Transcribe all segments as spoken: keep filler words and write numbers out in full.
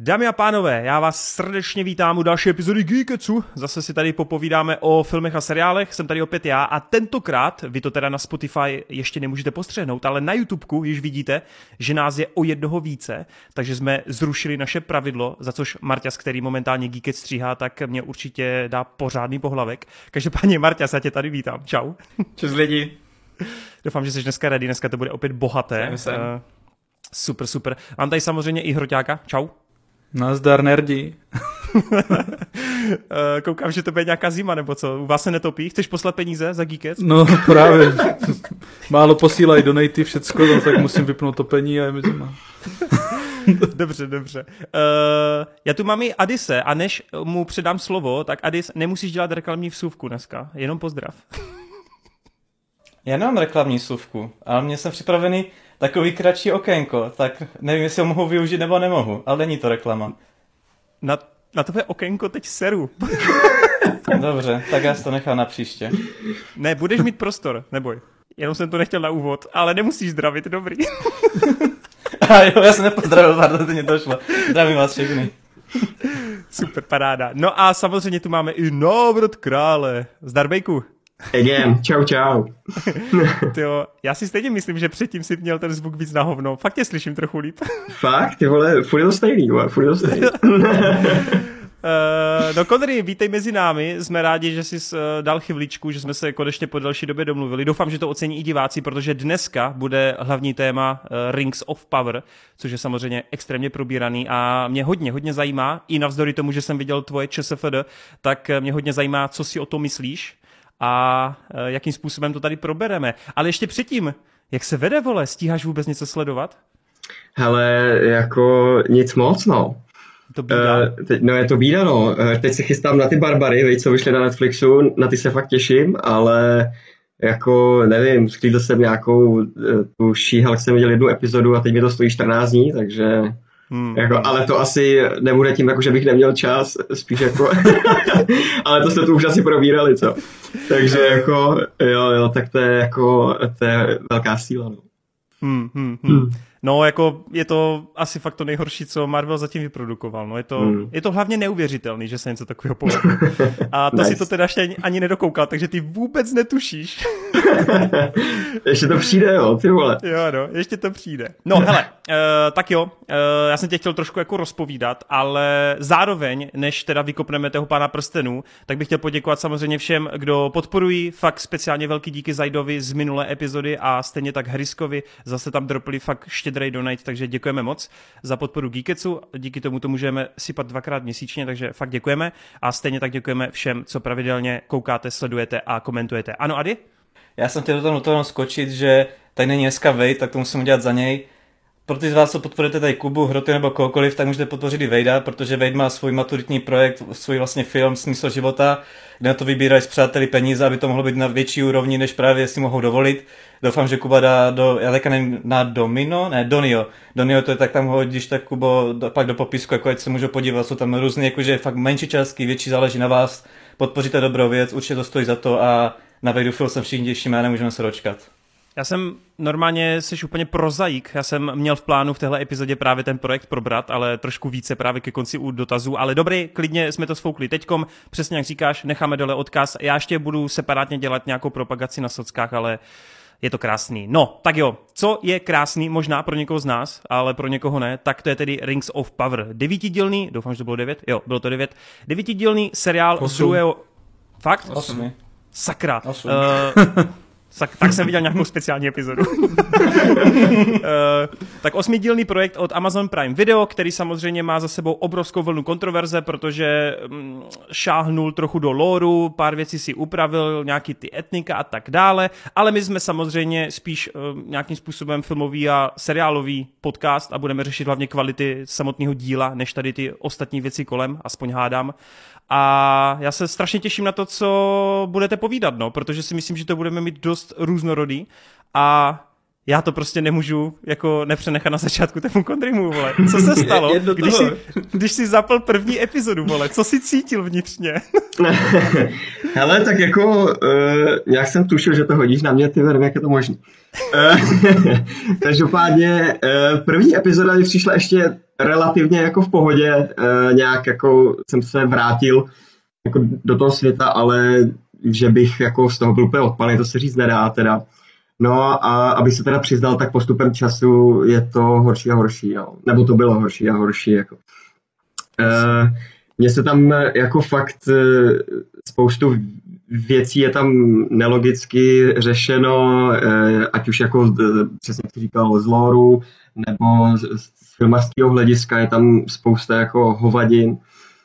Dámy a pánové, já vás srdečně vítám u další epizody Geeketsu. Zase si tady popovídáme o filmech a seriálech, jsem tady opět já a tentokrát, vy to teda na Spotify ještě nemůžete postřehnout, ale na YouTubeku již vidíte, že nás je o jednoho více, takže jsme zrušili naše pravidlo, za což Marťas, který momentálně Geeket stříhá, tak mě určitě dá pořádný pohlavek. Každopádně Marťas, já tě tady vítám, čau. Čus lidi. Doufám, že jsi dneska ready, dneska to bude opět bohaté. Jsem, jsem. Uh, super, super. Mám tady samozřejmě i Hroťáka, čau. Nazdar, nerdi. Koukám, že to bude nějaká zima, nebo co? U vás se netopí? Chceš poslat peníze za Geeket? No právě. Málo posílají donaty, všecko, no, tak musím vypnout topení a je mi zima. Dobře, dobře. Uh, já tu mám i Adise a než mu předám slovo, tak Adis, nemusíš dělat reklamní vsuvku dneska, jenom pozdrav. Já nemám reklamní vsuvku, ale mě jsem připravený takový kratší okénko, tak nevím, jestli ho mohu využít nebo nemohu, ale není to reklama. Na, na tvé okénko teď seru. Dobře, tak já si to nechám na příště. Ne, budeš mít prostor, neboj. Jenom jsem to nechtěl na úvod, ale nemusíš zdravit, dobrý. A jo, já jsem nepozdravil, pardon, to mě došlo. Zdravím vás všechny. Super, paráda. No a samozřejmě tu máme i návrat krále. Zdar, Bejku. Again, čau, čau. Tyjo, já si stejně myslím, že předtím si měl ten zvuk víc na hovno. Fakt tě slyším trochu líp. Fakt? Ty vole, furt je to stejný, vole, furt je to stejný. Uh, no Connery, vítej mezi námi, jsme rádi, že jsi uh, dal chviličku, že jsme se konečně po delší době domluvili. Doufám, že to ocení i diváci, protože dneska bude hlavní téma uh, Rings of Power, což je samozřejmě extrémně probíraný a mě hodně, hodně zajímá, i navzdory tomu, že jsem viděl tvoje ČSFD, tak mě hodně zajímá, co si o tom myslíš a uh, jakým způsobem to tady probereme. Ale ještě předtím, jak se vede, vole, stíháš vůbec něco sledovat? Hele, jako nic moc, no. To bída. Uh, teď, no je to bída, no. Uh, teď se chystám na ty Barbary, víš, co vyšly na Netflixu, na ty se fakt těším, ale jako nevím, sklídl jsem nějakou, uh, tu She-Hulk jsem viděl jednu epizodu a teď mi to stojí čtrnáct dní, takže hmm. jako, ale to asi nebude tím, jako, že bych neměl čas, spíš jako, ale to jste tu už asi probírali, co. Takže jako, jo, jo, tak to je jako, to je velká síla, no. Hmm, hmm, hmm. Hmm. No, jako je to asi fakt to nejhorší, co Marvel zatím vyprodukoval. No, je to, hmm. je to hlavně neuvěřitelný, že se něco takového povedlo. A to nice. Si to teda ještě ani, ani nedokoukal, takže ty vůbec netušíš. Ještě to přijde, jo, ty vole. Jo, no, ještě to přijde. No, hele, uh, tak jo, uh, já jsem tě chtěl trošku jako rozpovídat, ale zároveň, než teda vykopneme toho Pána prstenů, tak bych chtěl poděkovat samozřejmě všem, kdo podporují, fakt speciálně velký díky Zajdovi z minulé epizody a stejně tak Hryskovi, zase tam dropli fakt štědrej donate, takže děkujeme moc za podporu Geeketsu, díky tomu to můžeme sypat dvakrát měsíčně, takže fakt děkujeme a stejně tak děkujeme všem, co pravidelně koukáte, sledujete a komentujete. Ano, Adi? Já jsem chtěl do toho nutno skočit, že tady není dneska Vejt, tak to musím udělat za něj. Pro ty z vás, co podporujete tady Kubu, Hroty nebo kohokoliv, tak můžete podpořit i Vejda, protože Vejt má svůj maturitní projekt, svůj vlastně film Smysl života, kde na to vybírají s přáteli peníze, aby to mohlo být na větší úrovni, než právě si mohou dovolit. Doufám, že Kuba dá do, já teďka nevím, na Domino, ne, Donio. Donio to je tak tam hodíš tak Kubo do, pak do popisku, jako ať se můžou podívat, jsou tam různé, jakože fakt menší částky, větší záleží na vás, podpoříte dobrou věc, určitě to stojí za to a na Vejdu film jsem všichni těšíme a nemůžeme se dočkat. Já jsem normálně jsi úplně prozaik, já jsem měl v plánu v téhle epizodě právě ten projekt probrat, ale trošku více právě ke konci u dotazů, ale dobrý, klidně jsme to sfoukli teďkom, přesně jak říkáš, necháme dole odkaz, já ještě budu separátně dělat nějakou propagaci na sockách, ale je to krásný. No, tak jo, co je krásný, možná pro někoho z nás, ale pro někoho ne, tak to je tedy Rings of Power. Devítidílný, doufám, že to bylo devět, jo, bylo to devět, devítidílný seriál z druhého... Fakt? Osmi. Sakra. Osm. Uh, Tak, tak jsem viděl nějakou speciální epizodu. uh, tak osmidílný projekt od Amazon Prime Video, který samozřejmě má za sebou obrovskou vlnu kontroverze, protože um, šáhnul trochu do lóru, pár věcí si upravil, nějaký ty etnika a tak dále, ale my jsme samozřejmě spíš uh, nějakým způsobem filmový a seriálový podcast a budeme řešit hlavně kvality samotného díla, než tady ty ostatní věci kolem, aspoň hádám. A já se strašně těším na to, co budete povídat, no, protože si myslím, že to budeme mít dost různorodý a já to prostě nemůžu jako nepřenechat na začátku tému Kondrymu, vole. Co se stalo, když jsi, když jsi zapl první epizodu, vole? Co jsi cítil vnitřně? Hele, tak jako uh, nějak jsem tušil, že to hodíš na mě, ty nevím, jak je to možné. Uh, každopádně uh, první epizoda mi přišla ještě relativně jako v pohodě, uh, nějak jako jsem se vrátil jako do toho světa, ale že bych jako z toho byl úplně odpalený, to se říct nedá teda. No a abych se teda přiznal, tak postupem času je to horší a horší, no. Nebo to bylo horší a horší, jako. Uh, mně se tam jako fakt uh, spoustu věcí je tam nelogicky řešeno, uh, ať už jako, uh, přesně jak jsi říkal, z lóru, nebo z, z filmařského hlediska je tam spousta jako hovadin.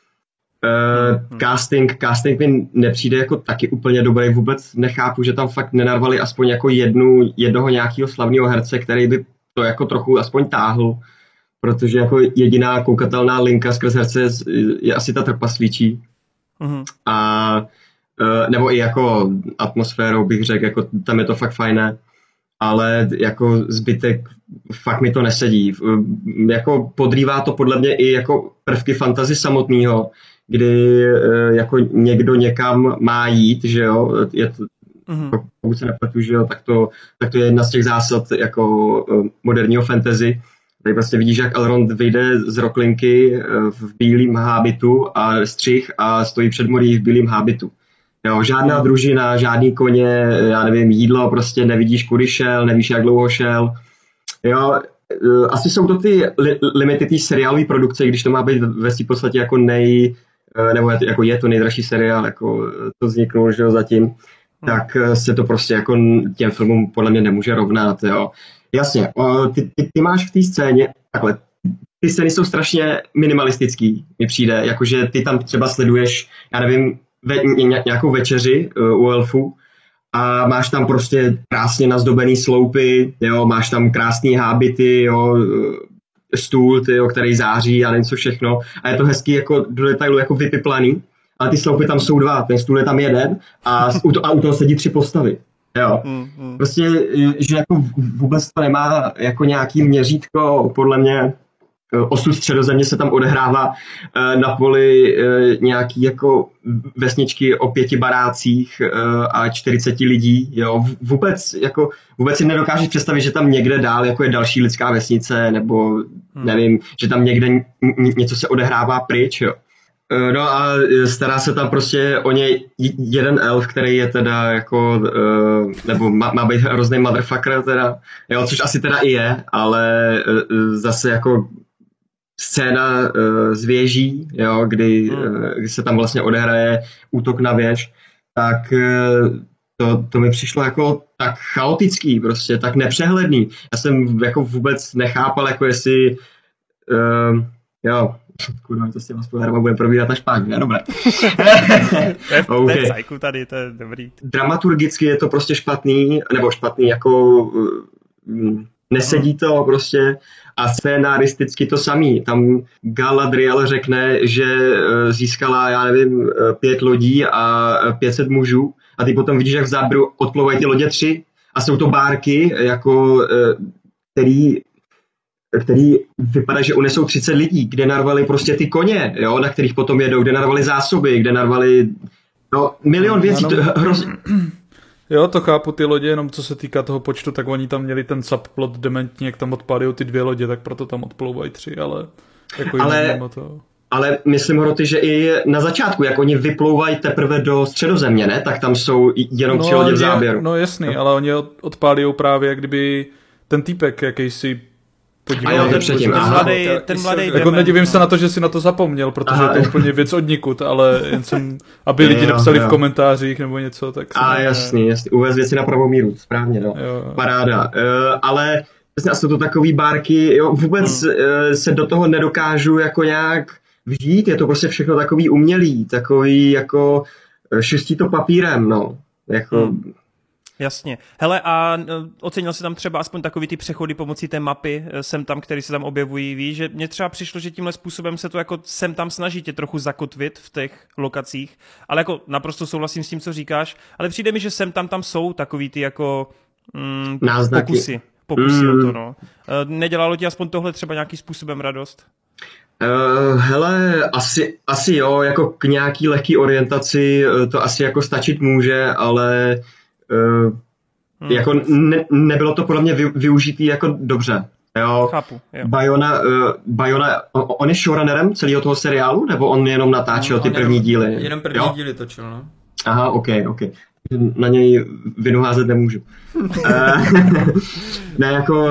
Uh, hmm. casting, casting mi nepřijde jako taky úplně dobrý, vůbec nechápu, že tam fakt nenarvali aspoň jako jednu, jednoho nějakého slavného herce, který by to jako trochu aspoň táhl, protože jako jediná koukatelná linka skrz herce je, je asi ta trpaslíčí. Hmm. A uh, nebo i jako atmosférou bych řekl, jako tam je to fakt fajné, ale jako zbytek fakt mi to nesedí. Uh, jako podrývá to podle mě i jako prvky fantasy samotného, kdy uh, jako někdo někam má jít, že jo, je to, mm-hmm. pokud se nepletu, že jo, tak to, tak to je jedna z těch zásad jako uh, moderního fantasy. Tady prostě vidíš, jak Elrond vyjde z roklinky uh, v bílém hábitu a střih a stojí před morí v bílém hábitu. Jo, žádná družina, žádný koně, já nevím, jídlo, prostě nevidíš, kudy šel, nevíš, jak dlouho šel. Jo, uh, asi jsou to ty li- limity té seriálové produkce, když to má být ve svým podstatě jako nej... nebo jako je to nejdražší seriál, jako to vzniknul, že jo, zatím, hmm. tak se to prostě jako těm filmům podle mě nemůže rovnat, jo. Jasně, ty, ty, ty máš v té scéně, takhle, ty scény jsou strašně minimalistický, mi přijde, jakože ty tam třeba sleduješ, já nevím, ve, ně, nějakou večeři uh, u elfů a máš tam prostě krásně nazdobený sloupy, jo, máš tam krásný hábity, jo, stůl, tyjo, který září a nevím co všechno. A je to hezký jako do detailu jako vypiplaný, ale ty sloupy tam jsou dva, ten stůl je tam jeden a, a u toho sedí tři postavy. Jo. Mm, mm. Prostě, že jako vůbec to nemá jako nějaký měřítko, podle mě osud Středozemě se tam odehrává na poli nějaký jako vesničky o pěti barácích a čtyřiceti lidí, jo, vůbec jako, vůbec si nedokážeš představit, že tam někde dál jako je další lidská vesnice, nebo nevím, že tam někde něco se odehrává pryč, jo. No a stará se tam prostě o něj jeden elf, který je teda jako, nebo má, má být hrozný motherfucker teda, jo, což asi teda i je, ale zase jako scéna uh, z věží, jo, kdy, uh, kdy se tam vlastně odehraje útok na věž, tak uh, to, to mi přišlo jako tak chaotický, prostě tak nepřehledný. Já jsem jako vůbec nechápal, jako jestli uh, jo, kurva, to s těma spoilerama budeme probírat až pak, ne? Dobré. To je cajku tady, to je dobrý. Dramaturgicky je to prostě špatný, nebo špatný jako uh, nesedí to prostě a scénaristicky to samý. Tam Galadriel řekne, že získala, já nevím, pět lodí a pět set mužů a ty potom vidíš, jak v záběru odplouvají ty lodě tři a jsou to bárky, jako, který, který vypadá, že unesou třicet lidí, kde narvali prostě ty koně, jo, na kterých potom jedou, kde narvali zásoby, kde narvali no, milion věcí. To, hrozně... Jo, to chápu, ty lodě, jenom co se týká toho počtu, tak oni tam měli ten subplot dementní, jak tam odpádají ty dvě lodě, tak proto tam odplouvají tři, ale jako ale, to... ale myslím, Hroty, že i na začátku, jak oni vyplouvají teprve do Středozemě, ne? Tak tam jsou jenom no, tři lodě v záběru. No jasný, no. Ale oni odpálí právě, jak kdyby ten týpek, jakýsi A jo, ten předtím. Ten mladý, ten mladý jako nedivím se na to, že si na to zapomněl, protože aha. je to úplně věc odnikud, ale jen jsem, aby lidi jo, napsali jo. v komentářích nebo něco, tak... A ne... jasný, jasný, uvez věci na pravou míru, správně, no. Jo. Paráda. Uh, ale vlastně jsou to takový bárky, jo, vůbec hmm. uh, se do toho nedokážu jako nějak vžít, je to prostě všechno takový umělý, takový jako šustí to papírem, no. Jako... Hmm. Jasně. Hele, a ocenil jsi tam třeba aspoň takový ty přechody pomocí té mapy sem tam, které se tam objevují, víš, že mně třeba přišlo, že tímhle způsobem se to jako sem tam snaží tě trochu zakotvit v těch lokacích, ale jako naprosto souhlasím s tím, co říkáš, ale přijde mi, že sem tam tam jsou takový ty jako mm, pokusy. Pokusy mm. o to, no. Nedělalo ti aspoň tohle třeba nějakým způsobem radost? Uh, hele, asi, asi jo, jako k nějaký lehký orientaci to asi jako stačit může, ale Uh, hmm. jako ne, nebylo to podle mě vy, využitý jako dobře. Jo. Chápu, jo. Bayona, uh, Bayona, on je showrunnerem celého toho seriálu, nebo on jenom natáčel on ty jenom, první díly? Jenom první jo? díly točil, no. Aha, ok, ok. Na něj vinu házet nemůžu. Ne, jako...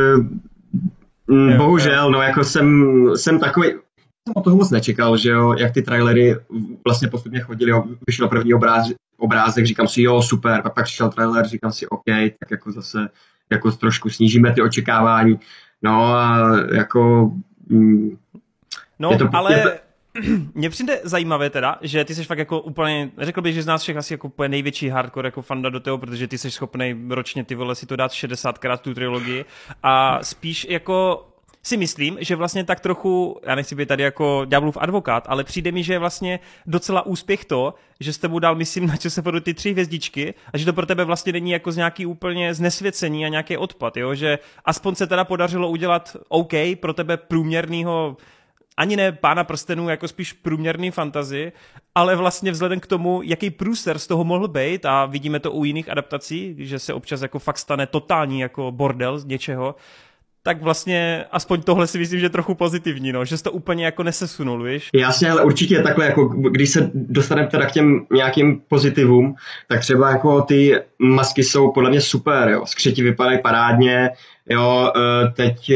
Uh, bohužel, no, jako jsem, jsem takový... Jsem od toho moc nečekal, že jo, jak ty trailery vlastně postupně chodily, jo, vyšel první obráz, obrázek, říkám si, jo, super, pak pak přišel trailer, říkám si, ok, tak jako zase jako trošku snížíme ty očekávání, no a jako... Mm, no, je to, ale... je to, mně přijde zajímavé teda, že ty jsi fakt jako úplně, řekl bych, že z nás všech asi jako úplně největší hardcore jako fanda do toho, protože ty jsi schopnej ročně ty vole si to dát šedesátkrát tu trilogii a spíš jako si myslím, že vlastně tak trochu, já nechci být tady jako ďáblův advokát, ale přijde mi, že je vlastně docela úspěch to, že s tebou dal, myslím, na ČSFD ty tři hvězdičky a že to pro tebe vlastně není jako z nějaký úplně znesvěcení a nějaký odpad, jo, že aspoň se teda podařilo udělat OK pro tebe průměrnýho, ani ne Pána prstenů, jako spíš průměrný fantasy, ale vlastně vzhledem k tomu, jaký průser z toho mohl být, a vidíme to u jiných adaptací, že se občas jako fakt stane totální jako bordel z něčeho, tak vlastně aspoň tohle si myslím, že je trochu pozitivní, no, že jsi to úplně jako nesesunul, víš? Jasně, ale určitě takhle, jako když se dostaneme teda k těm nějakým pozitivům, tak třeba jako ty masky jsou podle mě super, jo, skřeti vypadají parádně, jo, teď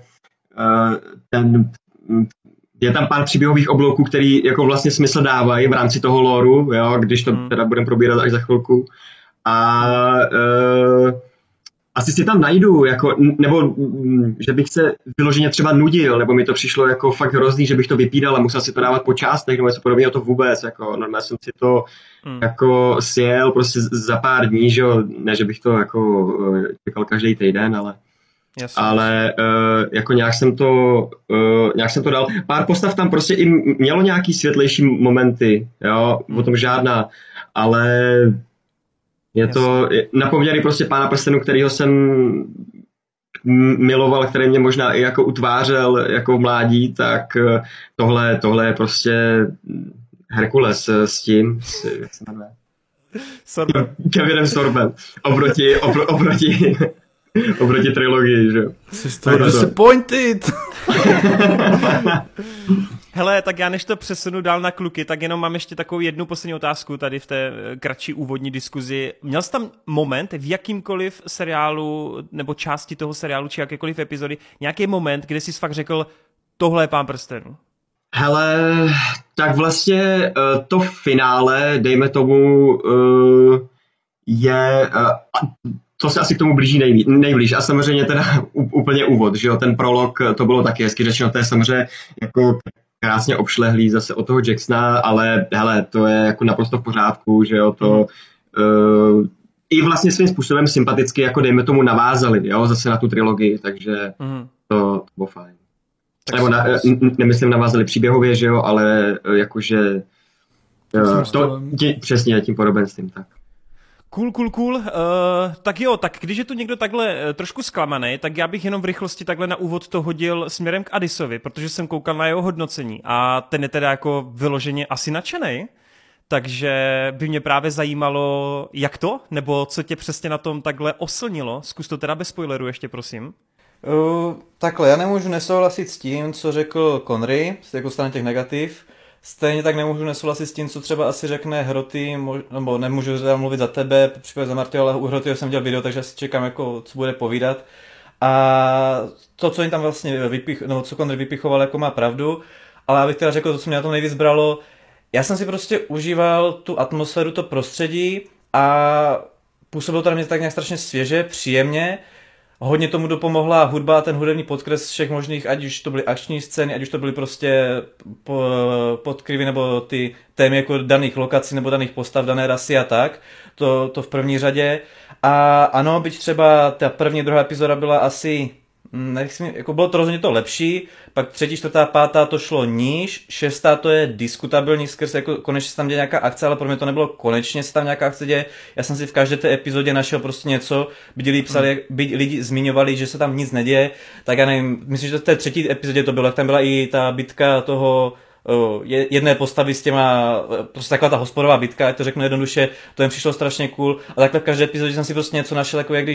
ten... Je tam pár příběhových oblouků, který jako vlastně smysl dávají v rámci toho lóru, jo, když to hmm. teda budeme probírat až za chvilku. A uh, asi si tam najdu, jako, nebo m, že bych se vyloženě třeba nudil, nebo mi to přišlo jako fakt hrozný, že bych to vypídal a musel si to dávat po částech, nebo něco podobného, to vůbec, jako normálně jsem si to hmm. jako sjel prostě za pár dní, že jo, ne, že bych to jako čekal každý týden, ale Jasně. Ale uh, jako nějak jsem to uh, nějak jsem to dal. Pár postav tam prostě i mělo nějaký světlejší momenty, jo, o tom žádná, ale je Jasně. to na poměry prostě Pána prstenů, kterýho jsem miloval, který mě možná i jako utvářel jako v mládí, tak tohle, tohle je prostě Herkules s tím, s, jak se jmenuje? Sorbem. Kevinem Sorbem. Oproti, opro, oproti oproti trilogii, že jo. Jsi disappointed. Hele, tak já než to přesunu dál na kluky, tak jenom mám ještě takovou jednu poslední otázku tady v té kratší úvodní diskuzi. Měl jsi tam moment v jakýmkoliv seriálu nebo části toho seriálu či jakékoliv epizody, nějaký moment, kde jsi fakt řekl, tohle je Pán prstenů? Hele, tak vlastně to finále, dejme tomu, je... To se asi k tomu blíží nejblíž, nejblíž. A samozřejmě teda úplně úvod, že jo, ten prolog, to bylo taky hezky řečeno, to je samozřejmě jako krásně obšlehlý zase od toho Jacksona, ale hele, to je jako naprosto v pořádku, že jo, to uh, i vlastně svým způsobem sympaticky, jako dejme tomu navázali, jo, zase na tu trilogii, takže mm. to, to bylo fajn. Tak Nebo na, nemyslím navázali příběhově, že jo, ale jakože uh, to, tě, přesně tím podobenstvím, tak. Cool, cool, cool. Uh, tak jo, tak když je tu někdo takhle uh, trošku zklamaný, tak já bych jenom v rychlosti takhle na úvod to hodil směrem k Adisovi, protože jsem koukal na jeho hodnocení a ten je teda jako vyloženě asi nadšenej, takže by mě právě zajímalo, jak to, nebo co tě přesně na tom takhle oslnilo. Zkus to teda bez spoileru ještě, prosím. Uh, takhle, já nemůžu nesouhlasit s tím, co řekl Connery, jako strany těch negativ. Stejně tak nemůžu nesouhlasit s tím, co třeba asi řekne Hroty, nebo nemůžu teda mluvit za tebe, případně za Martyho, ale u Hrotyho jsem dělal video, takže asi čekám, jako, co bude povídat. A to, co jim tam vlastně vypich, nebo co Connery vypichoval, jako má pravdu, ale abych teda řekl to, co mě na tom nejvíc bralo, já jsem si prostě užíval tu atmosféru, to prostředí a působilo to na mě tak nějak strašně svěže, příjemně. Hodně tomu dopomohla hudba a ten hudební podkres všech možných, ať už to byly akční scény, ať už to byly prostě podkryvy nebo ty témy jako daných lokací nebo daných postav, dané rasy a tak. To, to v první řadě. A ano, byť třeba ta první, druhá epizoda byla asi, nechci, jako bylo to rozhodně to lepší, pak třetí, čtvrtá, pátá to šlo níž, šestá to je diskutabilní skrz, jako konečně se tam děje nějaká akce, ale pro mě to nebylo konečně se tam nějaká akce děje. Já jsem si v každé té epizodě našel prostě něco, byť lidi psali, byť lidi zmiňovali, že se tam nic neděje, tak já nevím, myslím, že v té třetí epizodě to bylo, jak tam byla i ta bitka toho jedné postavy s těma, prostě taková ta hospodová bitka, ať to řeknu jednoduše, to jim přišlo strašně cool a takhle v každé epizodě jsem si prostě něco našel, jako jak když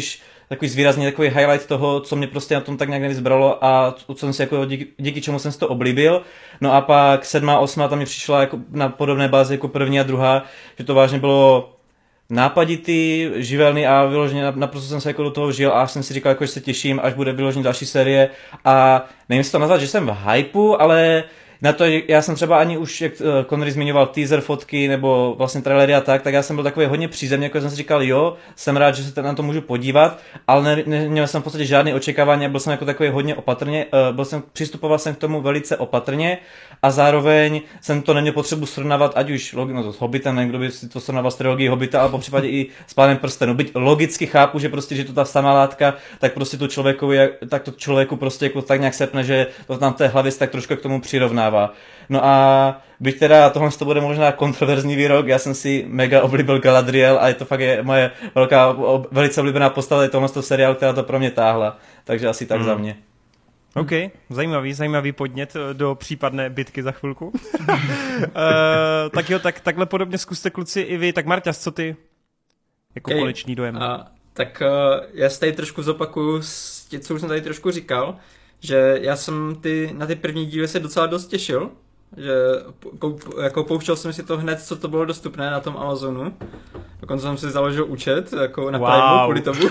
takový zvýrazný takový highlight toho, co mě prostě na tom tak nějak nevyzbralo a co jsem si jako díky, díky čemu jsem si to oblíbil. No a pak sedmá, osmá tam mi přišla jako na podobné bázi jako první a druhá, že to vážně bylo nápaditý, živelný a vyloženě naprosto jsem se jako do toho žil a jsem si říkal, jako, že se těším, až bude vyloženě další série a nevím si to nazvat, že jsem v hypeu, ale na to, já jsem třeba ani už, jak Connery zmiňoval teaser, fotky nebo vlastně trailery a tak, tak já jsem byl takový hodně přízemně, jako jsem si říkal, jo, jsem rád, že se na to můžu podívat, ale ne, ne, neměl jsem v podstatě žádné očekávání a byl jsem jako takový hodně opatrně, byl jsem, přistupoval jsem k tomu velice opatrně a zároveň jsem to neměl potřebu srovnávat, ať už no, s Hobbitem, nevím, kdo by si to srovnával s trilogií Hobbita, ale po případě i s Pánem prstenů. Byť logicky chápu, že prostě, že to ta samá látka, tak prostě to člověku, tak to člověku prostě jako tak nějak sepne, že to tam v té hlavě se tak trošku k tomu přirovná. No a byť teda tohle to bude možná kontroverzní výrok, já jsem si mega oblíbil Galadriel a je to fakt je moje velká, velice oblíbená postava, je tohle to seriál, která to pro mě táhla, takže asi tak mm. za mě. OK, zajímavý, zajímavý podnět do případné bitky za chvilku. uh, tak jo, tak takhle podobně zkuste kluci i vy, tak Marťas, co ty jako okay. konečný dojem? Uh, tak uh, já se tady trošku zopakuju s tím, co už jsem tady trošku říkal, že já jsem ty, na ty první díly se docela dost těšil, že jako pouštěl jsem si to hned, co to bylo dostupné na tom Amazonu. Dokonce jsem si založil účet jako na wow. Prime kvůli tomu.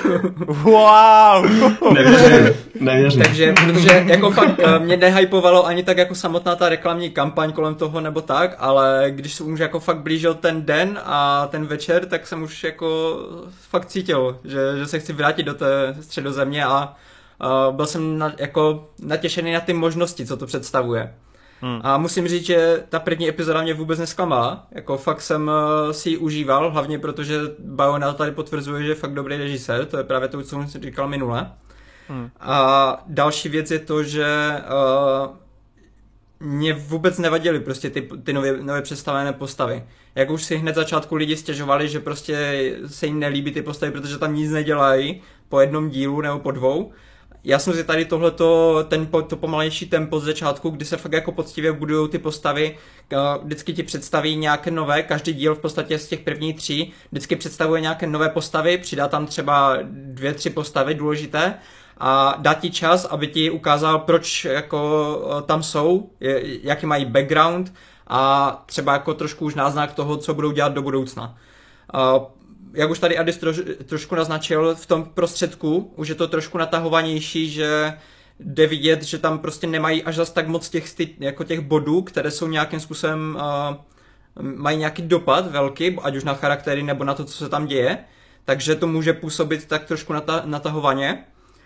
Wow! Nevěřím, nevěřím. Takže, protože jako fakt mě nehypovalo ani tak jako samotná ta reklamní kampaň kolem toho nebo tak, ale když se už jako fakt blížil ten den a ten večer, tak jsem už jako fakt cítil, že, že se chci vrátit do té Středozemě a Uh, byl jsem na, jako natěšený na ty možnosti, co to představuje. Hmm. A musím říct, že ta první epizoda mě vůbec nesklamala. Jako fakt jsem uh, si ji užíval, hlavně protože Bayona tady potvrzuje, že je fakt dobrý režisér, to je právě to, co jsem říkal minule. Hmm. A další věc je to, že uh, mě vůbec nevadily prostě ty, ty nově, nově představené postavy. Jak už si hned začátku lidi stěžovali, že prostě se jim nelíbí ty postavy, protože tam nic nedělají po jednom dílu nebo po dvou. Já jsem si tady tohleto, ten, to pomalejší tempo z začátku, kdy se fakt jako poctivě budují ty postavy, vždycky ti představí nějaké nové, každý díl v podstatě z těch prvních tří, vždycky představuje nějaké nové postavy, přidá tam třeba dvě, tři postavy důležité a dá ti čas, aby ti ukázal, proč jako tam jsou, jaký mají background a třeba jako trošku už náznak toho, co budou dělat do budoucna. Jak už tady Adis troš, trošku naznačil, v tom prostředku už je to trošku natahovanější, že jde vidět, že tam prostě nemají až zas tak moc těch, jako těch bodů, které jsou nějakým způsobem, uh, mají nějaký dopad velký, ať už na charaktery nebo na to, co se tam děje, takže to může působit tak trošku nata, natahovaně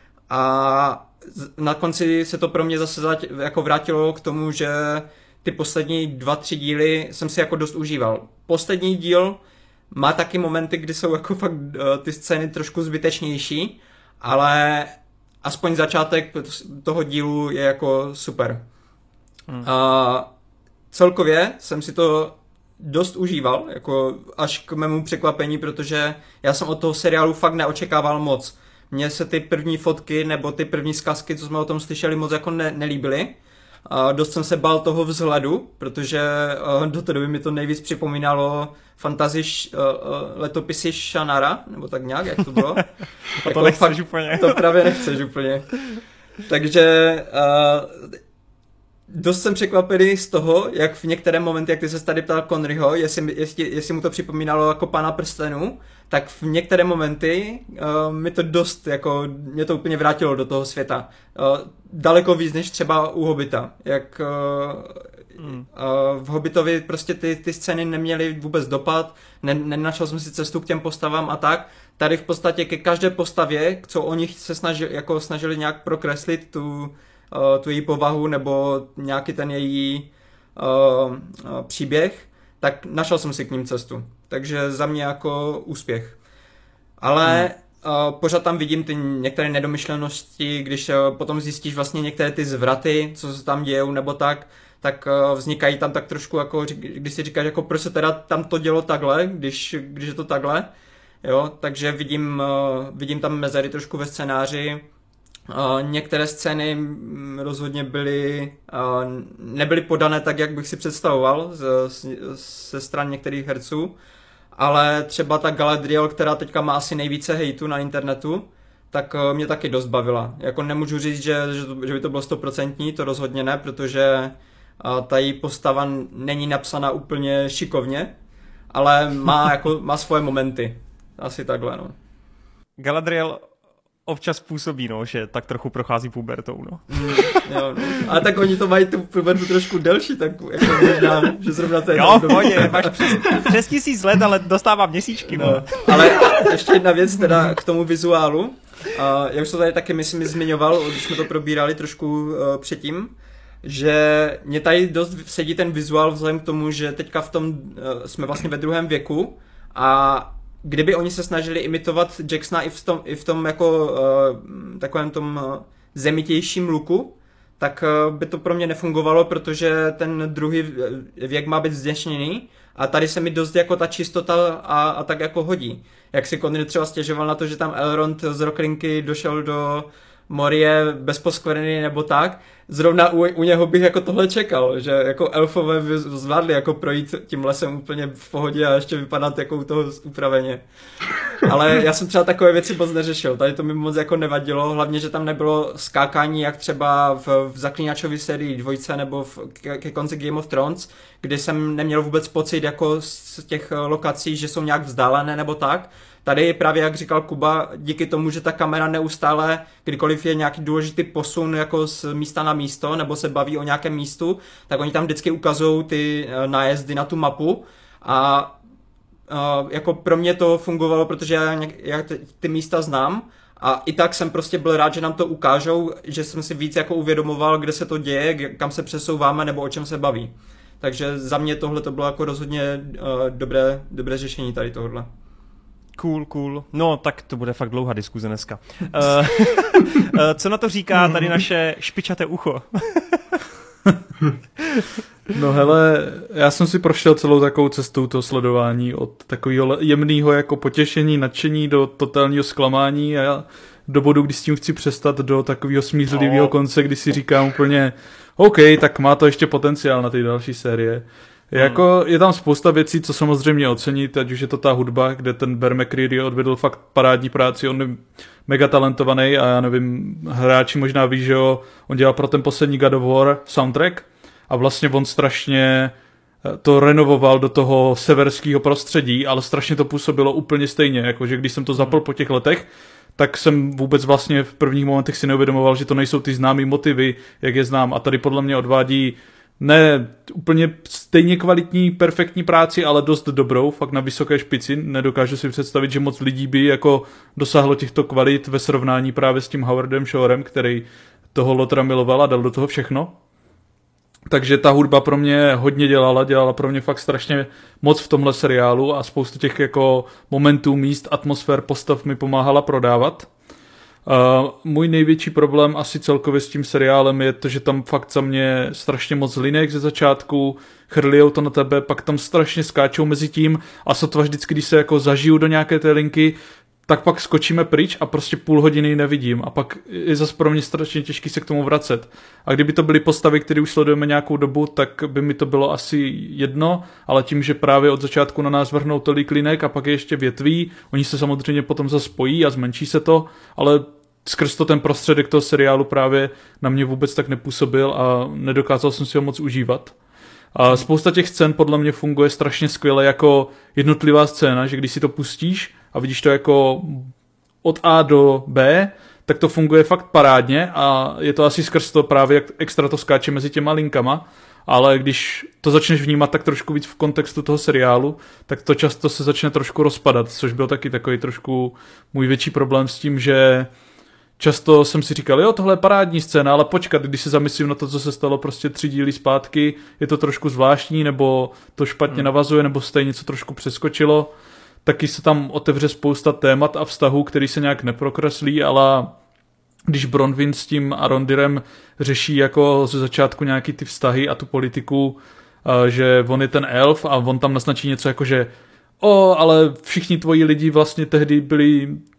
a na konci se to pro mě zase jako vrátilo k tomu, že ty poslední dva, tři díly jsem si jako dost užíval. Poslední díl má taky momenty, kdy jsou jako fakt uh, ty scény trošku zbytečnější, ale aspoň začátek toho dílu je jako super. Hmm. Uh, celkově jsem si to dost užíval, jako až k mému překvapení, protože já jsem od toho seriálu fakt neočekával moc. Mně se ty první fotky nebo ty první zkazky, co jsme o tom slyšeli, moc jako ne- nelíbily. Uh, dost jsem se bál toho vzhledu, protože uh, do té doby mi to nejvíc připomínalo fantasy š- uh, uh, letopisy Shannara, nebo tak nějak, jak to bylo. A to jako nechceš fakt, úplně. To právě nechceš úplně. Takže uh, dost jsem překvapený z toho, jak v některém momentu, jak ty se tady ptal Conneryho, jestli, jestli, jestli mu to připomínalo jako Pána prstenů, tak v některé momenty uh, mi to dost, jako, mě to úplně vrátilo do toho světa. Uh, daleko víc, než třeba u Hobbita. Jak uh, mm. uh, v Hobbitovi prostě ty, ty scény neměly vůbec dopad, ne, nenašel jsem si cestu k těm postavám a tak. Tady v podstatě ke každé postavě, co oni se snažili, jako snažili nějak prokreslit tu, uh, tu její povahu nebo nějaký ten její uh, uh, příběh, tak našel jsem si k ním cestu. Takže za mě jako úspěch. Ale hmm. uh, pořád tam vidím ty některé nedomyšlenosti, když uh, potom zjistíš vlastně některé ty zvraty, co se tam dějou nebo tak, tak uh, vznikají tam tak trošku jako, když si říkáš, jako proč se teda tam to dělo takhle, když, když je to takhle. Jo, takže vidím, uh, vidím tam mezery trošku ve scénáři. Uh, některé scény rozhodně byly, uh, nebyly podané tak, jak bych si představoval ze, ze stran některých herců, ale třeba ta Galadriel, která teďka má asi nejvíce hejtu na internetu, tak mě taky dost bavila. Jako nemůžu říct, že, že, to, že by to bylo stoprocentní, to rozhodně ne, protože ta její postava není napsaná úplně šikovně, ale má, jako, má svoje momenty. Asi takhle, no. Galadriel občas působí, no, že tak trochu prochází pubertou, no. Mm, jo, no. Ale tak oni to mají tu pubertu trošku delší, tak jako možná, že zrovna to je... Jo, v pohodě, máš přes, přes tisíc let, ale dostávám měsíčky, no. no. Ale ještě jedna věc teda k tomu vizuálu. Uh, já už to tady taky, myslím, zmiňoval, když jsme to probírali trošku uh, předtím, že mě tady dost sedí ten vizuál vzhledem k tomu, že teďka v tom uh, jsme vlastně ve druhém věku a kdyby oni se snažili imitovat Jacksona i v tom, i v tom jako uh, takovém tom uh, zemitějším looku, tak uh, by to pro mě nefungovalo, protože ten druhý věk má být zděšněný a tady se mi dost jako ta čistota a, a tak jako hodí. Jak si Connery třeba stěžoval na to, že tam Elrond z Roklinky došel do Morie bez poskvrny nebo tak, zrovna u, u něho bych jako tohle čekal, že jako elfové zvládli jako projít tím lesem úplně v pohodě a ještě vypadat jako u toho upraveně. Ale já jsem třeba takové věci moc neřešil, tady to mi moc jako nevadilo, hlavně, že tam nebylo skákání jak třeba v, v Zaklínačové sérii dvojce nebo v, ke, ke konci Game of Thrones, kdy jsem neměl vůbec pocit jako z těch lokací, že jsou nějak vzdálené nebo tak. Tady právě, jak říkal Kuba, díky tomu, že ta kamera neustále, kdykoliv je nějaký důležitý posun jako z místa na místo, nebo se baví o nějakém místu, tak oni tam vždycky ukazují ty nájezdy na tu mapu a uh, jako pro mě to fungovalo, protože já, já ty, ty místa znám a i tak jsem prostě byl rád, že nám to ukážou, že jsem si víc jako uvědomoval, kde se to děje, kam se přesouváme nebo o čem se baví. Takže za mě tohle to bylo jako rozhodně uh, dobré, dobré řešení tady tohohle. Cool, cool. No, tak to bude fakt dlouhá diskuze dneska. Uh, co na to říká tady naše špičaté ucho? No hele, já jsem si prošel celou takovou cestou toho sledování od takového jemného jako potěšení, nadšení do totálního zklamání a do bodu, kdy s tím chci přestat, do takového smířlivého konce, kdy si říkám úplně OK, tak má to ještě potenciál na ty další série. Jako je tam spousta věcí, co samozřejmě ocenit, ať už je to ta hudba, kde ten Bear McCreary odvedl fakt parádní práci, on je mega talentovaný a já nevím, hráči možná ví, že jo, on dělal pro ten poslední God of War soundtrack a vlastně on strašně to renovoval do toho severského prostředí, ale strašně to působilo úplně stejně, jakože když jsem to zapl po těch letech, tak jsem vůbec vlastně v prvních momentech si neuvědomoval, že to nejsou ty známý motivy, jak je znám a tady podle mě odvádí ne úplně stejně kvalitní, perfektní práci, ale dost dobrou, fakt na vysoké špici. Nedokážu si představit, že moc lidí by jako dosáhlo těchto kvalit ve srovnání právě s tím Howardem Shorem, který toho Lotra miloval a dal do toho všechno. Takže ta hudba pro mě hodně dělala, dělala pro mě fakt strašně moc v tomhle seriálu a spoustu těch jako momentů, míst, atmosfér, postav mi pomáhala prodávat. Uh, můj největší problém asi celkově s tím seriálem je to, že tam fakt za mě strašně moc linek ze začátku, chrlijou to na tebe, pak tam strašně skáčou mezi tím a sotva vždycky, když se jako zažiju do nějaké té linky, tak pak skočíme pryč a prostě půl hodiny nevidím a pak je zase pro mě strašně těžký se k tomu vracet. A kdyby to byly postavy, které už sledujeme nějakou dobu, tak by mi to bylo asi jedno, ale tím, že právě od začátku na nás vrhnou tolik linek a pak je ještě větví, oni se samozřejmě potom zase spojí a zmenší se to, ale skrz to ten prostředek toho seriálu právě na mě vůbec tak nepůsobil a nedokázal jsem si ho moc užívat. A spousta těch scén podle mě funguje strašně skvěle jako jednotlivá scéna, že když si to pustíš a vidíš to jako od A do B, tak to funguje fakt parádně a je to asi skrz to právě, jak extra to skáče mezi těma linkama, ale když to začneš vnímat tak trošku víc v kontextu toho seriálu, tak to často se začne trošku rozpadat, což byl taky takový trošku můj větší problém s tím, že často jsem si říkal, jo, tohle je parádní scéna, ale počkat, když se zamyslím na to, co se stalo prostě tři díly zpátky, je to trošku zvláštní, nebo to špatně hmm. navazuje, nebo se něco trošku přeskočilo. Taky se tam otevře spousta témat a vztahů, který se nějak neprokreslí, ale když Bronwyn s tím Arondirem řeší jako ze začátku nějaký ty vztahy a tu politiku, že on je ten elf a on tam naznačí něco jako, že o, ale všichni tvoji lidi vlastně tehdy byli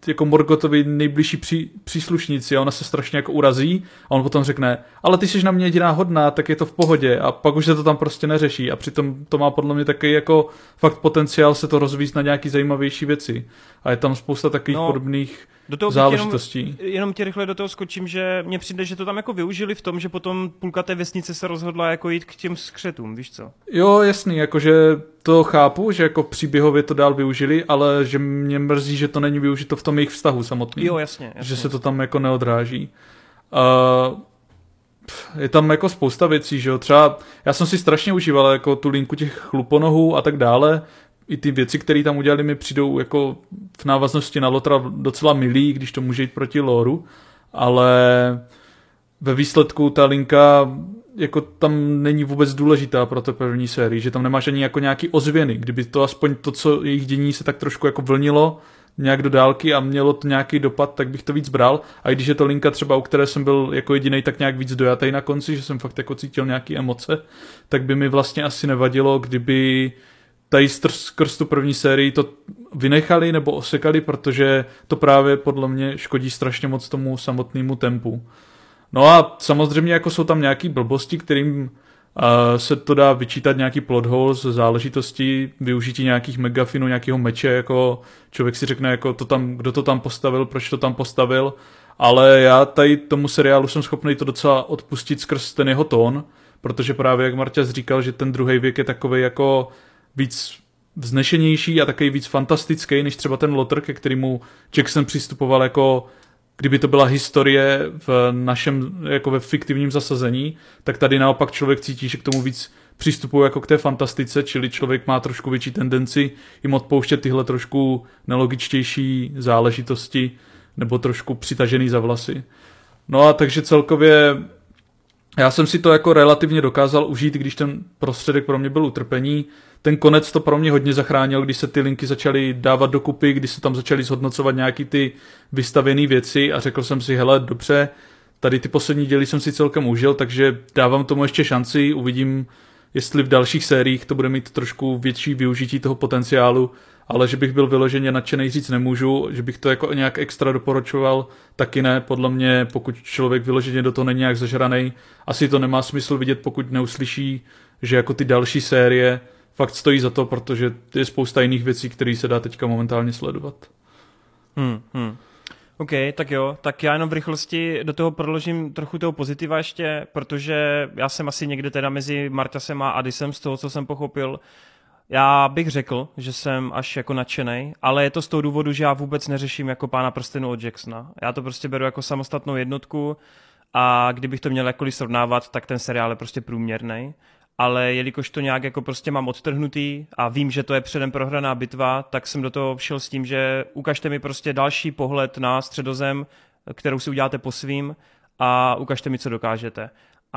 jako Morgottovi nejbližší pří, příslušníci a ona se strašně jako urazí a on potom řekne, ale ty jsi na mě jediná hodná, tak je to v pohodě a pak už se to tam prostě neřeší a přitom to má podle mě taky jako fakt potenciál se to rozvíjet na nějaký zajímavější věci a je tam spousta takových no, podobných do toho záležitostí. Jenom, jenom ti rychle do toho skočím, že mně přijde, že to tam jako využili v tom, že potom půlka té vesnice se rozhodla jako jít k těm skřetům, víš co? Jo, jasný, jakože to chápu, že jako příběhově to dál využili, ale že mě mrzí, že to není využito v tom jejich vztahu samotný. Jo, jasně, jasně. Že se to tam jako neodráží. Uh, je tam jako spousta věcí, že jo, třeba já jsem si strašně užíval jako tu linku těch chluponohů a tak dále, i ty věci, které tam udělali, mi přijdou jako v návaznosti na Lotra docela milý, když to může jít proti lóru, ale ve výsledku ta linka jako tam není vůbec důležitá pro to první sérii, že tam nemáš ani jako nějaký ozvěny, kdyby to aspoň to, co jejich dění se tak trošku jako vlnilo nějak do dálky a mělo to nějaký dopad, tak bych to víc bral. A i když je to linka třeba, u které jsem byl jako jedinej tak nějak víc dojatý na konci, že jsem fakt jako cítil nějaký emoce, tak by mi vlastně asi nevadilo, kdyby tady skrz tu první sérii to vynechali nebo osekali, protože to právě podle mě škodí strašně moc tomu samotnému tempu. No a samozřejmě jako jsou tam nějaký blbosti, kterým uh, se to dá vyčítat nějaký plot holes, záležitosti, využití nějakých megafinů, nějakého meče, jako člověk si řekne, jako to tam, kdo to tam postavil, proč to tam postavil, ale já tady tomu seriálu jsem schopný to docela odpustit skrz ten jeho tón, protože právě jak Marťas říkal, že ten druhý věk je takovej jako víc vznešenější a takový víc fantastický, než třeba ten Lotr, ke kterému Jackson přistupoval jako kdyby to byla historie v našem, jako ve fiktivním zasazení, tak tady naopak člověk cítí, že k tomu víc přistupuje jako k té fantastice, čili člověk má trošku větší tendenci jim odpouštět tyhle trošku nelogičtější záležitosti nebo trošku přitažený za vlasy. No a takže celkově já jsem si to jako relativně dokázal užít, když ten prostředek pro mě byl utrpení. Ten konec to pro mě hodně zachránil, když se ty linky začaly dávat dokupy, když se tam začaly zhodnocovat nějaký ty vystavěné věci a řekl jsem si, hele, dobře, tady ty poslední díly jsem si celkem užil, takže dávám tomu ještě šanci, uvidím, jestli v dalších sériích to bude mít trošku větší využití toho potenciálu, ale že bych byl vyloženě nadšenej říct nemůžu, že bych to jako nějak extra doporučoval, taky ne, podle mě, pokud člověk vyloženě do toho není nějak zažranej, asi to nemá smysl vidět, pokud neuslyší, že jako ty další série fakt stojí za to, protože je spousta jiných věcí, které se dá teďka momentálně sledovat. Hmm, hmm. OK, tak jo, tak já jenom v rychlosti do toho prodložím trochu toho pozitiva ještě, protože já jsem asi někde teda mezi Marťasem a Adisem z toho, co jsem pochopil. Já bych řekl, že jsem až jako nadšenej, ale je to z toho důvodu, že já vůbec neřeším jako Pána prstenů od Jacksona. Já to prostě beru jako samostatnou jednotku a kdybych to měl jakkoliv srovnávat, tak ten seriál je prostě průměrnej. Ale jelikož to nějak jako prostě mám odtrhnutý a vím, že to je předem prohraná bitva, tak jsem do toho šel s tím, že ukažte mi prostě další pohled na Středozem, kterou si uděláte po svým a ukažte mi, co dokážete.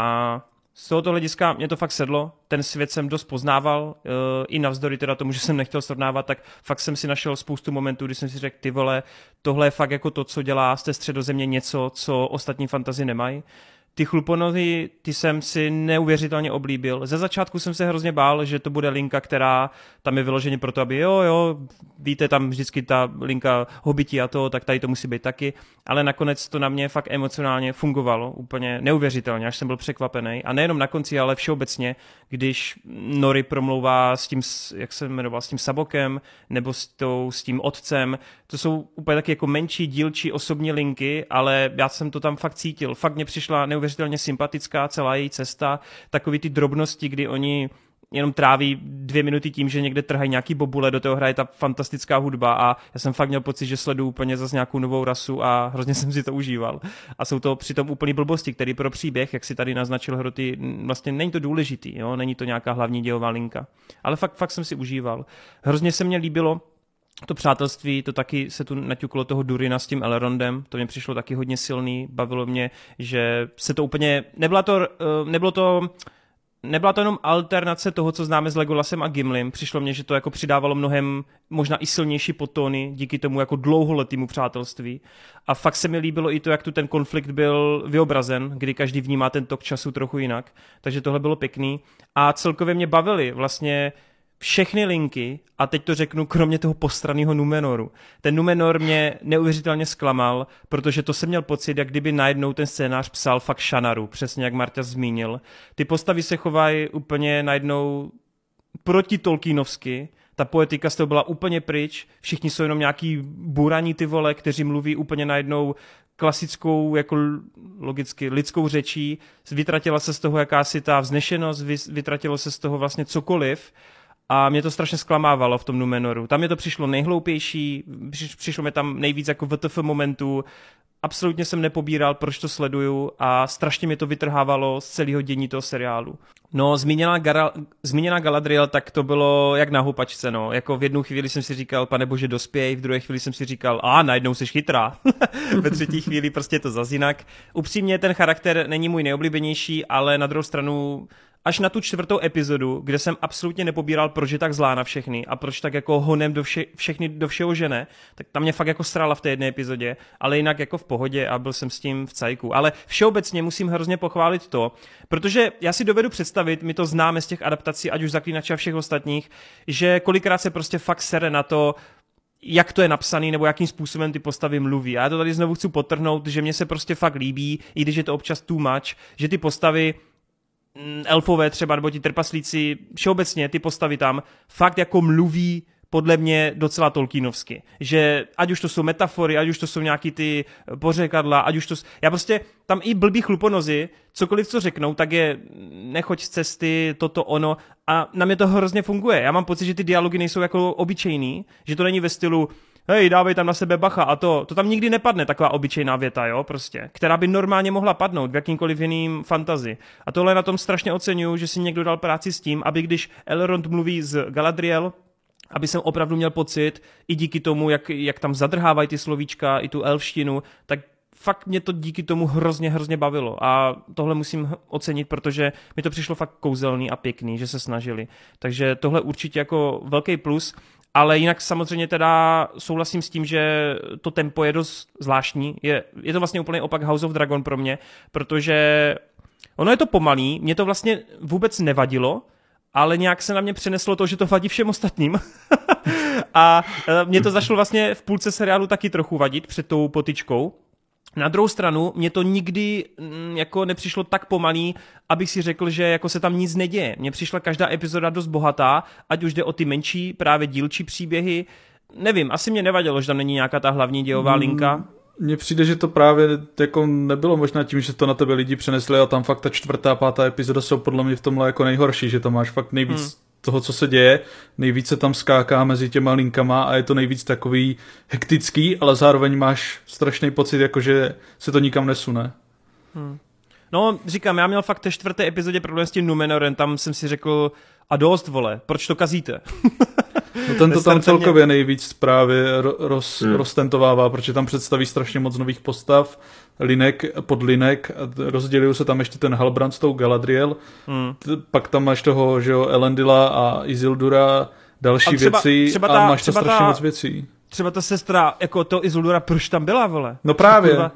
A z tohoto hlediska mě to fakt sedlo, ten svět jsem dost poznával, i navzdory teda tomu, že jsem nechtěl srovnávat, tak fakt jsem si našel spoustu momentů, kdy jsem si řekl, ty vole, tohle je fakt jako to, co dělá z té Středozemě něco, co ostatní fantasy nemají. Ty chluponohy, ty jsem si neuvěřitelně oblíbil. Ze začátku jsem se hrozně bál, že to bude linka, která tam je vyloženě proto, aby jo, jo, víte, tam vždycky ta linka hobití a to, tak tady to musí být taky. Ale nakonec to na mě fakt emocionálně fungovalo, úplně neuvěřitelně, až jsem byl překvapený. A nejenom na konci, ale všeobecně, když Nori promlouvá s tím, jak se jmenoval, s tím Sabokem, nebo s, tou, s tím otcem. To jsou úplně taky jako menší, dílčí osobní linky, ale já jsem to tam fakt cítil. Fakt mě přišla neuvěřitelně sympatická celá její cesta, takový ty drobnosti, kdy oni jenom tráví dvě minuty tím, že někde trhají nějaký bobule, do toho hraje ta fantastická hudba a já jsem fakt měl pocit, že sleduju úplně zase nějakou novou rasu a hrozně jsem si to užíval. A jsou to přitom úplný blbosti, který pro příběh, jak si tady naznačil Hroty, vlastně není to důležitý, jo? Není to nějaká hlavní dějová linka. Ale fakt, fakt jsem si užíval. Hrozně se mně líbilo to přátelství, to taky se tu naťuklo toho Durina s tím Elrondem, to mě přišlo taky hodně silný, bavilo mě, že se to úplně, nebyla to, nebylo to, nebyla to jenom alternace toho, co známe s Legolasem a Gimlim, přišlo mně, že to jako přidávalo mnohem možná i silnější podtóny díky tomu jako dlouholetýmu přátelství a fakt se mi líbilo i to, jak tu ten konflikt byl vyobrazen, kdy každý vnímá ten tok času trochu jinak, takže tohle bylo pěkný a celkově mě bavili vlastně. všechny linky, a teď to řeknu, kromě toho postranného Numenoru. Ten Numenor mě neuvěřitelně zklamal, protože to jsem měl pocit, jak kdyby najednou ten scénář psal fakt Shanaru, přesně jak Marta zmínil. Ty postavy se chovají úplně najednou proti Tolkienovsky, ta poetika z toho byla úplně pryč, všichni jsou jenom nějaký buraní ty vole, kteří mluví úplně najednou klasickou, jako logicky lidskou řečí, vytratila se z toho jakási ta vznešenost, vytratilo se z toho vlastně cokoliv a mě to strašně zklamávalo v tom Numenoru. Tam mě to přišlo nejhloupější, přišlo mi tam nejvíc jako V T F momentů, absolutně jsem nepobíral, proč to sleduju a strašně mě to vytrhávalo z celého dění toho seriálu. No, zmíněná, Gara, zmíněná Galadriel, tak to bylo jak na houpačce, no. Jako v jednu chvíli jsem si říkal, pane bože, dospěj, v druhé chvíli jsem si říkal, a najednou jsi chytrá. Ve třetí chvíli prostě je to zas jinak. Upřímně ten charakter není můj nejoblíbenější, ale na druhou stranu až na tu čtvrtou epizodu, kde jsem absolutně nepobíral, proč je tak zlá na všechny a proč tak jako honem do vše, všechny do všeho žene, tak tam mě fakt jako srala v té jedné epizodě, ale jinak jako v pohodě a byl jsem s tím v cajku. Ale všeobecně musím hrozně pochválit to, protože já si dovedu představit, my to známe z těch adaptací, ať už Zaklínače a všech ostatních, že kolikrát se prostě fakt sere na to, jak to je napsaný, nebo jakým způsobem ty postavy mluví. A já to tady znovu chci podtrhnout, že mně se prostě fakt líbí, i když je to občas too much, že ty postavy elfové třeba, nebo ti trpaslíci, všeobecně ty postavy tam fakt jako mluví podle mě docela tolkienovsky. Že ať už to jsou metafory, ať už to jsou nějaký ty pořekadla, ať už to... Já prostě tam i blbý chluponozy, cokoliv co řeknou, tak je nechoď z cesty, toto ono a na mě to hrozně funguje. Já mám pocit, že ty dialogy nejsou jako obyčejný, že to není ve stylu hej, dávej tam na sebe bacha a to, to tam nikdy nepadne, taková obyčejná věta, jo, prostě, která by normálně mohla padnout v jakýmkoliv jiným fantazi. A tohle na tom strašně oceňuju, že si někdo dal práci s tím, aby když Elrond mluví z Galadriel, aby jsem opravdu měl pocit, i díky tomu, jak, jak tam zadrhávají ty slovíčka, i tu elfštinu, tak fakt mě to díky tomu hrozně, hrozně bavilo. A tohle musím ocenit, protože mi to přišlo fakt kouzelný a pěkný, že se snažili. Takže tohle určitě jako velký plus. Ale jinak samozřejmě teda souhlasím s tím, že to tempo je dost zvláštní. Je, je to vlastně úplný opak House of Dragon pro mě, protože ono je to pomalý, mě to vlastně vůbec nevadilo, ale nějak se na mě přeneslo to, že to vadí všem ostatním. A mě to zašlo vlastně v půlce seriálu taky trochu vadit před tou potyčkou. Na druhou stranu mě to nikdy mm, jako nepřišlo tak pomalý, abych si řekl, že jako se tam nic neděje. Mně přišla každá epizoda dost bohatá, ať už jde o ty menší, právě dílčí příběhy. Nevím, asi mě nevadilo, že tam není nějaká ta hlavní dějová linka. Mně přijde, že to právě jako nebylo možná tím, že to na tebe lidi přenesli a tam fakt ta čtvrtá, pátá epizoda jsou podle mě v tomhle jako nejhorší, že tam máš fakt nejvíc hmm. toho, co se děje, nejvíc se tam skáká mezi těma linkama a je to nejvíc takový hektický, ale zároveň máš strašný pocit, jako že se to nikam nesune. Hmm. No, říkám, já měl fakt té čtvrté epizodě problém s tím Numenorem, tam jsem si řekl, a dost, vole, proč to kazíte? No ten to tam celkově mě... nejvíc právě roz, hmm. roztentovává, protože tam představí strašně moc nových postav, linek, podlinek, rozdělují se tam ještě ten Halbrand s tou Galadriel, hmm. pak tam máš toho, že jo, Elendila a Isildura, další a třeba, věci třeba ta, a máš to strašně ta, moc věcí. Třeba ta sestra, jako to Isildura, proč tam byla, vole? No právě. Kurva,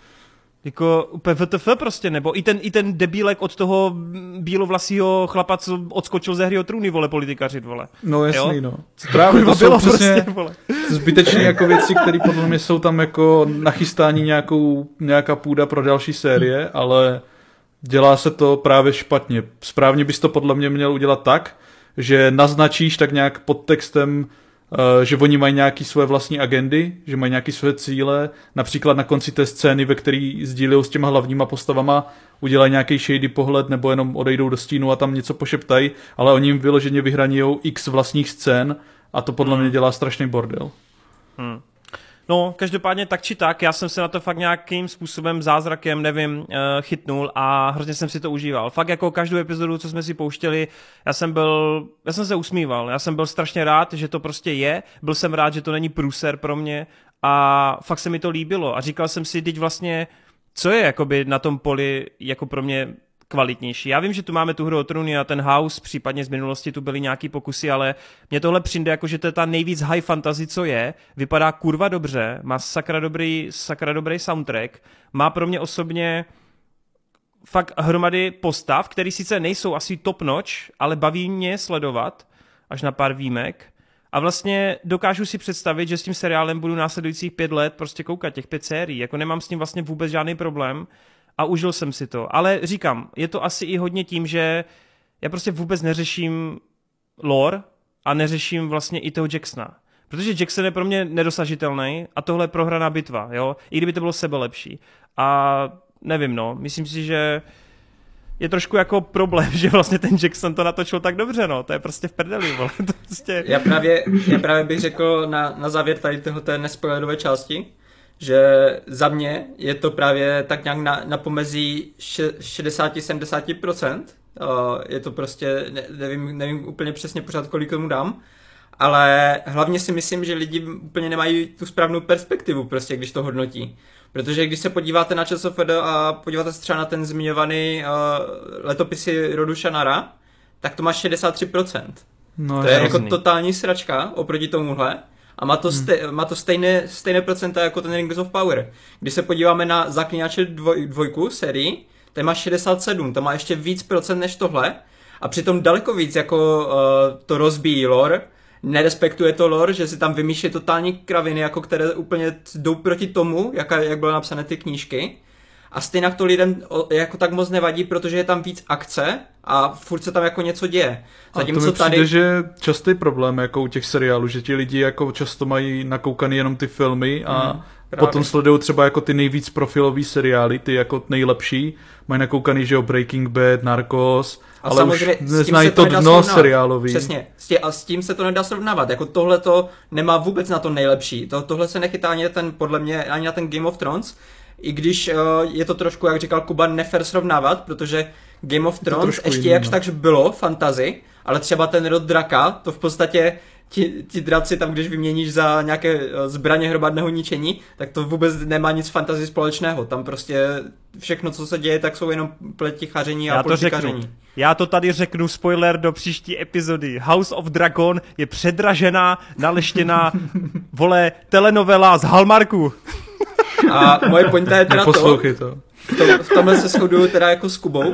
jako úplně V T F prostě, nebo i ten, i ten debílek od toho bílovlasího chlapa, co odskočil ze hry o trůny, vole, politikařit, vole. No jasný, jo? No. Právě to jsou přesně prostě, vole. Zbytečné jako věci, které podle mě jsou tam jako nachystání nějakou, nějaká půda pro další série, ale dělá se to právě špatně. Správně bys to podle mě měl udělat tak, že naznačíš tak nějak pod textem, Uh, že oni mají nějaké svoje vlastní agendy, že mají nějaké svoje cíle, například na konci té scény, ve které sdílí s těma hlavníma postavama, udělají nějaký shady pohled nebo jenom odejdou do stínu a tam něco pošeptají, ale oni jim vyloženě vyhranijou x vlastních scén a to podle mě dělá strašný bordel. Hmm. No, každopádně tak či tak, já jsem se na to fakt nějakým způsobem zázrakem, nevím, chytnul a hrozně jsem si to užíval. Fakt jako každou epizodu, co jsme si pouštěli, já jsem byl, já jsem se usmíval, já jsem byl strašně rád, že to prostě je, byl jsem rád, že to není průser pro mě a fakt se mi to líbilo a říkal jsem si, teď vlastně, co je jakoby na tom poli jako pro mě kvalitnější. Já vím, že tu máme tu hru o trůny a ten House, případně z minulosti tu byly nějaký pokusy, ale mě tohle přijde jako, že to je ta nejvíc high fantasy, co je, vypadá kurva dobře, má sakra dobrý, sakra dobrý soundtrack, má pro mě osobně fakt hromady postav, které sice nejsou asi top notch, ale baví mě sledovat až na pár výjimek. A vlastně dokážu si představit, že s tím seriálem budu následujících pět let prostě koukat těch pět sérií. Jako nemám s tím vlastně vůbec žádný problém a užil jsem si to. Ale říkám, je to asi i hodně tím, že já prostě vůbec neřeším lore a neřeším vlastně i toho Jacksona. Protože Jackson je pro mě nedosažitelný a tohle je prohraná bitva, jo? I kdyby to bylo sebelepší. A nevím, no, myslím si, že je trošku jako problém, že vlastně ten Jackson to natočil tak dobře, no, to je prostě v prdeli, vole. To prostě... já, právě, já právě bych řekl na, na závěr tady téhleté nespoilerové části, že za mě je to právě tak nějak na, na pomezí šedesát až sedmdesát procent. Uh, je to prostě, ne, nevím, nevím úplně přesně pořád, kolik tomu dám, ale hlavně si myslím, že lidi úplně nemají tu správnou perspektivu prostě, když to hodnotí. Protože když se podíváte na ČSFD a podíváte se třeba na ten zmiňovaný uh, letopisy rodu Shannara, tak to má šedesát tři procent. No, to je hrozný. jako totální sračka oproti tomuhle. A má to, ste, hmm. má to stejné, stejné procenta jako ten Rings of Power. Když se podíváme na Zaklínače dvoj, dvojku sérii, ten má šedesát sedm, to má ještě víc procent než tohle. A přitom daleko víc jako uh, to rozbíjí lore, nerespektuje to lore, že si tam vymýšlí totální kraviny, jako které úplně jdou proti tomu, jak, jak bylo napsané ty knížky. A stejně to lidem jako tak moc nevadí, protože je tam víc akce a furt se tam jako něco děje. Zatímco a to mi přijde, tady... že častý problém jako u těch seriálů, že ti lidi jako často mají nakoukaný jenom ty filmy a hmm, potom sledují třeba jako ty nejvíc profilový seriály, ty jako nejlepší, mají nakoukaný, že jo, Breaking Bad, Narcos, a ale už neznají to, to dno srovnávat. Seriálový. Přesně, a s tím se to nedá srovnávat, jako tohle to nemá vůbec na to nejlepší, to, tohle se nechytá ani ten, podle mě, ani na ten Game of Thrones, i když uh, je to trošku, jak říkal Kuba, nefer srovnávat, protože Game of Thrones ještě jakž takž bylo fantasy, ale třeba ten rod draka, to v podstatě ti, ti draci tam, když vyměníš za nějaké zbraně hromadného ničení, tak to vůbec nemá nic fantasy společného. Tam prostě všechno, co se děje, tak jsou jenom pletichaření a politikaření. Já to tady řeknu, spoiler do příští epizody. House of Dragon je předražená, naleštěná, vole, telenovela z Hallmarku. A moje pointa je teda to, to. V, tom, v tomhle se shoduju teda jako s Kubou,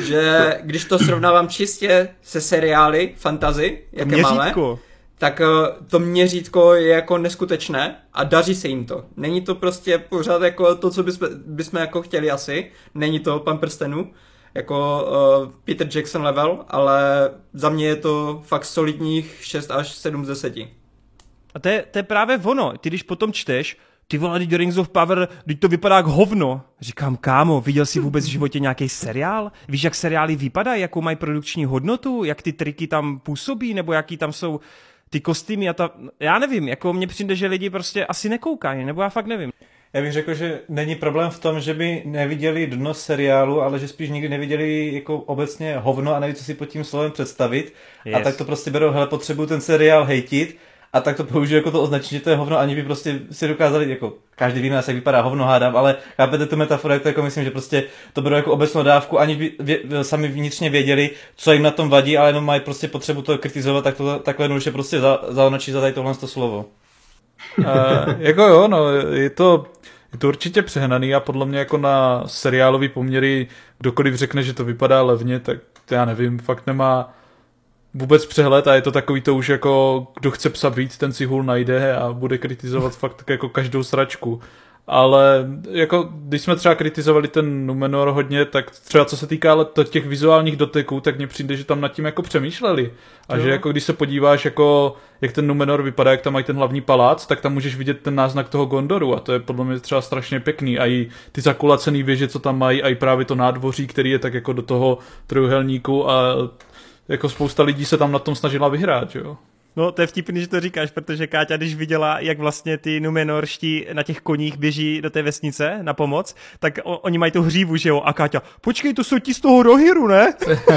že když to srovnávám čistě se seriály fantasy, jaké měřítko. máme, tak to měřítko je jako neskutečné a daří se jim to. Není to prostě pořád jako to, co bychom, bychom jako chtěli asi, není to Pan prstenů, jako uh, Peter Jackson level, ale za mě je to fakt solidních šest až sedm z deseti. A to je, to je právě ono, ty když potom čteš, ty vole, teď Rings of Power, teď to vypadá jak hovno. Říkám, kámo, viděl jsi vůbec v životě nějaký seriál? Víš, jak seriály vypadají, jakou mají produkční hodnotu, jak ty triky tam působí, nebo jaký tam jsou ty kostýmy a ta... Já nevím, jako mně přijde, že lidi prostě asi nekoukají, nebo já fakt nevím. Já bych řekl, že není problém v tom, že by neviděli dno seriálu, ale že spíš nikdy neviděli jako obecně hovno a neví, co si pod tím slovem představit. Yes. A tak to prostě berou, hele, potřebuju ten seriál hejtit, a tak to použiju jako to označení, že to je hovno, ani by prostě si dokázali, jako každý ví nás, jak vypadá hovno, hádám, ale chápete tu metaforu, jak to jako myslím, že prostě to berou jako obecnou dávku, ani by vě, sami vnitřně věděli, co jim na tom vadí, ale jenom mají prostě potřebu to kritizovat, tak to takhle jednoduše prostě za, zaonačí za tady tohle to slovo. Uh, jako jo, no, je to, je to určitě přehnaný a podle mě jako na seriálový poměry, kdokoliv řekne, že to vypadá levně, tak to já nevím, fakt nemá vůbec přehled a je to takový to už jako, kdo chce psa být, ten si hůl najde a bude kritizovat fakt jako každou sračku. Ale jako, když jsme třeba kritizovali ten Numenor hodně, tak třeba co se týká ale těch vizuálních doteků, tak mně přijde, že tam nad tím jako přemýšleli. A jo. Že jako když se podíváš, jako, jak ten Numenor vypadá, jak tam mají ten hlavní palác, tak tam můžeš vidět ten náznak toho Gondoru a to je podle mě třeba strašně pěkný. A i ty zakulacený věže, co tam mají, a i právě to nádvoří, který je tak jako do toho trojuhelníku a jako spousta lidí se tam na tom snažila vyhrát, jo. No, to je vtipný, že to říkáš, protože Káťa, když viděla, jak vlastně ty Numenorští na těch koních běží do té vesnice na pomoc, tak o, oni mají tu hřívu, že jo, a Káťa, počkej, to jsou ti z toho Rohirru, ne?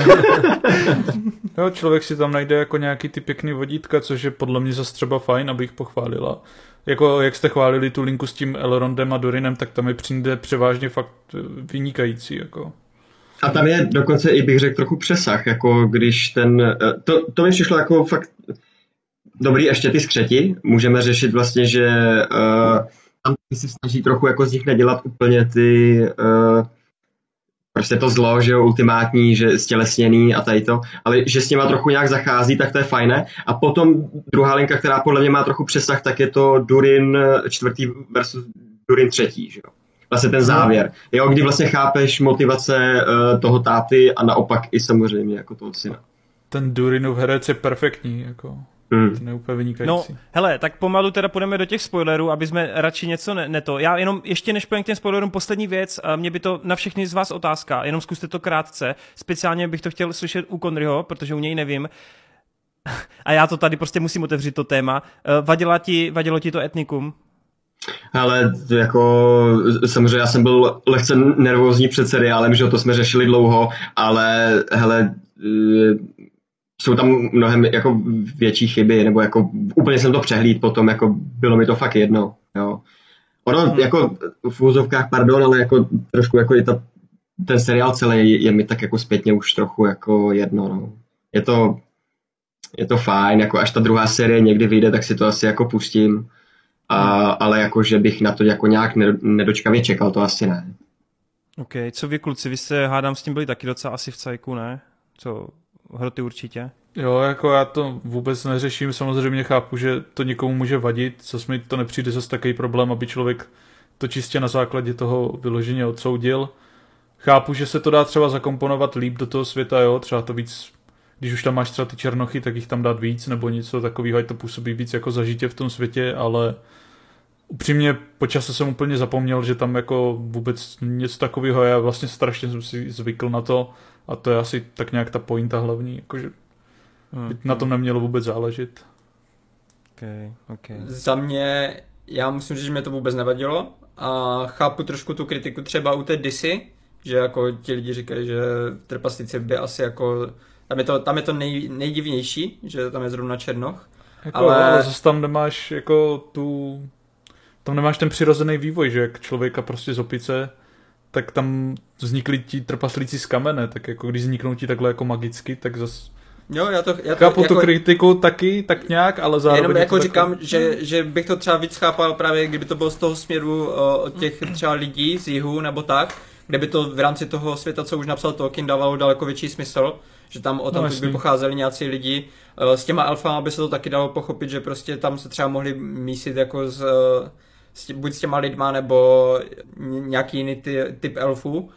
Jo, člověk si tam najde jako nějaký ty pěkný vodítka, což je podle mě zase třeba fajn, abych pochválila. Jako, jak jste chválili tu linku s tím Elrondem a Dorinem, tak tam je přijde převážně fakt vynikající, jako. A tam je dokonce i bych řekl trochu přesah, jako když ten, to, to mi přišlo jako fakt dobrý, ještě ty skřeti, můžeme řešit vlastně, že uh, tam si snaží trochu jako z nich nedělat úplně ty, uh, prostě to zlo, že jo, ultimátní, že stělesněný a tady to, ale že s něma trochu nějak zachází, tak to je fajné. A potom druhá linka, která podle mě má trochu přesah, tak je to Durin čtvrtý versus Durin třetí, že jo. Vlastně ten závěr, jo, kdy vlastně chápeš motivace uh, toho táty a naopak i samozřejmě jako toho syna. Ten Durinův herec je perfektní, jako... Mm. To je úplně vynikající. No, hele, tak pomalu teda půjdeme do těch spoilerů, aby jsme radši něco ne, ne to. Já jenom ještě než půjdeme k těm spoilerům, poslední věc, mě by to na všechny z vás otázka, jenom zkuste to krátce. Speciálně bych to chtěl slyšet u Conryho, protože u něj nevím. A já to tady prostě musím otevřít to téma. Vadilo ti, vadilo ti to etnikum? Ale jako samozřejmě já jsem byl lehce nervózní před seriálem, že to jsme řešili dlouho, ale hele, jsou tam mnohem jako větší chyby, nebo jako úplně jsem to přehlíd potom, jako bylo mi to fakt jedno, jo. Ono hmm. jako v úzovkách, pardon, ale jako trošku jako je ta, ten seriál celý je, je mi tak jako zpětně už trochu jako jedno, no. Je to, je to fajn, jako až ta druhá série někdy vyjde, tak si to asi jako pustím, a, ale jako že bych na to jako nějak nedočkavě čekal, to asi ne. OK, co vy kluci, vy jste hádám s tím byli taky docela asi v cajku, ne? Co... Hroty určitě. Jo, jako já to vůbec neřeším, samozřejmě chápu, že to někomu může vadit, zase mi to nepřijde zase takový problém, aby člověk to čistě na základě toho vyloženě odsoudil. Chápu, že se to dá třeba zakomponovat líp do toho světa, jo, třeba to víc, když už tam máš třeba ty černochy, tak jich tam dát víc, nebo něco takového, ať to působí víc jako zažitě v tom světě, ale upřímně po čase jsem úplně zapomněl, že tam jako vůbec něco takového, já vlastně strašně jsem si zvykl na to, a to je asi tak nějak ta pointa hlavní, jakože hmm. na tom nemělo vůbec záležet. Okay, okay. Za mě, já musím říct, že mě to vůbec nevadilo a chápu trošku tu kritiku třeba u té Disy, že jako ti lidi říkají, že trpaslíci by asi jako, tam je to, tam je to nej, nejdivnější, že tam je zrovna černoch. Jako, ale... ale zase tam nemáš jako tu, tam nemáš ten přirozený vývoj, že jak člověka prostě z opice, tak tam vznikli ti trpaslíci z kamene, tak jako když vzniknou ti takhle jako magicky, tak zase jo, já to, já to chápu jako, tu kritiku taky, tak nějak, ale zároveň... Jenom jako říkám, takový... že, že bych to třeba víc chápal právě, kdyby to bylo z toho směru uh, od těch třeba lidí z jihu nebo tak, kde by to v rámci toho světa, co už napsal Tolkien, dávalo daleko větší smysl, že tam o tom no, by pocházeli nějací lidi. Uh, s těma elfama by se to taky dalo pochopit, že prostě tam se třeba mohli mísit jako z... Uh, s tě, buď s těma lidma, nebo nějaký jiný ty, typ elfů.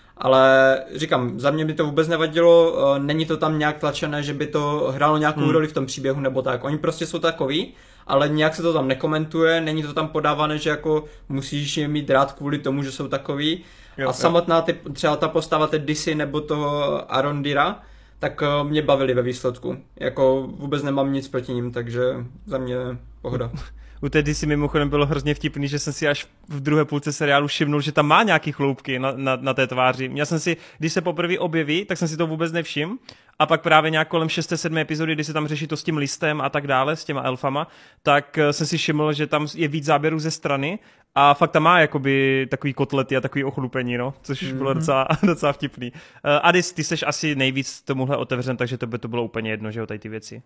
Ale říkám, za mě by to vůbec nevadilo, není to tam nějak tlačené, že by to hrálo nějakou hmm. roli v tom příběhu nebo tak. Oni prostě jsou takový, ale nějak se to tam nekomentuje, není to tam podávané, že jako musíš je mít rád kvůli tomu, že jsou takový. Jo, a samotná ty, třeba ta postava té Disy nebo toho Arondira, tak mě bavili ve výsledku. Jako vůbec nemám nic proti ním, takže za mě pohoda. U té D C mimochodem bylo hrozně vtipný, že jsem si až v druhé půlce seriálu všimnul, že tam má nějaký chloupky na, na, na té tváři. Já jsem si, když se poprvé objeví, tak jsem si to vůbec nevšiml. A pak právě nějak kolem šesté sedmé epizody, kdy se tam řeší to s tím listem a tak dále, s těma elfama, tak jsem si všiml, že tam je víc záběrů ze strany a fakt tam má jakoby takový kotlety a takový ochlupení, no, což mm-hmm. bylo docela, docela vtipný. Uh, Adis, ty seš asi nejvíc tomuhle otevřen, takže to by to bylo úplně jedno, že jo, tady ty věci.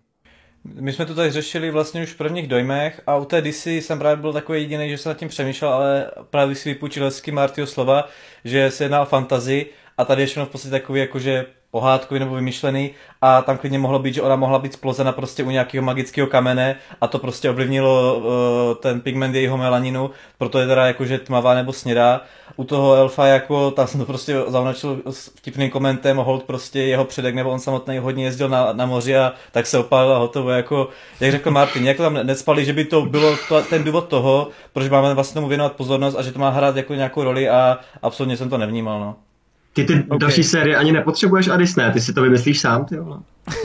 My jsme to tady řešili vlastně už v prvních dojmech a u té D C jsem právě byl takový jediný, že jsem nad tím přemýšlel, ale právě si vypůjčil hezky Martyho slova, že se jedná o fantazii a tady je všechno v podstatě takový jakože pohádkový nebo vymyšlený a tam klidně mohlo být, že ona mohla být splozena prostě u nějakého magického kamene a to prostě ovlivnilo uh, ten pigment jejího melaninu, proto je teda jakože tmavá nebo snědá. U toho elfa jako, tam jsem to prostě zaunačil s vtipným komentem, hold prostě jeho předek nebo on samotný hodně jezdil na, na moři a tak se opálil a hotovo, jako, jak řekl Martin, jak to tam necpali, že by to bylo to, ten důvod toho, proč máme vlastně tomu věnovat pozornost a že to má hrát jako nějakou roli a absolutně jsem to nevnímal, no. Ty ty okay. další série ani nepotřebuješ, Adis, ne? Ty si to vymyslíš sám, ty vole.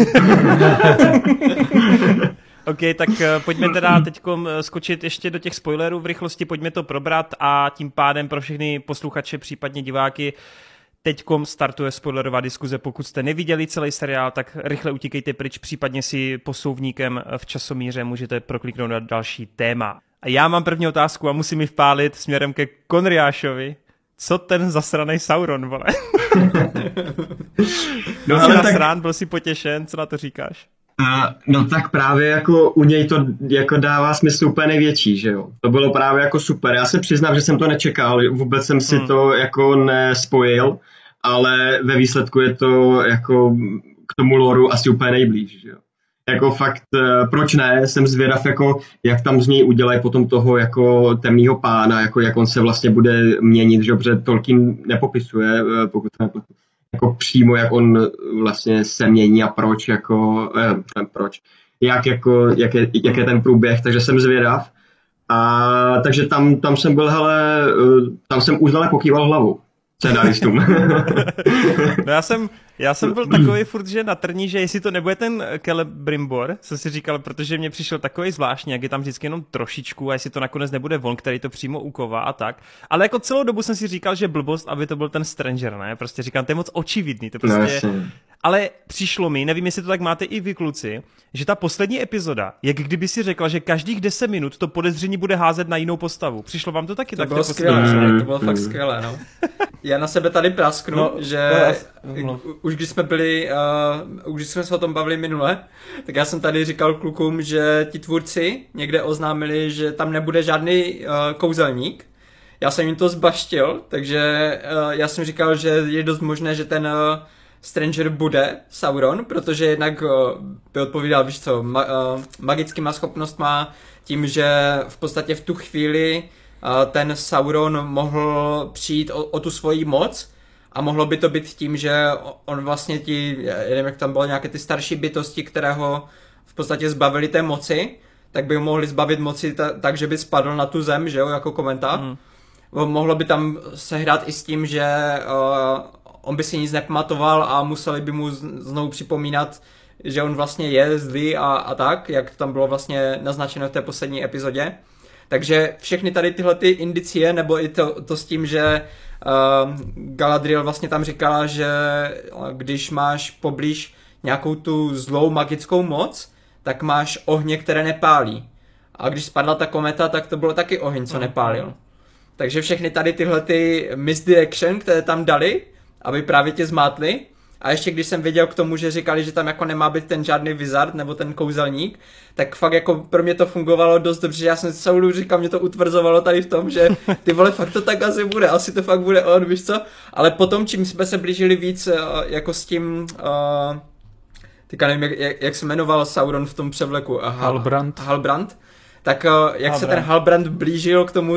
OK, tak uh, pojďme teda teď skočit ještě do těch spoilerů v rychlosti, pojďme to probrat a tím pádem pro všechny posluchače, případně diváky, teďkom startuje spoilerová diskuze. Pokud jste neviděli celý seriál, tak rychle utíkejte pryč, případně si posouvníkem v časomíře můžete prokliknout na další téma. A já mám první otázku a musím ji vpálit směrem ke Konriášovi. Co ten zasranej Sauron, vole? No, jsi ale nasrán, tak... byl jsi potěšen, co na to říkáš? Uh, no tak právě jako u něj to jako dává smysl úplně největší, že jo. To bylo právě jako super. Já se přiznám, že jsem to nečekal, vůbec jsem si hmm. to jako nespojil ale ve výsledku je to jako k tomu loru asi úplně nejblíž, že jo. Jako fakt, proč ne, jsem zvědav, jako, jak tam z něj udělají potom toho jako temného pána, jako jak on se vlastně bude měnit, že protože Tolkien nepopisuje, pokud ne, jako přímo, jak on vlastně se mění a proč, jako, eh, proč, jak, jako, jak, je, jak je ten průběh, takže jsem zvědav. A takže tam, tam jsem byl, hele, tam jsem už dále pokýval hlavou scenáristům. No já jsem, já jsem byl takový furt, že na trní, že jestli to nebude ten Celebrimbor, jsem si říkal, protože mě přišel takový zvláštní, jak je tam vždycky jenom trošičku a jestli to nakonec nebude on, který to přímo uková a tak. Ale jako celou dobu jsem si říkal, že blbost, aby to byl ten Stranger, ne? Prostě říkám, to je moc očividný, to prostě... No, ale přišlo mi, nevím, jestli to tak máte i vy kluci, že ta poslední epizoda, jak kdyby si řekla, že každých deset minut to podezření bude házet na jinou postavu. Přišlo vám to taky to tak? Bylo skvělé, to bylo fakt skvělé, no. Já na sebe tady prasknu, no, že no. už když jsme byli, uh, už když jsme se o tom bavili minule, tak já jsem tady říkal klukům, že ti tvůrci někde oznámili, že tam nebude žádný uh, kouzelník. Já jsem jim to zbaštil, takže uh, já jsem říkal, že je dost možné, že ten uh, Stranger bude Sauron, protože jednak uh, by odpovídal, víš co, ma, uh, magickýma schopnostma, tím, že v podstatě v tu chvíli uh, ten Sauron mohl přijít o, o tu svoji moc a mohlo by to být tím, že on vlastně ti, já nevím, jak tam bylo nějaké ty starší bytosti, které ho v podstatě zbavili té moci, tak by ho mohli zbavit moci ta, tak, že by spadl na tu zem, že jo, jako kometa. Mm. Mohlo by tam sehrát i s tím, že uh, on by si nic nepamatoval a museli by mu znovu připomínat, že on vlastně je zlý a, a tak, jak tam bylo vlastně naznačeno v té poslední epizodě. Takže všechny tady tyhle ty indicie, nebo i to, to s tím, že uh, Galadriel vlastně tam říkala, že když máš poblíž nějakou tu zlou magickou moc, tak máš ohně, které nepálí. A když spadla ta kometa, tak to bylo taky oheň, co nepálil. Takže všechny tady tyhle ty misdirection, které tam dali, aby právě tě zmátli. A ještě když jsem věděl k tomu, že říkali, že tam jako nemá být ten žádný wizard nebo ten kouzelník, tak fakt jako pro mě to fungovalo dost dobře, že já jsem celou dobu říkal, mě to utvrzovalo tady v tom, že ty vole, fakt to tak asi bude, asi to fakt bude on, víš co? Ale potom, čím jsme se blížili víc jako s tím, uh, teďka nevím, jak, jak se jmenoval Sauron v tom převleku. Uh, Halbrand. Halbrand. Tak uh, jak Halbrand. se ten Halbrand blížil k tomu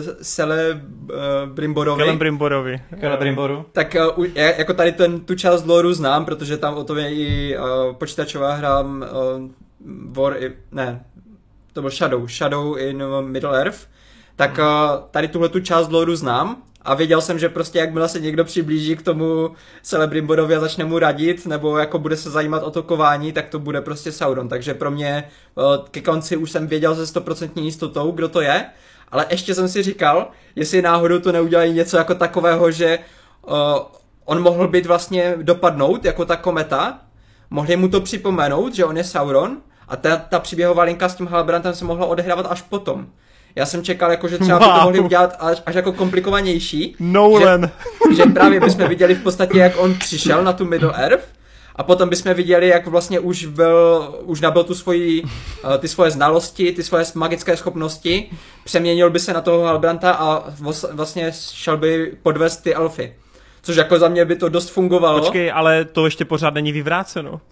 Celebrimborovi, Celebrimborovi, Celebrimboru, tak uh, jako tady ten, tu část loru znám, protože tam o tom je i uh, počítačová hra uh, War, i, ne, to byl Shadow, Shadow in Middle-earth, tak uh, tady tuhle tu část loru znám a věděl jsem, že prostě jakmile se někdo přiblíží k tomu Celebrimborovi a začne mu radit, nebo jako bude se zajímat o to kování, tak to bude prostě Sauron, takže pro mě uh, ke konci už jsem věděl se stoprocentní jistotou, kdo to je, ale ještě jsem si říkal, jestli náhodou to neudělají něco jako takového, že uh, on mohl být vlastně dopadnout jako ta kometa, mohli mu to připomenout, že on je Sauron a ta, ta příběhová linka s tím Halbrandem se mohla odehrávat až potom. Já jsem čekal, jako, že třeba wow. by to mohli udělat až, až jako komplikovanější. Nolan. Že, že právě bychom viděli v podstatě, jak on přišel na tu Middle-earth a potom bychom viděli, jak vlastně už byl, už nabyl tu svoji, ty svoje znalosti, ty svoje magické schopnosti, přeměnil by se na toho Halbranda a vlastně šel by podvést ty elfy. Což jako za mě by to dost fungovalo. Počkej, ale to ještě pořád není vyvráceno.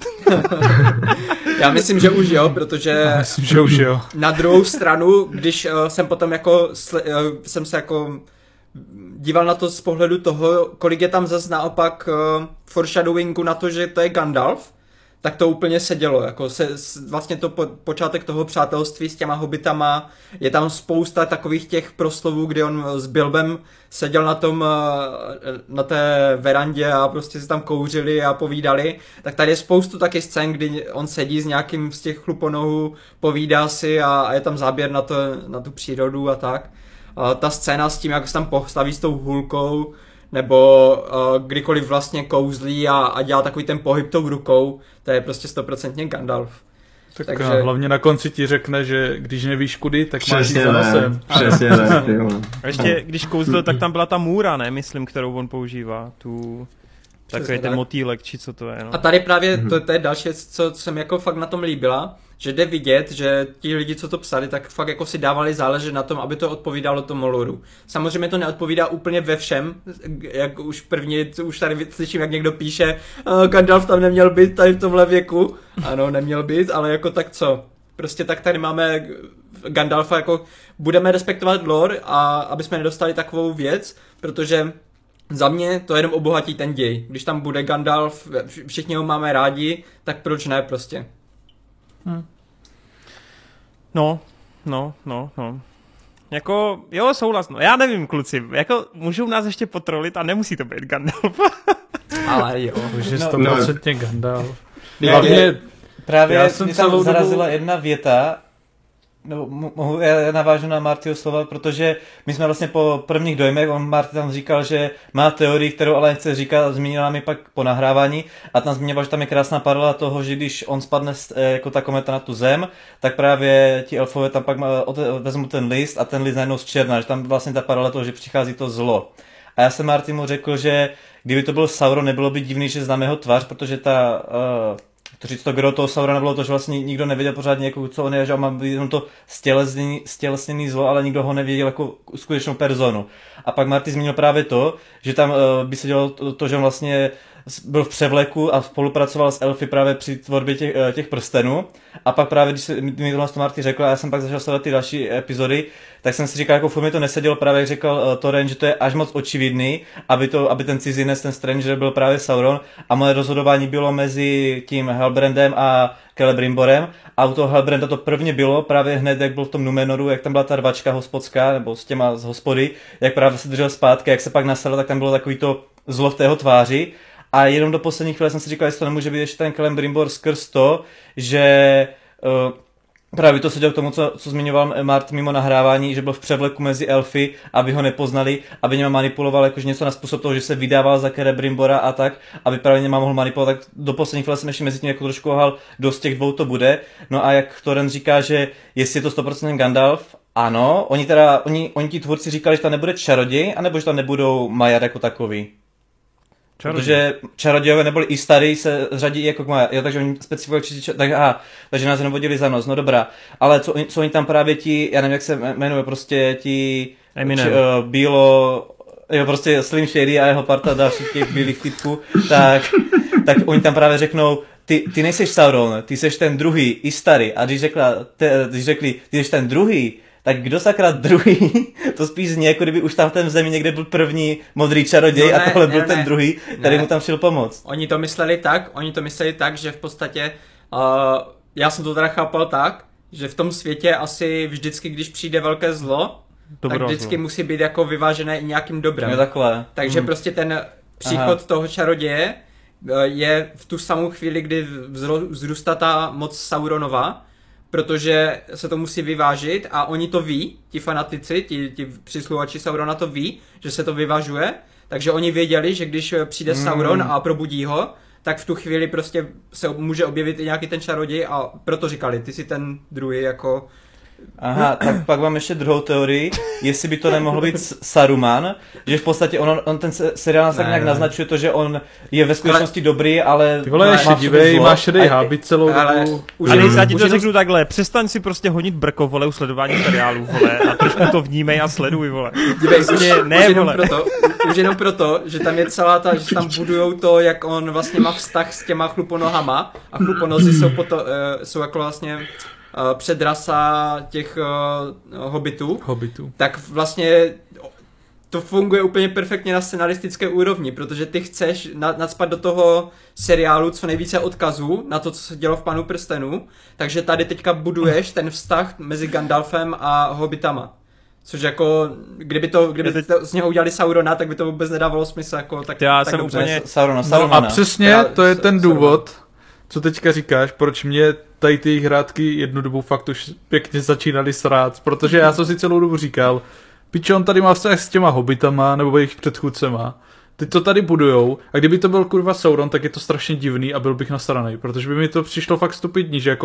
Já myslím, že už jo, protože Já myslím, že už jo. Na druhou stranu, když uh, jsem potom jako sl- uh, jsem se jako díval na to z pohledu toho, kolik je tam zase naopak uh, foreshadowingu na to, že to je Gandalf, tak to úplně sedělo, jako se, vlastně to po, počátek toho přátelství s těma hobitama, je tam spousta takových těch proslovů, kdy on s Bilbem seděl na tom, na té verandě a prostě si tam kouřili a povídali, tak tady je spoustu taky scén, kdy on sedí s nějakým z těch chluponohů, povídá si a, a je tam záběr na, to, na tu přírodu a tak. A ta scéna s tím, jak se tam postaví s tou hůlkou, nebo uh, kdykoliv vlastně kouzlí a, a dělá takový ten pohyb tou rukou, to je prostě stoprocentně Gandalf. Tak Takže... hlavně na konci ti řekne, že když nevíš kudy, tak máš jít za nosem. Přesně ne. A ještě když kouzlil, tak tam byla ta můra, ne, myslím, kterou on používá, tu... Takový ten tak. motýlek, či co to je, no. A tady právě mm-hmm. to, to je další věc, co jsem jako fakt na tom líbila, že jde vidět, že ti lidi, co to psali, tak fakt jako si dávali záležet na tom, aby to odpovídalo tomu loru. Samozřejmě to neodpovídá úplně ve všem, jak už první, už tady slyším, jak někdo píše, Gandalf tam neměl být tady v tomhle věku. Ano, neměl být, ale jako tak co? Prostě tak tady máme Gandalfa, jako budeme respektovat lore a aby jsme nedostali takovou věc, protože za mě to jenom obohatí ten děj. Když tam bude Gandalf, všichni ho máme rádi, tak proč ne prostě? Hmm. No, no, no, no. Jako, jo, souhlas, no. Já nevím, kluci, jako můžou nás ještě potrolit a nemusí to být Gandalf. Ale jo. Už je No, sto procent no. Gandalf. Já, Hlavně, právě já jsem mě tam celou zarazila dobu... jedna věta, no, mohu, já navážu na Martyho slova, protože my jsme vlastně po prvních dojmech, on Marty tam říkal, že má teorii, kterou ale nechce říkat, zmínila mi pak po nahrávání a tam zmínila, že tam je krásná paralela toho, že když on spadne jako ta kometa na tu zem, tak právě ti elfové tam pak vezmou ten list a ten list najednou zčerná, že tam vlastně ta paralela toho, že přichází to zlo. A já jsem Martymu řekl, že kdyby to byl Sauron, nebylo by divný, že známe jeho tvář, protože ta... Uh, to říct to gro toho Saurona bylo to, že vlastně nikdo nevěděl pořádně, jako, co on je, že on má jenom to stělesněný, stělesněný zlo, ale nikdo ho nevěděl jako skutečnou personu. A pak Marty zmínil právě to, že tam uh, by se dělalo to, to, že on vlastně byl v převleku a spolupracoval s elfy právě při tvorbě těch, těch prstenů. A pak právě, když se, mi to Marty řekl, a já jsem pak začal sledovat ty další epizody, tak jsem si říkal, jako furt mi to nesedělo, právě jak řekl uh, Toren, že to je až moc očividný, aby, to, aby ten cizinec, ten Stranger byl právě Sauron. A moje rozhodování bylo mezi tím Halbrandem a Celebrimborem. A u toho Halbranda to prvně bylo právě hned, jak byl v tom Numenoru, jak tam byla ta rvačka hospodská, nebo s těma z hospody, jak právě se držel zpátky, jak se pak nasadl, tak tam bylo takový to zlo v té jeho tváři. A jenom do poslední chvíle jsem si říkal, jestli to nemůže být ještě ten Celebrimbor skrz to, že uh, právě to se dělo k tomu, co, co zmiňoval Mart mimo nahrávání, že byl v převleku mezi elfy, aby ho nepoznali, aby něma manipuloval jakože něco na způsob toho, že se vydával za Celebrimbora a tak, aby právě něma mohl manipulovat, tak do poslední chvíle jsem ještě mezi tím jako trošku ohal, dost těch dvou to bude. No a jak Toren říká, že jestli je to sto procent Gandalf, ano, oni teda, oni, oni ti tvůrci říkali, že tam nebude čaroděj, anebo že tam nebudou Majar jako takový. Čaroděj. Protože čarodějové neboli i starý se řadí jako k Maja, jo, takže oni specifikují čistě, tak, aha, takže nás jenom vodili za nos, no dobrá, ale co, co oni tam právě ti, já nevím, jak se jmenuje, prostě ti č, uh, bílo, jo, prostě Slim Shady a jeho parta dalších těch bílých typků, tak, tak oni tam právě řeknou, ty, ty nejseš Sauron, ty seš ten druhý, i starý, a když, řekla, te, když řekli, ty seš ten druhý, tak kdo sakra druhý, to spíš zní, jako kdyby už tam v té zemi někde byl první modrý čaroděj no ne, a tohle ne, byl ne, ten druhý, který ne. mu tam šel pomoct. Oni to mysleli tak, oni to mysleli tak, že v podstatě, uh, já jsem to teda chápal tak, že v tom světě asi vždycky, když přijde velké zlo, Dobro, tak vždycky zlo. musí být jako vyvážené i nějakým dobrem. Jo, takhle. Takže hmm. prostě ten příchod Aha. toho čaroděje je v tu samou chvíli, kdy vzrůstá ta moc Sauronova, protože se to musí vyvážit a oni to ví, ti fanatici, ti, ti přisluhovači Saurona to ví, že se to vyvažuje, takže oni věděli, že když přijde mm. Sauron a probudí ho, tak v tu chvíli prostě se může objevit i nějaký ten čaroděj a proto říkali, ty jsi ten druhý jako... Aha, tak pak mám ještě druhou teorii, jestli by to nemohlo být Saruman, že v podstatě on, on ten seriál nás tak nějak naznačuje to, že on je ve skutečnosti ale, dobrý, ale... Ty vole, je šedivej, má šedej hábit celou dobu. A když já ti to řeknu takhle, přestaň si prostě honit brko, vole, u sledování seriálů, vole, a trošku to vnímej a sleduj, vole. Dívej, už, ne, už, jenom proto, už jenom proto, že tam je celá ta, že tam budujou to, jak on vlastně má vztah s těma chluponohama a chluponozy jsou, poto, uh, jsou jako vlastně... Uh, předrasa těch uh, hobitů, hobitů, tak vlastně to funguje úplně perfektně na scenaristické úrovni, protože ty chceš nacpat do toho seriálu co nejvíce odkazů na to, co se dělo v Panu prstenů, takže tady teďka buduješ ten vztah mezi Gandalfem a hobitama. Což jako, kdyby to, kdyby teď... to z něho udělali Saurona, tak by to vůbec nedávalo smysl. Jako, tak, Já tak jsem dobře. úplně... Saurona, Saurona. No a přesně to je ten důvod, co teďka říkáš, proč mě tady ty hrátky jednu dobu fakt už pěkně začínaly srát, protože já jsem si celou dobu říkal, piče, on tady má vztah s těma hobitama, nebo jejich předchůdcema, ty to tady budujou, a kdyby to byl kurva Sauron, tak je to strašně divný a byl bych nasranej, protože by mi to přišlo fakt stupidní, že jako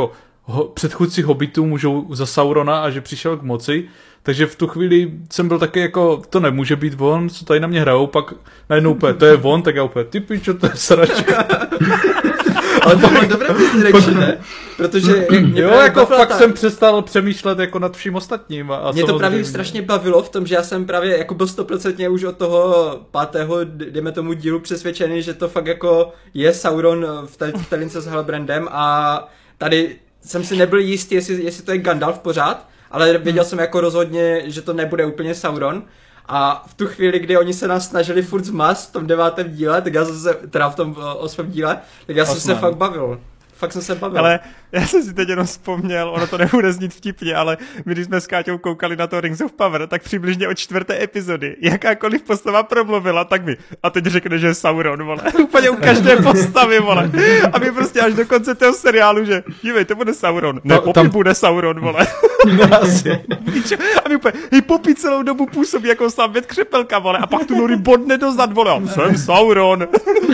ho, předchůdci Hobbitů můžou za Saurona a že přišel k moci. Takže v tu chvíli jsem byl taky jako, to nemůže být on, co tady na mě hrajou, pak najednou úplně, to je on, tak já úplně, ty pičo, to je sračka. Ale to bylo dobré direction, ne? Protože mě jo, jako fakt ta... jsem přestal přemýšlet jako nad vším ostatním. A mě to právě strašně bavilo v tom, že já jsem právě jako byl stoprocentně už od toho pátého, dejme tomu dílu přesvědčený, že to fakt jako je Sauron v té v lince s Halbrandem a tady jsem si nebyl jistý, jestli, jestli to je Gandalf pořád, ale věděl hmm. jsem jako rozhodně, že to nebude úplně Sauron. A v tu chvíli, kdy oni se nás snažili furt zmást v tom devátém díle, tak já jsem se, teda v tom osmém díle, tak já jsem Osman. se fakt bavil. Fakt jsem se bavil. Ale já jsem si teď jenom vzpomněl, ono to nebude znít vtipně, ale my když jsme s Káťou koukali na to Rings of Power, tak přibližně od čtvrté epizody, jakákoliv postava promluvila, tak mi, a teď řekne, že je Sauron, vole. Úplně u každé postavy, vole. A my prostě až do konce toho seriálu, že dívej, to bude Sauron. Ne, Poppy tam... bude Sauron, vole. A my úplně, hej, Poppy celou dobu působí jako sám věd křepelka, vole. A pak tu Nuri bodne dozad, vole. A jsem Sauron.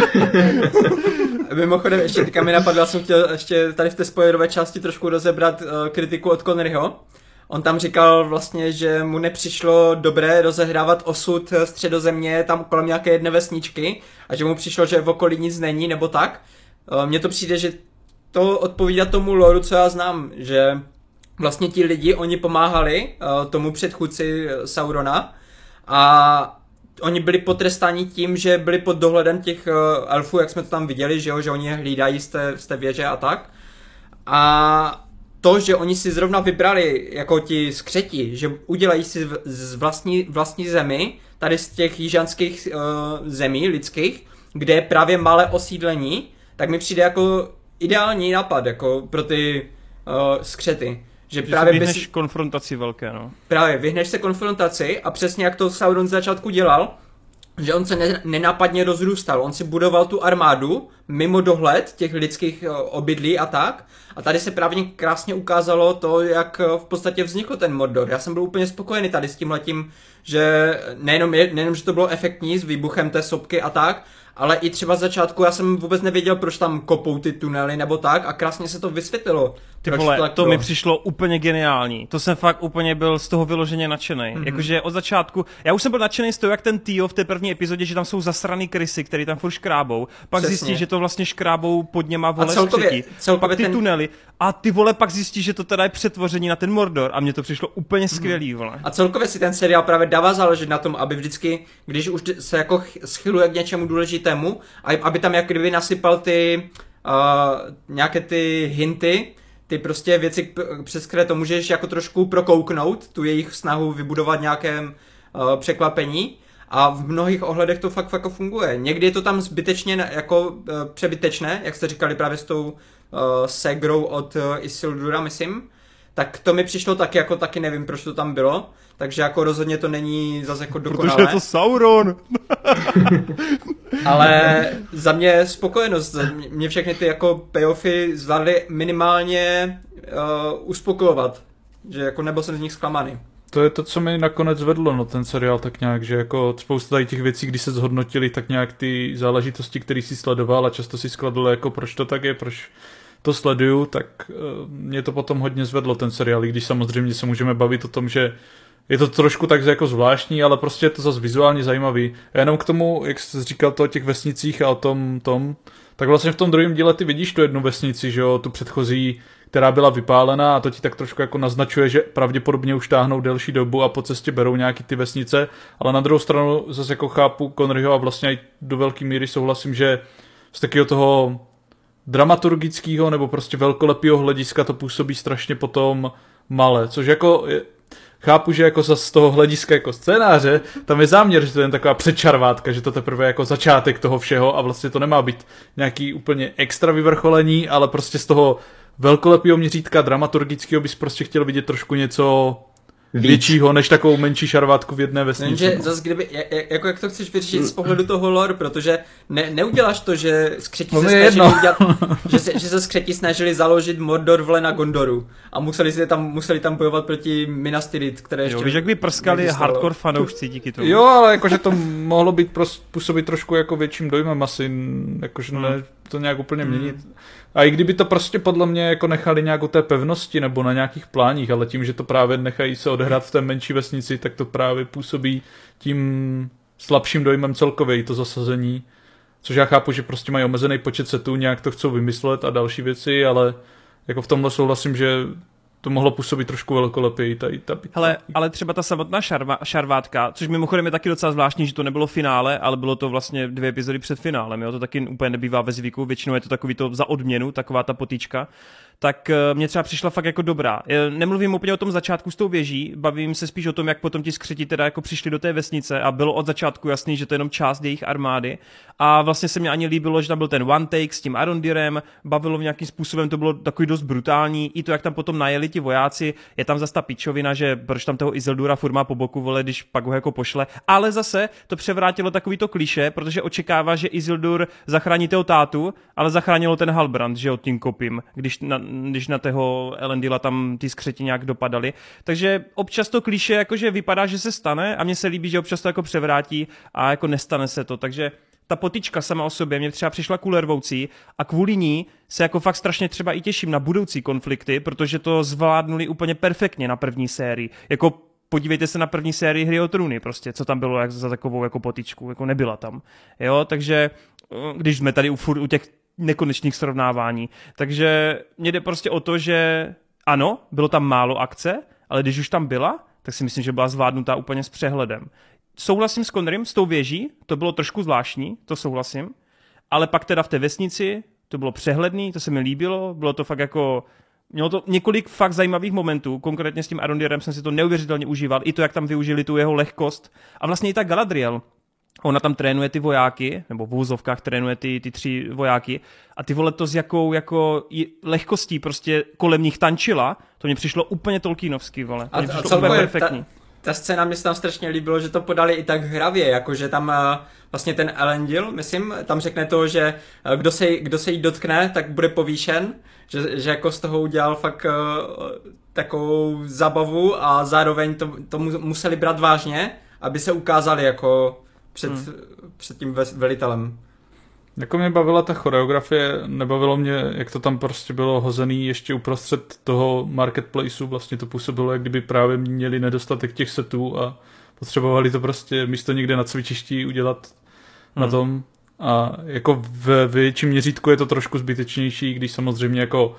Mimochodem, ještě teďka mi napadlo, já jsem chtěl ještě tady v té spoilerové části trošku rozebrat uh, kritiku od Conneryho. On tam říkal vlastně, že mu nepřišlo dobré rozehrávat osud Středozemě tam kolem nějaké jedné vesničky a že mu přišlo, že v okolí nic není nebo tak. Uh, mně to přijde, že to odpovídá tomu loru, co já znám, že vlastně ti lidi, oni pomáhali uh, tomu předchůdci Saurona a oni byli potrestáni tím, že byli pod dohledem těch uh, elfů, jak jsme to tam viděli, že, jo, že oni je hlídají z té, z té věže a tak. A to, že oni si zrovna vybrali jako ti skřeti, že udělají si z vlastní, vlastní zemi, tady z těch jižanských uh, zemí lidských, kde je právě malé osídlení, tak mi přijde jako ideální nápad jako pro ty uh, skřety. Že, že právě vyhneš bys... konfrontaci velké, no. Právě, vyhneš se konfrontaci a přesně jak to Sauron z začátku dělal, že on se ne- nenápadně rozrůstal, on si budoval tu armádu mimo dohled těch lidských obydlí a tak. A tady se právě krásně ukázalo to, jak v podstatě vznikl ten Mordor. Já jsem byl úplně spokojený tady s tímhletím, že nejenom, je, nejenom že to bylo efektní s výbuchem té sopky a tak, ale i třeba z začátku já jsem vůbec nevěděl, proč tam kopou ty tunely nebo tak a krásně se to vysvětlilo. Ty vole, to, to mi přišlo úplně geniální. To jsem fakt úplně byl z toho vyloženě nadšený. Mm-hmm. Jakože od začátku, já už jsem byl nadšený z toho, jak ten Tio v té první epizodě, že tam jsou zasraný krysy, který tam furt škrábou. Pak Přesně. zjistí, že to vlastně škrábou pod něma, vole, skřetí. Pak ty ten... tunely. A ty, vole, pak zjistí, že to teda je přetvoření na ten Mordor a mně to přišlo úplně skvělý, vole. A celkově si ten seriál právě dává záležet na tom, aby vždycky, když už se jako schyluje k něčemu důležitému, aby tam jak kdyby nasypal ty uh, nějaké ty hinty, ty prostě věci, přes které to můžeš jako trošku prokouknout, tu jejich snahu vybudovat nějaké uh, překvapení. A v mnohých ohledech to fakt jako funguje. Někdy je to tam zbytečně jako uh, přebytečné, jak jste říkali právě s tou uh, Segrou od uh, Isildura, myslím. Tak to mi přišlo taky, jako taky nevím, proč to tam bylo. Takže jako rozhodně to není zase jako dokonalé. Protože je to Sauron. Ale za mě spokojenost. Mě všechny ty jako payoffy zvládly minimálně uh, uspokojovat. Že jako nebyl jsem z nich zklamaný. To je to, co mi nakonec vedlo, no, ten seriál tak nějak, že jako spousta tady těch věcí, když se zhodnotili, tak nějak ty záležitosti, které si sledoval a často si skladl jako proč to tak je, proč to sleduju, tak uh, mě to potom hodně zvedlo ten seriál, i když samozřejmě se můžeme bavit o tom, že je to trošku tak jako zvláštní, ale prostě je to zase vizuálně zajímavý. A jenom k tomu, jak jsi říkal to o těch vesnicích a o tom, tom, tak vlastně v tom druhém díle ty vidíš tu jednu vesnici, že jo, tu předchozí, která byla vypálená a to ti tak trošku jako naznačuje, že pravděpodobně už táhnou delší dobu a po cestě berou nějaký ty vesnice, ale na druhou stranu zase jako chápu Conneryho a vlastně i do velké míry souhlasím, že z takového toho dramaturgického nebo prostě velkolepého hlediska to působí strašně potom malé, což jako je, chápu, že jako z toho hlediska jako scénáře, tam je záměr, že to je jen taková předčarvátka, že to teprve jako začátek toho všeho a vlastně to nemá být nějaký úplně extra vyvrcholení, ale prostě z toho velkolepého měřítka dramaturgického bys prostě chtěl vidět trošku něco víc většího, než takovou menší šarvátku v jedné vesnici. Takže no. Zase kdyby, jako jak to chceš vyřešit z pohledu toho lore, protože ne, neuděláš to, že skřetí no se snažili udělat, že se, že se skřetí snažili založit Mordor vle na Gondoru a museli, si tam, museli tam bojovat proti Minas Tirith, které ještě... Jo, víš, jak by prskali hardcore fanoušci díky tomu. Jo, ale jakože to mohlo být pros, působit trošku jako větším dojmem asi, jakože hmm. ne, to nějak úplně měnit. Hmm. A i kdyby to prostě podle mě jako nechali nějak u té pevnosti nebo na nějakých pláních, ale tím, že to právě nechají se odehrát v té menší vesnici, tak to právě působí tím slabším dojmem celkově i to zasazení. Což já chápu, že prostě mají omezený počet setů, nějak to chcou vymyslet a další věci, ale jako v tomhle souhlasím, že to mohlo působit trošku velkolepěji. Tady, tady. Hele, ale třeba ta samotná šarva, šarvátka, což mimochodem je taky docela zvláštní, že to nebylo finále, ale bylo to vlastně dvě epizody před finálem, jo? To taky úplně nebývá ve zvyku, většinou je to takový to za odměnu, taková ta potýčka. Tak mě třeba přišla fakt jako dobrá. Nemluvím úplně o tom začátku s tou věží, bavím se spíš o tom, jak potom ti skřeti teda jako přišli do té vesnice a bylo od začátku jasný, že to je jenom část jejich armády. A vlastně se mi ani líbilo, že tam byl ten one take s tím Arondirem, bavilo v nějakým způsobem, to bylo takový dost brutální, i to, jak tam potom najeli ti vojáci, je tam zase ta pičovina, že proč tam toho Isildura furt má po boku, vole, když pak ho jako pošle. Ale zase to převrátilo takový to klišé, protože očekává, že Isildur zachrání toho tátu, ale zachránilo ten Halbrand, že jo, tím kopím, když na když na toho Elendila tam ty skřeti nějak dopadaly. Takže občas to klišé jakože vypadá, že se stane a mně se líbí, že občas to jako převrátí a jako nestane se to. Takže ta potyčka sama o sobě mě třeba přišla kulervoucí a kvůli ní se jako fakt strašně třeba i těším na budoucí konflikty, protože to zvládnuli úplně perfektně na první sérii. Jako podívejte se na první sérii Hry o trůny, prostě, co tam bylo jak za takovou jako potyčku, jako nebyla tam. Jo, takže když jsme tady u, u těch nekonečných srovnávání. Takže mě jde prostě o to, že ano, bylo tam málo akce, ale když už tam byla, tak si myslím, že byla zvládnutá úplně s přehledem. Souhlasím s Connerym, s tou věží, to bylo trošku zvláštní, to souhlasím, ale pak teda v té vesnici to bylo přehledný, to se mi líbilo, bylo to fakt jako, mělo to několik fakt zajímavých momentů, konkrétně s tím Arondirem jsem si to neuvěřitelně užíval, i to, jak tam využili tu jeho lehkost a vlastně i ta Galadriel. Ona tam trénuje ty vojáky, nebo v úzovkách trénuje ty, ty tři vojáky a ty vole to s jakou jako lehkostí prostě kolem nich tančila, to mě přišlo úplně tolkienovský, vole. To a, mě přišlo a úplně perfektní. Ta, ta scéna mě se tam strašně líbilo, že to podali i tak hravě, jakože tam uh, vlastně ten Elendil, myslím, tam řekne to, že uh, kdo, se, kdo se jí dotkne, tak bude povýšen, že, že jako z toho udělal fakt uh, takovou zábavu a zároveň to, to museli brát vážně, aby se ukázali jako Před, hmm. před tím velitelem. Jako mě bavila ta choreografie, nebavilo mě, jak to tam prostě bylo hozený ještě uprostřed toho marketplaceu, vlastně to působilo, jak kdyby právě měli nedostatek těch setů a potřebovali to prostě místo někde na cvičišti udělat hmm. na tom. A jako v větším měřítku je to trošku zbytečnější, když samozřejmě jako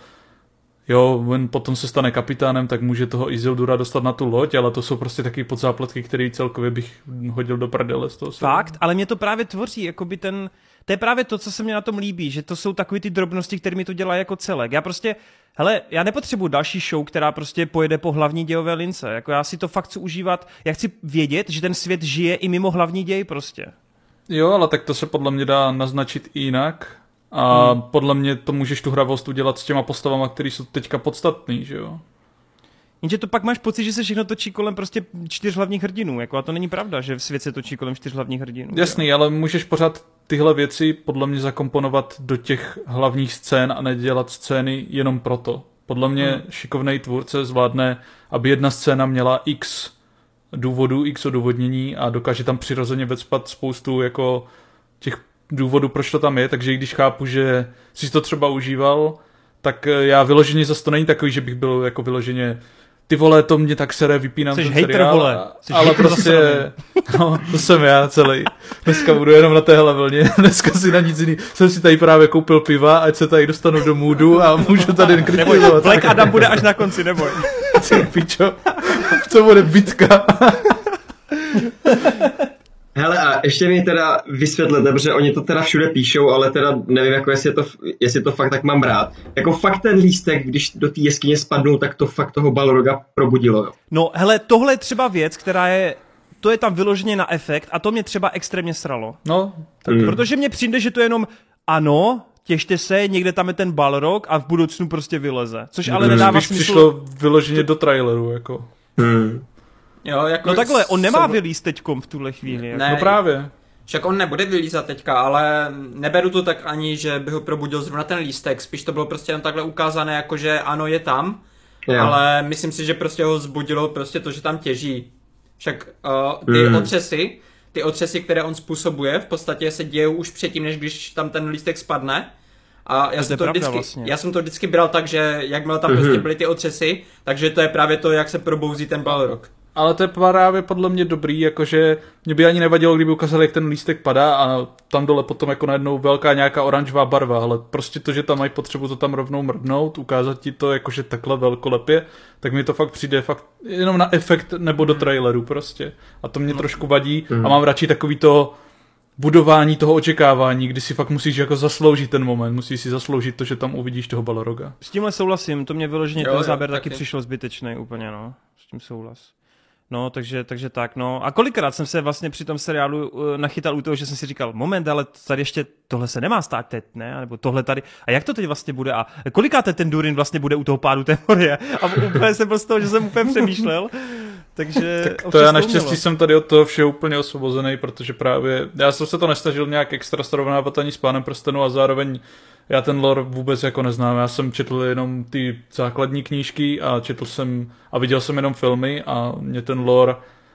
jo, on potom se stane kapitánem, tak může toho Isildura dostat na tu loď, ale to jsou prostě taky podzápletky, které celkově bych hodil do prdele z toho. Fakt, ale mě to právě tvoří, jakoby ten, to je právě to, co se mě na tom líbí, že to jsou takové ty drobnosti, které mi to dělají jako celek. Já prostě, hele, já nepotřebuji další show, která prostě pojede po hlavní dějové lince, jako já si to fakt chci užívat, já chci vědět, že ten svět žije i mimo hlavní děj prostě. Jo, ale tak to se podle mě dá naznačit i jinak. A hmm. podle mě to můžeš tu hravost udělat s těma postavama, které jsou teďka podstatný, že jo? Jenže to pak máš pocit, že se všechno točí kolem prostě čtyř hlavních hrdinů, jako a to není pravda, že svět se točí kolem čtyř hlavních hrdinů. Jasný, jo? Ale můžeš pořád tyhle věci podle mě zakomponovat do těch hlavních scén a nedělat scény jenom proto. Podle mě hmm. šikovnej tvůrce zvládne, aby jedna scéna měla x důvodů, x odůvodnění a dokáže tam přirozeně vecpat spoustu jako těch důvodu, proč to tam je, takže i když chápu, že jsi to třeba užíval, tak já vyloženě zase to není takový, že bych byl jako vyloženě ty vole, to mě tak sere, vypínám Jsi ten hater, seriál, vole. Jsi ale prostě, no, to jsem já celý. Dneska budu jenom na téhle vlně, dneska si na nic jiný. Jsem si tady právě koupil piva, ať se tady dostanu do moodu a můžu tady kritizovat. Black Adam bude až na konci, neboj. Ty pičo, to bude bitka. Hele, a ještě mi teda vysvětlete, protože oni to teda všude píšou, ale teda nevím, jako jestli, je to, jestli to fakt tak mám brát. Jako fakt ten lístek, když do té jeskyně spadnul, tak to fakt toho Balroga probudilo. Jo. No hele, tohle je třeba věc, která je, to je tam vyloženě na efekt a to mě třeba extrémně sralo. No, tak mm. Protože mně přijde, že to je jenom, ano, těšte se, někde tam je ten Balrog a v budoucnu prostě vyleze. Což ale mm. nedává Když smysl. přišlo vyloženě do traileru, jako. Mm. Jo, jako no takhle, on nemá sobo... vylízt teďkom v tuhle chvíli. Jako. Ne, no právě. Však on nebude vylízat teďka, ale neberu to tak ani, že by ho probudil zrovna ten lístek, spíš to bylo prostě jen takhle ukázané, jako že ano, je tam, yeah. ale myslím si, že prostě ho zbudilo prostě to, že tam těží. Však uh, ty mm. otřesy, ty otřesy, které on způsobuje, v podstatě se dějou už předtím, než když tam ten lístek spadne A já To jsem je to, pravda vždycky, vlastně. já jsem to vždycky bral tak, že jakmile tam prostě byly ty otřesy, takže to je právě to, jak se probouzí ten Balrog. Ale to je právě podle mě dobrý, jakože mě by ani nevadilo, kdyby ukázali, jak ten lístek padá a tam dole potom jako najednou velká nějaká oranžová barva, ale prostě to, že tam mají potřebu to tam rovnou mrdnout, ukázat ti to jakože takhle velkolepě, tak mi to fakt přijde fakt jenom na efekt nebo do traileru prostě. A to mě trošku vadí a mám radši takový to budování toho očekávání, kdy si fakt musíš jako zasloužit ten moment, musíš si zasloužit to, že tam uvidíš toho Balroga. S tímhle souhlasím, to mě vyloženě Jo, ten jo, záběr taky. taky přišel zbytečný úplně, no. S tím souhlas. No, takže, takže tak, no. A kolikrát jsem se vlastně při tom seriálu uh, nachytal u toho, že jsem si říkal, moment, ale tady ještě tohle se nemá stát teď, ne? Nebo tohle tady. A jak to teď vlastně bude? A kolikáte ten Durin vlastně bude u toho pádu té hory? A úplně jsem byl z toho, že jsem úplně přemýšlel. Takže tak to já naštěstí jsem tady od toho všeho úplně osvobozený, protože právě já jsem se to nesnažil nějak extra srovnávat ani s Pánem prstenů a zároveň já ten lore vůbec jako neznám. Já jsem četl jenom ty základní knížky a četl jsem a viděl jsem jenom filmy a mě ten lore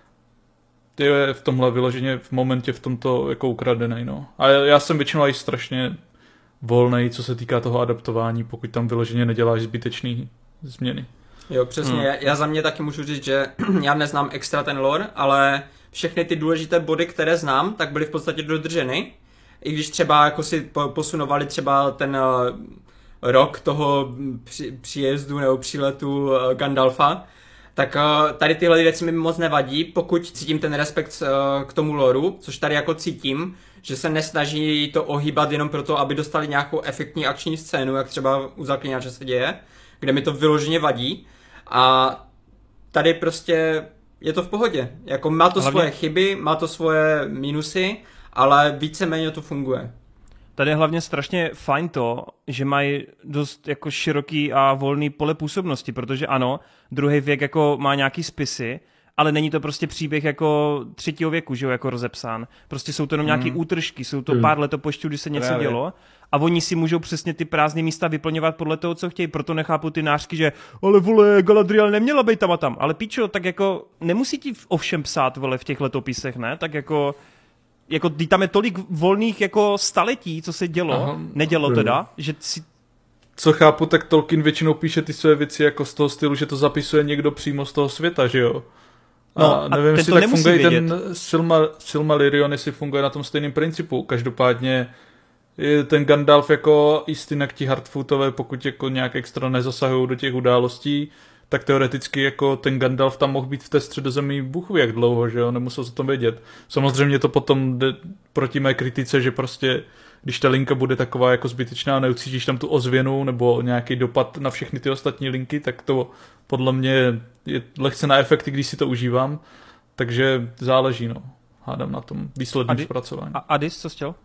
je v tomhle vyloženě v momentě v tomto jako ukradený, no. A já jsem většinou i strašně volnej, co se týká toho adaptování, pokud tam vyloženě neděláš zbytečný změny. Jo, přesně. Hmm. Já, já za mě taky můžu říct, že já neznám extra ten lore, ale všechny ty důležité body, které znám, tak byly v podstatě dodrženy. I když třeba jako si posunovali třeba ten uh, rok toho při, příjezdu nebo příletu uh, Gandalfa, tak uh, tady tyhle věci mi moc nevadí, pokud cítím ten respekt uh, k tomu loru, což tady jako cítím, že se nesnaží to ohýbat jenom proto, aby dostali nějakou efektní akční scénu, jak třeba u Zaklínače se děje, kde mi to vyloženě vadí. A tady prostě je to v pohodě. Jako má to hlavně... svoje chyby, má to svoje minusy, ale víceméně to funguje. Tady je hlavně strašně fajn to, že mají dost jako široký a volný pole působnosti, protože ano, druhý věk jako má nějaký spisy, ale není to prostě příběh jako třetího věku, že jo, jako rozepsán. Prostě jsou to jenom nějaký mm. útržky, jsou to mm. pár letopočtů, kdy se něco Právě. dělo a oni si můžou přesně ty prázdné místa vyplňovat podle toho, co chtějí, proto nechápu ty nářky, že ale vole, Galadriel neměla být tam a tam, ale píčo, tak jako nemusí ti ovšem psát, vole, v těch letopisech, ne, tak jako jako tam je tolik volných jako staletí, co se dělo, Aha. nedělo teda, že si... Co chápu, tak Tolkien většinou píše ty své věci jako z toho stylu, že to zapisuje někdo přímo z toho světa, že jo? No, a nevím, a jestli tak funguje vědět. ten Silmar, Silmarillion, jestli funguje na tom stejném principu. Každopádně je ten Gandalf jako jistinak ti Hardfootové, pokud jako nějak extra nezasahují do těch událostí, tak teoreticky jako ten Gandalf tam mohl být v té středozemí bůh jak dlouho, že jo, nemusel se o tom vědět. Samozřejmě to potom jde proti mé kritice, že prostě když ta linka bude taková jako zbytečná, neucítíš tam tu ozvěnu nebo nějaký dopad na všechny ty ostatní linky, tak to podle mě je lehce na efekty, když si to užívám, takže záleží, no. Hádám na tom výsledném zpracování. A Adis, co jsi chtěl?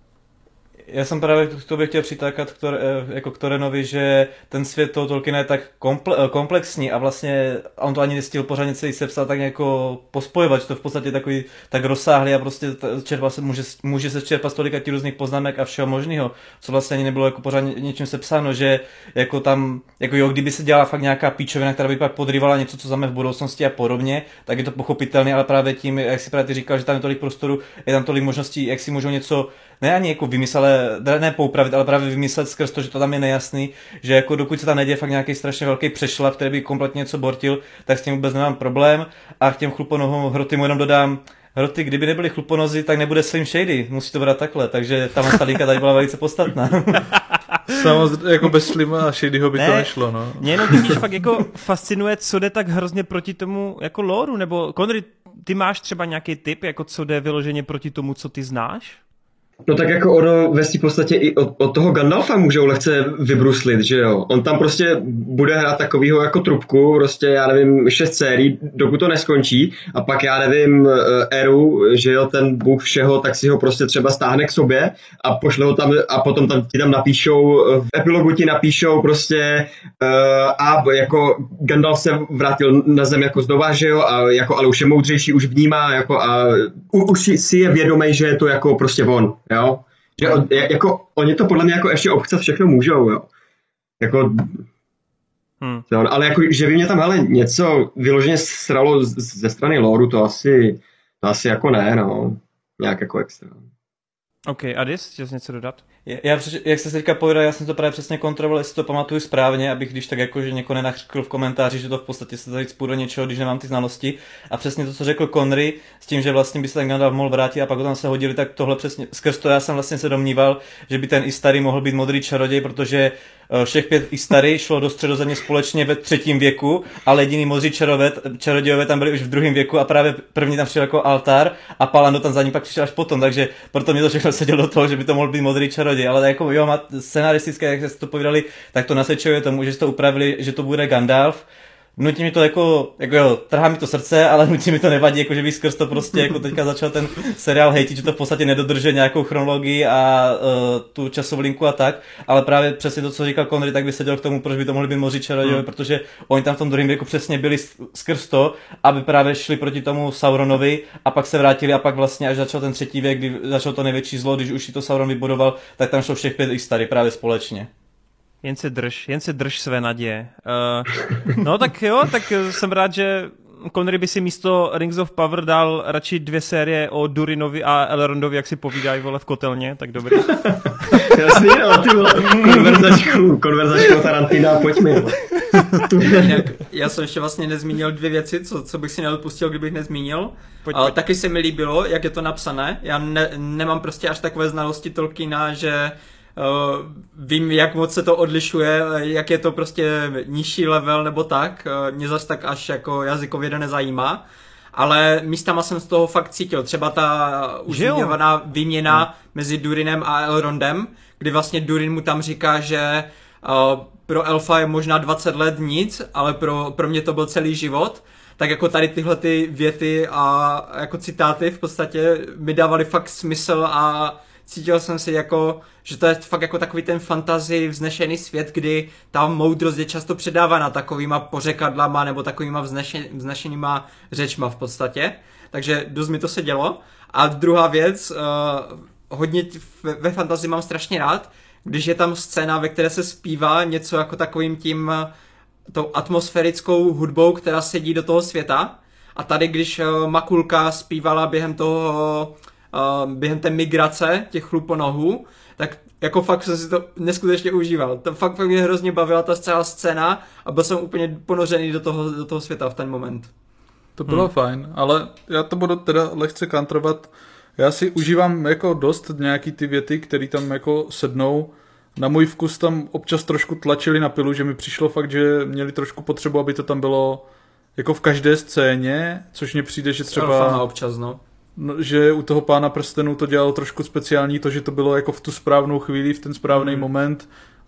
Já jsem právě k tobě chtěl přitákat k jako k Torenovi, že ten svět toho Tolkiena je tak komple- komplexní a vlastně on to ani nestihl pořádně celý sepsat tak jako pospojovat, že to v podstatě takový tak rozsáhlý a prostě čerpal se, může, může se čerpat tolika těch různých poznámek a všeho možného, co vlastně ani nebylo jako pořádně něčím sepsáno, že jako tam, jako jo, kdyby se dělala fakt nějaká píčovina, která by pak podrývala něco, co znamená v budoucnosti a podobně, tak je to pochopitelné, ale právě tím, jak si právě ty říkal, že tam je tolik prostoru, je tam tolik možností, jak si můžou něco ne ani jako vymyslet, ne poupravit, ale právě vymyslet skrz to, že to tam je nejasný, že jako dokud se tam neděje fakt nějaký strašně velký přešlap, který by kompletně něco bortil, tak s tím vůbec nemám problém a k těm chluponohům Hroty mu jenom dodám, Hroty, kdyby nebyly chluponozy, tak nebude Slim Shady, musí to brát takhle, takže tam ta linka tady byla velice podstatná. Samozřejmě, jako bez Slima a Shadyho by ne, to nešlo, no. Mě jenom totiž fakt jako fascinuje, co jde tak hrozně proti tomu jako lóru, nebo Konry, ty máš třeba nějaký tip, jako co jde vyloženě proti tomu, co ty znáš? No tak jako ono ve v podstatě i od, od toho Gandalfa můžou lehce vybruslit, že jo. On tam prostě bude hrát takovýho jako trubku, prostě já nevím, šest sérií, dokud to neskončí a pak já nevím, Eru, že jo, ten bůh všeho, tak si ho prostě třeba stáhne k sobě a pošle ho tam a potom tam ti tam napíšou, v epilogu ti napíšou prostě uh, a jako Gandalf se vrátil na zem jako znova, že jo, a jako, ale už je moudřejší, už vnímá jako a u, už si je vědomý, že je to jako prostě on. Jo? Že on, jako, oni to podle mě jako ještě obchcat všechno můžou, jo. Jako, hmm. jo, ale jako, že by mě tam ale něco vyloženě sralo z, ze strany lóru, to asi, to asi jako ne, no. Nějak jako extra. OK, Adis, chtěl jsi něco dodat? Já, jak jste si teďka povídal, já jsem to právě přesně kontroloval, jestli to pamatuju správně, abych když tak jako, že někoho nenachřkl v komentáři, že to v podstatě se tady spůjde do něčeho, když nemám ty znalosti. A přesně to, co řekl Connery, s tím, že vlastně by se tak Gandalf mohl vrátit a pak ho tam se hodili, tak tohle přesně, skrz to já jsem vlastně se domníval, že by ten Istari mohl být modrý čaroděj, protože všech pět Istari šlo do Středozemě společně ve třetím věku, ale jediný modří čarodějové tam byli už v druhém věku a právě první tam přišel jako Altar a Palando tam za ním pak přišel až potom, takže proto mě to všechno sedělo do toho, že by to mohl být modrý čaroděj, ale jako jo, scenaristické, jak jste to povídali, tak to nasvědčuje tomu, že jste to upravili, že to bude Gandalf. Nutí mi to jako, jako jo, trhá mi to srdce, ale nutí mi to nevadí, jako že bych skrz to prostě jako teďka začal ten seriál hejtit, že to v podstatě nedodržuje nějakou chronologii a uh, tu časovou linku a tak, ale právě přesně to, co říkal Connery, tak by seděl k tomu, proč by to mohli být moři čarodějové, hmm. protože oni tam v tom druhém věku přesně byli skrz to, aby právě šli proti tomu Sauronovi a pak se vrátili a pak vlastně až začal ten třetí věk, kdy začal to největší zlo, když už si to Sauron vybudoval, tak tam šlo všech pět Istari právě společně. Jen se drž, jen se drž své naděje. Uh, no tak jo, tak jsem rád, že Connery by si místo Rings of Power dal radši dvě série o Durinovi a Elrondovi, jak si povídají, vole, v kotelně, tak dobrý. Jasný, no, ty vole, konverzačku, konverzačku Tarantina, pojďme. Jinak, já jsem ještě vlastně nezmínil dvě věci, co, co bych si neodpustil, kdybych nezmínil. Pojď, Ale pojď. taky se mi líbilo, jak je to napsané. Já ne, nemám prostě až takové znalosti Tolkiena, že Uh, vím, jak moc se to odlišuje, jak je to prostě nižší level nebo tak, uh, mě zase tak až jako jazykověda nezajímá, ale místama jsem z toho fakt cítil, třeba ta už zmiňovaná výměna hmm. mezi Durinem a Elrondem, kdy vlastně Durin mu tam říká, že uh, pro elfa je možná dvacet let nic, ale pro, pro mě to byl celý život, tak jako tady tyhle ty věty a jako citáty v podstatě mi dávaly fakt smysl a cítil jsem si jako, že to je fakt jako takový ten fantasy vznešený svět, kdy ta moudrost je často předávána takovýma pořekadlama nebo takovýma vznešen, vznešenýma řečma v podstatě. Takže dost mi to se dělo. A druhá věc, uh, hodně ve, ve fantasy mám strašně rád, když je tam scéna, ve které se zpívá něco jako takovým tím tou atmosférickou hudbou, která sedí do toho světa. A tady, když uh, Makulka zpívala během toho Uh, během té migrace těch chluponohů, tak jako fakt jsem si to neskutečně užíval. To fakt, fakt mě hrozně bavila ta celá scéna a byl jsem úplně ponořený do toho, do toho světa v ten moment. To bylo hmm. fajn, ale já to budu teda lehce kantrovat. Já si užívám jako dost nějaký ty věty, které tam jako sednou. Na můj vkus tam občas trošku tlačili na pilu, že mi přišlo fakt, že měli trošku potřebu, aby to tam bylo jako v každé scéně, což mně přijde, že třeba občas, no. No, že u toho Pána prstenů to dělalo trošku speciální, to, že to bylo jako v tu správnou chvíli, v ten správný mm. moment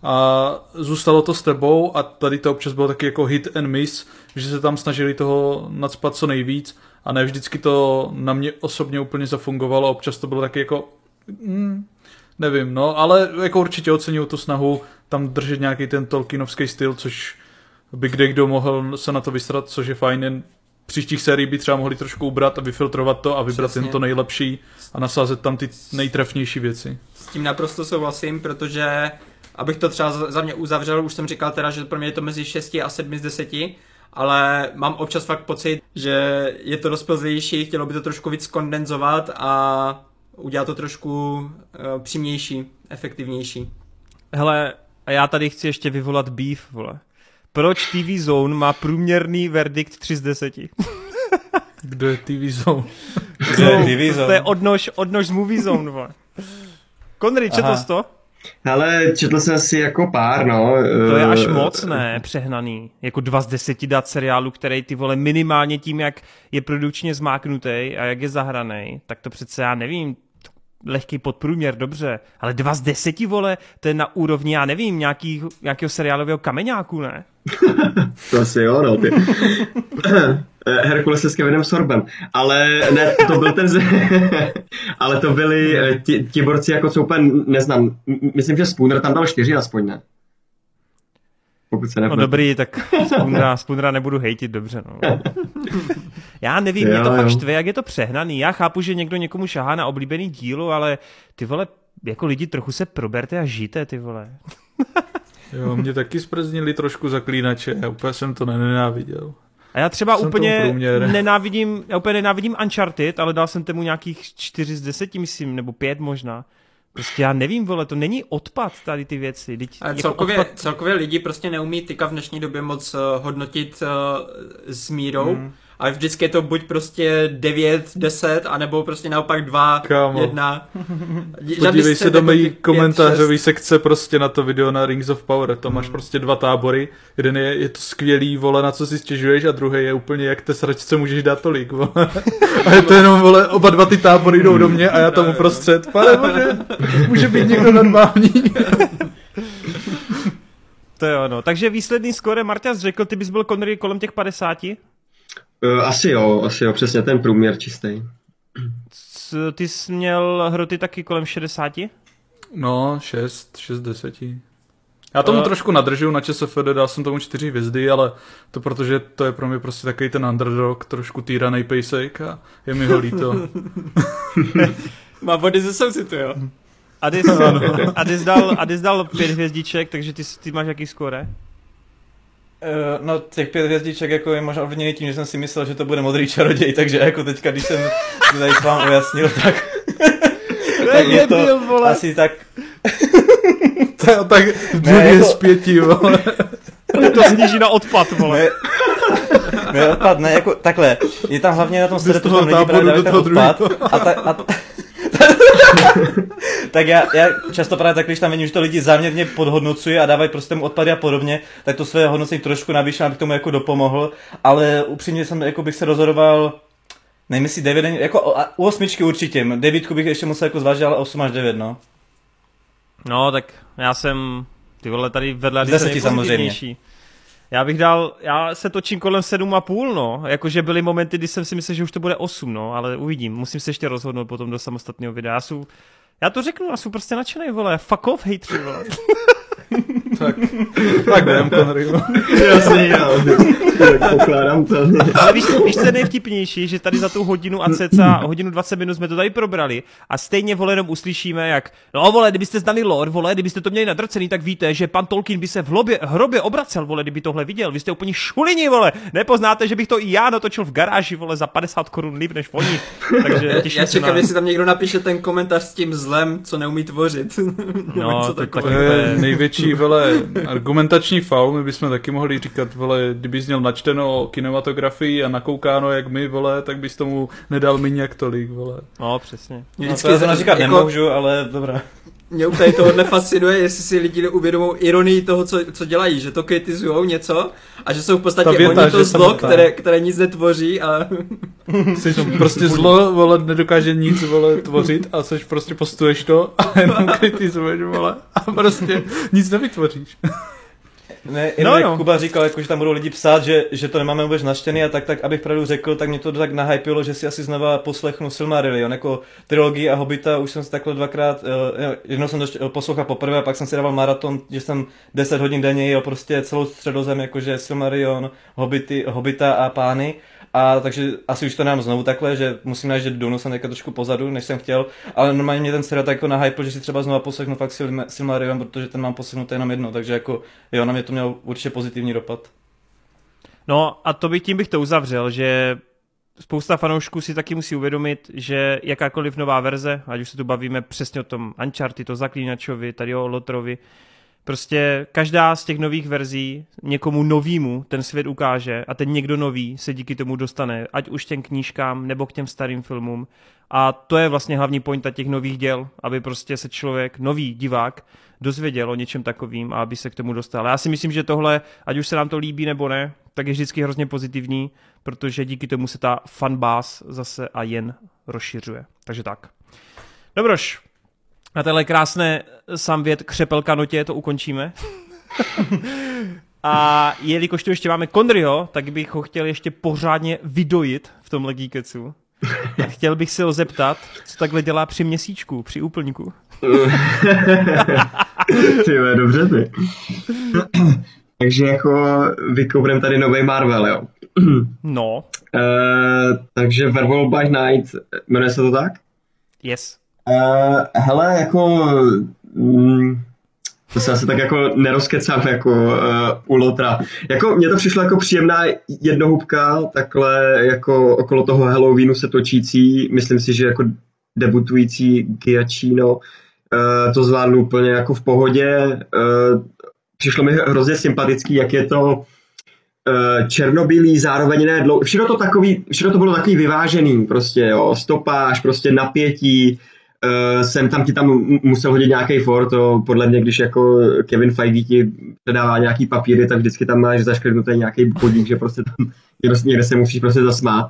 a zůstalo to s tebou a tady to občas bylo taky jako hit and miss, že se tam snažili toho nacpat co nejvíc a ne vždycky to na mě osobně úplně zafungovalo, občas to bylo taky jako mm, nevím, no, ale jako určitě oceňuju tu snahu tam držet nějaký ten Tolkienovský styl, což by kde kdo mohl se na to vysrat, což je fajn, jen příštích sérií by třeba mohli trošku ubrat a vyfiltrovat to a vybrat Přesně. jen to nejlepší a nasázet tam ty nejtrefnější věci. S tím naprosto souhlasím, protože abych to třeba za mě uzavřel, už jsem říkal teda, že pro mě je to mezi šesti a sedmi z deseti, ale mám občas fakt pocit, že je to rozplzenější, chtělo by to trošku víc kondenzovat a udělat to trošku uh, přímější, efektivnější. Hele, a já tady chci ještě vyvolat beef, vole. Proč T V Zone má průměrný verdikt tři z deseti? Kdo je T V Zone? Kdo je T V Zone? To je odnož, odnož z Movie Zone, vole. Connery, četl jsi to? Hele, četl jsem si jako pár, no. To je až moc, ne, přehnaný. Jako dva z deseti dát seriálu, který ty vole minimálně tím, jak je produkčně zmáknutý a jak je zahranej, tak to přece já nevím, lehký podprůměr, dobře, ale dva z deseti, vole, to je na úrovni, já nevím, nějaký, nějakého seriálového kameňáku, ne? To asi jo, no, ty. Herkules s Kevinem Sorbem, ale ne, to byl ten z... ale to byli ti, ti borci, jako co úplně neznám. Myslím, že Spooner tam dal čtyři aspoň, ne? Pokud se nepletu. No dobrý, tak Spoonera, Spoonera nebudu hejtit, dobře, no. Já nevím, jo, mě to jo. fakt štve, jak je to přehnaný. Já chápu, že někdo někomu šahá na oblíbený dílo, ale ty vole, jako lidi trochu se proberte a žijte, ty vole. Jo, mě taky zprznili trošku zaklínače, já úplně jsem to nenáviděl. A já třeba jsem úplně nenávidím, já úplně nenávidím Uncharted, ale dal jsem tomu nějakých čtyři z deseti, myslím, nebo pět možná. Prostě já nevím, vole, to není odpad tady ty věci. Teď, Ale jako celkově, odpad... celkově lidi prostě neumí tyka v dnešní době moc uh, hodnotit uh, s mírou, hmm. ale vždycky je to buď prostě devět, deset, anebo prostě naopak dva, Kámo. jedna. Podívej se do mé komentářové sekce prostě na to video na Rings of Power, to máš prostě dva tábory, jeden je, je to skvělý, vole, na co si stěžuješ, a druhý je úplně, jak té sračce můžeš dát tolik, vole. A je to jenom, vole, oba dva ty tábory jdou do mě a já tam uprostřed, pane bože, může být někdo normální. To jo, no. Takže výsledný skóre, Marťas řekl, ty bys byl Connery kolem těch padesáti? Uh, asi jo, asi jo, přesně ten průměr čistý. C- ty jsi měl Hroty taky kolem šedesáti? No, šest, šest deseti. Já tomu Uh, trošku nadržu, na ČSFD dal jsem tomu čtyři hvězdy, ale to protože to je pro mě prostě takový ten underdog, trošku týranej pejsek a je mi ho líto. Má body ze soucitu, jo? Adis, Adis, dal, Adis dal pět hvězdiček, takže ty, ty máš jaký skóre? Uh, no těch pět hvězdiček jako je možná ovlivněný tím, že jsem si myslel, že to bude modrý čaroděj, takže jako teďka, když jsem to tady s vám ujasnil, tak, tak je to byl, vole. Asi tak... To, tak dvě jako... z pěti, vole. To sníží na odpad, vole. Ne, ne odpad, ne, jako takhle. Je tam hlavně na tom stereotypu, tam lidi právě dávají ten odpad. A ta, a ta... tak já, já často právě tak, když tam vidím, že to lidi záměrně podhodnocuje a dávají prostě mu odpady a podobně, tak to své hodnocení trošku navýším, abych tomu jako dopomohl, ale upřímně jsem, jako bych se rozhodoval, nevím jestli devět, jako u osmičky určitě, devítku bych ještě musel jako zvážit, ale osm až devět, no. No, tak já jsem, ty vole, tady vedle deseti samozřejmě. Já bych dal, já se točím kolem sedm a půl, no, jakože byly momenty, kdy jsem si myslel, že už to bude osm, no, ale uvidím, musím se ještě rozhodnout potom do samostatného videa, já, jsou, já to řeknu, já jsem prostě nadšenej, vole, fuck off, hejtři, vole. tak, tak jdem, Connery. Jasně, já pokládám to. Ale víš, víš, co je nejvtipnější, že tady za tu hodinu a cca, hodinu dvacet minut jsme to tady probrali a stejně, vole, jenom uslyšíme, jak, no, vole, kdybyste znali lore, vole, kdybyste to měli nadrcený, tak víte, že pan Tolkien by se v hlobě, hrobě obracel, vole, kdyby tohle viděl, vy jste úplně šulini, vole, nepoznáte, že bych to i já natočil v garáži, vole, za padesát korun líp než oni. Takže já čekám, jestli tam někdo napíše ten komentář s tím zlem, co neumí tvořit. No, co to, to je největší, vole, argumentační faul, my bychom taky mohli říkat, vole, kdybys měl načteno o kinematografii a nakoukáno jak my, vole, tak bys tomu nedal mi nějak tolik, vole. No, přesně. No, to já to říkat jako, nemůžu, ale dobrá. Mě úplně tohle fascinuje, jestli si lidi uvědomou ironii toho, co, co dělají, že to kritizujou něco a že jsou v podstatě věta, oni to zlo, které, které nic netvoří a... Jsi prostě zlo, vole, nedokáže nic, vole, tvořit a seš prostě postuješ to a jenom kritizuješ, vole, a prostě nic nevytvoříš. Ne, jenom no, jak no. Kuba říkal, jako, že tam budou lidi psát, že, že to nemáme vůbec naštěný a tak, tak abych pravdu řekl, tak mě to tak nahypilo, že si asi znova poslechnu Silmarillion, jako trilogii a Hobita, už jsem si takhle dvakrát, uh, jednou jsem to poslouchal poprvé a pak jsem si dával maraton, že jsem deset hodin denně jel prostě celou středozem, jakože Silmarillion, Hobity, Hobita a Pány. A takže asi už to nám znovu takhle, že musím najít, že Dunu jsem teďka trošku pozadu, než jsem chtěl, ale normálně mě ten seriál tak jako nahypl, že si třeba znova poslechnu fakt Silmarillion, protože ten mám poslechnuté jenom jednou, takže jako jo, na mě to mělo určitě pozitivní dopad. No a to bych tím bych to uzavřel, že spousta fanoušků si taky musí uvědomit, že jakákoliv nová verze, ať už se tu bavíme přesně o tom Uncharted, o Zaklínačovi, tady o Lotrovi, prostě každá z těch nových verzí někomu novýmu ten svět ukáže a ten někdo nový se díky tomu dostane, ať už těm knížkám nebo k těm starým filmům. A to je vlastně hlavní pointa těch nových děl, aby prostě se člověk, nový divák, dozvěděl o něčem takovým a aby se k tomu dostal. Já si myslím, že tohle, ať už se nám to líbí nebo ne, tak je vždycky hrozně pozitivní, protože díky tomu se ta fanbase zase a jen rozšiřuje. Takže tak. Dobroš. Na téhle krásné samvět křepelka notě to ukončíme. A jelikož tu ještě máme Conneryho, tak bych ho chtěl ještě pořádně vydojit v tomhle Geekecu. A chtěl bych se ho zeptat, co takhle dělá při měsíčku, při úplňku. Ty jo, dobře ty. Takže jako vykoupneme tady nový Marvel, jo? No. Uh, takže Werewolf by Night, jmenuje se to tak? Yes. Uh, hele, jako... Mm, to se asi tak jako nerozkecám jako uh, u Lotra. Jako, mně to přišlo jako příjemná jednohubka, takhle jako okolo toho Halloweenu se točící, myslím si, že jako debutující Giacchino to zvládl úplně jako v pohodě. Přišlo mi hrozně sympatický, jak je to černobílý, zároveň ne dlouho. Všechno to, takový, všechno to bylo takový vyvážený, prostě jo, stopáž, prostě napětí, jsem tam ti tam musel hodit nějaký for, to podle mě, když jako Kevin Feige ti předává nějaký papíry, tak vždycky tam máš zaškrtnutý nějaký bodík, že prostě tam někde se musíš prostě zasmát.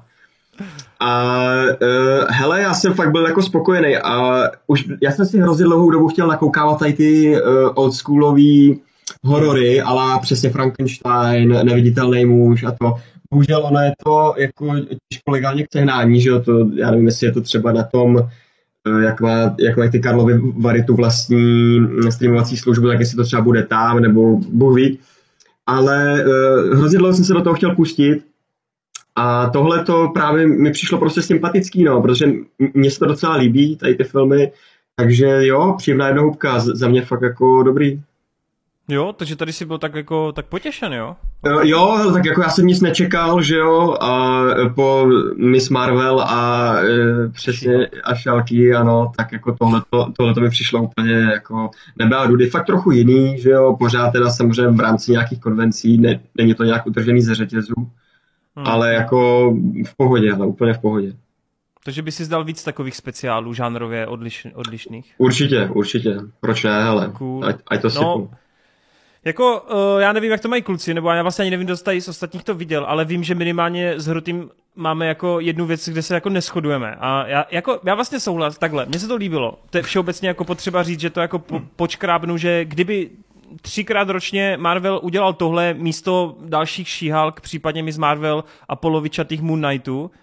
A uh, hele, já jsem fakt byl jako spokojený a už já jsem si hrozně dlouhou dobu chtěl nakoukávat tady ty uh, oldsschoolový horory, ale přesně Frankenstein, Neviditelný muž a to. Bohužel ono je to jako těžko legálně k sehnání, že jo, to, já nevím, jestli je to třeba na tom, uh, jak, má, jak mají ty Karlovy Vary tu vlastní streamovací službu, tak jestli to třeba bude tam, nebo Bůh ví. Ale uh, hrozně dlouho jsem se do toho chtěl pustit. A tohle to právě mi přišlo prostě sympatický, no, protože mně se to docela líbí, tady ty filmy, takže jo, příjemná jednohubka, za mě fakt jako dobrý. Jo, takže tady si byl tak jako tak potěšen, jo? Okay. Jo, tak jako já jsem nic nečekal, že jo, a po Miss Marvel a e, přesně a Šalky, ano, tak jako tohleto, tohleto mi přišlo úplně jako nebyla dudy, fakt trochu jiný, že jo, pořád teda samozřejmě v rámci nějakých konvencí, ne, není to nějak utržený ze řetězů. Hmm. Ale jako v pohodě, ale úplně v pohodě. Takže by si zdal víc takových speciálů, žánrově odliš, odlišných? Určitě, určitě. Proč ne, ale cool. ať, ať to sypu. No, jako, uh, já nevím, jak to mají kluci, nebo já vlastně ani nevím, kdo tady z ostatních to viděl, ale vím, že minimálně s Hrutým máme jako jednu věc, kde se jako neshodujeme. A já, jako, já vlastně souhlas, takhle, mně se to líbilo. To je všeobecně jako potřeba říct, že to jako po, počkrábnu, že kdyby třikrát ročně Marvel udělal tohle místo dalších She-Hulk, případně Miss Marvel a polovičatých Moon Knightů, uh,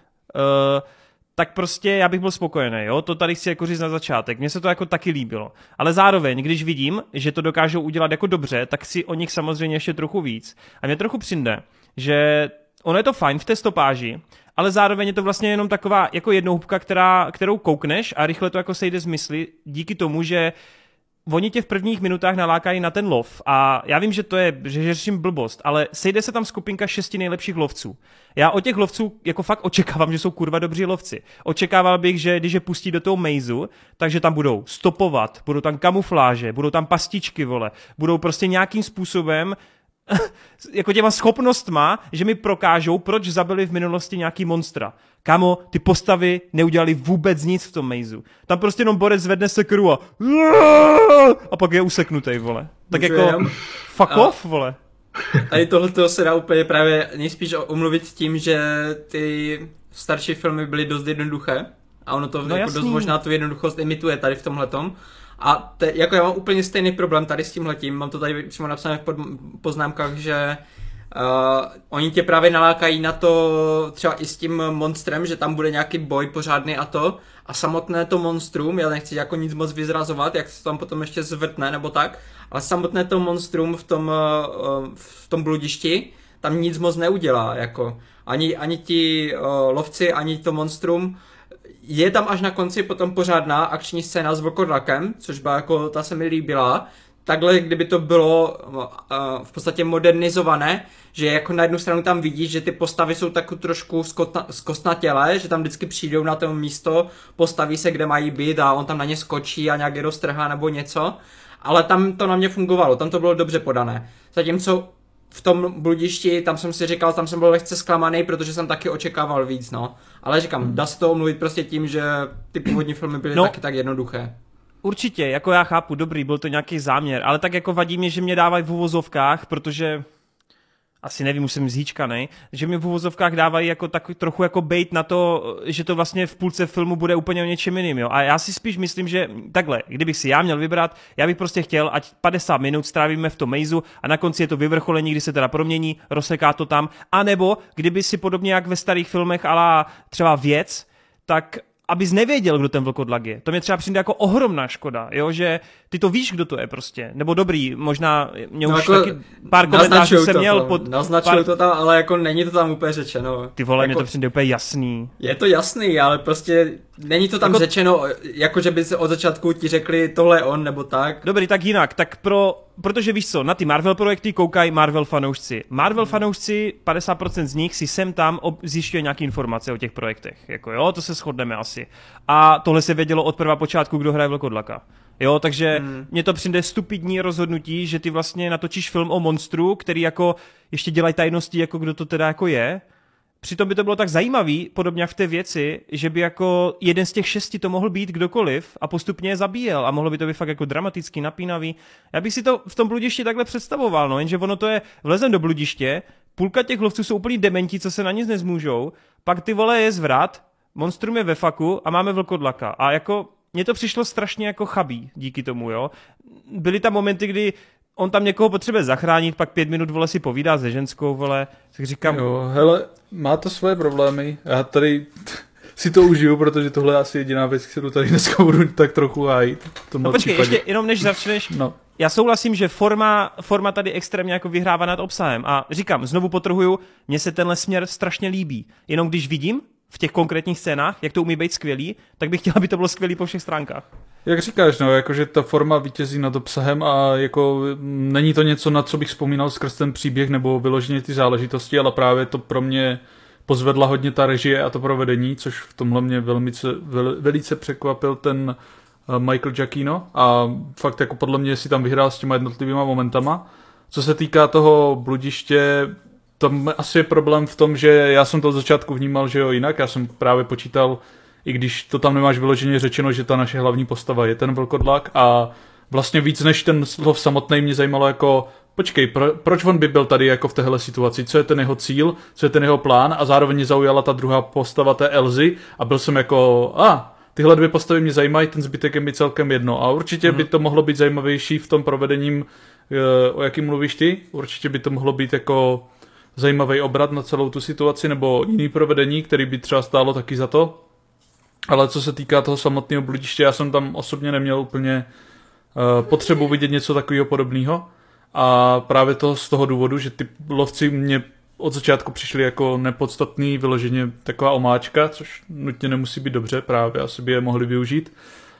tak prostě já bych byl spokojený, jo, to tady chci jako říct na začátek, mně se to jako taky líbilo, ale zároveň, když vidím, že to dokážou udělat jako dobře, tak si o nich samozřejmě ještě trochu víc a mě trochu přijde, že ono je to fajn v té stopáži, ale zároveň je to vlastně jenom taková jako jednohubka, která, kterou koukneš a rychle to jako sejde z mysli díky tomu, že oni tě v prvních minutách nalákají na ten lov a já vím, že to je, že řeším blbost, ale sejde se tam skupinka šesti nejlepších lovců. Já od těch lovců jako fakt očekávám, že jsou kurva dobří lovci. Očekával bych, že když je pustí do toho mejzu, takže tam budou stopovat, budou tam kamufláže, budou tam pastičky, vole, budou prostě nějakým způsobem jako těma schopnostma, že mi prokážou, proč zabili v minulosti nějaký monstra. Kámo, ty postavy neudělali vůbec nic v tom mejzu. Tam prostě jenom borec zvedne sekeru a a pak je useknutej, vole. Tak můžu jako jem? Fuck a off, vole. Tady tohleto se dá úplně právě nejspíš omluvit tím, že ty starší filmy byly dost jednoduché a ono to no jako dost možná tu jednoduchost imituje tady v tomhletom. A te, jako já mám úplně stejný problém tady s tímhletím, mám to tady přímo napsané v pod, poznámkách, že uh, oni tě právě nalákají na to třeba i s tím monstrem, že tam bude nějaký boj pořádný a to a samotné to monstrum, já nechci jako nic moc vyzrazovat, jak se tam potom ještě zvrtne nebo tak, ale samotné to monstrum v tom, uh, v tom bludišti tam nic moc neudělá, jako ani, ani ti uh, lovci, ani to monstrum. Je tam až na konci potom pořádná akční scéna s vlkodlakem, což byla jako, ta se mi líbila. Takhle, kdyby to bylo uh, v podstatě modernizované, že jako na jednu stranu tam vidíš, že ty postavy jsou tak trošku zkostnatělé, že tam vždycky přijdou na to místo, postaví se, kde mají být a on tam na ně skočí a nějak je roztrhá nebo něco. Ale tam to na mě fungovalo, tam to bylo dobře podané. Zatímco v tom bludišti, tam jsem si říkal, tam jsem byl lehce zklamaný, protože jsem taky očekával víc, no. Ale říkám, dá se to omluvit prostě tím, že ty původní filmy byly no, taky tak jednoduché. Určitě, jako já chápu, dobrý, byl to nějaký záměr, ale tak jako vadí mě, že mě dávají v uvozovkách, protože asi nevím, už jsem zhýčkanej, že mi v uvozovkách dávají jako tak trochu jako bait na to, že to vlastně v půlce filmu bude úplně o něčem jiným, jo. A já si spíš myslím, že takhle, kdybych si já měl vybrat, já bych prostě chtěl, ať padesát minut strávíme v tom mejzu a na konci je to vyvrcholení, kdy se teda promění, rozseká to tam, anebo kdyby si podobně jak ve starých filmech ala třeba Věc, tak abys nevěděl, kdo ten vlkodlak je. To mě třeba přijde jako ohromná škoda, jo, že ty to víš, kdo to je prostě. Nebo dobrý, možná mě no už jako taky pár komentářů jsem měl pod... Naznačuju pár... to tam, ale jako není to tam úplně řečeno. Ty vole, jako... mě to přijde úplně jasný. Je to jasný, ale prostě není to tam jako... řečeno, jako že by se od začátku ti řekli tohle je on, nebo tak. Dobrý, tak jinak, tak pro protože víš co, na ty Marvel projekty koukají Marvel fanoušci. Marvel fanoušci, padesát procent z nich si sem tam zjišťuje nějaké informace o těch projektech. Jako jo, to se shodneme asi. A tohle se vědělo od prva počátku, kdo hraje Vlkodlaka. Jo, takže hmm. mně to přijde stupidní rozhodnutí, že ty vlastně natočíš film o monstru, který jako ještě dělají tajnosti, jako kdo to teda jako je. Přitom by to bylo tak zajímavý, podobně jak v té věci, že by jako jeden z těch šesti to mohl být kdokoliv a postupně je zabíjel a mohlo by to být fakt jako dramatický, napínavý. Já bych si to v tom bludišti takhle představoval, no, jenže ono to je, vlezem do bludiště, půlka těch lovců jsou úplný dementi, co se na nic nezmůžou, pak ty vole je zvrat, monstrum je ve faku a máme Vlkodlaka. A jako, mně to přišlo strašně jako chabý díky tomu, jo. Byly tam momenty, kdy on tam někoho potřebuje zachránit, pak pět minut, vole, si povídá se ženskou, vole, tak říkám... Jo, hele, má to svoje problémy, já tady si to užiju, protože tohle je asi jediná věc, kterou tady dneska budu tak trochu hájit. No počkej, případě. Ještě jenom než začneš, no. Já souhlasím, že forma, forma tady extrémně jako vyhrává nad obsahem a říkám, znovu potrhuju, mně se tenhle směr strašně líbí, jenom když vidím v těch konkrétních scénách, jak to umí být skvělý, tak bych chtěl, aby to bylo skvělý po všech stránkách. Jak říkáš, no, jakože ta forma vítězí nad obsahem a jako není to něco, na co bych vzpomínal skrz ten příběh nebo vyloženě ty záležitosti, ale právě to pro mě pozvedla hodně ta režie a to provedení, což v tomhle mě velmice, vel, velice překvapil ten Michael Giacchino a fakt jako podle mě si tam vyhrál s těma jednotlivýma momentama. Co se týká toho bludiště, tam asi je problém v tom, že já jsem to od začátku vnímal, že jo, jinak, já jsem právě počítal, i když to tam nemáš vyloženě řečeno, že ta naše hlavní postava je ten vlkodlak a vlastně víc než ten slov samotný mě zajímalo jako, počkej, pro, proč on by byl tady jako v téhle situaci, co je ten jeho cíl, co je ten jeho plán a zároveň mě zaujala ta druhá postava té Elzy a byl jsem jako, a ah, tyhle dvě postavy mě zajímají, ten zbytek je mi celkem jedno a určitě mm. by to mohlo být zajímavější v tom provedením, o jakým mluvíš ty, určitě by to mohlo být jako zajímavý obrat na celou tu situaci nebo jiný provedení, který by třeba stálo taky za to. Ale co se týká toho samotného bludiště, já jsem tam osobně neměl úplně uh, potřebu vidět něco takového podobného. A právě to z toho důvodu, že ty lovci mě od začátku přišli jako nepodstatný, vyloženě taková omáčka, což nutně nemusí být dobře, právě asi by je mohli využít.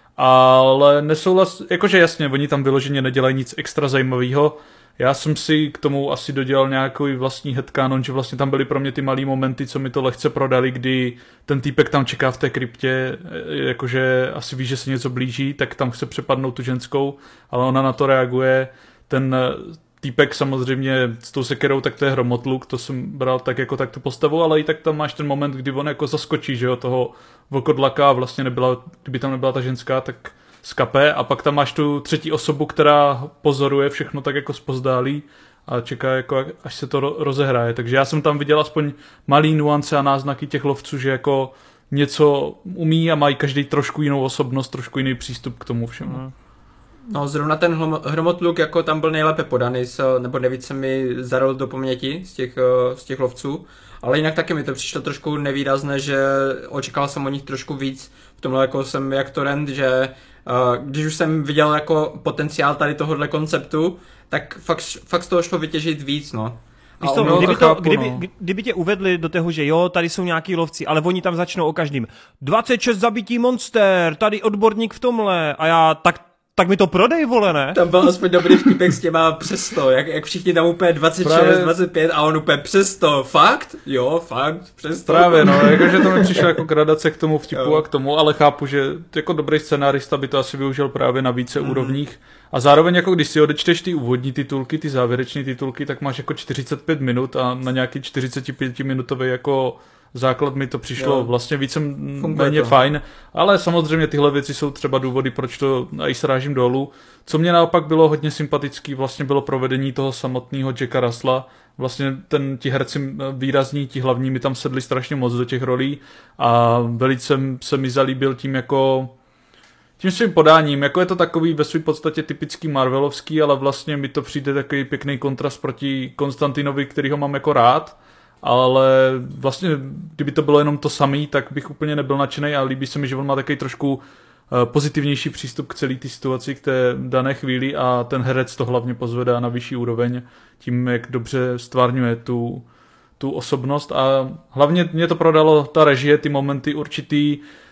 Ale nesouhlas, jakože jasně, oni tam vyloženě nedělají nic extra zajímavého. Já jsem si k tomu asi dodělal nějaký vlastní headcanon, že vlastně tam byly pro mě ty malý momenty, co mi to lehce prodali, kdy ten týpek tam čeká v té kryptě, jakože asi ví, že se něco blíží, tak tam chce přepadnout tu ženskou, ale ona na to reaguje. Ten týpek samozřejmě s tou sekerou, tak to je hromotluk, to jsem bral tak jako tak tu postavu, ale i tak tam máš ten moment, kdy on jako zaskočí, že jo, toho vlkodlaka a vlastně nebyla, kdyby tam nebyla ta ženská, tak skape a pak tam máš tu třetí osobu, která pozoruje všechno tak jako zpozdálí a čeká jako až se to rozehraje. Takže já jsem tam viděl aspoň malý nuance a náznaky těch lovců, že jako něco umí a mají každý trošku jinou osobnost, trošku jiný přístup k tomu všemu. Hmm. No zrovna ten hromotluk jako tam byl nejlépe podaný, nebo nejvíc se mi zarol do paměti z těch, z těch lovců, ale jinak taky mi to přišlo trošku nevýrazné, že očekal jsem o nich trošku víc, v tomhle jako jsem jak Torrent, že uh, když už jsem viděl jako potenciál tady tohohle konceptu, tak fakt, fakt z toho šlo vytěžit víc, no. Víš to, no, kdyby, to to, chápu, kdyby, no. kdyby tě uvedli do toho, že jo, tady jsou nějaký lovci, ale oni tam začnou o každým. dvacet šest zabití monster, tady odborník v tomhle a já tak tak mi to prodej, vole, ne? Tam byl aspoň dobrý vtipek s těma přes sto, jak, jak všichni tam úplně dvacet šest, Právě... dvacet pět a on úplně přes sto, fakt? Jo, fakt, přes sto. Právě, no, jakože to mi přišlo jako gradace k tomu vtipu jo. a k tomu, ale chápu, že jako dobrý scenárista by to asi využil právě na více mm. úrovních a zároveň jako když si odečteš ty úvodní titulky, ty závěreční titulky, tak máš jako čtyřicet pět minut a na nějaký čtyřicet pět minutový jako základ mi to přišlo jo. vlastně více méně fajn, ale samozřejmě tyhle věci jsou třeba důvody, proč to i srážím dolů. Co mě naopak bylo hodně sympatický, vlastně bylo provedení toho samotného Jacka Russella. Vlastně ten, ti herci výrazní, ti hlavní mi tam sedli strašně moc do těch rolí a velice se mi zalíbil tím jako tím svým podáním, jako je to takový ve své podstatě typický Marvelovský, ale vlastně mi to přijde takový pěkný kontrast proti Konstantinovi, kterýho mám jako rád. Ale vlastně, kdyby to bylo jenom to samý, tak bych úplně nebyl nadšenej a líbí se mi, že on má takový trošku pozitivnější přístup k celé té situaci, k té dané chvíli a ten herec to hlavně pozvedá na vyšší úroveň tím, jak dobře stvárňuje tu, tu osobnost a hlavně mě to prodalo ta režie, ty momenty určitý,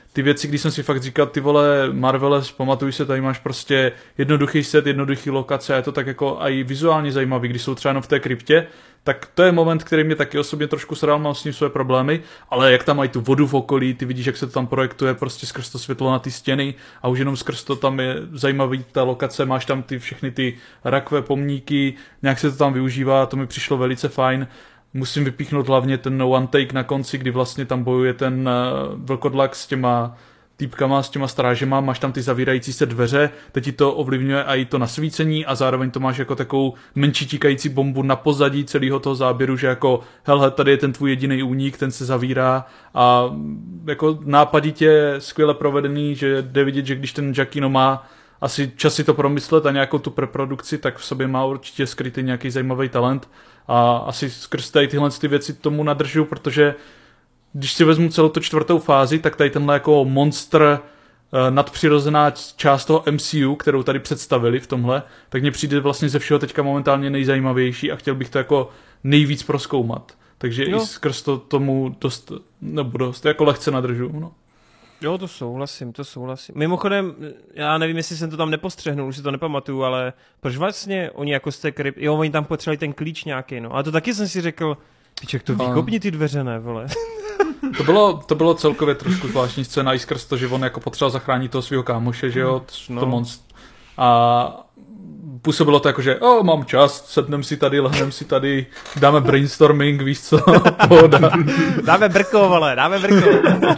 ty věci, když jsem si fakt říkal, ty vole, Marvele, pamatuj se, tady máš prostě jednoduchý set, jednoduchý lokace a je to tak jako i vizuálně zajímavý, když jsou třeba jenom v té kryptě, tak to je moment, který mě taky osobně trošku sral, mám s ním své problémy, ale jak tam mají tu vodu v okolí, ty vidíš, jak se to tam projektuje prostě skrz to světlo na ty stěny a už jenom skrz to tam je zajímavý ta lokace, máš tam ty všechny ty rakve, pomníky, nějak se to tam využívá, to mi přišlo velice fajn. Musím vypíchnout hlavně ten one take na konci, kdy vlastně tam bojuje ten vlkodlak s těma týpkama, s těma strážema, máš tam ty zavírající se dveře, teď ti to ovlivňuje i to nasvícení a zároveň to máš jako takovou menší tíkající bombu na pozadí celého toho záběru, že jako hele, tady je ten tvůj jediný únik, ten se zavírá a jako nápaditě skvěle provedený, že jde vidět, že když ten Giacchino má asi čas si to promyslet a nějakou tu preprodukci, tak v sobě má určitě skrytý nějaký zajímavý talent a asi skrz tady tyhle ty věci tomu nadržu, protože když si vezmu celou tu čtvrtou fázi, tak tady tenhle jako monster nadpřirozená část toho M C U, kterou tady představili v tomhle, tak mně přijde vlastně ze všeho teďka momentálně nejzajímavější a chtěl bych to jako nejvíc prozkoumat. Takže jo. I skrz to tomu dost, nebo dost, jako lehce nadržu, no. Jo, to souhlasím, to souhlasím. Mimochodem, já nevím, jestli jsem to tam nepostřehnul, už si to nepamatuju, ale proč vlastně oni jako z té kryp... Jo, oni tam potřebovali ten klíč nějaký, no. A to taky jsem si řekl, piček, to výkopni ty dveře, ne, vole. To bylo, to bylo celkově trošku zvláštní scéna i skrz to, že on jako potřeboval zachránit toho svého kámoše, že jo, to, no. to monst. A působilo to jako, že o, mám čas, sednem si tady, lehnem si tady, dáme brainstorming, víš co, pohoda. Dáme brko, vole, dáme brko.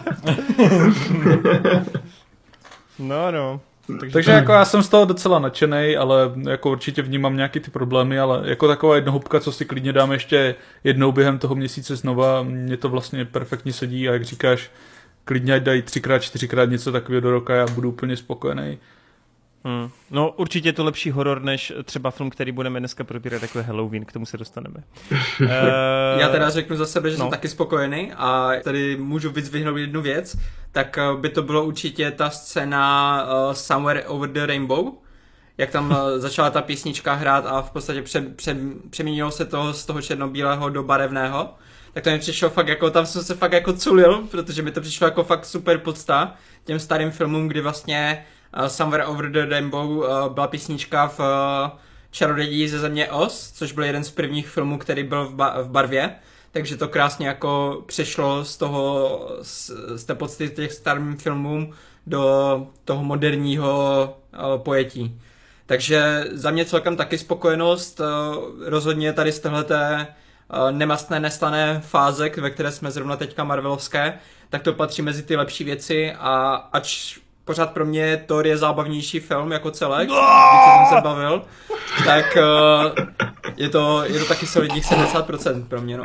No, no. Takže, Takže jako já jsem z toho docela nadšenej, ale jako určitě vnímám nějaký ty problémy, ale jako taková jednohubka, co si klidně dám ještě jednou během toho měsíce znova, mě to vlastně perfektně sedí a jak říkáš, klidně ať dají třikrát, čtyřikrát něco takového do roka, já budu úplně spokojený. Hmm. No určitě je to lepší horor, než třeba film, který budeme dneska probírat, takové Halloween, k tomu se dostaneme. uh... Já teda řeknu za sebe, že no. jsem taky spokojený a tady můžu vyzvihnout jednu věc, tak by to bylo určitě ta scéna uh, Somewhere Over the Rainbow, jak tam uh, začala ta písnička hrát a v podstatě pře- pře- přeměnilo se to z toho černobílého do barevného. Tak to mi přišlo fakt jako, tam jsem se fakt jako culil, protože mi to přišlo jako fakt super podsta těm starým filmům, kdy vlastně Uh, Somewhere Over the Rainbow uh, byla písnička v uh, Čarodějích ze země Oz, což byl jeden z prvních filmů, který byl v, ba- v barvě, takže to krásně jako přešlo z toho, z, z té podstaty těch starým filmů do toho moderního uh, pojetí. Takže za mě celkem taky spokojenost, uh, rozhodně tady z téhleté uh, nemastné, neslané fáze, ve které jsme zrovna teďka marvelovské, tak to patří mezi ty lepší věci a ač pořád pro mě Thor je zábavnější film jako celek, když jsem se bavil, tak uh, je, to, je to taky solidních sedmdesát procent pro mě, no.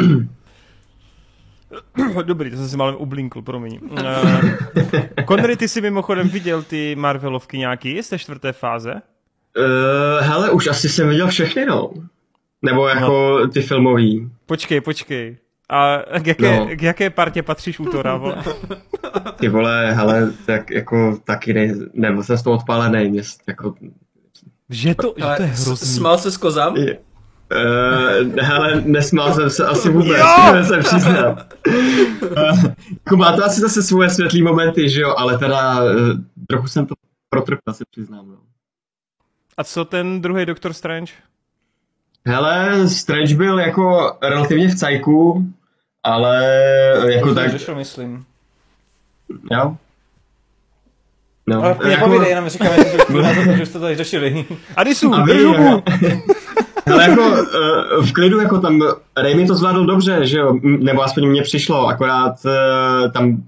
Dobrý, to jsem si málem ublinkl, promiň. Uh, Connery, ty jsi mimochodem viděl ty Marvelovky nějaký z té čtvrté fáze? Uh, hele, už asi jsem viděl všechny, no. Nebo jako no. Ty filmový. Počkej, počkej. A k jaké, no. k jaké partě patříš u Thora, vole? Ty vole, hele, tak jako taky ne, nebo jsem z toho odpálenej, mě jako... Že to, že to je hrozný. Smál se s kozám? Je, uh, hele, nesmál jsem se asi vůbec, se přiznat. Uh, jako má to asi zase svoje světlý momenty, že jo, ale teda uh, trochu jsem to protrpěl, se přiznám, no. A co ten druhý Doctor Strange? Hele, Strange byl jako relativně v cajku, ale jako to tak... řešil, myslím. Jo? No. Ale jako... nepovídej, jenom říkáme, že už to tady řešili. Adisu, držu! Ale jako v klidu, jako tam Raimi to zvládl dobře, že jo, nebo aspoň mně přišlo, akorát tam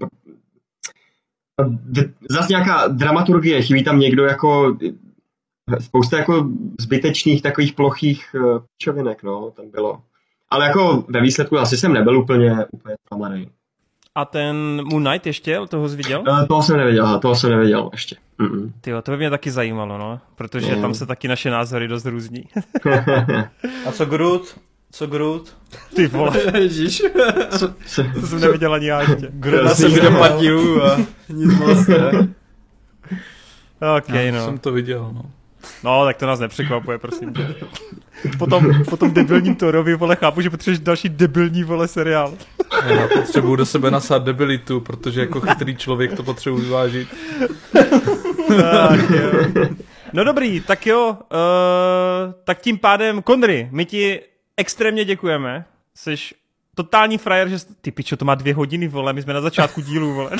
zase nějaká dramaturgie, chybí tam někdo jako spousta jako zbytečných takových plochých čovinek, no, tam bylo. Ale jako ve výsledku asi jsem nebyl úplně, úplně zklamaný. A ten Moon Knight ještě, toho jsi viděl? Uh, toho jsem nevěděl, toho jsem nevěděl ještě. Mm-mm. Tyjo, to by mě taky zajímalo, no, protože mm. tam se taky naše názory dost různí. A co Groot? Co Groot? Ty vole. Ježíš. Co, co, to jsem neviděl ani já ještě. Groot na sebe dopadil a nic moc, ne? Okej, já no. jsem to viděl, no. No, tak to nás nepřekvapuje, prosím. Potom, potom debilním Thorovi, vole, chápu, že potřebuješ další debilní, vole, seriál. Já potřebuju do sebe nasát debilitu, protože jako chytrý člověk to potřebuji vyvážit. Tak jo. No dobrý, tak jo, uh, tak tím pádem, Kondry, my ti extrémně děkujeme. Jseš totální frajer, že... Ty pičo, to má dvě hodiny, vole, my jsme na začátku dílu, vole.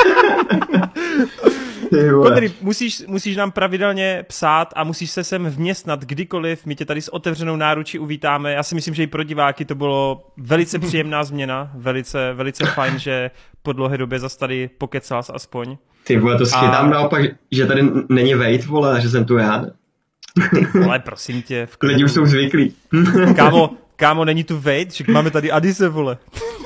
Kondry, musíš, musíš nám pravidelně psát a musíš se sem vměstnat kdykoliv, my tě tady s otevřenou náručí uvítáme. Já si myslím, že i pro diváky to bylo velice příjemná změna, velice, velice fajn, že po dlouhé době zas tady pokecals aspoň. Ty vole, to schytám a... naopak, že tady není Wade, vole, že jsem tu já. Ty vole, prosím tě. Lidi už jsou zvyklí. Kámo, kámo, není tu Wade, že máme tady Adise, vole.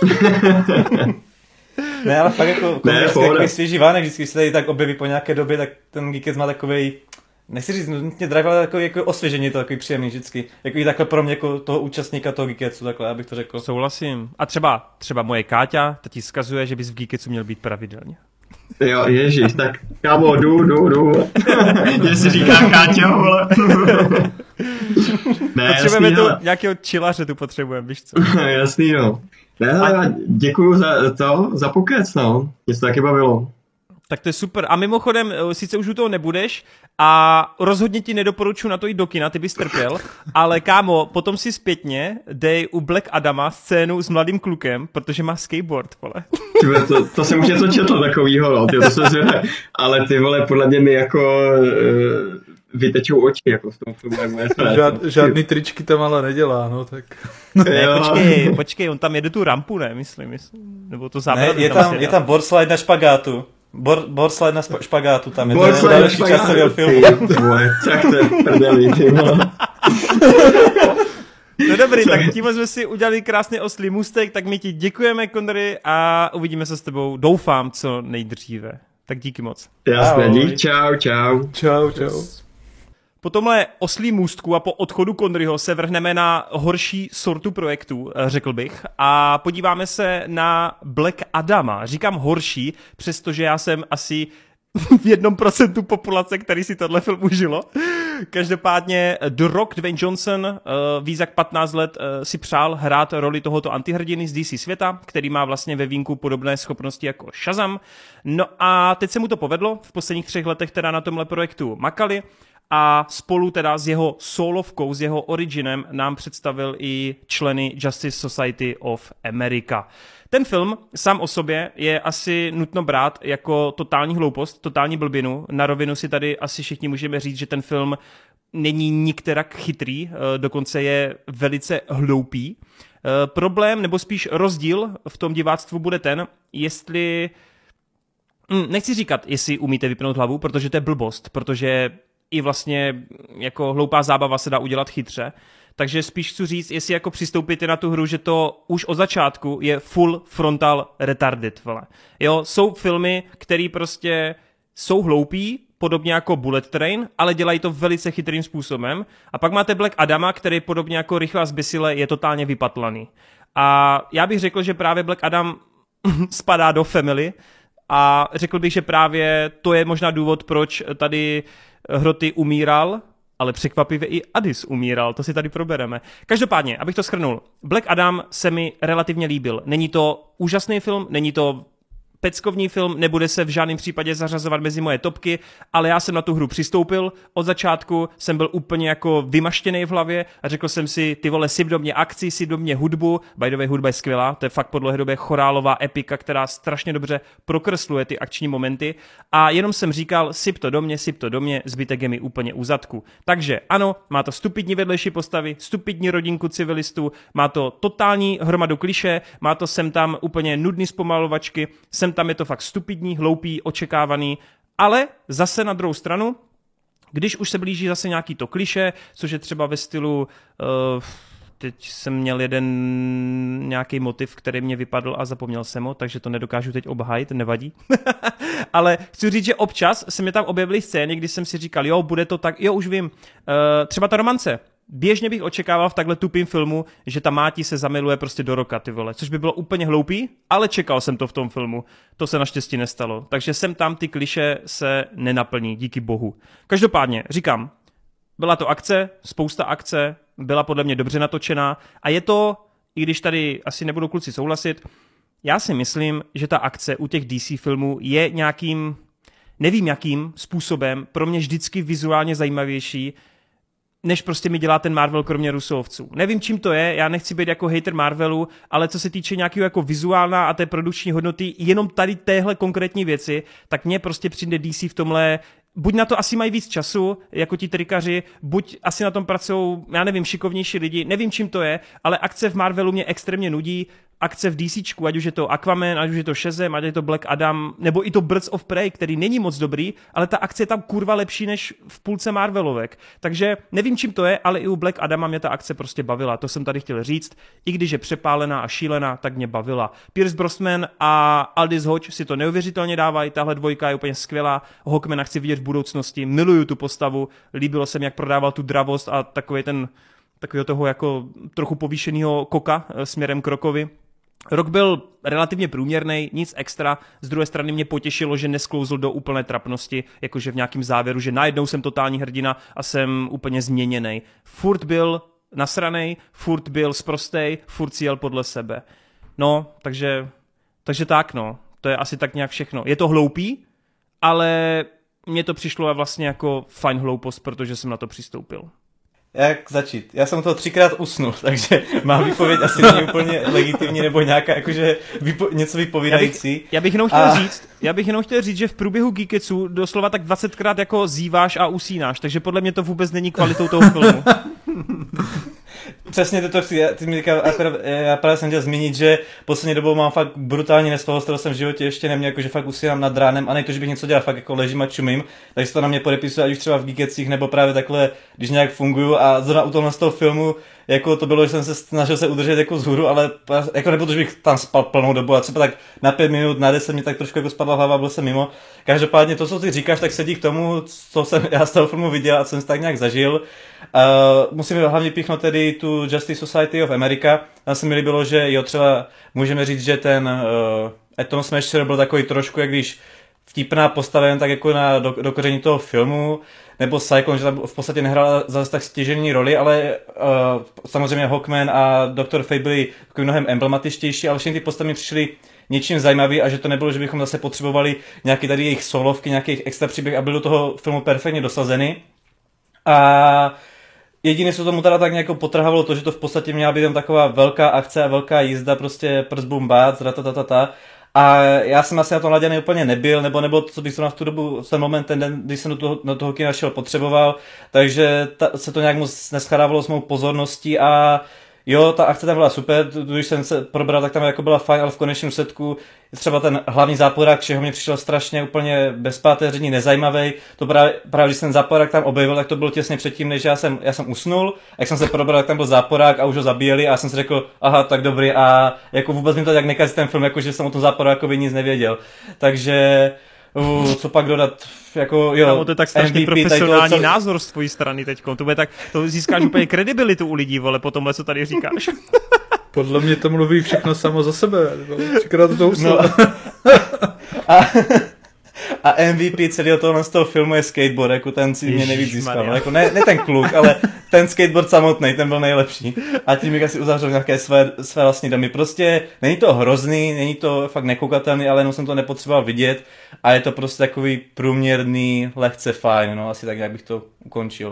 Ne, ale fakt jako, ne, jako takový svěží vánek, vždycky se tady tak objeví po nějaké době, tak ten Geekec má takovej, nechci říct nutně drive, ale takový jako osvěžení, to takový příjemný vždycky. Jako i takhle pro mě jako toho účastníka toho Geekecu, takhle, abych to řekl. Souhlasím. A třeba, třeba moje Káťa, ta ti vzkazuje, že bys v Geekecu měl být pravidelně. Jo, ježiš, tak kámo, jdu, jdu, jdu. Jestli říká Káťa, vole. Ne, potřebujeme jasný, tu hele. Nějakého čilaře tu potřebujeme, víš co? Jasný, no. Ne, a... děkuju za to, za pokec, no. Mě se taky bavilo. Tak to je super. A mimochodem, sice už u toho nebudeš a rozhodně ti nedoporučuji na to jít do kina, ty bys trpěl, ale kámo, potom si zpětně dej u Black Adama scénu s mladým klukem, protože má skateboard, vole. Tyhle, to, to jsem už něco četl takovýho, no, tyhle, to jsem zvědal, ale ty vole, podle mě mi jako uh, vytečou oči, jako v tom filmu. Žád, žádný tričky tam ale nedělá, no, tak... Ne, počkej, počkej, on tam jede tu rampu, ne, myslím, myslím. Nebo to zábranu. Ne, je tam, je tam board slide na špagátu. Bor, board slide na špagátu tam je. Board to je další část celého filmu. Tak to je prdeli, ty vole. No dobrý, tak tím jsme si udělali krásný oslý můstek, tak my ti děkujeme, Kondry, a uvidíme se s tebou, doufám, co nejdříve. Tak díky moc. Jasně, dík, čau, čau. Čau, čau. Po tomhle oslý můstku a po odchodu Kondryho se vrhneme na horší sortu projektů, řekl bych, a podíváme se na Black Adama. Říkám horší, přestože já jsem asi v jednom procentu populace, který si tohle film užilo. Každopádně The Rock, Dwayne Johnson, víc jak patnáct let si přál hrát roli tohoto antihrdiny z D C světa, který má vlastně ve vínku podobné schopnosti jako Shazam. No a teď se mu to povedlo, v posledních třech letech teda na tomhle projektu makali, a spolu teda s jeho solovkou, s jeho originem nám představil i členy Justice Society of America. Ten film sám o sobě je asi nutno brát jako totální hloupost, totální blbinu. Na rovinu si tady asi všichni můžeme říct, že ten film není nikterak chytrý, dokonce je velice hloupý. Problém, nebo spíš rozdíl v tom diváctvu bude ten, jestli... Nechci říkat, jestli umíte vypnout hlavu, protože to je blbost, protože i vlastně jako hloupá zábava se dá udělat chytře. Takže spíš chci říct, jestli jako přistoupíte na tu hru, že to už od začátku je full frontal retarded, vole. Jo, jsou filmy, které prostě jsou hloupí, podobně jako Bullet Train, ale dělají to velice chytrým způsobem. A pak máte Black Adama, který podobně jako Rychle a zbysile je totálně vypatlaný. A já bych řekl, že právě Black Adam spadá do family a řekl bych, že právě to je možná důvod, proč tady Hroty umíral, ale překvapivě i Addis umíral, to si tady probereme. Každopádně, abych to shrnul, Black Adam se mi relativně líbil. Není to úžasný film, není to peckovní film, nebude se v žádném případě zařazovat mezi moje topky, ale já jsem na tu hru přistoupil. Od začátku jsem byl úplně jako vymaštěnej v hlavě a řekl jsem si, ty vole, syp do mě akci, syp do mě hudbu. By the way, hudba je skvělá, to je fakt po dlouhé době chorálová epika, která strašně dobře prokresluje ty akční momenty. A jenom jsem říkal, syp to do mě, syp to do mě, zbytek je mi úplně u zadku. Takže ano, má to stupidní vedlejší postavy, stupidní rodinku civilistů, má to totální hromadu klišé, má to sem tam úplně nudný zpomalovačky, sem tam je to fakt stupidní, hloupý, očekávaný, ale zase na druhou stranu, když už se blíží zase nějaký to kliše, což je třeba ve stylu, uh, teď jsem měl jeden nějaký motiv, který mě vypadl a zapomněl jsem ho, takže to nedokážu teď obhájit, nevadí. Ale chci říct, že občas se mi tam objevily scény, kdy jsem si říkal, jo, bude to tak, jo, už vím, uh, třeba ta romance. Běžně bych očekával v takhle tupým filmu, že ta máti se zamiluje prostě do Rocka, ty vole, což by bylo úplně hloupý, ale čekal jsem to v tom filmu. To se naštěstí nestalo. Takže sem tam ty kliše se nenaplní, díky bohu. Každopádně, říkám, byla to akce, spousta akce, byla podle mě dobře natočená a je to, i když tady asi nebudou kluci souhlasit, Já si myslím, že ta akce u těch D C filmů je nějakým, nevím jakým způsobem, pro mě vždycky vizuálně zajímavější, než prostě mi dělá ten Marvel kromě Rusovců. Nevím, čím to je, já nechci být jako hater Marvelu, ale co se týče nějakého jako vizuálna a té produkční hodnoty, jenom tady téhle konkrétní věci, tak mně prostě přijde D C v tomhle, buď na to asi mají víc času, jako ti trikaři, buď asi na tom pracují, já nevím, šikovnější lidi, nevím, čím to je, ale akce v Marvelu mě extrémně nudí, akce v DCčku, ať už je to Aquaman, ať už je to Shazam, ať je to Black Adam, nebo i to Birds of Prey, který není moc dobrý, ale ta akce je tam kurva lepší než v půlce Marvelovek. Takže nevím, čím to je, ale i u Black Adama mě ta akce prostě bavila. To jsem tady chtěl říct. I když je přepálená a šílená, tak mě bavila. Pierce Brosnan a Aldis Hodge si to neuvěřitelně dávají, tahle dvojka je úplně skvělá. Hawkmana chci vidět v budoucnosti, miluju tu postavu, líbilo se mi, jak prodával tu dravost a takový ten takového toho jako trochu povýšeného koka směrem k Rockovi. Rok byl relativně průměrný, nic extra, z druhé strany mě potěšilo, že nesklouzl do úplné trapnosti, jakože v nějakém závěru, že najednou jsem totální hrdina a jsem úplně změněný. Furt byl nasranej, furt byl sprostej, furt si jel podle sebe. No, takže, takže tak no, to je asi tak nějak všechno. Je to hloupý, ale mně to přišlo vlastně jako fajn hloupost, protože jsem na to přistoupil. Jak začít? Já jsem toho třikrát usnul, takže má výpověď asi není úplně legitimní nebo nějaká jakože vypo, něco vypovídající. Já bych, já bych jenom chtěl a... říct, já bych jenom chtěl říct, že v průběhu Geeketsu doslova tak dvacetkrát jako zíváš a usínáš, takže podle mě to vůbec není kvalitou toho filmu. Přesně to chci, ty mi říká, já právě jsem chtěl zmínit, že poslední dobou mám fakt brutální nespavost, kterou jsem v životě ještě neměl, jakože fakt usínám nad ránem a ne to, že bych něco dělal, fakt jako ležím a čumím, takže to na mě podepisuje, ať už třeba v Geeketsích nebo právě takhle, když nějak funguju a zrovna u toho z toho filmu, jako to bylo, že jsem se snažil se udržet jako vzhůru, ale jako nebylo to, že bych tam spal plnou dobu a třeba tak na pět minut, na deset mě tak trošku jako spadla hlava, byl jsem mimo. Každopádně to, co ty říkáš, tak sedí k tomu, co jsem já z toho filmu viděl a co jsem tak nějak zažil. Uh, musím hlavně píchnout tedy tu Justice Society of America. Tam se mi líbilo, že jo, třeba můžeme říct, že ten uh, Atom Smasher byl takový trošku, jak když vtipná postava jen tak jako na do, dokoření toho filmu, nebo Cyclone, že tam v podstatě nehrál zase tak stěžejní roli, ale uh, samozřejmě Hawkman a doktor Fate byli takový mnohem emblematičtější, ale všechny ty postavy mi přišly něčím zajímavý a že to nebylo, že bychom zase potřebovali nějaký tady jejich solovky, nějaký jejich extra příběh a byly do toho filmu perfektně dosazeny. A jediné, co tomu teda tak nějak potrhávalo to, že to v podstatě měla být jen taková velká akce a velká jízda, prostě prst bum bác, ratatatata. A já jsem asi na to laděný úplně nebyl, nebo nebo to, co bych v tu dobu, v ten moment, ten den, když jsem do toho, do toho kina šel, potřeboval, takže ta, se to nějak moc neschadávalo s mou pozorností a jo, ta akce tam byla super, když jsem se probral, tak tam jako byla fajn, ale v konečném setku třeba ten hlavní záporák, čeho mě přišel strašně úplně bezpáteřní, nezajímavý. To právě, právě když ten záporák tam objevil, tak to bylo těsně předtím, než já jsem, já jsem usnul, a jak jsem se probral, tak tam byl záporák a už ho zabíjeli a já jsem si řekl, aha, tak dobrý a jako vůbec mi to tak nekazí ten film, jako že jsem o tom záporákovi nic nevěděl. Takže Uh, co pak dodat, jako jo, Kámo, to je tak strašně M V P, profesionální to, názor z tvojí strany teďko, to bude tak, to získáš úplně kredibilitu u lidí, vole, po tomhle, co tady říkáš. Podle mě to mluví všechno samo za sebe, třikrát to usnul. No. a, a M V P celého tohle z toho filmu je skateboard, jako ten si mě nejvíc získal, jako ne, ne ten kluk, ale ten skateboard samotný, ten byl nejlepší. A tím bych asi uzavřel nějaké své, své vlastní domy. Prostě není to hrozný, není to fakt nekoukatelný, ale jenom jsem to nepotřeboval vidět a je to prostě takový průměrný, lehce fajn, no asi tak nějak bych to ukončil.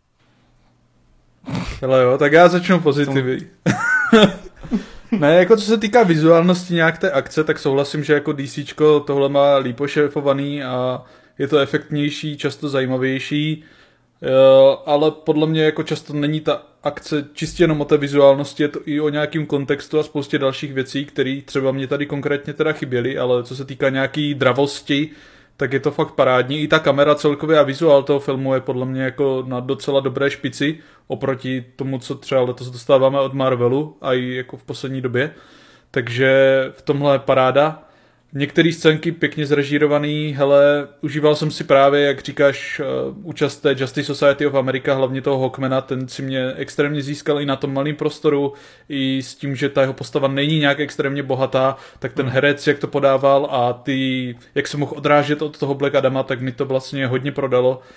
Hele jo, tak já začnu pozitivy. Ne, jako co se týká vizuálnosti nějak té akce, tak souhlasím, že jako DCčko tohle má líp ošéfovaný a je to efektnější, často zajímavější, jo, ale podle mě jako často není ta akce čistě jenom o té vizuálnosti, je to i o nějakým kontextu a spoustě dalších věcí, které třeba mě tady konkrétně teda chyběly, ale co se týká nějaký dravosti, tak je to fakt parádní. I ta kamera celkově a vizuál toho filmu je podle mě jako na docela dobré špici oproti tomu, co třeba letos dostáváme od Marvelu a i jako v poslední době. Takže v tomhle je paráda. Některé scénky pěkně zrežírovaný, hele, užíval jsem si právě, jak říkáš, účast té Justice Society of America, hlavně toho Hawkmana, ten si mě extrémně získal i na tom malém prostoru, i s tím, že ta jeho postava není nějak extrémně bohatá, tak ten herec, jak to podával a ty, jak se mohl odrážet od toho Black Adama, tak mi to vlastně hodně prodalo.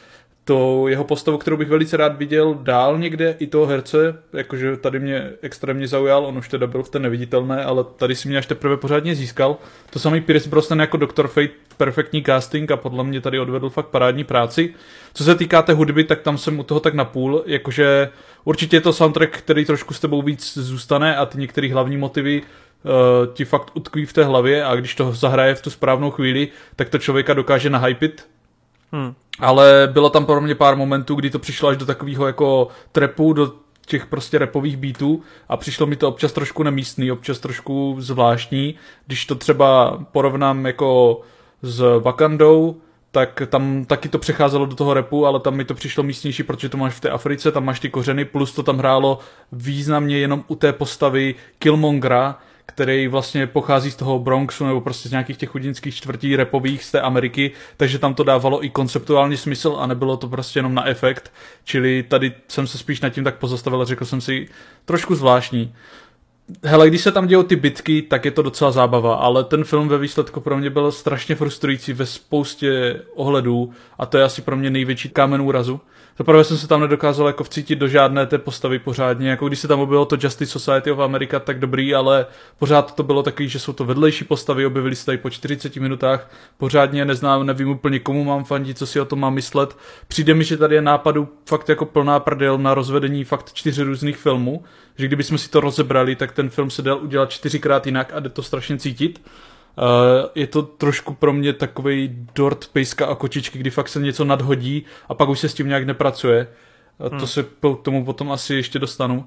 to jeho postavu, kterou bych velice rád viděl dál někde, i toho herce, jakože tady mě extrémně zaujal, on už teda byl v té Neviditelné, ale tady si mě až teprve pořádně získal. To samý Pierce Brosnan jako doktor Fate, perfektní casting a podle mě tady odvedl fakt parádní práci. Co se týká té hudby, tak tam jsem u toho tak napůl, jakože určitě je to soundtrack, který trošku s tebou víc zůstane a ty některé hlavní motivy uh, ti fakt utkví v té hlavě a když to zahraje v tu správnou chvíli, tak to člověka dokáže nahypit. Hmm. Ale bylo tam pro mě pár momentů, kdy to přišlo až do takového jako trapu, do těch prostě rapových beatů a přišlo mi to občas trošku nemístný, občas trošku zvláštní. Když to třeba porovnám jako s Wakandou, tak tam taky to přecházelo do toho rapu, ale tam mi to přišlo místnější, protože to máš v té Africe, tam máš ty kořeny, plus to tam hrálo významně jenom u té postavy Killmongera, který vlastně pochází z toho Bronxu nebo prostě z nějakých těch chudinských čtvrtí rapových z té Ameriky, takže tam to dávalo i konceptuální smysl a nebylo to prostě jenom na efekt, čili tady jsem se spíš nad tím tak pozastavil a řekl jsem si trošku zvláštní. Hele, když se tam dějou ty bitky, tak je to docela zábava, ale ten film ve výsledku pro mě byl strašně frustrující ve spoustě ohledů a to je asi pro mě největší kámen úrazu. Zaprvé jsem se tam nedokázal jako vcítit do žádné té postavy pořádně, jako když se tam objevilo to Justice Society of America, tak dobrý, ale pořád to bylo takový, že jsou to vedlejší postavy, objevili se tady po čtyřiceti minutách, pořádně neznám, nevím úplně komu mám fandit, co si o tom mám myslet. Přijde mi, že tady je nápadu fakt jako plná prdel na rozvedení fakt čtyři různých filmů, že kdybychom si to rozebrali, tak ten film se dal udělat čtyřikrát jinak a jde to strašně cítit. Uh, je to trošku pro mě takovej dort, pejska a kočičky, kdy fakt se něco nadhodí a pak už se s tím nějak nepracuje. Uh, hmm. To se k tomu potom asi ještě dostanu.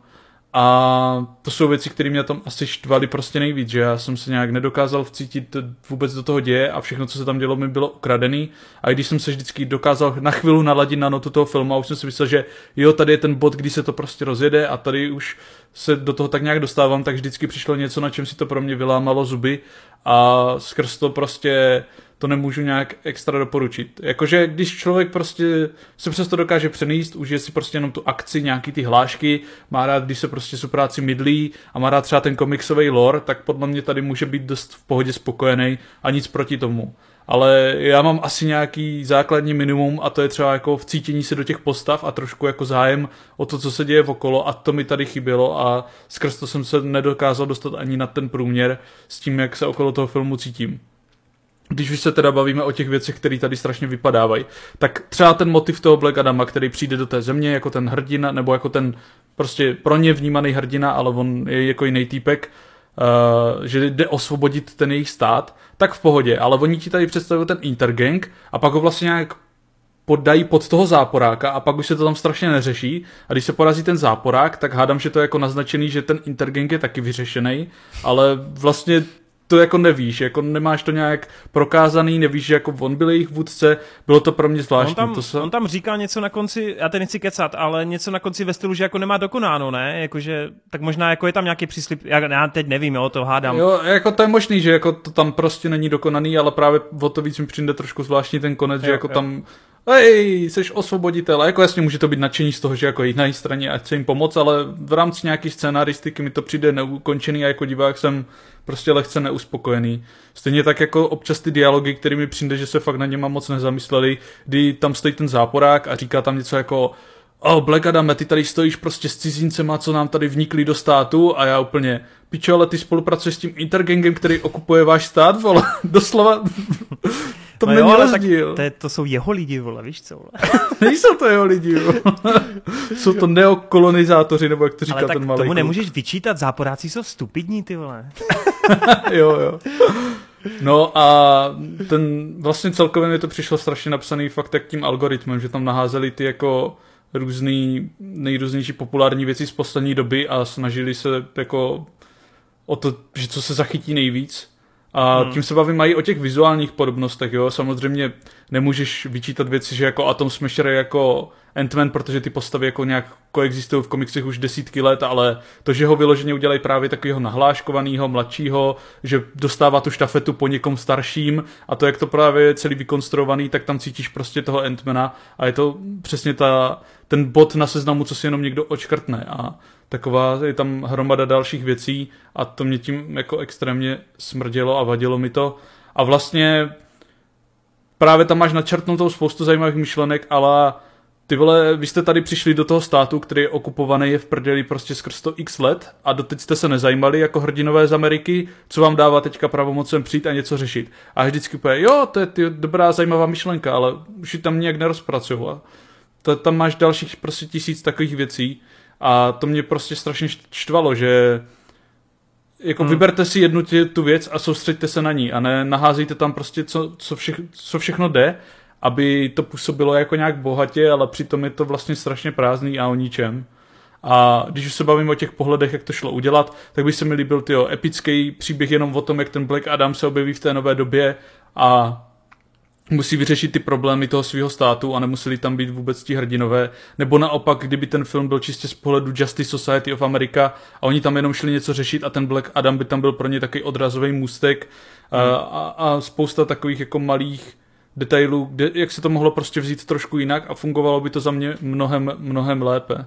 A to jsou věci, které mě tam asi štvaly prostě nejvíc, že já jsem se nějak nedokázal vcítit vůbec do toho děje a všechno, co se tam dělo, mi bylo ukradený. A když jsem se vždycky dokázal na chvíli naladit na notu toho filmu a už jsem si myslel, že jo, tady je ten bod, kdy se to prostě rozjede a tady už se do toho tak nějak dostávám, tak vždycky přišlo něco, na čem si to pro mě vylámalo zuby a skrz to prostě to nemůžu nějak extra doporučit. Jakože když člověk prostě se přesto dokáže přenést, užije si prostě jenom tu akci, nějaký ty hlášky, má rád, když se prostě supráci mydlí a má rád třeba ten komiksový lore, tak podle mě tady může být dost v pohodě spokojený a nic proti tomu. Ale já mám asi nějaký základní minimum a to je třeba jako vcítění se do těch postav a trošku jako zájem o to, co se děje okolo a to mi tady chybělo a skrz to jsem se nedokázal dostat ani na ten průměr s tím, jak se okolo toho filmu cítím. Když už se teda bavíme o těch věcech, které tady strašně vypadávají, tak třeba ten motiv toho Black Adama, který přijde do té země jako ten hrdina, nebo jako ten prostě pro ně vnímaný hrdina, ale on je jako jiný týpek, uh, že jde osvobodit ten jejich stát, tak v pohodě, ale oni ti tady představují ten intergang a pak ho vlastně nějak podají pod toho záporáka a pak už se to tam strašně neřeší a když se porazí ten záporák, tak hádám, že to je jako naznačený, že ten intergang je taky vyřešený, ale vlastně to jako nevíš, jako nemáš to nějak prokázaný, nevíš, že jako on byl jejich vůdce, bylo to pro mě zvláštní. On tam, to se... on tam říká něco na konci, já teď nechci kecat, ale něco na konci ve stylu, že jako nemá dokonáno, ne? Jakože, tak možná jako je tam nějaký příslib, já, já teď nevím, jo, to hádám. Jo, jako to je možný, že jako to tam prostě není dokonaný, ale právě o to víc mi přijde trošku zvláštní ten konec, jo, že jako jo. Tam hej, jsi osvoboditel, a jako jasně může to být nadšení z toho, že jako jít na její straně a chce jim pomoct, ale v rámci nějaký scénaristiky mi to přijde neukončený a jako divák jsem prostě lehce neuspokojený. Stejně tak jako občas ty dialogy, které mi přijde, že se fakt na něma moc nezamysleli, kdy tam stojí ten záporák a říká tam něco jako oh, Black Adame, ty tady stojíš prostě s cizincema, co nám tady vnikli do státu a já úplně, pičo, ale ty spolupracuješ s tím intergangem, který okupuje váš stát, vole, doslova... To no není jo, rozdíl. To, je, to jsou jeho lidi, vole, víš co, vole. Nejsou to jeho lidi, vole. Jsou to neokolonizátoři, nebo jak to říká ale ten malý. Ale tak tomu kluk. Nemůžeš vyčítat, záporáci jsou stupidní, ty vole. Jo, jo. No a ten, vlastně celkově mi to přišlo strašně napsaný fakt tak tím algoritmem, že tam naházeli ty jako různý, nejrůznější populární věci z poslední doby a snažili se jako o to, že co se zachytí nejvíc. A hmm. tím se bavím mají o těch vizuálních podobnostech, jo, samozřejmě nemůžeš vyčítat věci, že jako Atom Smasher je jako Ant-Man, protože ty postavy jako nějak koexistují v komiksech už desítky let, ale to, že ho vyloženě udělají právě takového nahláškovaného, mladšího, že dostává tu štafetu po někom starším a to, jak to právě je celý vykonstruovaný, tak tam cítíš prostě toho Ant-Mana a je to přesně ta, ten bod na seznamu, co si jenom někdo očkrtne a taková je tam hromada dalších věcí a to mě tím jako extrémně smrdělo a vadilo mi to. A vlastně právě tam máš načrtnutou spoustu zajímavých myšlenek, ale ty vole, vy jste tady přišli do toho státu, který je okupovaný, je v prdeli prostě skrz to x let a doteď jste se nezajímali jako hrdinové z Ameriky, co vám dává teďka pravomocem přijít a něco řešit. A vždycky poje, jo, to je ty dobrá, zajímavá myšlenka, ale už ji tam nějak nerozpracovala. To, tam máš dalších prostě tisíc takových věcí a to mě prostě strašně štvalo, že jako hmm. vyberte si jednu tě, tu věc a soustřeďte se na ní a ne naházejte tam prostě co, co, vše, co všechno jde, aby to působilo jako nějak bohatě, ale přitom je to vlastně strašně prázdný a o ničem. A když už se bavím o těch pohledech, jak to šlo udělat, tak by se mi líbil tyjo, epický příběh jenom o tom, jak ten Black Adam se objeví v té nové době a musí vyřešit ty problémy toho svého státu a nemuseli tam být vůbec ti hrdinové. Nebo naopak, kdyby ten film byl čistě z pohledu Justice Society of America a oni tam jenom šli něco řešit a ten Black Adam by tam byl pro ně takový odrazový můstek hmm. a, a, a spousta takových jako malých detailů, kde, jak se to mohlo prostě vzít trošku jinak a fungovalo by to za mě mnohem, mnohem lépe.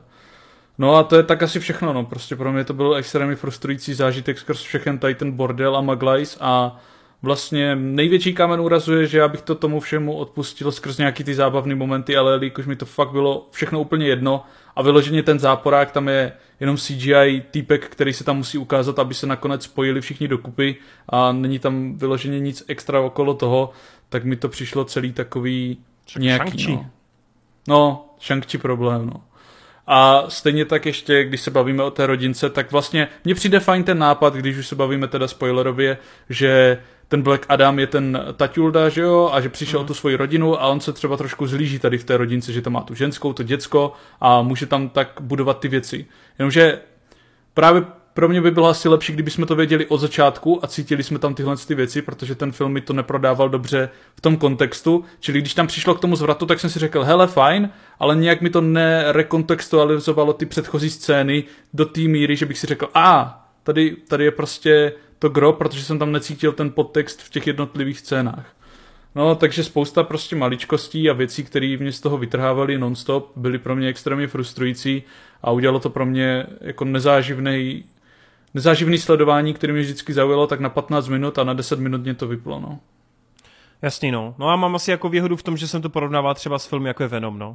No a to je tak asi všechno, no. Prostě pro mě to byl extrémně frustrující zážitek skrz všechen tady ten bordel a maglajs a vlastně největší kámen úrazu je, že já bych to tomu všemu odpustil skrz nějaký ty zábavné momenty, ale jelikož mi to fakt bylo všechno úplně jedno a vyloženě ten záporák, tam je jenom C G I týpek, který se tam musí ukázat, aby se nakonec spojili všichni dokupy a není tam vyloženě nic extra okolo toho, tak mi to přišlo celý takový Však nějaký, Shang-Chi. no. No, Shang-Chi problém, no. A stejně tak ještě, když se bavíme o té rodince, tak vlastně mně přijde fajn ten nápad, když už se bavíme teda spoilerově, že ten Black Adam je ten taťulda, že jo, a že přišel mm. tu svoji rodinu a on se třeba trošku zlíží tady v té rodince, že tam má tu ženskou, to děcko a může tam tak budovat ty věci. Jenomže právě pro mě by bylo asi lepší, kdyby jsme to věděli od začátku a cítili jsme tam tyhle ty věci, protože ten film mi to neprodával dobře v tom kontextu. Čili když tam přišlo k tomu zvratu, tak jsem si řekl, hele, fajn, ale nějak mi to nerekontextualizovalo ty předchozí scény do té míry, že bych si řekl, a tady, tady je prostě to gro, protože jsem tam necítil ten podtext v těch jednotlivých scénách. No, takže spousta prostě maličkostí a věcí, které mě z toho vytrhávaly non-stop, byly pro mě extrémně frustrující a udělalo to pro mě jako nezáživný, nezáživný sledování, který mě vždycky zaujalo tak na patnáct minut a na deset minut mě to vyplo, no. Jasný, no. No a mám asi jako výhodu v tom, že jsem to porovnával třeba s filmy jako je Venom, no.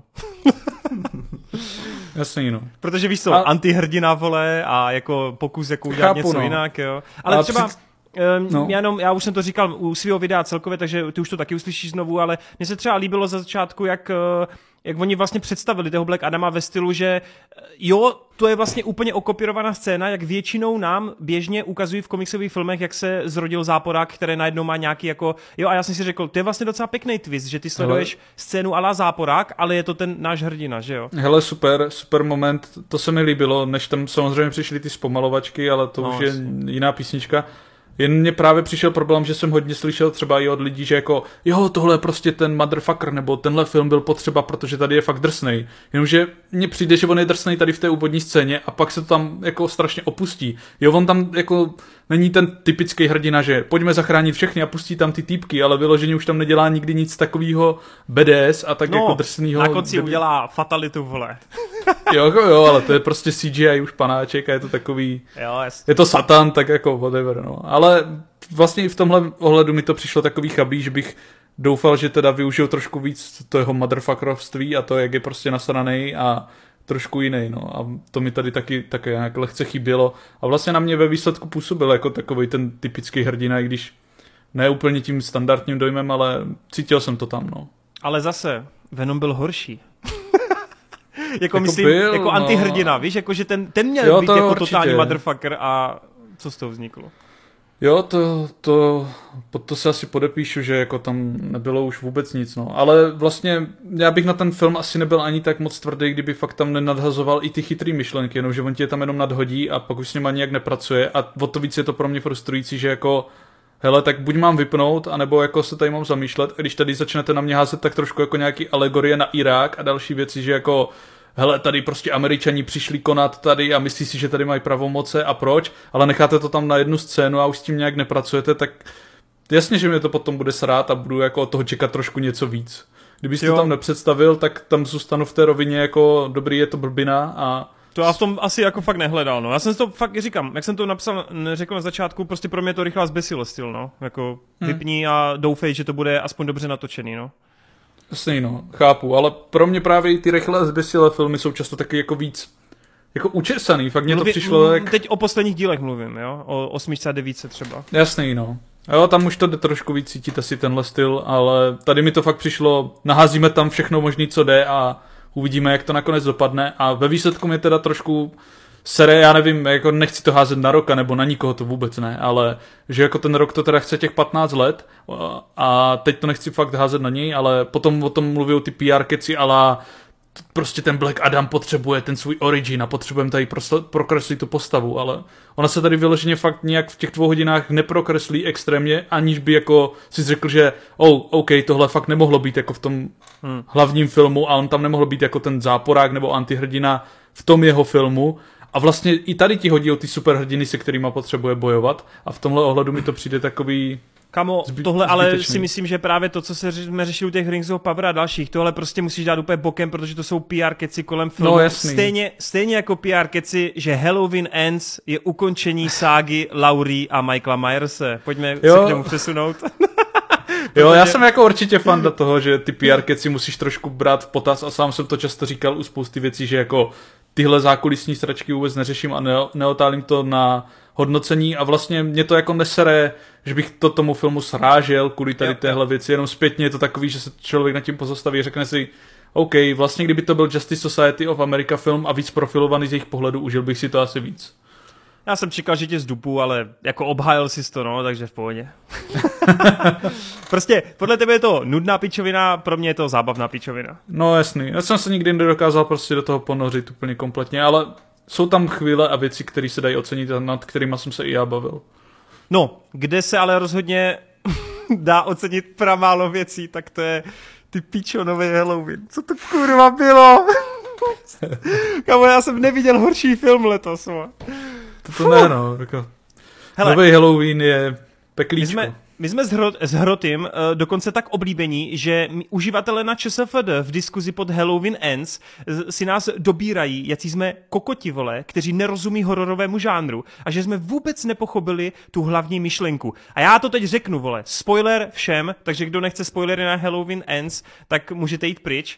Jasný, no. Protože víš co, a... antihrdina, vole, a jako pokus jako udělat Chápu, něco no. jinak, jo. Ale a třeba... Při... No. Já, jenom, já už jsem to říkal u svého videa celkově, takže ty už to taky uslyšíš znovu, ale mně se třeba líbilo za začátku, jak, jak oni vlastně představili toho Black Adama ve stylu, že jo, to je vlastně úplně okopírovaná scéna, jak většinou nám běžně ukazují v komiksových filmech, jak se zrodil záporák, který najednou má nějaký jako, jo a já jsem si řekl, to je vlastně docela pěkný twist, že ty sleduješ Hele. scénu a la záporák, ale je to ten náš hrdina, že jo? Hele, super, super moment, to se mi líbilo, než tam samozřejmě přišly ty zpomalovačky, ale to no, už je jasný. Jiná písnička. Jen mně právě přišel problém, že jsem hodně slyšel třeba i od lidí, že jako jo, tohle je prostě ten motherfucker, nebo tenhle film byl potřeba, protože tady je fakt drsnej. Jenomže mně přijde, že on je drsnej tady v té úvodní scéně a pak se to tam jako strašně opustí. Jo, on tam jako není ten typický hrdina, že pojďme zachránit všechny a pustí tam ty týpky, ale vyloženě už tam nedělá nikdy nic takového B D S a tak no, jako drsnýho. Na konci udělá fatalitu, vole. jo, jo, ale to je prostě C G I už panáček a je to takový, jo, jasný. je to satan, tak jako whatever, no. Ale vlastně i v tomhle ohledu mi to přišlo takový chabý, že bych doufal, že teda využil trošku víc toho motherfuckerovství a to, jak je prostě nasranej a trošku jiný, no. A to mi tady taky, taky nějak lehce chybělo. A vlastně na mě ve výsledku působil jako takový ten typický hrdina, i když ne úplně tím standardním dojmem, ale cítil jsem to tam, no. Ale zase, Venom byl horší. jako, jako myslím, byl, jako no. antihrdina, víš, jako že ten, ten měl jo, být to jako určitě. Totální motherfucker a co z toho vzniklo? Jo, to, to, pod to se asi podepíšu, že jako tam nebylo už vůbec nic, no. Ale vlastně já bych na ten film asi nebyl ani tak moc tvrdý, kdyby fakt tam nenadhazoval i ty chytrý myšlenky, jenomže on tě tam jenom nadhodí a pak už s nima nijak nepracuje a o to víc je to pro mě frustrující, že jako hele, tak buď mám vypnout, anebo jako se tady mám zamýšlet a když tady začnete na mě házet tak trošku jako nějaký alegorie na Irák a další věci, že jako hele, tady prostě Američani přišli konat tady a myslí si, že tady mají pravomoce a proč, ale necháte to tam na jednu scénu a už s tím nějak nepracujete, tak jasně, že mě to potom bude srát a budu jako od toho čekat trošku něco víc. Kdybyste to tam nepředstavil, tak tam zůstanu v té rovině jako dobrý, je to blbina a to já v tom asi jako fakt nehledal, no. Já jsem to fakt říkám, jak jsem to napsal, řekl na začátku, prostě pro mě to rychle zbesilo styl, no. Jako hmm. vypni a doufej, že to bude aspoň dobře natočený, no. Jasně, no, chápu, ale pro mě právě i ty rychlé zběsilé filmy jsou často taky jako víc jako učesaný, fakt mě to Mluví, přišlo jak... Teď o posledních dílech mluvím, jo, o osmičce a devítce třeba. Jasný, no. Jo, tam už to jde trošku víc cítit asi tenhle styl, ale tady mi to fakt přišlo, naházíme tam všechno možný, co jde a uvidíme, jak to nakonec dopadne a ve výsledku mě teda trošku sere, já nevím, jako nechci to házet na Roka nebo na nikoho, to vůbec ne, ale že jako ten Rok to teda chce těch patnáct let a teď to nechci fakt házet na něj, ale potom o tom mluví ty P R keci ala prostě ten Black Adam potřebuje ten svůj origin a potřebujeme tady prokreslit tu postavu, ale ona se tady vyloženě fakt nějak v těch dvou hodinách neprokreslí extrémně, aniž by jako si řekl, že oh, OK, tohle fakt nemohlo být jako v tom hmm. hlavním filmu a on tam nemohl být jako ten záporák nebo antihrdina v tom jeho filmu a vlastně i tady ti hodí o ty superhrdiny, se kterýma potřebuje bojovat a v tomhle ohledu mi to přijde takový... Kamo, Zby, tohle ale zbytečný. Si myslím, že právě to, co se jsme řešili u těch Rings of Power a dalších, tohle prostě musíš dát úplně bokem, protože to jsou P R keci kolem filmu. No, stejně, stejně jako P R keci, že Halloween Ends je ukončení ságy Laurie a Michaela Myerse. Pojďme jo. se k němu přesunout. Jo, já jsem jako určitě fan do toho, že ty P R keci musíš trošku brát v potaz a sám jsem to často říkal u spousty věcí, že jako tyhle zákulisní sračky vůbec neřeším a ne- neotálím to na hodnocení a vlastně mě to jako nesere, že bych to tomu filmu srážel kvůli tady jo, téhle věci, jenom zpětně je to takový, že se člověk nad tím pozastaví a řekne si OK, vlastně kdyby to byl Justice Society of America film a víc profilovaný z jejich pohledu, užil bych si to asi víc. Já jsem čekal, že tě zdupu, ale jako obhájil jsi to, no, takže v pohodě. Prostě podle tebe je to nudná pičovina, pro mě je to zábavná pičovina. No jasný, já jsem se nikdy nedokázal prostě do toho ponořit úplně kompletně, ale jsou tam chvíle a věci, které se dají ocenit a nad kterýma jsem se i já bavil. No, kde se ale rozhodně dá ocenit pramálo věcí, tak to je ty pičo nový Halloween. Co to kurva bylo? Kamo, já jsem neviděl horší film letos. To ne, no. Jako, nový Halloween je peklíčko. My jsme, my jsme s, hro, s Hrotym uh, dokonce tak oblíbení, že uživatelé na ČSFD v diskuzi pod Halloween Ends si nás dobírají, jací jsme kokoti, vole, kteří nerozumí hororovému žánru a že jsme vůbec nepochopili tu hlavní myšlenku. A já to teď řeknu, vole, spoiler všem, takže kdo nechce spoilery na Halloween Ends, tak můžete jít pryč.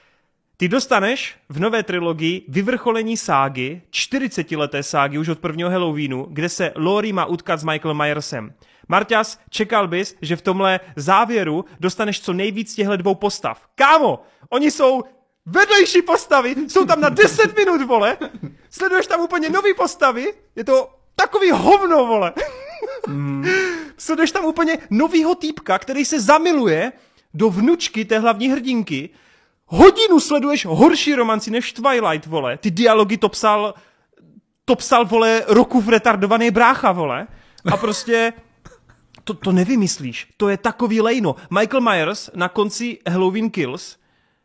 Ty dostaneš v nové trilogii vyvrcholení ságy, čtyřicetileté ságy už od prvního Halloweenu, kde se Laurie má utkat s Michaelem Myersem. Marťas, čekal bys, že v tomhle závěru dostaneš co nejvíc těchto dvou postav. Kámo, oni jsou vedlejší postavy, jsou tam na deset minut, vole. Sleduješ tam úplně nový postavy, je to takový hovno, vole. Mm. Sleduješ tam úplně novýho týpka, který se zamiluje do vnučky té hlavní hrdinky. Hodinu sleduješ horší romanci než Twilight, vole. Ty dialogy to psal, to psal, vole, Rokův retardovaný brácha, vole. A prostě to, to nevymyslíš. To je takový lejno. Michael Myers na konci Halloween Kills,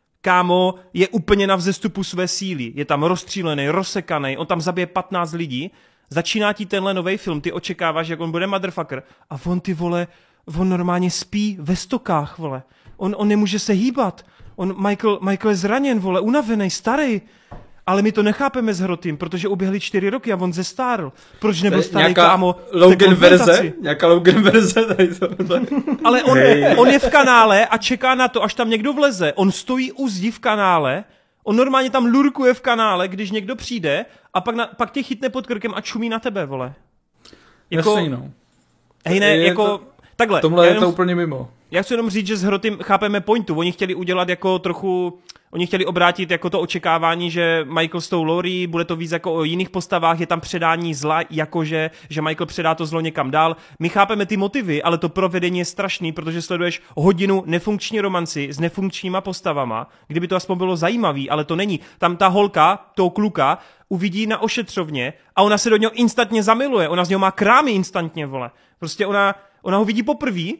kámo, je úplně na vzestupu své síly. Je tam rozstřílený, rozsekaný, on tam zabije patnáct lidí. Začíná ti tenhle nový film, ty očekáváš, jak on bude motherfucker. A on, ty vole, on normálně spí ve stokách, vole. On, on nemůže se hýbat. On, Michael, Michael je zraněn, vole, unavený, starý. Ale my to nechápeme s Hrotým, protože uběhly čtyři roky a on zestárl. Proč nebyl starý, kámo? Logan verze? Nějaká Logan verze? Tady to, ale on, on je v kanále a čeká na to, až tam někdo vleze. On stojí u zdi v kanále, on normálně tam lurkuje v kanále, když někdo přijde a pak, na, pak tě chytne pod krkem a čumí na tebe, vole. Jako, Jasný, no. Hej, ne, je jako... To, takhle. Tomhle je to úplně mimo. Já chci jenom říct, že s Hrotym chápeme pointu. Oni chtěli udělat jako trochu... Oni chtěli obrátit jako to očekávání, že Michael s tou Laurie, bude to víc jako o jiných postavách, je tam předání zla, jakože, že Michael předá to zlo někam dál. My chápeme ty motivy, ale to provedení je strašný, protože sleduješ hodinu nefunkční romanci s nefunkčníma postavama, kdyby to aspoň bylo zajímavý, ale to není. Tam ta holka, toho kluka, uvidí na ošetřovně a ona se do něho instantně zamiluje, ona z něho má krámy instantně, vole. Prostě ona, ona ho vidí poprvé.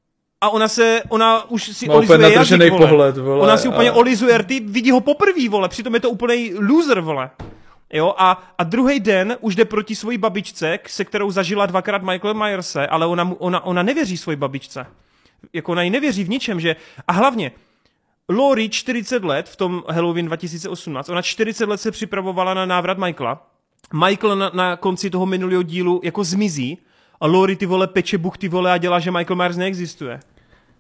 A ona se, ona už si má olizuje jazyk, vole. Pohled, vole. Ona si a... úplně olizuje rty, vidí ho poprvý, vole, přitom je to úplnej loser, vole. Jo, a, a druhý den už jde proti svojí babičce, se kterou zažila dvakrát Michael Myerse, ale ona, ona, ona nevěří svojí babičce. Jako ona jí nevěří v ničem, že... A hlavně, Laurie čtyřicet let v tom Halloween dva tisíce osmnáct, ona čtyřicet let se připravovala na návrat Michaela. Michael na, na konci toho minulého dílu jako zmizí a Laurie, ty vole, peče buch, ty vole, a dělá, že Michael Myers neexistuje.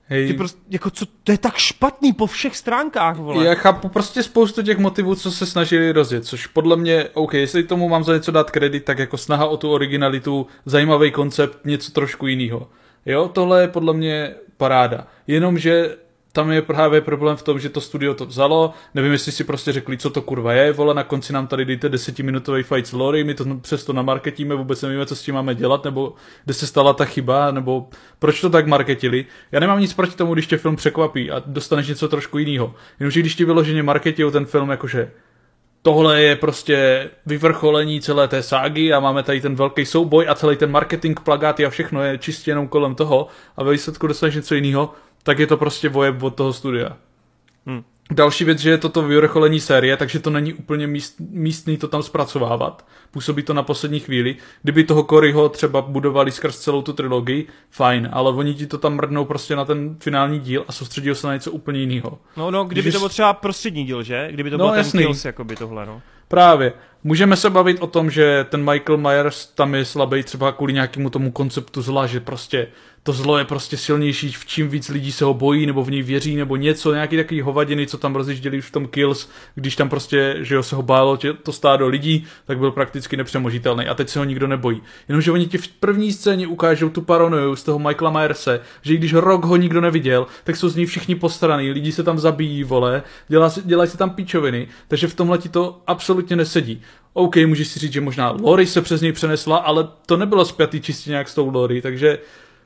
Hej. Ty prostě, jako co, to je tak špatný po všech stránkách, vole. Já chápu prostě spoustu těch motivů, co se snažili rozjet, což podle mě, OK, jestli tomu mám za něco dát kredit, tak jako snaha o tu originalitu, zajímavý koncept, něco trošku jiného. Jo, tohle je podle mě paráda. Jenomže tam je právě problém v tom, že to studio to vzalo, nevím, jestli si prostě řekli, co to kurva je, vole, na konci nám tady dejte desetiminutový fight s Lori, my to přesto namarketíme, vůbec nevíme, co s tím máme dělat, nebo kde se stala ta chyba, nebo proč to tak marketili. Já nemám nic proti tomu, když tě film překvapí a dostaneš něco trošku jiného. Jenomže když ti vyloženě marketujou ten film, jakože tohle je prostě vyvrcholení celé té ságy a máme tady ten velký souboj a celý ten marketing, plagáty a všechno je čistě jenom kolem toho a ve výsledku dostaneš něco jiného, tak je to prostě vojeb od toho studia. Hmm. Další věc, že je toto vyvrcholení série, takže to není úplně míst, místný to tam zpracovávat. Působí to na poslední chvíli. Kdyby toho Coryho třeba budovali skrz celou tu trilogii, fajn, ale oni ti to tam mrdnou prostě na ten finální díl a soustředí se na něco úplně jiného. No, no, kdyby Když... to byl třeba prostřední díl, že? Kdyby to no, byl jasný. ten Kills, jakoby tohle, no. Právě. Můžeme se bavit o tom, že ten Michael Myers tam je slabý třeba kvůli nějakému tomu konceptu zla, že prostě to zlo je prostě silnější, v čím víc lidí se ho bojí, nebo v něj věří, nebo něco, nějaký takový hovadiny, co tam rozjížděli v tom Kills, když tam prostě, že jo, se ho bálo to stádo lidí, tak byl prakticky nepřemožitelný a teď se ho nikdo nebojí. Jenomže oni ti v první scéně ukážou tu paranoju z toho Michaela Myerse, že i když rok ho nikdo neviděl, tak jsou z ní všichni postraný, lidi se tam zabijí, vole, dělá, dělají se tam píčoviny, takže v tomhle ti to absolutně nesedí. OK, můžeš si říct, že možná Lori se přes něj přenesla, ale to nebylo spjatý čistě nějak s tou Lori, takže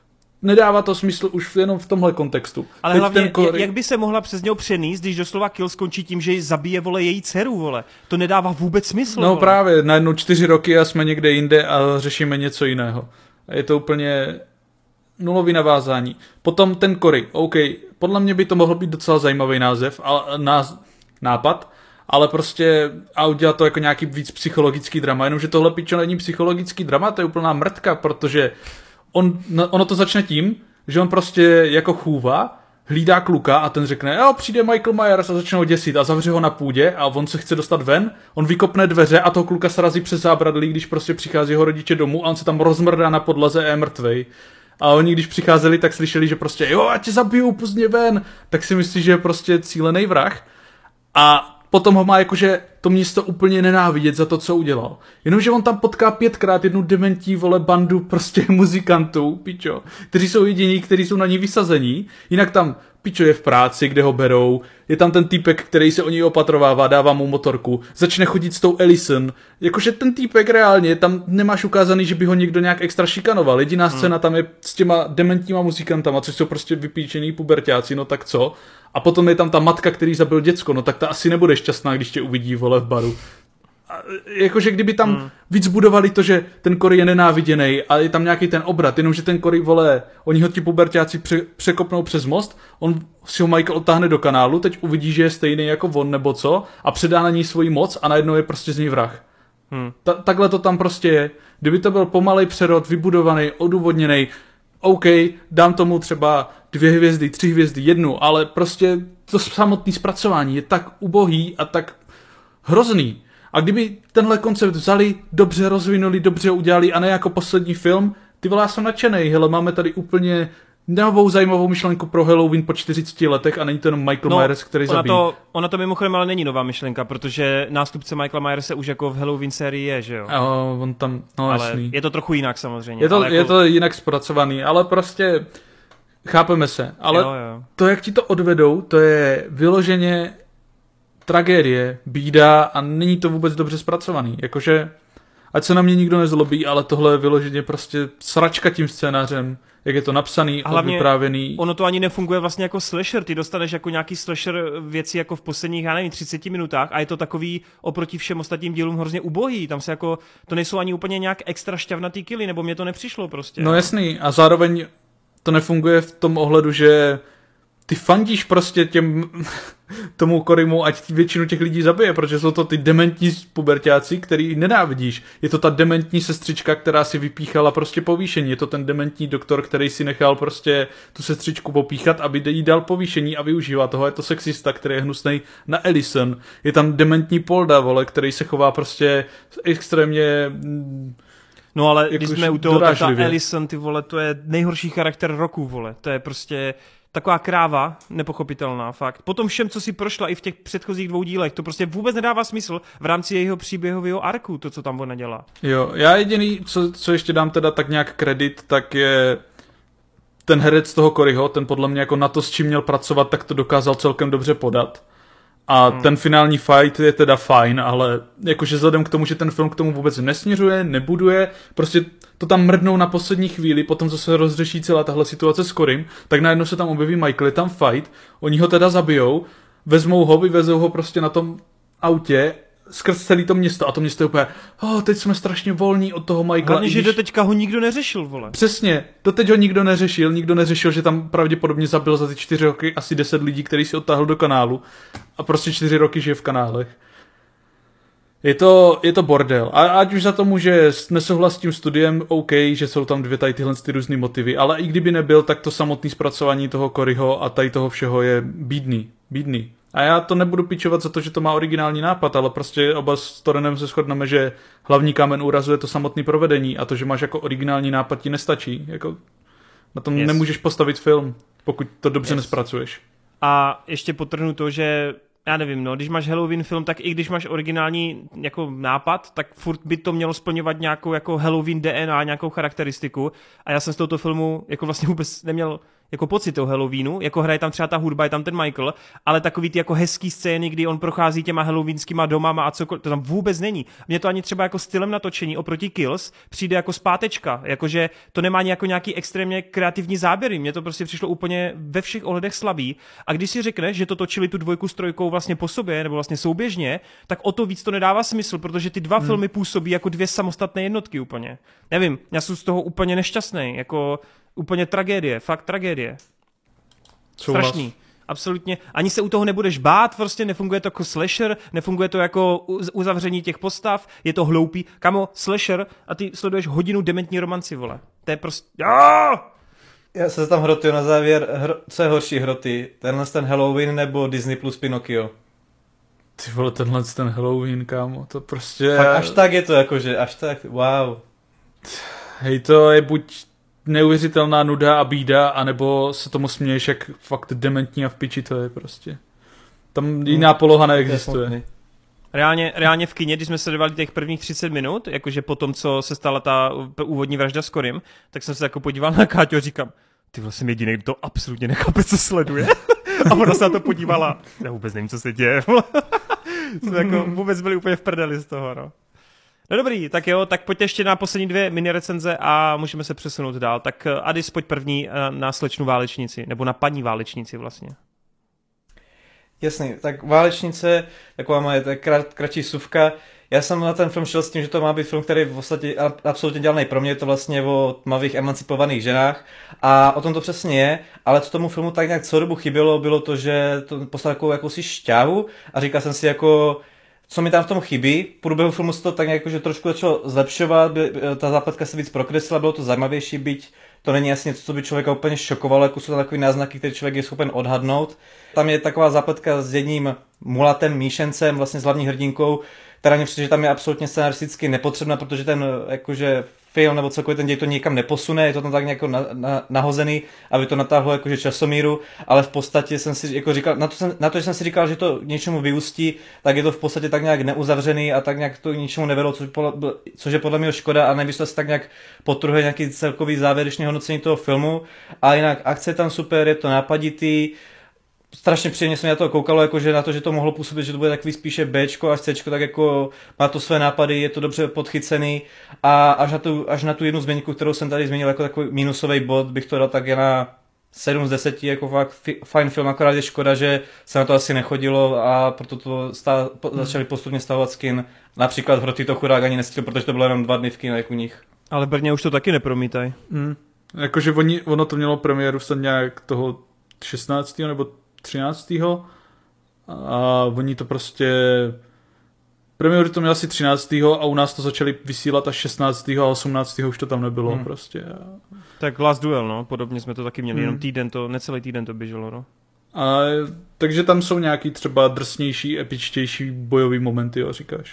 nedává to smysl už jenom v tomhle kontextu. Ale teď hlavně, Cory... jak by se mohla přes něho přenést, když doslova Kill skončí tím, že zabije, vole, její dceru, vole. To nedává vůbec smysl, No vole. právě, najednou čtyři roky a jsme někde jinde a řešíme něco jiného. Je to úplně nulový navázání. Potom ten Cory, OK, podle mě by to mohl být docela zajímavý název, ale náz... nápad, ale prostě a udělat to jako nějaký víc psychologický drama, jenomže tohle pičo není psychologický drama, to je úplná mrtka, protože on, ono to začne tím, že on prostě jako chůva hlídá kluka a ten řekne, jo, přijde Michael Myers a začne ho děsit a zavře ho na půdě a on se chce dostat ven, on vykopne dveře a toho kluka srazí přes zábradlí, když prostě přichází jeho rodiče domů a on se tam rozmrdá na podlaze a je mrtvej. A oni, když přicházeli, tak slyšeli, že prostě, jo, já tě zabiju, pust mě ven, tak si myslí, že je prostě cílený vrah. A potom ho má jakože to město úplně nenávidět za to, co udělal. Jenomže on tam potká pětkrát jednu dementí, vole, bandu prostě muzikantů, pičo, kteří jsou jediní, kteří jsou na ní vysazení. Jinak tam pičo je v práci, kde ho berou. Je tam ten týpek, který se o něj opatrovává, dává mu motorku. Začne chodit s tou Ellison. Jakože ten týpek reálně, tam nemáš ukázaný, že by ho někdo nějak extra šikanoval. Jediná hmm. scéna tam je s těma dementníma muzikantama, což jsou prostě vypíčený puberťáci, no tak co? A potom je tam ta matka, který zabil děcko, no tak ta asi nebude šťastná, když tě uvidí, vole, v baru. A jakože kdyby tam hmm. víc budovali to, že ten Cory je nenáviděnej a je tam nějaký ten obrat, jenomže ten Cory, vole, oni ho ti puberťáci pře- překopnou přes most, on si ho Michael otáhne do kanálu, teď uvidí, že je stejný jako on nebo co a předá na ní svoji moc a najednou je prostě z ní vrah. Hmm. Ta- takhle to tam prostě je. Kdyby to byl pomalej přerod, vybudovaný, odůvodněný, OK, dám tomu třeba dvě hvězdy, tři hvězdy, jednu, ale prostě to samotné zpracování je tak ubohý a tak hrozný. A kdyby tenhle koncept vzali, dobře rozvinuli, dobře udělali a ne jako poslední film, ty vole, já jsem nadšenej, hele, máme tady úplně novou zajímavou myšlenku pro Halloween po čtyřiceti letech a není to jenom Michael no, Myers, který ona zabíjí. To, ona to mimochodem ale není nová myšlenka, protože nástupce Michaela Myerse už jako v Halloween sérii je, že jo? A on tam, no ale jasný. je to trochu jinak samozřejmě. Je to, ale jako... je to jinak zpracovaný, ale prostě chápeme se. Ale jo, jo. to, jak ti to odvedou, to je vyloženě tragédie, bída a není to vůbec dobře zpracovaný. Jakože, ať se na mě nikdo nezlobí, ale tohle je vyloženě prostě sračka tím scénářem, jak je to napsaný, odvyprávěný. Ono to ani nefunguje vlastně jako slasher, ty dostaneš jako nějaký slasher věci jako v posledních, já nevím, třiceti minutách a je to takový oproti všem ostatním dílům hrozně ubohý, tam se jako, to nejsou ani úplně nějak extra šťavnatý killy, nebo mně to nepřišlo prostě. No jasný, a zároveň to nefunguje v tom ohledu, že ty fandíš prostě těm tomu Corymu, ať většinu těch lidí zabije, protože jsou to ty dementní puberťáci, který nenávidíš. Je to ta dementní sestřička, která si vypíchala prostě povýšení. Je to ten dementní doktor, který si nechal prostě tu sestřičku popíchat, aby jí dal povýšení a využívá toho. Je to sexista, který je hnusnej na Ellison. Je tam dementní Polda, vole, který se chová prostě extrémně... No ale když jsme u toho, tak ta dorážlivě. Ellison, ty vole, to je nejhorší charakter roku, vole. To je prostě... taková kráva, nepochopitelná, fakt. Potom všem, co si prošla i v těch předchozích dvou dílech, to prostě vůbec nedává smysl v rámci jejího příběhového arku, to, co tam ona dělá. Jo, já jediný, co, co ještě dám teda tak nějak kredit, tak je ten herec toho Coryho, ten podle mě jako na to, s čím měl pracovat, tak to dokázal celkem dobře podat. A hmm. ten finální fight je teda fajn, ale jakože vzhledem k tomu, že ten film k tomu vůbec nesměřuje, nebuduje, prostě to tam mrdnou na poslední chvíli, potom co se rozřeší celá tahle situace s Corym, tak najednou se tam objeví Michael, je tam fight, oni ho teda zabijou, vezmou ho, vyvezou ho prostě na tom autě skrz celý to město a to město je úplně, oh, teď jsme strašně volní od toho Michaela. Hlavně, že když... doteďka ho nikdo neřešil, vole. Přesně, doteď ho nikdo neřešil, nikdo neřešil, že tam pravděpodobně zabil za ty čtyři roky asi deset lidí, který si odtáhl do kanálu a prostě čtyři roky žije v kanálech. Je to, je to bordel. A ať už za to může nesouhlas s tím studiem, OK, že jsou tam dvě tady tyhle ty různý motivy, ale i kdyby nebyl, tak to samotné zpracování toho Coryho a tady toho všeho je bídný, bídný. A já to nebudu pičovat za to, že to má originální nápad, ale prostě oba s Torenem se shodneme, že hlavní kámen úrazu je to samotné provedení a to, že máš jako originální nápad, ti nestačí. Jako na tom yes. nemůžeš postavit film, pokud to dobře yes. nespracuješ. A ještě podtrhnu to, že já nevím, no, když máš Halloween film, tak i když máš originální jako nápad, tak furt by to mělo splňovat nějakou jako Halloween D N A, nějakou charakteristiku. A já jsem z tohoto filmu jako vlastně vůbec neměl jako pocit toho Halloweenu, jako hraje tam třeba ta hudba, je tam ten Michael, ale takový ty jako hezký scény, kdy on prochází těma halloweenskýma domama a cokoliv, to tam vůbec není. Mně to ani třeba jako stylem natočení oproti Kills přijde jako zpátečka, jakože to nemá jako nějaký extrémně kreativní záběry, mně to prostě přišlo úplně ve všech ohledech slabý. A když si řekneš, že to točili tu dvojku s trojkou vlastně po sobě, nebo vlastně souběžně, tak o to víc to nedává smysl, protože ty dva hmm. filmy působí jako dvě samostatné jednotky úplně. Nevím, já jsem z toho úplně nešťastný, jako úplně tragédie, fakt tragédie. Strašný. Absolutně. Ani se u toho nebudeš bát, prostě nefunguje to jako slasher, nefunguje to jako uzavření těch postav, je to hloupý. Kamo, slasher a ty sleduješ hodinu dementní romanci, vole. To je prostě... Já se tam hrotuju na závěr, hro... co je horší hroty? Tenhle ten Halloween nebo Disney plus Pinocchio? Ty vole, tenhle ten Halloween, kámo, to prostě... Fakt až tak je to jakože, až tak, wow. Hej, to je buď neuvěřitelná nuda a bída, anebo se tomu směješ, jak fakt dementní a v piči to je prostě. Tam jiná poloha neexistuje. Reálně, reálně v kině, když jsme sledovali těch prvních třicet minut, jakože po tom, co se stala ta úvodní vražda s Corym, tak jsem se jako podíval na Káťu a říkám, ty vlastně jediný, kdo to absolutně nechápe, co sleduje. A ona se na to podívala, já vůbec nevím, co se děje. Jsme jako vůbec byli úplně v prdeli z toho, no. No dobrý, tak jo, tak pojďte ještě na poslední dvě mini recenze a můžeme se přesunout dál. Tak Adis, pojď první na slečnu válečnici, nebo na paní válečnici vlastně. Jasný, tak Válečnice, taková moje krát, kratší suvka. Já jsem na ten film šel s tím, že to má být film, který v podstatě absolutně dělaný pro mě, je to vlastně o tmavých emancipovaných ženách a o tom to přesně je, ale co tomu filmu tak nějak celou dobu chybělo, bylo to, že to poslal takovou jakousi šťávu a říkal jsem si jako, co mi tam v tom chybí. V průběhu filmu se to tak nějak že trošku začalo zlepšovat, ta zápletka se víc prokreslila, bylo to zajímavější, byť to není jasně to, co by člověka úplně šokovalo, jako jsou tam takový náznaky, které člověk je schopen odhadnout. Tam je taková zápletka s jedním mulatem, míšencem, vlastně s hlavní hrdinkou, která mě přijde, že tam je absolutně scenaristicky nepotřebná, protože ten jakože film nebo celkově ten děj to nikam neposune, je to tam tak nějak na, na, nahozený, aby to natáhlo jakože časomíru, ale v podstatě jsem si jako říkal, na to, jsem, na to, že jsem si říkal, že to k něčemu vyústí, tak je to v podstatě tak nějak neuzavřený a tak nějak to k ničemu nevedlo, což, což je podle mě škoda a nevyšlo se tak nějak potrhuje nějaký celkový závěrečný hodnocení toho filmu, a jinak akce je tam super, je to nápaditý. Strašně příjemně se mi na to koukalo, jakože na to, že to mohlo působit, že to bude takový spíše Bčko až Cčko, tak jako má to své nápady, je to dobře podchycený a až na tu, až na tu jednu změňku, kterou jsem tady zmínil jako takový minusový bod, bych to dal tak jen na sedm z deseti, jako fakt fajn film, akorát je škoda, že se na to asi nechodilo a proto to stá, po, začali postupně stavovat skin. Například v Hroty to chudák ani nestihl, protože to bylo jenom dva dny v kinech u nich. Ale Brně už to taky nepromítaj. Mm. Jakože oni, ono to mělo premiéru snad nějak toho šestnáctého nebo třináctého a oni to prostě premiéru to měl asi třináctého a u nás to začali vysílat až šestnáctého a osmnáctého už to tam nebylo hmm. prostě. Tak Last Duel, no, podobně jsme to taky měli, hmm. jenom týden to, necelý týden to běželo, no. A, takže tam jsou nějaký třeba drsnější, epičtější bojový momenty, jo, říkáš?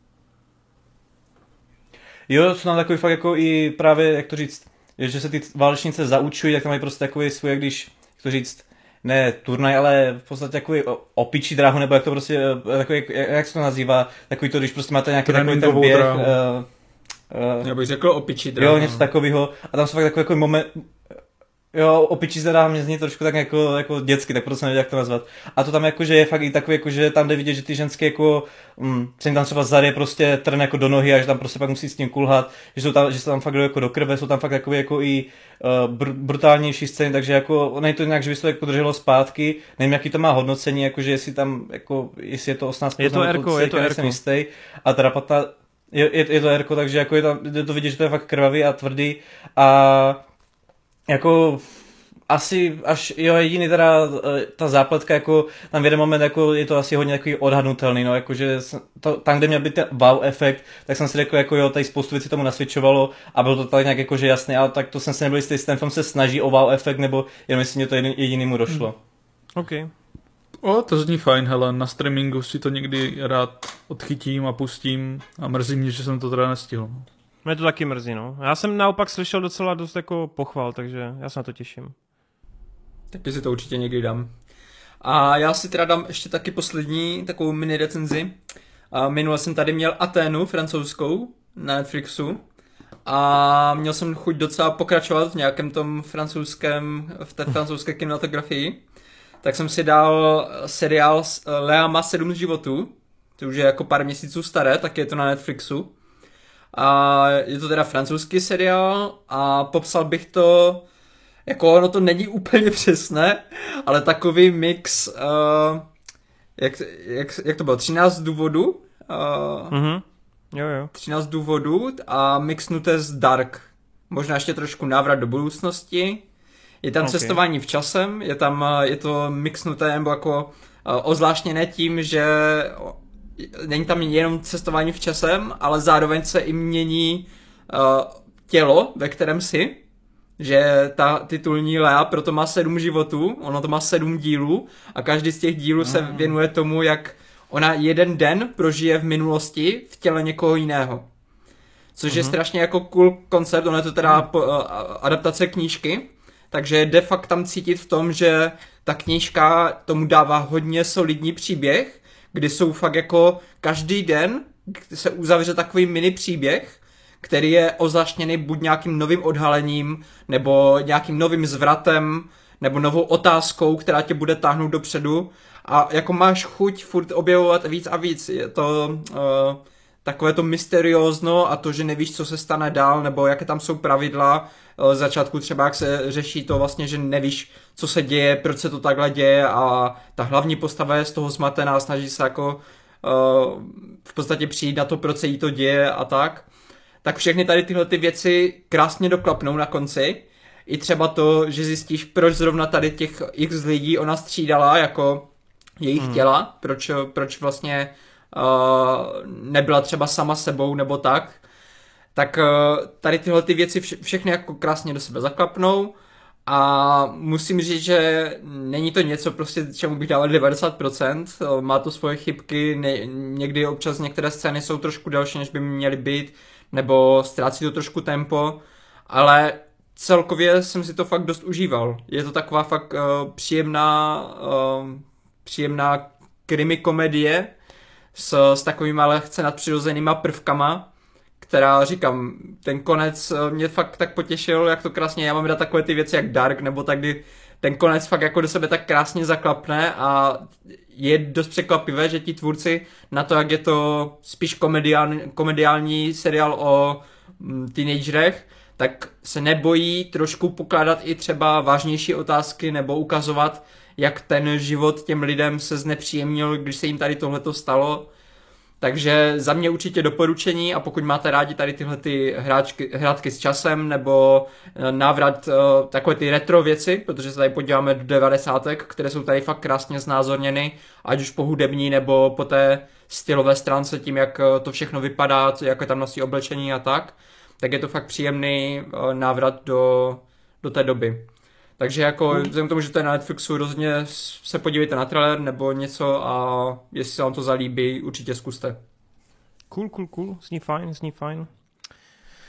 Jo, jsou tam takový fakt jako i právě, jak to říct, že se ty válečnice zaučují, tak tam mají prostě takový svůj, jak když to říct, ne turnaj, ale v podstatě takový opičí dráhu, nebo jak to prostě, takový, jak, jak se to nazývá, takový to, když prostě máte nějaký takový ten běh. Uh, uh, Já bych řekl opičí dráhu. Jo, něco takového. A tam jsou fakt takový jako moment, jo, opičí dráha mě zní trošku tak jako, jako dětsky, tak proto jsem nevěděl, jak to nazvat. A to tam jakože je fakt i takový, jakože tam jde vidět, že ty ženské jako, mm, se jim tam třeba zaryje prostě trn jako do nohy a že tam prostě pak musí s tím kulhat, že jsou tam, že se tam fakt jako do krve, jsou tam fakt takový jako i uh, br- brutálnější scény, takže jako, není to nějak, že by se to jako drželo zpátky, nevím, jaký to má hodnocení, jakože jestli tam, jako, jestli je to osmnáct Je to Erko, je to Erko. Jistý, a teda patnáct, je, je, je to Erko, takže jako je tam, je to vidět, že to je fakt krvavý a tvrdý a jako asi až jo jediný teda ta zápletka jako tam v jeden moment jako je to asi hodně takový odhadnutelný, no jakože to, tam kde měl být ten wow efekt, tak jsem si řekl jako jo, tady spoustu věcí tomu nasvědčovalo a bylo to tak nějak jakože jasný, ale tak to jsem si nebyl jistý, jestli ten film se snaží o wow efekt nebo jenom jestli mě to jedin, jedinýmu došlo. Hmm. OK. O, to zní fajn, hele, na streamingu si to někdy rád odchytím a pustím a mrzí mě, že jsem to teda nestihl. Mě to taky mrzí, no. Já jsem naopak slyšel docela dost jako pochval, takže já se na to těším. Taky si to určitě někdy dám. A já si teda dám ještě taky poslední takovou mini recenzi. A minule jsem tady měl Aténu francouzskou na Netflixu a měl jsem chuť docela pokračovat v nějakém tom francouzském, v té francouzské kinematografii. Tak jsem si dal seriál Lea má sedm životů, to už je jako pár měsíců staré, tak je to na Netflixu. A je to teda francouzský seriál a popsal bych to, jako ono to není úplně přesné, ale takový mix, uh, jak, jak, jak to bylo, třináct důvodů? Uh, mm-hmm. Jo, jo. třináct důvodů a mixnuté s Dark. Možná ještě trošku návrat do budoucnosti. Je tam okay. cestování v časem, je tam, je to mixnuté nebo jako uh, ozvláštněné tím, že není tam jenom cestování v časem, ale zároveň se i mění uh, tělo, ve kterém jsi. Že ta titulní Lea proto má sedm životů, ono to má sedm dílů a každý z těch dílů mm. se věnuje tomu, jak ona jeden den prožije v minulosti v těle někoho jiného. Což mm. je strašně jako cool koncept, ono je to teda mm. po, uh, adaptace knížky, takže de facto tam cítit v tom, že ta knížka tomu dává hodně solidní příběh, kdy jsou fakt jako každý den se uzavře takový mini příběh, který je ozaštěný buď nějakým novým odhalením, nebo nějakým novým zvratem, nebo novou otázkou, která tě bude táhnout dopředu. A jako máš chuť furt objevovat víc a víc. Je to uh, takové to mysteriózno a to, že nevíš, co se stane dál, nebo jaké tam jsou pravidla. Uh, z začátku třeba, jak se řeší to vlastně, že nevíš, co se děje, proč se to takhle děje a ta hlavní postava je z toho zmatená, snaží se jako uh, v podstatě přijít na to, proč se jí to děje a tak. Tak všechny tady tyhle ty věci krásně doklapnou na konci. I třeba to, že zjistíš, proč zrovna tady těch x lidí ona střídala jako jejich hmm. těla, proč, proč vlastně uh, nebyla třeba sama sebou nebo tak. Tak uh, tady tyhle ty věci vše, všechny jako krásně do sebe zaklapnou a musím říct, že není to něco prostě, čemu bych dal devadesát procent, má to svoje chybky, ne, někdy občas některé scény jsou trošku delší, než by měly být, nebo ztrácí to trošku tempo, ale celkově jsem si to fakt dost užíval. Je to taková fakt uh, příjemná, uh, příjemná krimi komedie s, s takovými lehce nadpřirozenýma prvkama, která, říkám, ten konec mě fakt tak potěšil, jak to krásně, já mám rád takové ty věci jak Dark, nebo tak, kdy ten konec fakt jako do sebe tak krásně zaklapne a je dost překvapivé, že ti tvůrci na to, jak je to spíš komediální, komediální seriál o mm, teenagerech, tak se nebojí trošku pokládat i třeba vážnější otázky nebo ukazovat, jak ten život těm lidem se znepříjemnil, když se jim tady tohleto stalo. Takže za mě určitě doporučení a pokud máte rádi tady tyhle ty hráčky, hrátky s časem nebo návrat uh, takové ty retro věci, protože se tady podíváme do devadesátek, které jsou tady fakt krásně znázorněny, ať už po hudební nebo po té stylové stránce tím, jak to všechno vypadá, jak tam nosí oblečení a tak, tak je to fakt příjemný uh, návrat do, do té doby. Takže jako vzhledem k tomu, že to je na Netflixu, rozhodně se podívejte na trailer nebo něco a jestli se vám to zalíbí, určitě zkuste. Cool, cool, cool, zní fajn, zní fajn.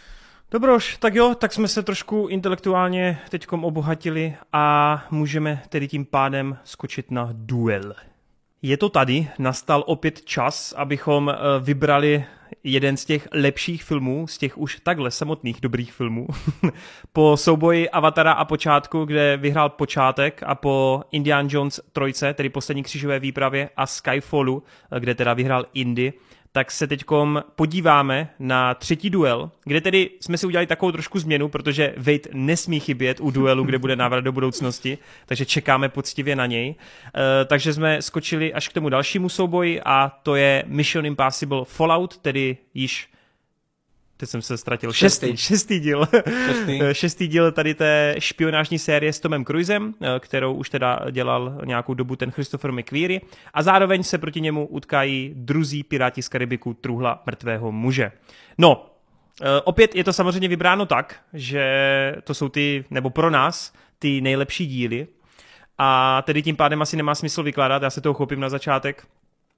Dobroš, tak jo, tak jsme se trošku intelektuálně teďkom obohatili a můžeme tedy tím pádem skočit na duel. Je to tady, nastal opět čas, abychom vybrali jeden z těch lepších filmů, z těch už takhle samotných dobrých filmů. Po souboji Avatara a počátku, kde vyhrál počátek, a po Indiana Jones trojce, tedy poslední křížové výpravě, a Skyfallu, kde teda vyhrál Indy, tak se teďkom podíváme na třetí duel, kde tedy jsme si udělali takovou trošku změnu, protože Wade nesmí chybět u duelu, kde bude návrat do budoucnosti, takže čekáme poctivě na něj. E, takže jsme skočili až k tomu dalšímu souboji a to je Mission Impossible Fallout, tedy již teď jsem se ztratil. Šestý, šestý, šestý díl. Šestý. šestý díl tady té špionážní série s Tomem Cruisem, kterou už teda dělal nějakou dobu ten Christopher McQuarrie. A zároveň se proti němu utkají druzí piráti z Karibiku Truhla mrtvého muže. No, opět je to samozřejmě vybráno tak, že to jsou ty, nebo pro nás, ty nejlepší díly. A tedy tím pádem asi nemá smysl vykládat, já se toho chopím na začátek,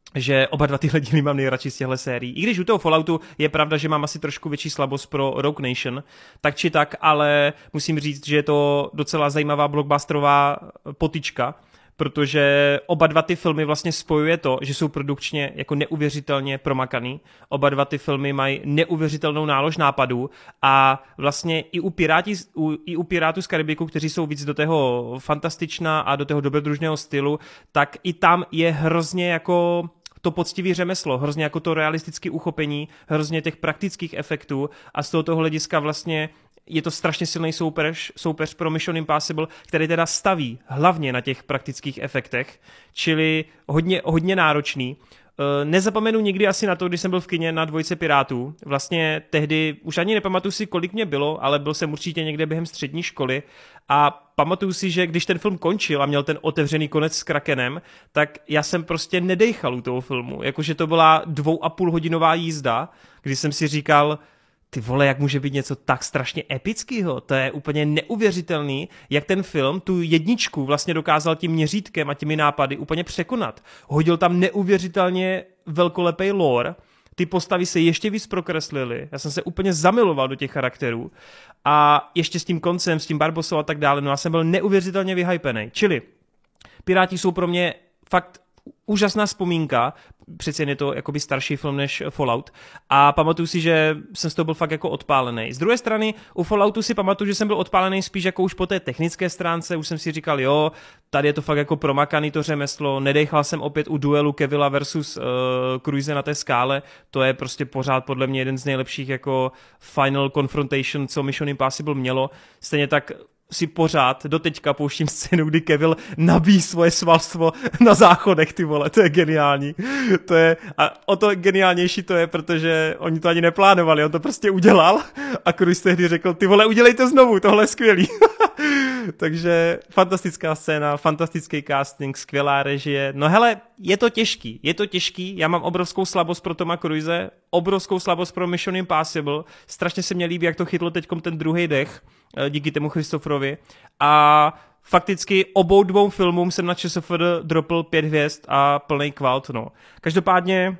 že oba dva tyhle díly mám nejradši z těchto sérií. I když u toho Falloutu je pravda, že mám asi trošku větší slabost pro Rogue Nation, tak či tak, ale musím říct, že je to docela zajímavá blockbusterová potyčka, protože oba dva ty filmy vlastně spojuje to, že jsou produkčně jako neuvěřitelně promakaný. Oba dva ty filmy mají neuvěřitelnou nálož nápadů a vlastně i u, Piráti, u, i u Pirátů z Karibiku, kteří jsou víc do toho fantastičná a do toho dobrodružného stylu, tak i tam je hrozně jako to poctivý řemeslo, hrozně jako to realistické uchopení, hrozně těch praktických efektů a z tohoto hlediska vlastně je to strašně silný soupeř, soupeř pro Mission Impossible, který teda staví hlavně na těch praktických efektech, čili hodně, hodně náročný. Nezapomenu nikdy asi na to, když jsem byl v kině na Dvojce pirátů. Vlastně tehdy, už ani nepamatuju si, kolik mě bylo, ale byl jsem určitě někde během střední školy a pamatuju si, že když ten film končil a měl ten otevřený konec s Krakenem, tak já jsem prostě nedejchal u toho filmu. Jakože to byla dvou a půl hodinová jízda, kdy jsem si říkal, ty vole, jak může být něco tak strašně epického, to je úplně neuvěřitelný, jak ten film tu jedničku vlastně dokázal tím měřítkem a těmi nápady úplně překonat. Hodil tam neuvěřitelně velkolepý lore, ty postavy se ještě víc prokreslily, já jsem se úplně zamiloval do těch charakterů a ještě s tím koncem, s tím Barbosou a tak dále, no já jsem byl neuvěřitelně vyhypený. Čili Piráti jsou pro mě fakt úžasná vzpomínka, přece jen je to jakoby starší film než Fallout a pamatuju si, že jsem z toho byl fakt jako odpálený. Z druhé strany u Falloutu si pamatuju, že jsem byl odpálený spíš jako už po té technické stránce, už jsem si říkal, jo, tady je to fakt jako promakaný to řemeslo, nedechal jsem opět u duelu Kevilla versus uh, Cruise na té skále, to je prostě pořád podle mě jeden z nejlepších jako final confrontation, co Mission Impossible mělo, stejně tak si pořád do teďka pouštím scénu, kdy Cavill nabíjí svoje svalstvo na záchodech, ty vole, to je geniální. To je, a o to geniálnější to je, protože oni to ani neplánovali, on to prostě udělal a Cruise tehdy řekl, ty vole, udělej to znovu, tohle je skvělý. Takže fantastická scéna, fantastický casting, skvělá režie. No hele, je to těžký, je to těžký, já mám obrovskou slabost pro Toma Cruise, obrovskou slabost pro Mission Impossible, strašně se mě líbí, jak to chytlo teďkom ten druhý dech, díky tomu Christopherovi a fakticky obou dvou filmům jsem na ČSFD dropl pět hvězd a plný kvalt, no. Každopádně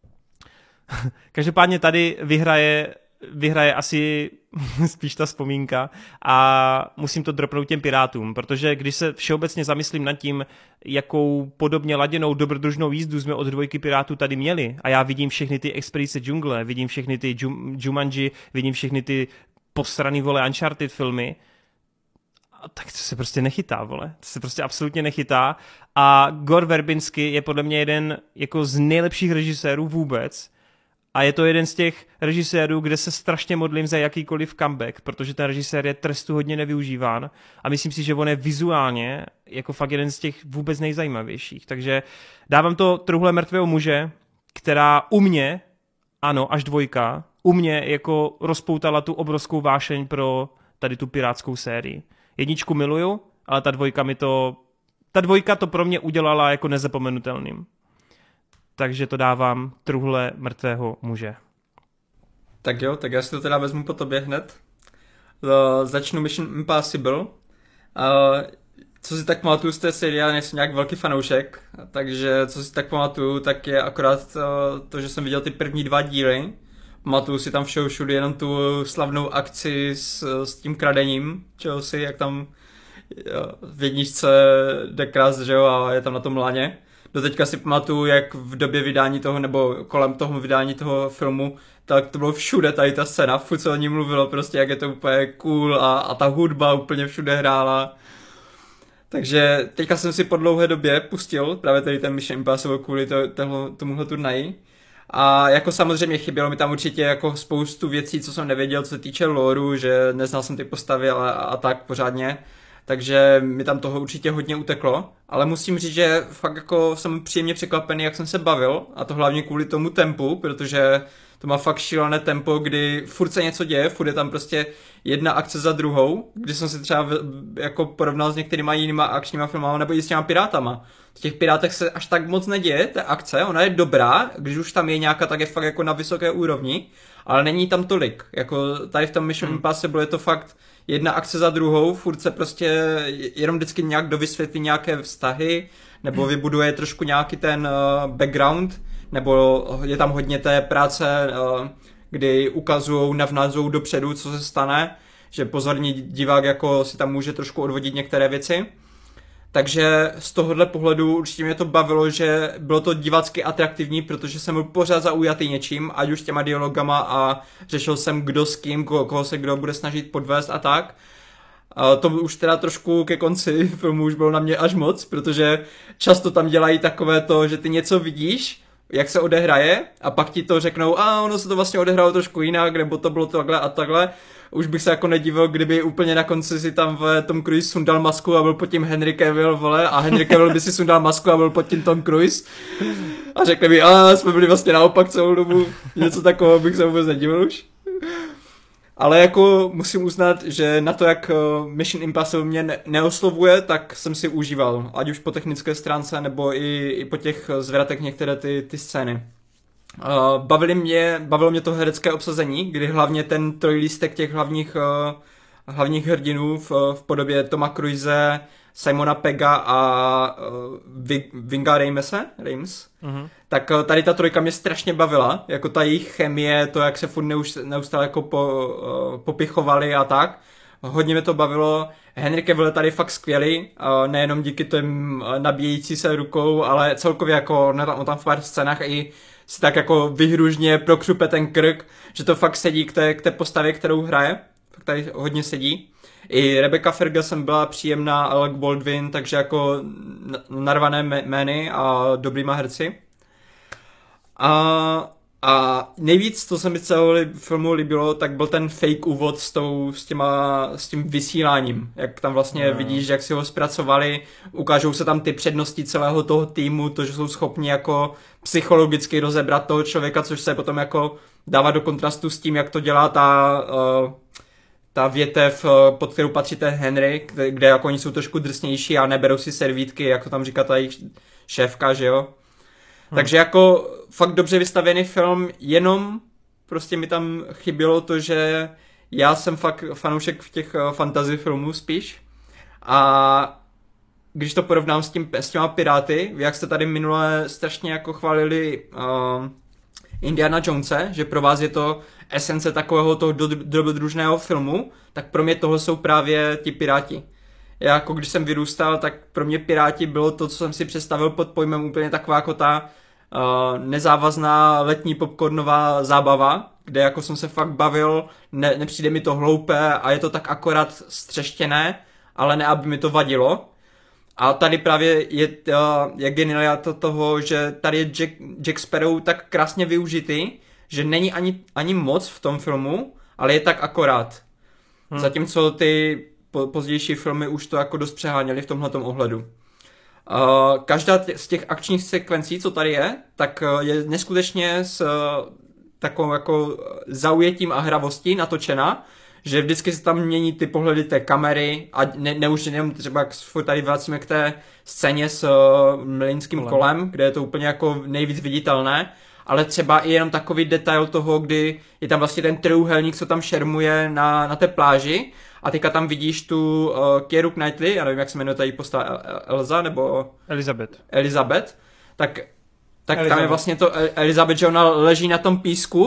každopádně tady vyhraje vyhraje asi spíš ta vzpomínka a musím to dropnout těm Pirátům, protože když se všeobecně zamyslím nad tím, jakou podobně laděnou dobrodružnou jízdu jsme od Dvojky Pirátů tady měli a já vidím všechny ty Expedice džungle, vidím všechny ty Jum- Jumanji, vidím všechny ty posraný, vole, Uncharted filmy, tak to se prostě nechytá, vole. To se prostě absolutně nechytá a Gore Verbinski je podle mě jeden jako z nejlepších režisérů vůbec. A je to jeden z těch režisérů, kde se strašně modlím za jakýkoliv comeback, protože ten režisér je trestu hodně nevyužíván a myslím si, že on je vizuálně jako fakt jeden z těch vůbec nejzajímavějších. Takže dávám to Truhle mrtvého muže, která u mě, ano, až dvojka, u mě jako rozpoutala tu obrovskou vášeň pro tady tu pirátskou sérii. Jedničku miluju, ale ta dvojka mi to, ta dvojka to pro mě udělala jako nezapomenutelným. Takže to dávám Truhle mrtvého muže. Tak jo, tak já si to teda vezmu po tobě hned. Začnu Mission Impossible. Co si tak pamatuju z té série, já nejsem nějak velký fanoušek, takže co si tak pamatuju, tak je akorát to, že jsem viděl ty první dva díly. Matuju si tam všeho všude jenom tu slavnou akci s, s tím kradením, čeho si, jak tam v jedničce jde krást, že jo, a je tam na tom laně. Doteďka si pamatuju, jak v době vydání toho, nebo kolem toho vydání toho filmu, tak to bylo všude tady ta scéna, furt se o ní mluvilo prostě, jak je to úplně cool a, a ta hudba úplně všude hrála. Takže teďka jsem si po dlouhé době pustil právě tady ten Mission Impossible kvůli to, toho, tomuhle turnaji. A jako samozřejmě chybělo mi tam určitě jako spoustu věcí, co jsem nevěděl, co se týče loreu, že neznal jsem ty postavy a, a tak pořádně. Takže mi tam toho určitě hodně uteklo, ale musím říct, že fakt jako jsem příjemně překvapený, jak jsem se bavil, a to hlavně kvůli tomu tempu, protože to má fakt šílené tempo, kdy furt se něco děje, furt je tam prostě jedna akce za druhou, kdy jsem si třeba jako porovnal s některýma jinýma akčníma filmama nebo i s těma Pirátama. V těch Pirátech se až tak moc neděje, ta akce, ona je dobrá, když už tam je nějaká, tak je fakt jako na vysoké úrovni, ale není tam tolik. Jako tady v tom Mission hmm. Impossible je to fakt jedna akce za druhou, furt se prostě jenom vždycky nějak dovysvětlí nějaké vztahy, nebo vybuduje trošku nějaký ten uh, background, nebo je tam hodně té práce, uh, kdy ukazujou, navnazují dopředu, co se stane, že pozorný divák jako si tam může trošku odvodit některé věci. Takže z tohohle pohledu určitě mě to bavilo, že bylo to divácky atraktivní, protože jsem byl pořád zaujatý něčím, ať už těma dialogama, a řešil jsem, kdo s kým, koho se kdo bude snažit podvést a tak. A to už teda trošku ke konci filmu už bylo na mě až moc, protože často tam dělají takové to, že ty něco vidíš, jak se odehraje, a pak ti to řeknou, a ono se to vlastně odehrálo trošku jinak, nebo to bylo takhle a takhle. Už bych se jako nedivil, kdyby úplně na konci si tam v Tom Cruise sundal masku a byl pod tím Henry Cavill, vole, a Henry Cavill by si sundal masku a byl pod tím Tom Cruise. A řekli by, a jsme byli vlastně naopak celou dobu, něco takového bych se vůbec nedivil už. Ale jako musím uznat, že na to, jak Mission Impossible mě ne- neoslovuje, tak jsem si užíval, ať už po technické stránce, nebo i, i po těch zvratech některé ty, ty scény. Uh, bavili mě, bavilo mě to herecké obsazení, kdy hlavně ten trojlístek těch hlavních, uh, hlavních hrdinů v, v podobě Toma Cruise, Simona Pegga a uh, Vinga Ramese, Rames, uh-huh. tak uh, tady ta trojka mě strašně bavila, jako ta jejich chemie, to, jak se furt neustále jako po, uh, popichovali a tak. Hodně mě to bavilo. Henry Cavill je tady fakt skvělý, uh, nejenom díky těm nabíjející se rukou, ale celkově jako on tam v pár scénách i si tak jako vyhružně prokřupe ten krk, že to fakt sedí k té, k té postavě, kterou hraje. Fakt tady hodně sedí. I Rebecca Ferguson byla příjemná, Alec Baldwin, takže jako narvané jmény a dobrýma herci. A, a nejvíc, co se mi celou filmu líbilo, tak byl ten fake úvod s, tou, s, těma, s tím vysíláním. Jak tam vlastně no. vidíš, jak si ho zpracovali, ukážou se tam ty přednosti celého toho týmu, to, že jsou schopni jako psychologicky rozebrat toho člověka, což se potom jako dává do kontrastu s tím, jak to dělá ta, uh, ta větev, uh, pod kterou patří ten Henry, kde, kde jako oni jsou trošku drsnější a neberou si servítky, jako tam říká ta jejich šéfka, že jo. Hmm. Takže jako fakt dobře vystavěný film, jenom prostě mi tam chybělo to, že já jsem fakt fanoušek v těch uh, fantasy filmů spíš, a když to porovnám s, tím, s těma Piráty, jak jste tady minule strašně jako chválili uh, Indiana Jonese, že pro vás je to esence takového toho dobrodružného filmu, tak pro mě tohle jsou právě ti Piráti. Já jako když jsem vyrůstal, tak pro mě Piráti bylo to, co jsem si představil pod pojmem úplně taková jako ta uh, nezávazná letní popcornová zábava, kde jako jsem se fakt bavil, ne, nepřijde mi to hloupé a je to tak akorát střeštěné, ale ne, aby mi to vadilo. A tady právě je, uh, je genialita toho, že tady je Jack, Jack Sparrow tak krásně využitý, že není ani, ani moc v tom filmu, ale je tak akorát. Hmm. Zatímco ty po, pozdější filmy už to jako dost přeháněly v tomhletom ohledu. Uh, každá tě, z těch akčních sekvencí, co tady je, tak uh, je neskutečně s uh, takovou jako zaujetím a hravostí natočena, že vždycky se tam mění ty pohledy té kamery a ne, ne už jenom třeba, jak tady vracíme k té scéně s uh, mlýnským kolem. kolem, kde je to úplně jako nejvíc viditelné, ale třeba i jenom takový detail toho, kdy je tam vlastně ten trojúhelník, co tam šermuje na, na té pláži, a teďka tam vidíš tu uh, Keira Knightley, já nevím, jak se jmenuje ta její postava, Elza, nebo... Elizabeth. Elizabeth, tak, tak tam je vlastně to Elizabeth, že ona leží na tom písku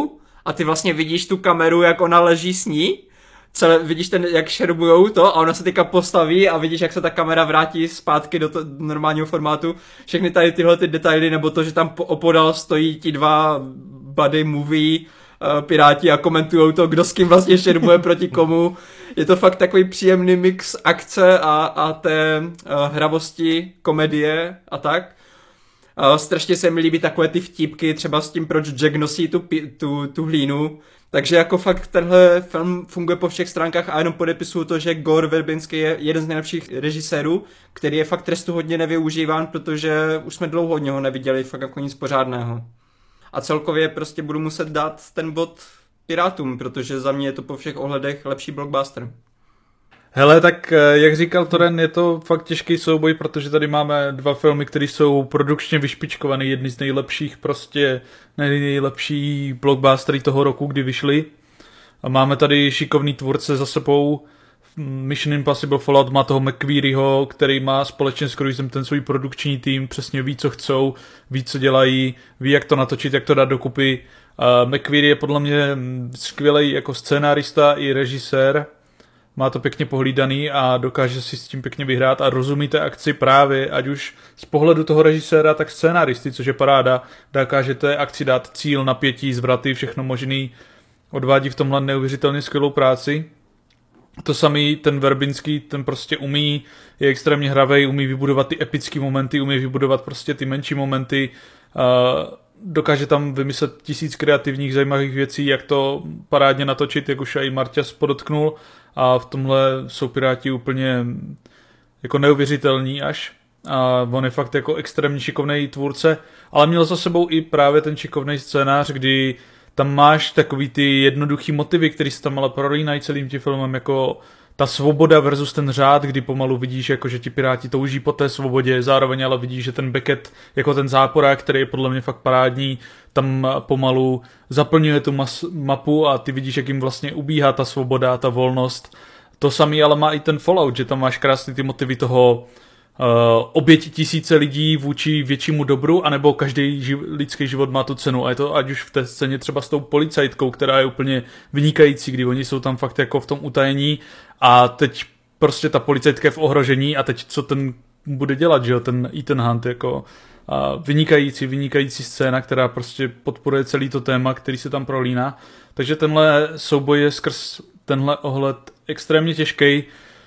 a ty vlastně vidíš tu kameru, jak ona leží s ní, celé, vidíš ten, jak šerubujou to a ona se teďka postaví a vidíš, jak se ta kamera vrátí zpátky do, to, do normálního formátu. Všechny tady tyhle ty detaily, nebo to, že tam opodal stojí ti dva buddy movie uh, piráti a komentujou to, kdo s kým vlastně šerubuje proti komu. Je to fakt takový příjemný mix akce a, a té uh, hravosti, komedie a tak. Uh, strašně se mi líbí takové ty vtípky, třeba s tím, proč Jack nosí tu, tu, tu hlínu. Takže jako fakt tenhle film funguje po všech stránkách a jenom podepisuju to, že Gore Verbinski je jeden z nejlepších režisérů, který je fakt trestuhodně nevyužíván, protože už jsme dlouho od něho neviděli fakt jako nic pořádného. A celkově prostě budu muset dát ten bod Pirátům, protože za mě je to po všech ohledech lepší blockbuster. Hele, tak jak říkal Toren, je to fakt těžký souboj, protože tady máme dva filmy, které jsou produkčně vyšpičkované, jedny z nejlepších, prostě nejlepší blockbustery toho roku, kdy vyšly. A máme tady šikovný tvůrce za sebou. Mission Impossible Fallout má toho McQuarrieho, který má společně s Cruisem ten svůj produkční tým, přesně ví, co chcou, ví, co dělají, ví, jak to natočit, jak to dát dokupy. Uh, McQuarrie je podle mě skvělý jako scénárista i režisér. Má to pěkně pohlídaný a dokáže si s tím pěkně vyhrát a rozumí té akci právě, ať už z pohledu toho režiséra, tak scénáristy, což je paráda. Dokáže té akci dát cíl, napětí, zvraty, všechno možný. Odvádí v tomhle neuvěřitelně skvělou práci. To samý ten Verbinský, ten prostě umí, je extrémně hravej, umí vybudovat ty epické momenty, umí vybudovat prostě ty menší momenty. Dokáže tam vymyslet tisíc kreativních zajímavých věcí, jak to parádně natočit, jak už i Marťas podotknul. A v tomhle jsou Piráti úplně jako neuvěřitelní až. A on je fakt jako extrémně šikovný tvůrce, ale měl za sebou i právě ten šikovný scénář, kdy tam máš takový ty jednoduchý motivy, který se tam ale prolínají celým tím filmem, jako ta svoboda versus ten řád, kdy pomalu vidíš, jako, že ti Piráti touží po té svobodě, zároveň ale vidíš, že ten Beckett, jako ten záporák, který je podle mě fakt parádní, tam pomalu zaplňuje tu mas- mapu a ty vidíš, jak jim vlastně ubíhá ta svoboda, ta volnost. To samý ale má i ten Fallout, že tam máš krásný ty motivy toho uh, oběť tisíce lidí vůči většímu dobru, anebo každý živ- lidský život má tu cenu. A je to ať už v té scéně třeba s tou policajtkou, která je úplně vynikající, kdy oni jsou tam fakt jako v tom utajení a teď prostě ta policajtka je v ohrožení a teď co ten bude dělat, že jo, ten Ethan Hunt, jako a vynikající, vynikající scéna, která prostě podporuje celý to téma, který se tam prolíná. Takže tenhle souboj je skrz tenhle ohled extrémně těžký.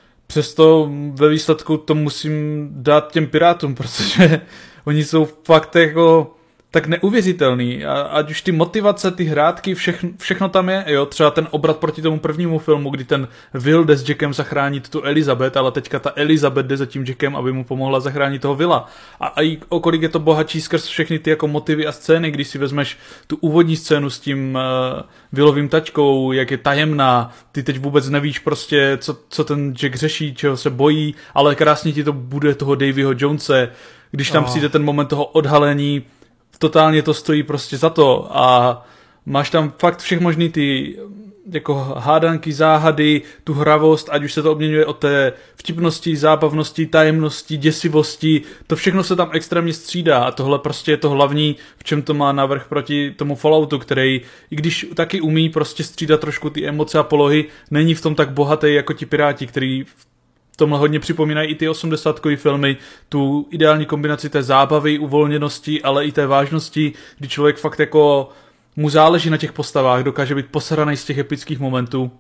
Přesto ve výsledku to musím dát těm Pirátům, protože oni jsou fakt jako tak neuvěřitelný. A ať už ty motivace, ty hrátky, všechno, všechno tam je. Jo, třeba ten obrat proti tomu prvnímu filmu, kdy ten Will jde s Jackem zachránit tu Elizabeth, ale teďka ta Elizabeth jde za tím Jackem, aby mu pomohla zachránit toho Willa. A, a i okolik je to bohatší skrz všechny ty jako motivy a scény, když si vezmeš tu úvodní scénu s tím uh, Willovým tačkou, jak je tajemná, ty teď vůbec nevíš prostě, co, co ten Jack řeší, čeho se bojí, ale krásně ti to bude toho Davyho Jonese, když tam oh. přijde ten moment toho odhalení, totálně to stojí prostě za to a máš tam fakt všech možný ty jako hádanky, záhady, tu hravost, ať už se to obměňuje od té vtipnosti, zábavnosti, tajemnosti, děsivosti, to všechno se tam extrémně střídá a tohle prostě je to hlavní, v čem to má navrch proti tomu Falloutu, který, i když taky umí prostě střídat trošku ty emoce a polohy, není v tom tak bohatý jako ti Piráti, který tomhle hodně připomínají i ty osmdesátkový filmy, tu ideální kombinaci té zábavy, uvolněnosti, ale i té vážnosti, kdy člověk fakt jako mu záleží na těch postavách, dokáže být posranej z těch epických momentů.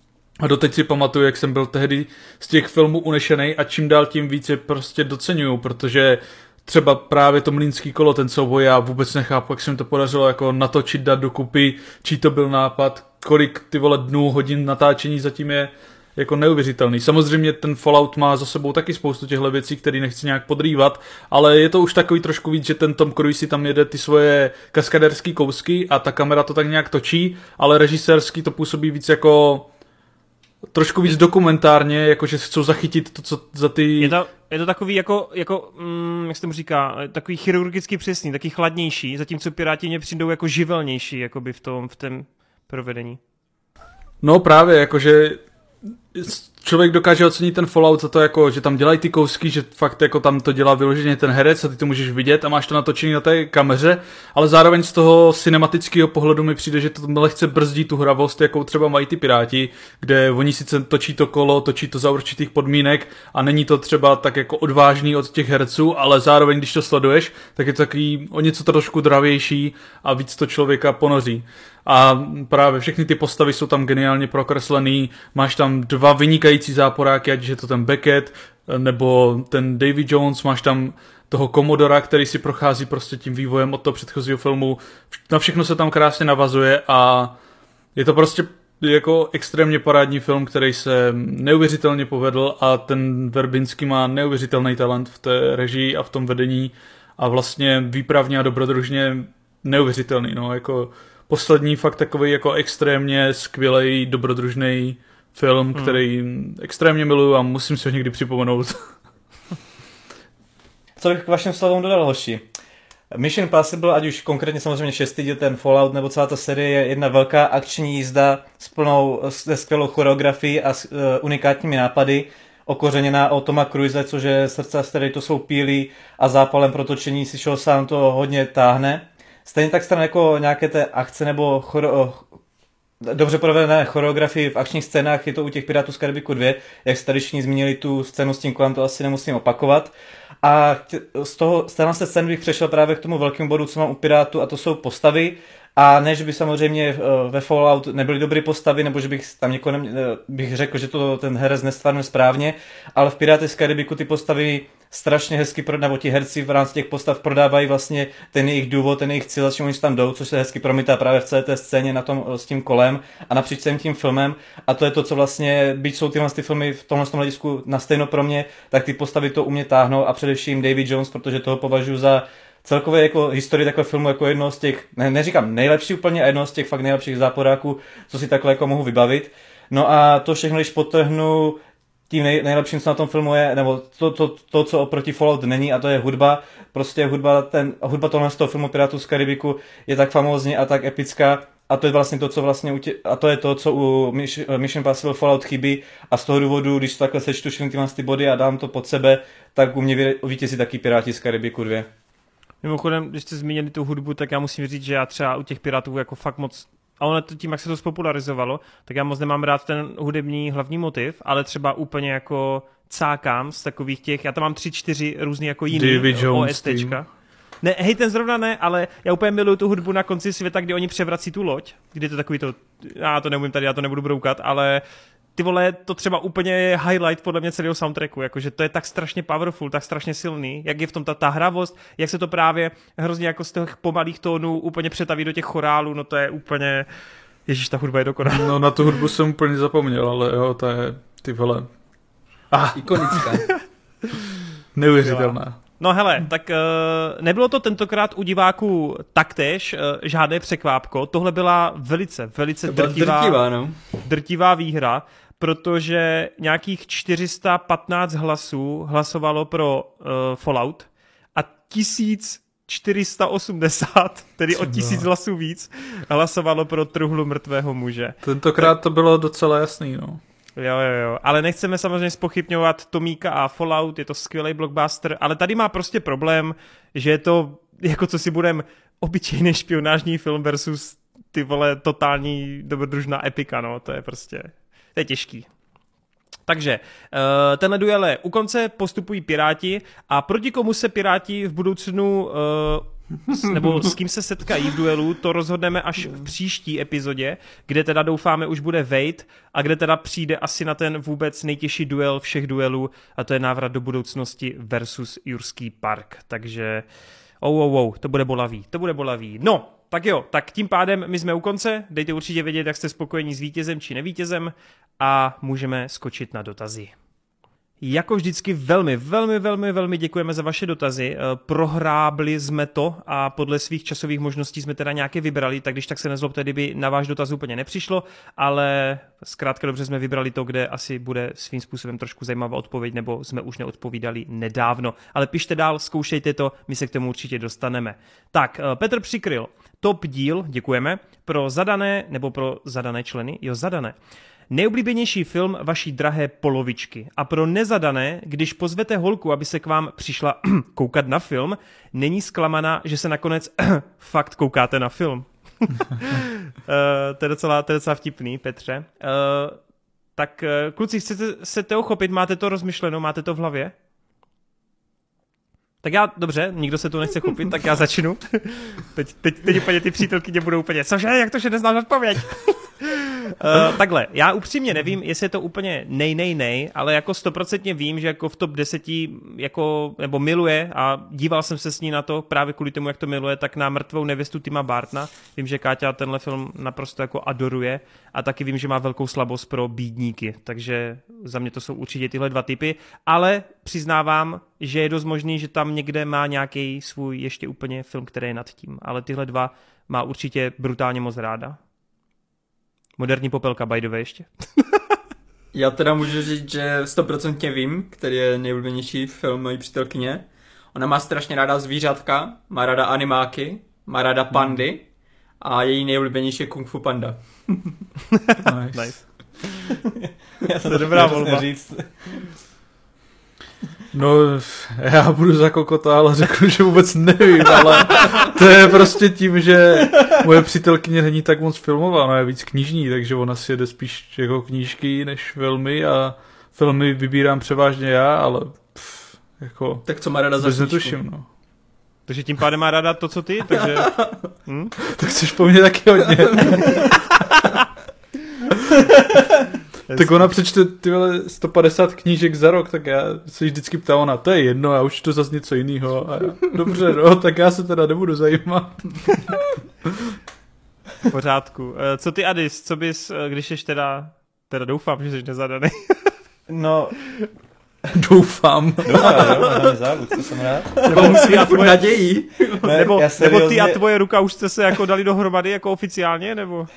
A doteď si pamatuju, jak jsem byl tehdy z těch filmů unešenej a čím dál tím víc je prostě doceňuju, protože třeba právě to Mlýnský kolo, ten souboj, já vůbec nechápu, jak se mi to podařilo jako natočit, dát dokupy, čí to byl nápad, kolik ty vole dnů, hodin natáčení zatím je jako neuvěřitelný. Samozřejmě ten Fallout má za sebou taky spoustu těchto věcí, které nechci nějak podrývat, ale je to už takový trošku víc, že ten Tom Cruise si tam jede ty svoje kaskaderský kousky a ta kamera to tak nějak točí, ale režisérsky to působí víc jako trošku víc dokumentárně, jakože chcou zachytit to, co za ty... Je to, je to takový jako, jako mm, jak se tomu říká, takový chirurgicky přesný, taky chladnější, zatímco Piráti mě přijdou jako živelnější, jakoby v tom, v tom provedení. No právě, jakože člověk dokáže ocenit ten Fallout za to, jako, že tam dělají ty kousky, že fakt jako tam to dělá vyloženě ten herec a ty to můžeš vidět a máš to natočený na té kameře, ale zároveň z toho cinematického pohledu mi přijde, že to lehce brzdí tu hravost, jakou třeba mají ty Piráti, kde oni sice točí to kolo, točí to za určitých podmínek a není to třeba tak jako odvážný od těch herců, ale zároveň, když to sleduješ, tak je to takový o něco trošku dravější a víc to člověka ponoří. A právě všechny ty postavy jsou tam geniálně prokreslený, máš tam dva vynikající záporáky, ať je to ten Beckett nebo ten Davy Jones, máš tam toho Komodora, který si prochází prostě tím vývojem od toho předchozího filmu, na všechno se tam krásně navazuje a je to prostě jako extrémně parádní film, který se neuvěřitelně povedl a ten Verbinský má neuvěřitelný talent v té režii a v tom vedení a vlastně výpravně a dobrodružně neuvěřitelný, no, jako poslední fakt takový jako extrémně skvělej, dobrodružný film, hmm. který extrémně miluju a musím si ho někdy připomenout. Co bych k vašim slovům dodal, hoši? Mission Impossible, ať už konkrétně samozřejmě šestý díl, ten Fallout nebo celá ta série je jedna velká akční jízda s plnou, se skvělou choreografií a s uh, unikátními nápady, okořeněná od Toma Cruise, což je Srdce a stery, to jsou píly a zápalem pro točení si šel sám to hodně táhne. Stejně tak stran jako nějaké té akce nebo choro, dobře provedené choreografii v akčních scénách je to u těch Pirátů z Karibiku dva, jak jste tady všichni zmínili tu scénu s tím kolem, to asi nemusím opakovat. A z toho z téhle scény bych přešel právě k tomu velkému bodu, co mám u Pirátů, a to jsou postavy. A ne, že by samozřejmě ve Fallout nebyly dobré postavy, nebo že bych tam někoho ne, bych řekl, že to ten herec nestvárnil správně, ale v Pirátech z Karibiku ty postavy strašně hezky, nebo ti herci v rámci těch postav prodávají vlastně ten jejich důvod, ten jejich cíl, čím oni tam jdou, což se hezky promítá právě v celé té scéně na tom, s tím kolem a napříč celým tím filmem. A to je to, co vlastně, byť jsou tyhle ty filmy v tomhle hledisku na stejno pro mě, tak ty postavy to u mě táhnou a především Davy Jones, protože toho považuji za celkově jako historii takového filmu jako jedno z těch, ne, neříkám nejlepší úplně, a jedno z těch fakt nejlepších záporáků, co si takhle jako mohu vybavit. No a to všechno, když podtrhnu tím nej, nejlepším, co na tom filmu je, nebo to, to, to, co oproti Fallout není, a to je hudba. Prostě hudba, ten, hudba tohle z toho filmu Pirátů z Karibiku je tak famózní a tak epická, a to je vlastně to, co vlastně u tě, a to je to, co u Mission Impossible Fallout chybí, a z toho důvodu, když to takhle sečtu všechny tyhle ty body a dám to pod sebe, tak u mě vítězí taky Piráti z Karibiku dva. Mimochodem, když jste zmínili tu hudbu, tak já musím říct, že já třeba u těch Pirátů jako fakt moc, a ono to tím, jak se to spopularizovalo, tak já moc nemám rád ten hudební hlavní motiv, ale třeba úplně jako cákám z takových těch, já tam mám tři, čtyři různý jako jiný OSTčka. Ne, hej, ten zrovna ne, ale já úplně miluju tu hudbu na konci světa, kdy oni převrací tu loď, kdy to takový to, já to neumím tady, já to nebudu broukat, ale ty vole, to třeba úplně je highlight podle mě celého soundtracku, jakože to je tak strašně powerful, tak strašně silný, jak je v tom ta, ta hravost, jak se to právě hrozně jako z těch pomalých tónů úplně přetaví do těch chorálů, no to je úplně, ježiš, ta hudba je dokonalá. No na tu hudbu jsem úplně zapomněl, ale jo, to je, ty vole. Ah, ikonická. Neuvěřitelná. No hele, tak uh, nebylo to tentokrát u diváků taktéž uh, žádné překvápko, tohle byla velice, velice drtivá, drtivá, no. drtivá výhra, protože nějakých čtyři sta patnáct hlasů hlasovalo pro uh, Fallout a tisíc čtyři sta osmdesát, tedy o tisíc hlasů víc, hlasovalo pro Truhlu mrtvého muže. Tentokrát to bylo docela jasný, no. Jo, jo, jo, ale nechceme samozřejmě zpochybňovat Tomíka a Fallout, je to skvělý blockbuster, ale tady má prostě problém, že je to, jako co si budem, obyčejný špionážní film versus ty vole totální dobrodružná epika, no, to je prostě, to je těžký. Takže tenhle duel je u konce, postupují Piráti a proti komu se Piráti v budoucnu nebo s kým se setkají v duelu, to rozhodneme až v příští epizodě, kde teda doufáme už bude Wade a kde teda přijde asi na ten vůbec nejtěžší duel všech duelů, a to je Návrat do budoucnosti versus Jurský park. Takže oh, oh, oh, to bude bolavý, to bude bolavý. No, tak jo, tak tím pádem my jsme u konce, dejte určitě vědět, jak jste spokojení s vítězem či nevítězem a můžeme skočit na dotazy. Jako vždycky velmi, velmi, velmi, velmi děkujeme za vaše dotazy. Prohrábli jsme to a podle svých časových možností jsme teda nějaké vybrali, tak když tak se nezlobte, kdyby na váš dotaz úplně nepřišlo, ale zkrátka dobře jsme vybrali to, kde asi bude svým způsobem trošku zajímavá odpověď, nebo jsme už neodpovídali nedávno. Ale pište dál, zkoušejte to, my se k tomu určitě dostaneme. Tak, Petr Přikryl, top díl, děkujeme, pro zadané, nebo pro zadané členy, jo, zadané. Nejoblíbenější film vaší drahé polovičky. A pro nezadané, když pozvete holku, aby se k vám přišla koukat na film, není zklamaná, že se nakonec fakt koukáte na film. uh, to, je docela, to je docela vtipný, Petře. Uh, tak uh, kluci, chcete se toho chopit? Máte to rozmyšleno? Máte to v hlavě? Tak já, dobře, nikdo se tu nechce chopit, tak já začnu. Teď, teď, teď úplně ty přítelkyně budou úplně, cože, jak to, že neznáš odpověď? Uh, takhle, já upřímně nevím, jestli je to úplně nej, nej, nej, ale jako stoprocentně vím, že jako v top deseti jako, nebo miluje a díval jsem se s ní na to právě kvůli tomu, jak to miluje, tak na Mrtvou nevěstu Tima Bartona. Vím, že Káťa tenhle film naprosto jako adoruje a taky vím, že má velkou slabost pro bídníky, takže za mě to jsou určitě tyhle dva typy, ale přiznávám, že je dost možný, že tam někde má nějaký svůj ještě úplně film, který je nad tím, ale tyhle dva má určitě brutálně moc ráda. Moderní popelka, by the way, ještě. Já teda můžu říct, že stoprocentně vím, který je nejoblíbenější film mojí přítelkyně. Ona má strašně ráda zvířátka, má ráda animáky, má ráda pandy a její nejoblíbenější je Kung Fu Panda. Nice. nice. Já jsem to dobrá volba. Říct. No, já budu za kokota, ale řeknu, že vůbec nevím, ale to je prostě tím, že moje přítelkyně není tak moc filmová, ona je víc knižní, takže ona si jede spíš jako knížky než filmy a filmy vybírám převážně já, ale pff, jako... Tak co má ráda za knížku? Netuším, no. Takže tím pádem má ráda to, co ty, takže... Hm? Tak chceš po mně taky hodně. Tak ona přečte ty vole sto padesát knížek za rok, tak já se vždycky ptám, ona, to je jedno, a už to zase něco jiného. A já, dobře, no, tak já se teda nebudu zajímat. V pořádku. Co ty, Adis, co bys, když jsi teda, teda doufám, že jsi nezadaný. No, doufám. Doufám, jo, máme závod, to jsem rád. Nebo musí a tvoje nadějí. Ne, nebo, nebo ty a tvoje ruka už jste se jako dali dohromady jako oficiálně, nebo...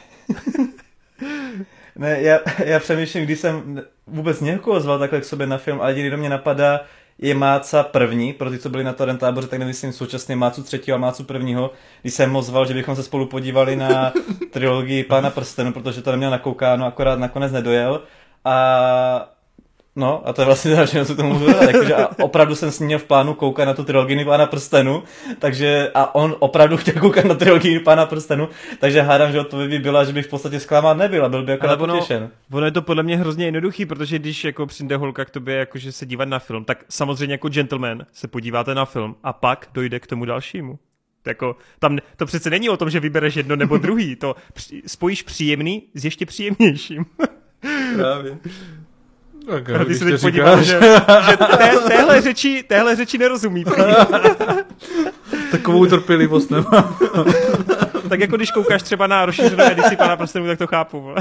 Ne, já, já přemýšlím, když jsem vůbec někoho zval takhle k sobě na film, ale jediný do mě napadá je Máca první, pro ty, co byli na torrent táboře, tak nemyslím současně Mácu třetího, ale Mácu prvního, když jsem ho zval, že bychom se spolu podívali na trilogii Pána prstenů, protože to neměl nakoukáno, akorát nakonec nedojel. A no, a to je vlastně další, co tomu můžu dát, jakože a opravdu jsem s ním měl v plánu koukat na tu trilogii Pána prstenů, takže a on opravdu chtěl koukat na trilogii Pána prstenů, takže hádám, že odpověď by byla, že bych v podstatě zklamán nebyl a byl by akorát potěšen. Ono je to podle mě hrozně jednoduchý, protože když jako přijde holka k tobě jakože se dívat na film, tak samozřejmě jako gentleman se podíváte na film a pak dojde k tomu dalšímu. Jako, tam to přece není o tom, že vybereš jedno nebo druhý, to spojíš příjemný s ještě příjemnějším. Právě. Tak, no, ty se teď podíval, že, že té, téhle, řeči, téhle řeči nerozumí. Takovou trpělivost nemám. Tak jako když koukáš třeba na rozšířenou edici Pána prstenů, tak to chápu.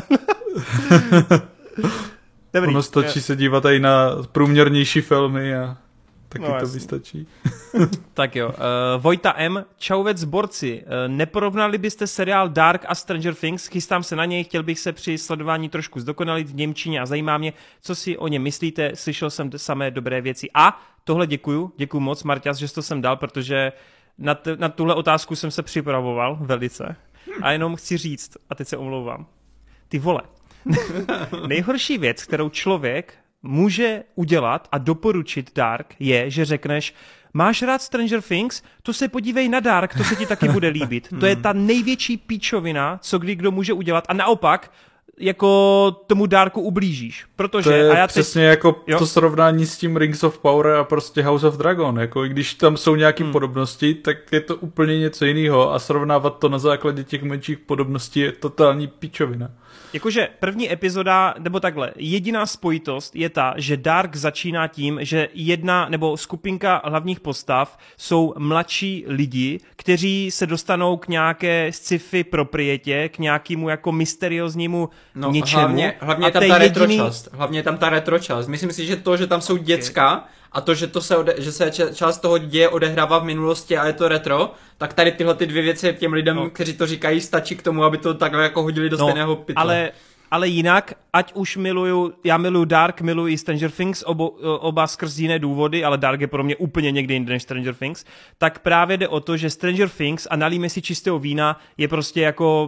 Dobrý. Ono stačí se dívat i na průměrnější filmy a taky no, to vystačí. Tak jo. Uh, Vojta M. Čauvec borci. Uh, neporovnali byste seriál Dark a Stranger Things? Chystám se na něj, chtěl bych se při sledování trošku zdokonalit v němčině a zajímá mě, co si o něm myslíte. Slyšel jsem samé dobré věci. A tohle děkuju, děkuju moc, Marťas, že jsi to sem dal, protože na, t- na tuhle otázku jsem se připravoval velice. A jenom chci říct, a teď se omlouvám. Ty vole. Nejhorší věc, kterou člověk může udělat a doporučit Dark, je, že řekneš, máš rád Stranger Things? To se podívej na Dark, to se ti taky bude líbit. To je ta největší píčovina, co kdy kdo může udělat. A naopak, jako tomu Darku ublížíš. Protože, to je a já přesně teď, jako jo? to srovnání s tím Rings of Power a prostě House of Dragon. Jako i když tam jsou nějaké hmm. podobnosti, tak je to úplně něco jiného a srovnávat to na základě těch menších podobností je totální píčovina. Jakože první epizoda, nebo takhle, jediná spojitost je ta, že Dark začíná tím, že jedna nebo skupinka hlavních postav jsou mladší lidi, kteří se dostanou k nějaké sci-fi proprietě, k nějakému jako mysterióznímu no, něčemu. Hlavně, hlavně je tam ta retro jediný... část. Hlavně je tam ta retro část. Myslím si, že to, že tam jsou děcka, okay. A to, že, to se, ode, že se část toho děje odehrává v minulosti a je to retro, tak tady tyhle ty dvě věci těm lidem, no. kteří to říkají, stačí k tomu, aby to takhle jako hodili do no, stejného pytle. Ale, ale jinak, ať už miluju, já miluju Dark, miluju i Stranger Things, obo, oba skrz jiné důvody, ale Dark je pro mě úplně někde jinde než Stranger Things, tak právě jde o to, že Stranger Things, a nalíme si čistého vína, je prostě jako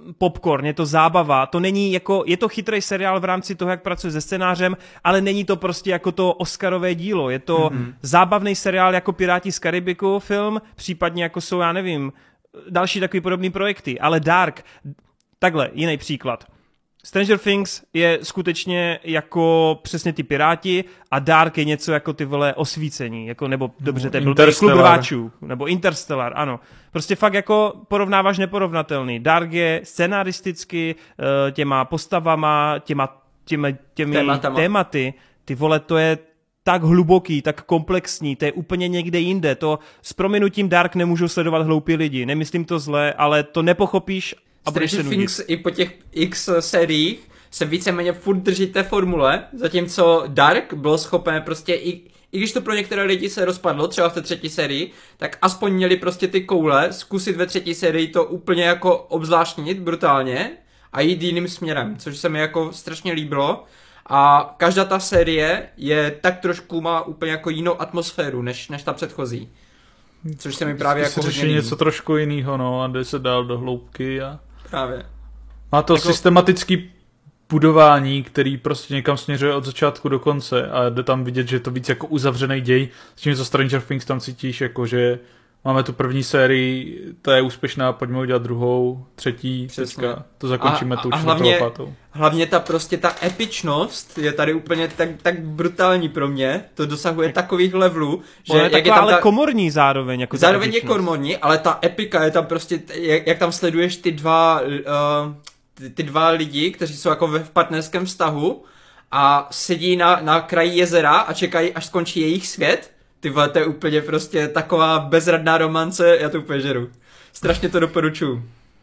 popcorn, je to zábava, to není jako, je to chytrý seriál v rámci toho, jak pracuje se scénářem, ale není to prostě jako to Oscarové dílo, je to mm-hmm. zábavný seriál jako Piráti z Karibiku film, případně jako jsou, já nevím, další takový podobný projekty, ale Dark, takhle, jiný příklad. Stranger Things je skutečně jako přesně ty Piráti a Dark je něco jako ty vole osvícení, jako, nebo dobře, to je blbý klub rváčů, nebo Interstellar, ano. Prostě fakt jako porovnáváš neporovnatelný. Dark je scenaristicky těma postavama, těma, těma, těmi Tématama. tématy, ty vole, to je tak hluboký, tak komplexní, to je úplně někde jinde. To s prominutím Dark nemůžou sledovat hloupí lidi, nemyslím to zle, ale to nepochopíš a budeš se nudit. Things i po těch X sériích se víceméně furt drží té formule, zatímco Dark byl schopen prostě i, i když to pro některé lidi se rozpadlo, třeba v té třetí sérii, tak aspoň měli prostě ty koule zkusit ve třetí sérii to úplně jako obzvláštnit brutálně a jít jiným směrem, což se mi jako strašně líbilo. A každá ta série je tak trošku, má úplně jako jinou atmosféru, než, než ta předchozí. Což se mi právě jako hodně líbí. Něco trošku jiného, no, a jde se dál do hloubky a... Právě. Má to jako... systematický budování, který prostě někam směřuje od začátku do konce a jde tam vidět, že je to víc jako uzavřený děj, s tím, co Stranger Things tam cítíš, jako že máme tu první sérii, ta je úspěšná, pojďme udělat druhou, třetí, teďka to zakončíme a, tu a čtvrtou hlavně, a pátou. Hlavně ta prostě ta epičnost je tady úplně tak, tak brutální pro mě, to dosahuje takových levelů, že je jak taková, je tam ale ta, komorní zároveň. Jako zároveň je komorní, ale ta epika je tam prostě, jak, jak tam sleduješ ty dva, uh, ty, ty dva lidi, kteří jsou jako ve partnerském vztahu a sedí na, na kraji jezera a čekají, až skončí jejich svět. Ty vole, to je úplně prostě taková bezradná romance, já to úplně žeru. Strašně to doporučuju.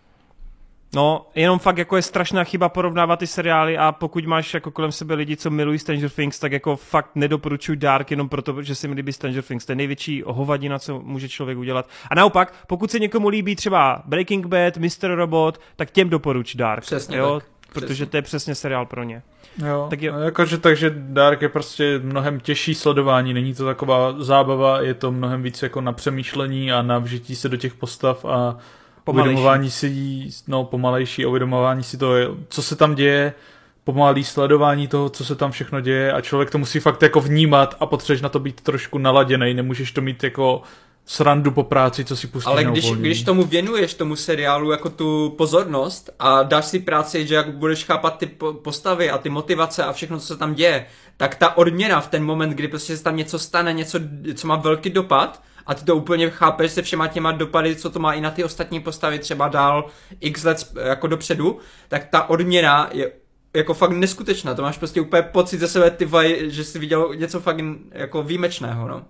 No, jenom fakt jako je strašná chyba porovnávat ty seriály a pokud máš jako kolem sebe lidi, co milují Stranger Things, tak jako fakt nedoporučuj Dark jenom proto, že se mi líbí Stranger Things. To je největší hovadina, co může člověk udělat. A naopak, pokud se někomu líbí třeba Breaking Bad, mister Robot, tak těm doporuč Dark. Přesně jo? tak. Protože Přesně. to je přesně seriál pro ně. Jo, tak jo. Jakože, takže Dark je prostě mnohem těžší sledování, není to taková zábava, je to mnohem víc jako na přemýšlení a na vžití se do těch postav a pomalejší. Uvědomování si, no pomalejší a uvědomování si to, co se tam děje, pomalý sledování toho, co se tam všechno děje a člověk to musí fakt jako vnímat a potřebuješ na to být trošku naladěnej, nemůžeš to mít jako srandu po práci, co si pustíš. Ale když, když tomu věnuješ tomu seriálu jako tu pozornost a dáš si práci, že jak budeš chápat ty postavy a ty motivace a všechno, co se tam děje, tak ta odměna v ten moment, kdy prostě se tam něco stane, něco, co má velký dopad a ty to úplně chápeš se všema těma dopady, co to má i na ty ostatní postavy třeba dál x let jako dopředu, tak ta odměna je jako fakt neskutečná. To máš prostě úplně pocit ze sebe, ty vaj, že jsi viděl něco fakt jako výjimečného, no.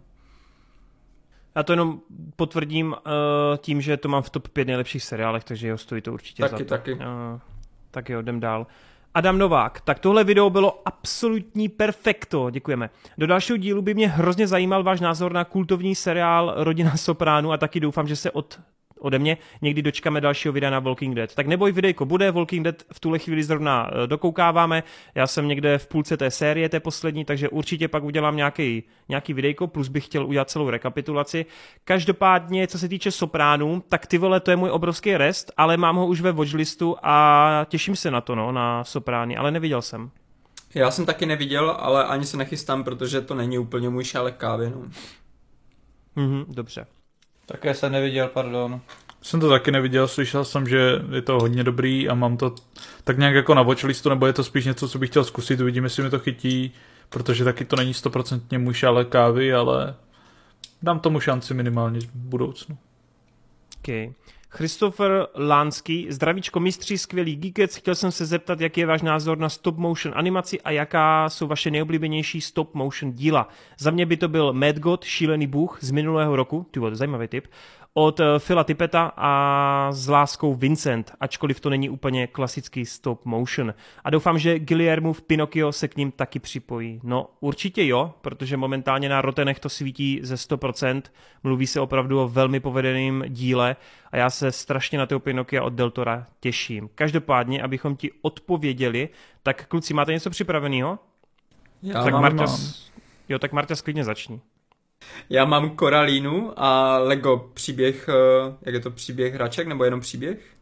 Já to jenom potvrdím uh, tím, že to mám v top pět nejlepších seriálech, takže jo, stojí to určitě taky, za to. Taky, uh, tak jo, jdem dál. Adam Novák, tak tohle video bylo absolutní perfekto, děkujeme. Do dalšího dílu by mě hrozně zajímal váš názor na kultovní seriál Rodina Sopránů a taky doufám, že se od ode mě někdy dočkáme dalšího videa na Walking Dead. Tak neboj, videjko bude, Walking Dead v tuhle chvíli zrovna dokoukáváme, já jsem někde v půlce té série, té poslední, takže určitě pak udělám nějaký, nějaký videjko, plus bych chtěl udělat celou rekapitulaci. Každopádně, co se týče Sopránů, tak ty vole, to je můj obrovský rest, ale mám ho už ve watchlistu a těším se na to, no, na Soprány, ale neviděl jsem. Já jsem taky neviděl, ale ani se nechystám, protože to není úplně můj šálek kávy, no. Mhm, dobře. Také jsem neviděl, pardon. Jsem to taky neviděl, slyšel jsem, že je to hodně dobrý a mám to tak nějak jako na watchlistu, nebo je to spíš něco, co bych chtěl zkusit, uvidíme, jestli mi to chytí, protože taky to není stoprocentně můj šálek kávy, ale dám tomu šanci minimálně v budoucnu. Okay. Christopher Lánský, zdravíčko mistři, skvělý geekec, chtěl jsem se zeptat, jaký je váš názor na stop motion animaci a jaká jsou vaše nejoblíbenější stop motion díla. Za mě by to byl Mad God, šílený bůh z minulého roku, ty vole, zajímavý tip, od Phila Tippeta a s láskou Vincent, ačkoliv to není úplně klasický stop motion. A doufám, že Guillermův Pinocchio se k ním taky připojí. No určitě jo, protože momentálně na Rottenech to svítí ze sto procent, mluví se opravdu o velmi povedeném díle a já se strašně na toho Pinocchia od Del Tora těším. Každopádně, abychom ti odpověděli, tak kluci, máte něco připraveného? Já tak mám, Marta, mám. Jo, tak Marta, sklidně začni. Já mám Koralínu a Lego příběh, jak je to příběh hraček, nebo jenom příběh?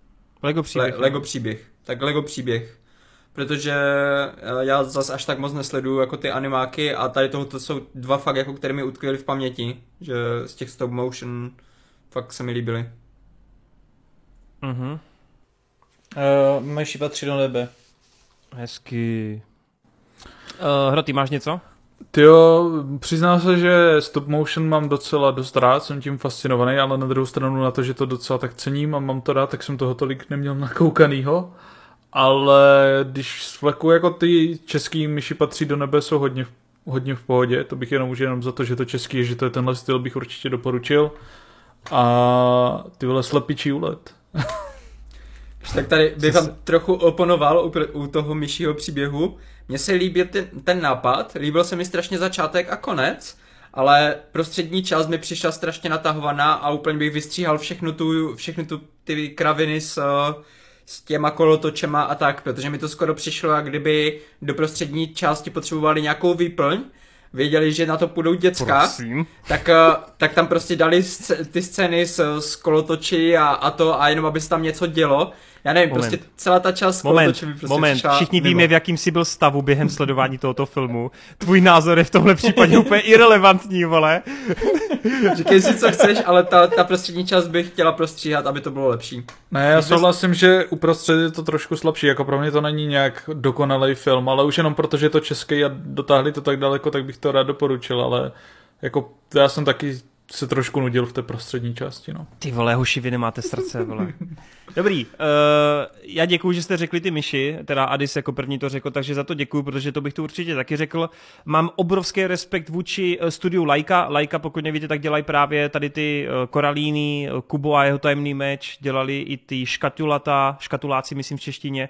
Lego příběh. Le- Lego příběh. Tak Lego příběh. Protože já zas až tak moc nesleduju jako ty animáky a tady tohoto jsou dva fakt, jako které mi utkvěly v paměti. Že z těch stop motion fakt se mi líbily. Mhm. Uh, myši patří do nebe. Hezky. Uh, Hroty, máš něco? Tyjo, přiznám se, že stop motion mám docela dost rád, jsem tím fascinovaný, ale na druhou stranu na to, že to docela tak cením a mám to rád, tak jsem toho tolik neměl nakoukanýho. Ale když z fleku jako ty český myši patří do nebe jsou hodně, hodně v pohodě, to bych jenom už jenom za to, že to český, že to je tenhle styl, bych určitě doporučil. A ty vole slepičí úlet. Tak tady bych vám trochu oponoval u, u toho myšího příběhu. Mně se líbil ten, ten nápad, líbil se mi strašně začátek a konec, ale prostřední část mi přišla strašně natahovaná a úplně bych vystříhal všechnu tu, všechny tu ty kraviny s, s těma kolotočema a tak, protože mi to skoro přišlo, jak kdyby do prostřední části potřebovali nějakou výplň, věděli, že na to půjdou děcka, tak, tak tam prostě dali sc- ty scény s, s kolotoči a, a to a jenom aby se tam něco dělo. Já nevím, moment. Prostě celá ta část kolotoče mi prostě moment. přišla Všichni mimo. víme, v jakým jsi byl stavu během sledování tohoto filmu. Tvůj názor je v tomhle případě úplně irelevantní, vole. Říkej si, co chceš, ale ta, ta prostřední část bych chtěla prostříhat, aby to bylo lepší. Ne, já souhlasím, že uprostřed je to trošku slabší, jako pro mě to není nějak dokonalý film, ale už jenom protože je to český a dotáhli to tak daleko, tak bych to rád doporučil, ale jako já jsem taky se trošku nudil v té prostřední části, no. Ty vole, hoši, vy nemáte srdce, vole. Dobrý, uh, já děkuju, že jste řekli ty myši, teda Adis jako první to řekl, takže za to děkuju, protože to bych tu určitě taky řekl. Mám obrovský respekt vůči studiu Laika. Laika, pokud nevíte, tak dělají právě tady ty koralíny, Kubo a jeho tajemný meč, dělali i ty škatulata, škatuláci, myslím v češtině,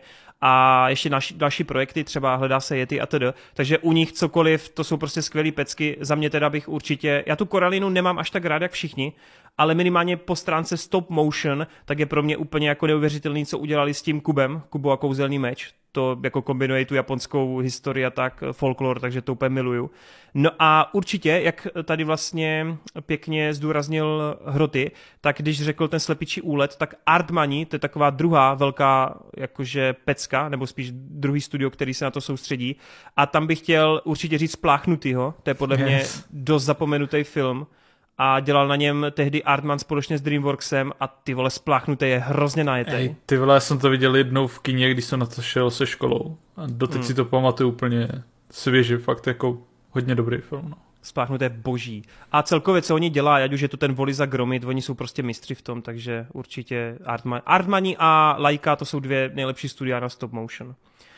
a ještě naši, další projekty, třeba Hledá se Yeti a td. Takže u nich cokoliv, to jsou prostě skvělý pecky. Za mě teda bych určitě, já tu koralinu nemám až tak rád, jak všichni, ale minimálně po stránce stop motion, tak je pro mě úplně jako neuvěřitelný, co udělali s tím Kubem, Kubo a kouzelný meč. To jako kombinuje tu japonskou historii a tak, folklor, takže to úplně miluju. No a určitě, jak tady vlastně pěkně zdůraznil Hroty, tak když řekl ten slepičí úlet, tak Aardmani, to je taková druhá velká jakože pecka, nebo spíš druhý studio, který se na to soustředí. A tam bych chtěl určitě říct Spláchnutýho, to je podle yes. mě dost zapomenutý film. A dělal na něm tehdy Aardman společně s DreamWorksem a ty vole Spláchnutý je hrozně najetej. Ej, ty vole, já jsem to viděl jednou v kině, když jsem na to šel se školou. A doteď hmm. si to pamatuju úplně svěže, fakt jako hodně dobrý film. No. Spláchnuté boží. A celkově, co oni dělají, ať už je to ten Voliza Gromit, oni jsou prostě mistři v tom, takže určitě Aardman. Aardmani a Laika, to jsou dvě nejlepší studia na stop motion.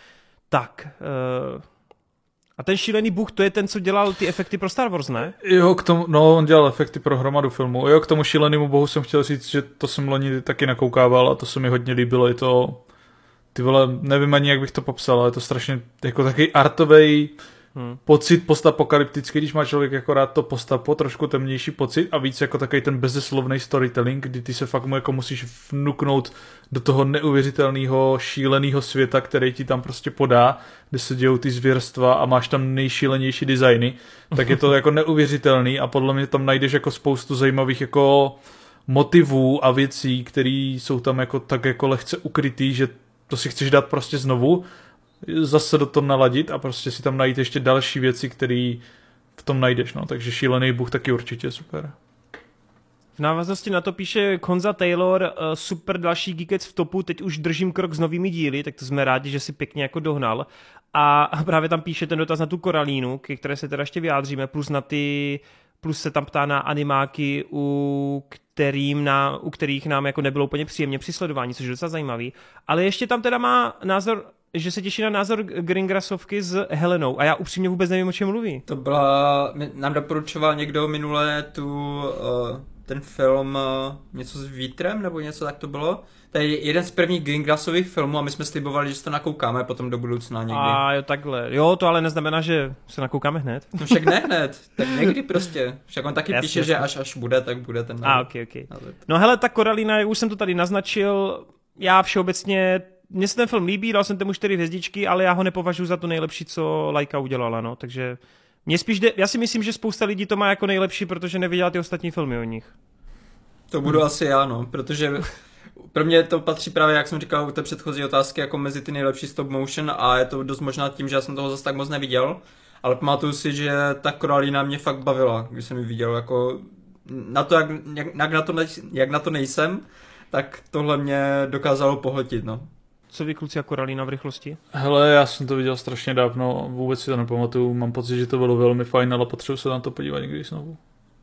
Tak... Uh... A ten šílený Bůh, to je ten, co dělal ty efekty pro Star Wars, ne? Jo, k tomu, no, on dělal efekty pro hromadu filmů. Jo, k tomu šílenému Bohu jsem chtěl říct, že to jsem loni taky nakoukával a to se mi hodně líbilo. Je to, ty vole, nevím ani, jak bych to popsal, ale je to strašně jako takový artovej hmm. pocit postapokalyptický, když má člověk jako rád to postapo, trošku temnější pocit a víc jako takový ten bezeslovný storytelling, kdy ty se fakt mu jako musíš vnuknout do toho neuvěřitelného šíleného světa, který ti tam prostě podá, kde se dějou ty zvěrstva a máš tam nejšílenější designy, tak je to jako neuvěřitelný a podle mě tam najdeš jako spoustu zajímavých jako motivů a věcí, které jsou tam jako tak jako lehce ukrytý, že to si chceš dát prostě znovu, zase do toho naladit a prostě si tam najít ještě další věci, které v tom najdeš, no, takže šílený Bůh taky určitě super. V návaznosti na to píše Konza Taylor, super další Geekec v topu, teď už držím krok s novými díly, tak to jsme rádi, že si pěkně jako dohnal. A právě tam píše ten dotaz na tu koralínu, ke které se teda ještě vyjádříme, plus na ty, plus se tam ptá na animáky, u kterým nám, u kterých nám jako nebylo úplně příjemně při sledování, což je docela zajímavý. Ale ještě tam teda má názor, že se těší na názor Greengrassovky s Helenou a já upřímně vůbec nevím, o čem mluví. To byla, nám doporučoval někdo minule tu, uh, ten film uh, něco s vítrem, nebo něco tak to bylo. To je jeden z prvních Greengrassových filmů a my jsme slibovali, že se to nakoukáme potom do budoucna někdy. A jo, takhle. Jo, to ale neznamená, že se nakoukáme hned. No však ne hned, tak někdy prostě. Však on taky jasně, píše, jasně. že až až bude, tak bude ten A ok, ok. No hele, ta Koralina, už jsem to tady naznačil, já všeobecně, mně se ten film líbí, dal jsem tomu čtyři hvězdičky, ale já ho nepovažuji za to nejlepší, co Laika udělala, no, takže mě spíš jde, já si myslím, že spousta lidí to má jako nejlepší, protože neviděla ty ostatní filmy o nich. To budu hmm. asi já, no, protože pro mě to patří právě, jak jsem říkal u té předchozí otázky, jako mezi ty nejlepší stop motion a je to dost možná tím, že já jsem toho zase tak moc neviděl, ale pamatuju si, že ta Koralína mě fakt bavila, když jsem ji viděl, jako na to, jak, jak, jak, na, to ne, jak na to nejsem, tak tohle mě dokázalo pohltit, no. Co vy kluci a Koralína v rychlosti? Hele, já jsem to viděl strašně dávno, vůbec si to nepamatuju, mám pocit, že to bylo velmi fajn, ale potřebuji se na to podívat někdy znovu.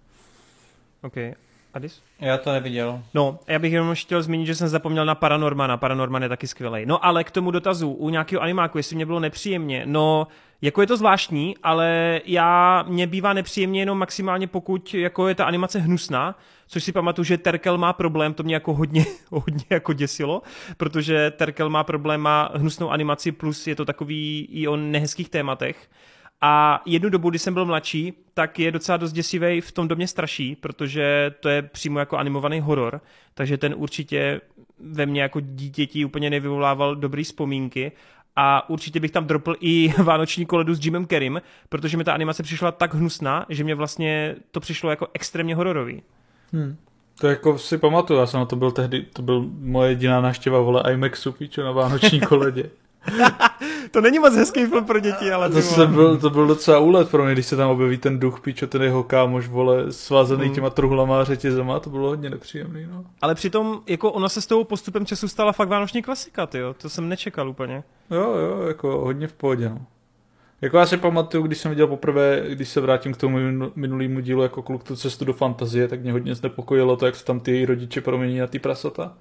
OK. Adis? Já to neviděl. No, já bych jenom chtěl zmínit, že jsem zapomněl na Paranormana. Paranorman je taky skvělej. No ale k tomu dotazu u nějakého animáku, jestli mě bylo nepříjemně. No, jako je to zvláštní, ale já, mě bývá nepříjemně jenom maximálně, pokud jako je ta animace hnusná, což si pamatuju, že Terkel má problém, to mě jako hodně, hodně jako děsilo, protože Terkel má problém, má hnusnou animaci, plus je to takový i o nehezkých tématech. A jednu dobu, kdy jsem byl mladší, tak je docela dost děsivej v tom domě straší, protože to je přímo jako animovaný horor, takže ten určitě ve mně jako dítěti úplně nevyvolával dobrý vzpomínky a určitě bych tam dropl i Vánoční koledu s Jimem Carreym, protože mi ta animace přišla tak hnusná, že mě vlastně to přišlo jako extrémně hororový. Hmm. To jako si pamatuju, já jsem na to byl tehdy, to byl moje jediná návštěva, vole, IMAXu, píčo, na Vánoční koledě. To není moc hezký film pro děti, ale to, se byl, to byl docela úlet pro mě, když se tam objeví ten duch, píčo, ten jeho kámoš, vole, svázaný hmm. těma truhlama a řetězama, to bylo hodně nepříjemný, no. Ale přitom, jako ona se s tou postupem času stala fakt vánoční klasika, tyjo, to jsem nečekal úplně. Jo, jo, jako hodně v pohodě, no. Jako já si pamatuju, když jsem viděl poprvé, když se vrátím k tomu minulému dílu jako kluk tu cestu do fantazie, tak mě hodně znepokojilo to, jak se tam ty rodiče promění na ty prasata.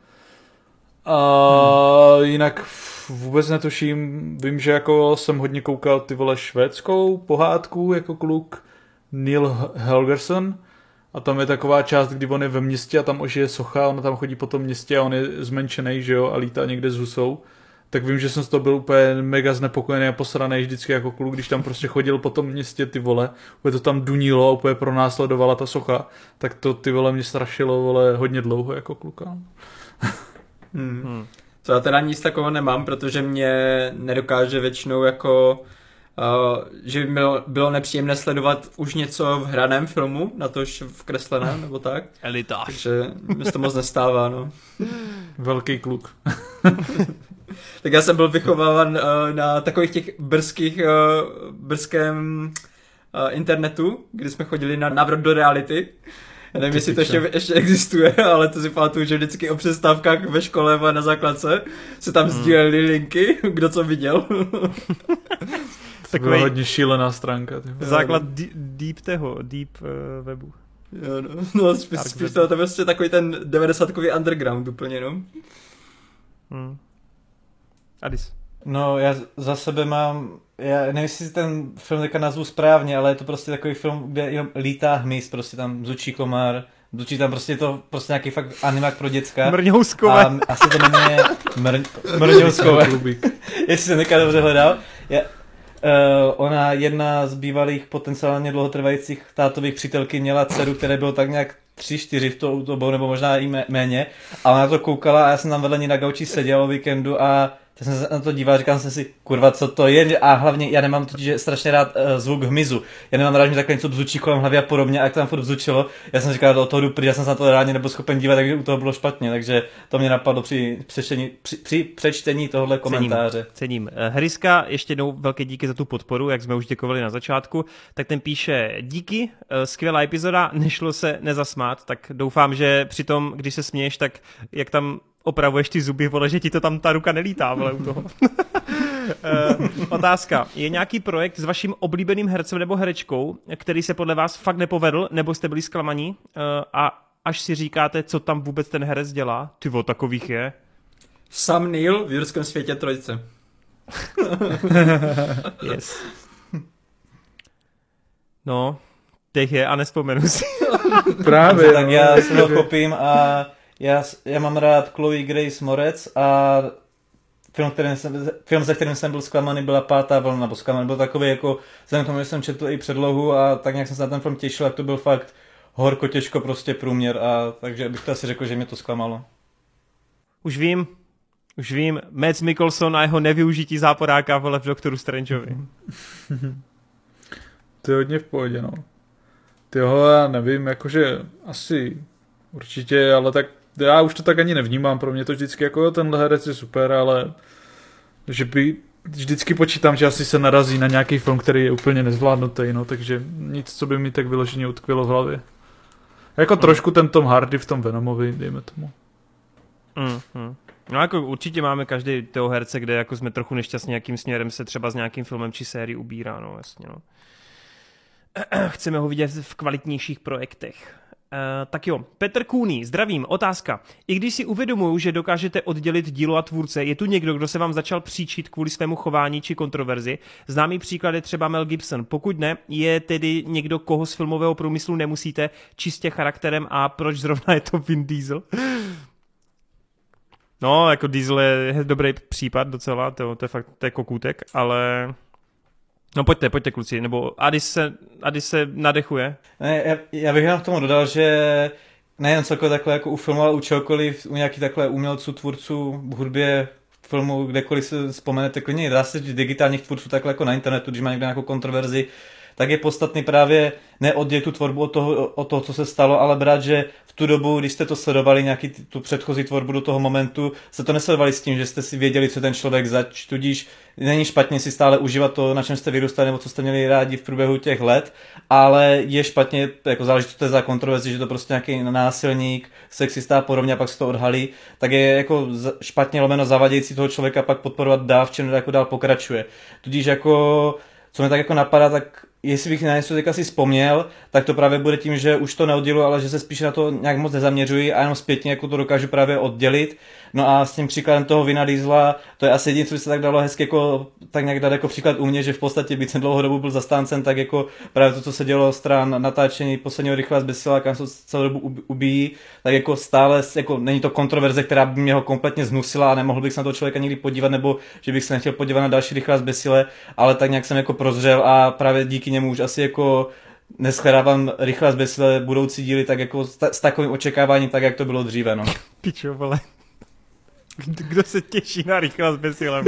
A hmm. jinak vůbec netuším, vím, že jako jsem hodně koukal ty vole švédskou pohádku jako kluk Neil Helgerson a tam je taková část, kdy on je ve městě a tam ožije socha, on tam chodí po tom městě a on je zmenšený, že jo, a lítá někde s husou. Tak vím, že jsem z toho byl úplně mega znepokojený a posraný vždycky jako kluk, když tam prostě chodil po tom městě ty vole, úplně to tam dunilo a úplně pronásledovala ta socha, tak to ty vole mě strašilo vole hodně dlouho jako kluka. Hmm. Hmm. Co já teda nic takového nemám, protože mě nedokáže většinou jako, uh, že by bylo, bylo nepříjemné sledovat už něco v hraném filmu, natož v kresleném nebo tak. Elitář. Takže mi se to moc nestává, no. Velký kluk. Tak já jsem byl vychováván uh, na takových těch brzkých, uh, brzkém uh, internetu, kdy jsme chodili na návrat do reality. Já nevím, jestli to ještě, ještě existuje, ale to si pamatuju, že vždycky o přestávkách ve škole a na základce se tam hmm. sdíleli linky, kdo co viděl. To byla hodně šílená stránka. Tyhle. Základ deep, deep toho, deep uh, webu. Jo, no, no spíš, spíš to, to je prostě takový ten devadesátkový underground úplně, no. Hmm. Adis. No, já za sebe mám, já nevím, jestli si ten film teďka nazvu správně, ale je to prostě takový film, kde jenom lítá hmyz, prostě tam zučí komár, zučí tam prostě to, prostě nějaký fakt animák pro děcka. Mrňouskové. A asi to jmenuje mr, Mrňouskové, jestli jsem teďka dobře hledal. Já, uh, ona, jedna z bývalých potenciálně dlouhotrvajících tátových přítelky, měla dceru, které bylo tak nějak tři, čtyři v tou dobou, nebo možná i méně. A ona na to koukala a já jsem tam vedle ní na gauči seděl o víkendu a tak jsem se na to díval, říkal jsem si, kurva, co to je, a hlavně já nemám totiž strašně rád uh, zvuk hmyzu. Já nemám rád, že takhle něco bzučí kolem hlavy a podobně, a jak to tam furt bzučilo, já jsem říkal, do toho jdu pryč, já jsem se na to rádi nebyl schopen dívat, takže u toho bylo špatně, takže to mě napadlo při přečtení, při, při přečtení tohohle komentáře. Cením, cením. Heriska, ještě jednou velké díky za tu podporu, jak jsme už děkovali na začátku, tak ten píše, díky, skvělá epizoda, nešlo se nezasmát, tak doufám, že při tom, když se směješ, tak jak tam opravuješ ty zuby, vole, že ti to tam ta ruka nelítá, vole, u toho. uh, otázka. Je nějaký projekt s vaším oblíbeným hercem nebo herečkou, který se podle vás fakt nepovedl, nebo jste byli zklamaní uh, a až si říkáte, co tam vůbec ten herec dělá? Ty vo, takových je. Sam Neill v Jurském světě trojce. Yes. No, těch je a nespomenu si. Právě. Tak já se ho chopím a Já, já mám rád Chloe Grace Moretz a film, kterým jsem, film, ze kterým jsem byl zklamaný, byla Pátá vlna, nebo zklamaný, byl takový jako, vzhledem k tomu, že jsem četl i předlohu a tak nějak jsem se na ten film těšil, jak to byl fakt horko těžko prostě průměr, a takže bych to asi řekl, že mě to zklamalo. Už vím, už vím, Mads Mikkelsen a jeho nevyužití záporáka vole v Doktoru Strangeovi. To je hodně v pohodě, no. Tyho já nevím, jakože asi určitě, ale tak já už to tak ani nevnímám, pro mě to vždycky jako tenhle herec je super, ale že by vždycky počítám, že asi se narazí na nějaký film, který je úplně nezvládnutý, no, takže nic, co by mi tak vyloženě utkvělo v hlavě. Jako mm. trošku ten Tom Hardy v tom Venomovi, dejme tomu. Mm, mm. No jako určitě máme každý toho herce, kde jako jsme trochu nešťastní, jakým směrem se třeba s nějakým filmem či sérií ubírá, no jasně, no. Chceme ho vidět v kvalitnějších projektech. Uh, tak jo, Petr Kůný, zdravím, otázka. I když si uvědomuju, že dokážete oddělit dílo a tvůrce, je tu někdo, kdo se vám začal příčit kvůli svému chování či kontroverzi? Známý příklad je třeba Mel Gibson. Pokud ne, je tedy někdo, koho z filmového průmyslu nemusíte, čistě charakterem a proč zrovna je to Vin Diesel? No, jako Diesel je dobrý případ docela, to, to je fakt to je kokůtek, ale... No pojďte, pojďte kluci, nebo Adi se, Adi se nadechuje. Ne, já, já bych jenom k tomu dodal, že nejen celkově takhle jako u filmu, ale u čehokoliv, u nějakých takhle umělců, tvůrců, v hudbě, filmu, kdekoliv se vzpomenete, klidně dá se říct digitálních tvůrců takhle jako na internetu, když má někdo nějakou kontroverzi, tak je podstatný právě neoddělit tu tvorbu od toho, od toho, co se stalo, ale brát, že v tu dobu, když jste to sledovali, nějaký tu předchozí tvorbu do toho momentu, jste to nesledovali s tím, že jste si věděli, co ten člověk zač, tudíž není špatně si stále užívat to, na čem jste vyrůstali, nebo co jste měli rádi v průběhu těch let, ale je špatně, jako záleží, co to je za kontroverzi, že to prostě nějaký násilník, sexista a podobně, a pak se to odhalí, tak je jako špatně lomeno zavadějící toho člověka pak podporovat dál, v čem jako dál pokračuje. Tudíž jako, co mě tak jako napadá, tak jestli bych na něco teďka si vzpomněl, tak to právě bude tím, že už to neodděluji, ale že se spíš na to nějak moc nezaměřuji a jenom zpětně jako to dokážu právě oddělit. No a s tím příkladem toho Vina Diesela, to je asi jediné, co by se tak dalo hezky jako, tak nějak dát jako příklad u mě, že v podstatě byť jsem dlouhou dobu byl zastáncem, tak jako právě to, co se dělo stran natáčení posledního Rychle z Besila, kam se celou dobu ubíjí, tak jako stále, jako není to kontroverze, která by mě ho kompletně znusila a nemohl bych se na toho člověka někdy podívat, nebo že bych se nechtěl podívat na další Rychle z Besile, ale tak nějak jsem jako prozřel a právě díky němu už asi jako neschledávám Rychle z Besile budoucí díly tak jako s, s takovým očekáváním, tak jak to bylo dříve, no. Pičo, vole. Kdo se těší na Rychle z Besile?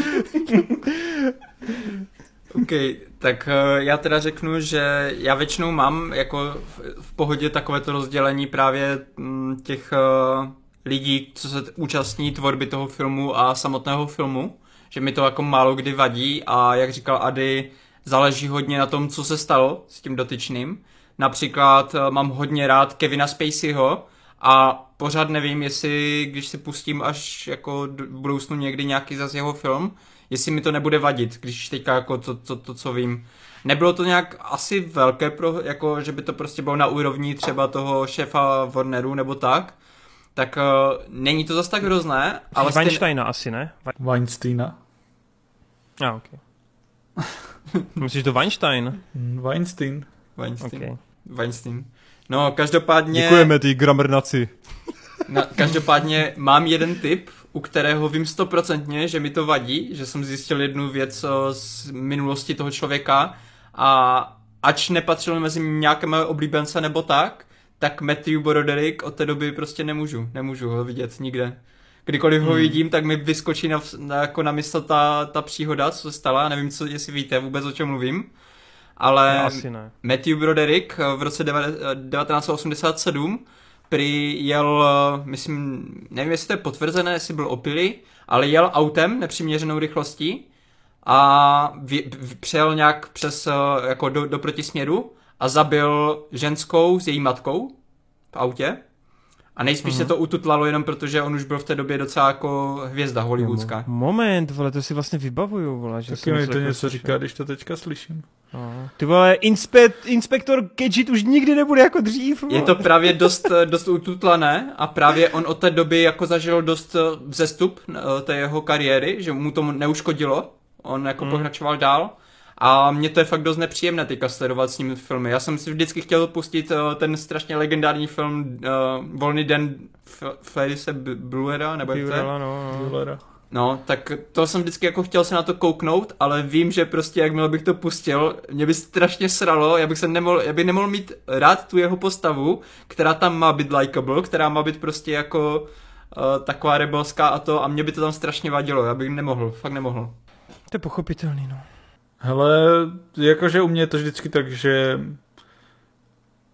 OK, tak uh, já teda řeknu, že já většinou mám jako v, v pohodě takovéto rozdělení právě m, těch uh, lidí, co se účastní tvorby toho filmu a samotného filmu, že mi to jako málo kdy vadí a jak říkal Ady, záleží hodně na tom, co se stalo s tím dotyčným. Například uh, mám hodně rád Kevina Spaceyho a pořád nevím, jestli když si pustím až jako v budoucnu někdy nějaký zase jeho film, jestli mi to nebude vadit, když teďka jako to, to, to, co vím. Nebylo to nějak asi velké, pro, jako že by to prostě bylo na úrovni třeba toho šéfa Warneru nebo tak, tak uh, není to zase tak hrozné, ale... Weinsteina stejn... asi, ne? Weinsteina. A, ah, ok. Myslíš to Weinstein? Weinstein. Weinstein. Okay. Weinstein. No, každopádně... Děkujeme, ty gramrnaci. Na, každopádně mám jeden tip, u kterého vím stoprocentně, že mi to vadí, že jsem zjistil jednu věc z minulosti toho člověka a ač nepatřil mezi nějaké moje oblíbence nebo tak, tak Matthew Broderick od té doby prostě nemůžu, nemůžu ho vidět nikde. Kdykoliv hmm. ho vidím, tak mi vyskočí na, na, jako na mysl ta, ta příhoda, co se stala, nevím, co, jestli víte vůbec, o čem mluvím. Ale no, asi ne. Matthew Broderick v roce devatenáct set osmdesát sedm prý jel, myslím, nevím, jestli to je potvrzené, jestli byl opilý, ale jel autem nepřiměřenou rychlostí a vy, vy, přejel nějak přes, jako do, do protisměru a zabil ženskou s její matkou v autě. A nejspíš mm-hmm. se to ututlalo jenom protože on už byl v té době docela jako hvězda hollywoodská. Moment, vole, to si vlastně vybavuju, vole. Že taky mi to něco říká, když to teďka slyším. No. Ty vole, inspe- inspektor Gadget už nikdy nebude jako dřív. Vole. Je to právě dost, dost ututlané a právě on od té doby jako zažil dost vzestup té jeho kariéry, že mu to neuškodilo, on jako mm. pokračoval dál. A mně to je fakt dost nepříjemné teďka sledovat s ním filmy. Já jsem si vždycky chtěl pustit uh, ten strašně legendární film uh, Volný den Ferrise Buellera, nebo jak to je? No, no. No, tak to jsem vždycky jako chtěl se na to kouknout, ale vím, že prostě jakmile bych to pustil, mě by strašně sralo, já bych se nemohl, já bych nemohl mít rád tu jeho postavu, která tam má být likeable, která má být prostě jako uh, taková rebelská a to, a mě by to tam strašně vadilo, já bych nemohl, fakt nemohl. To je pochopitelný, no. Hele, jakože u mě je to vždycky tak, že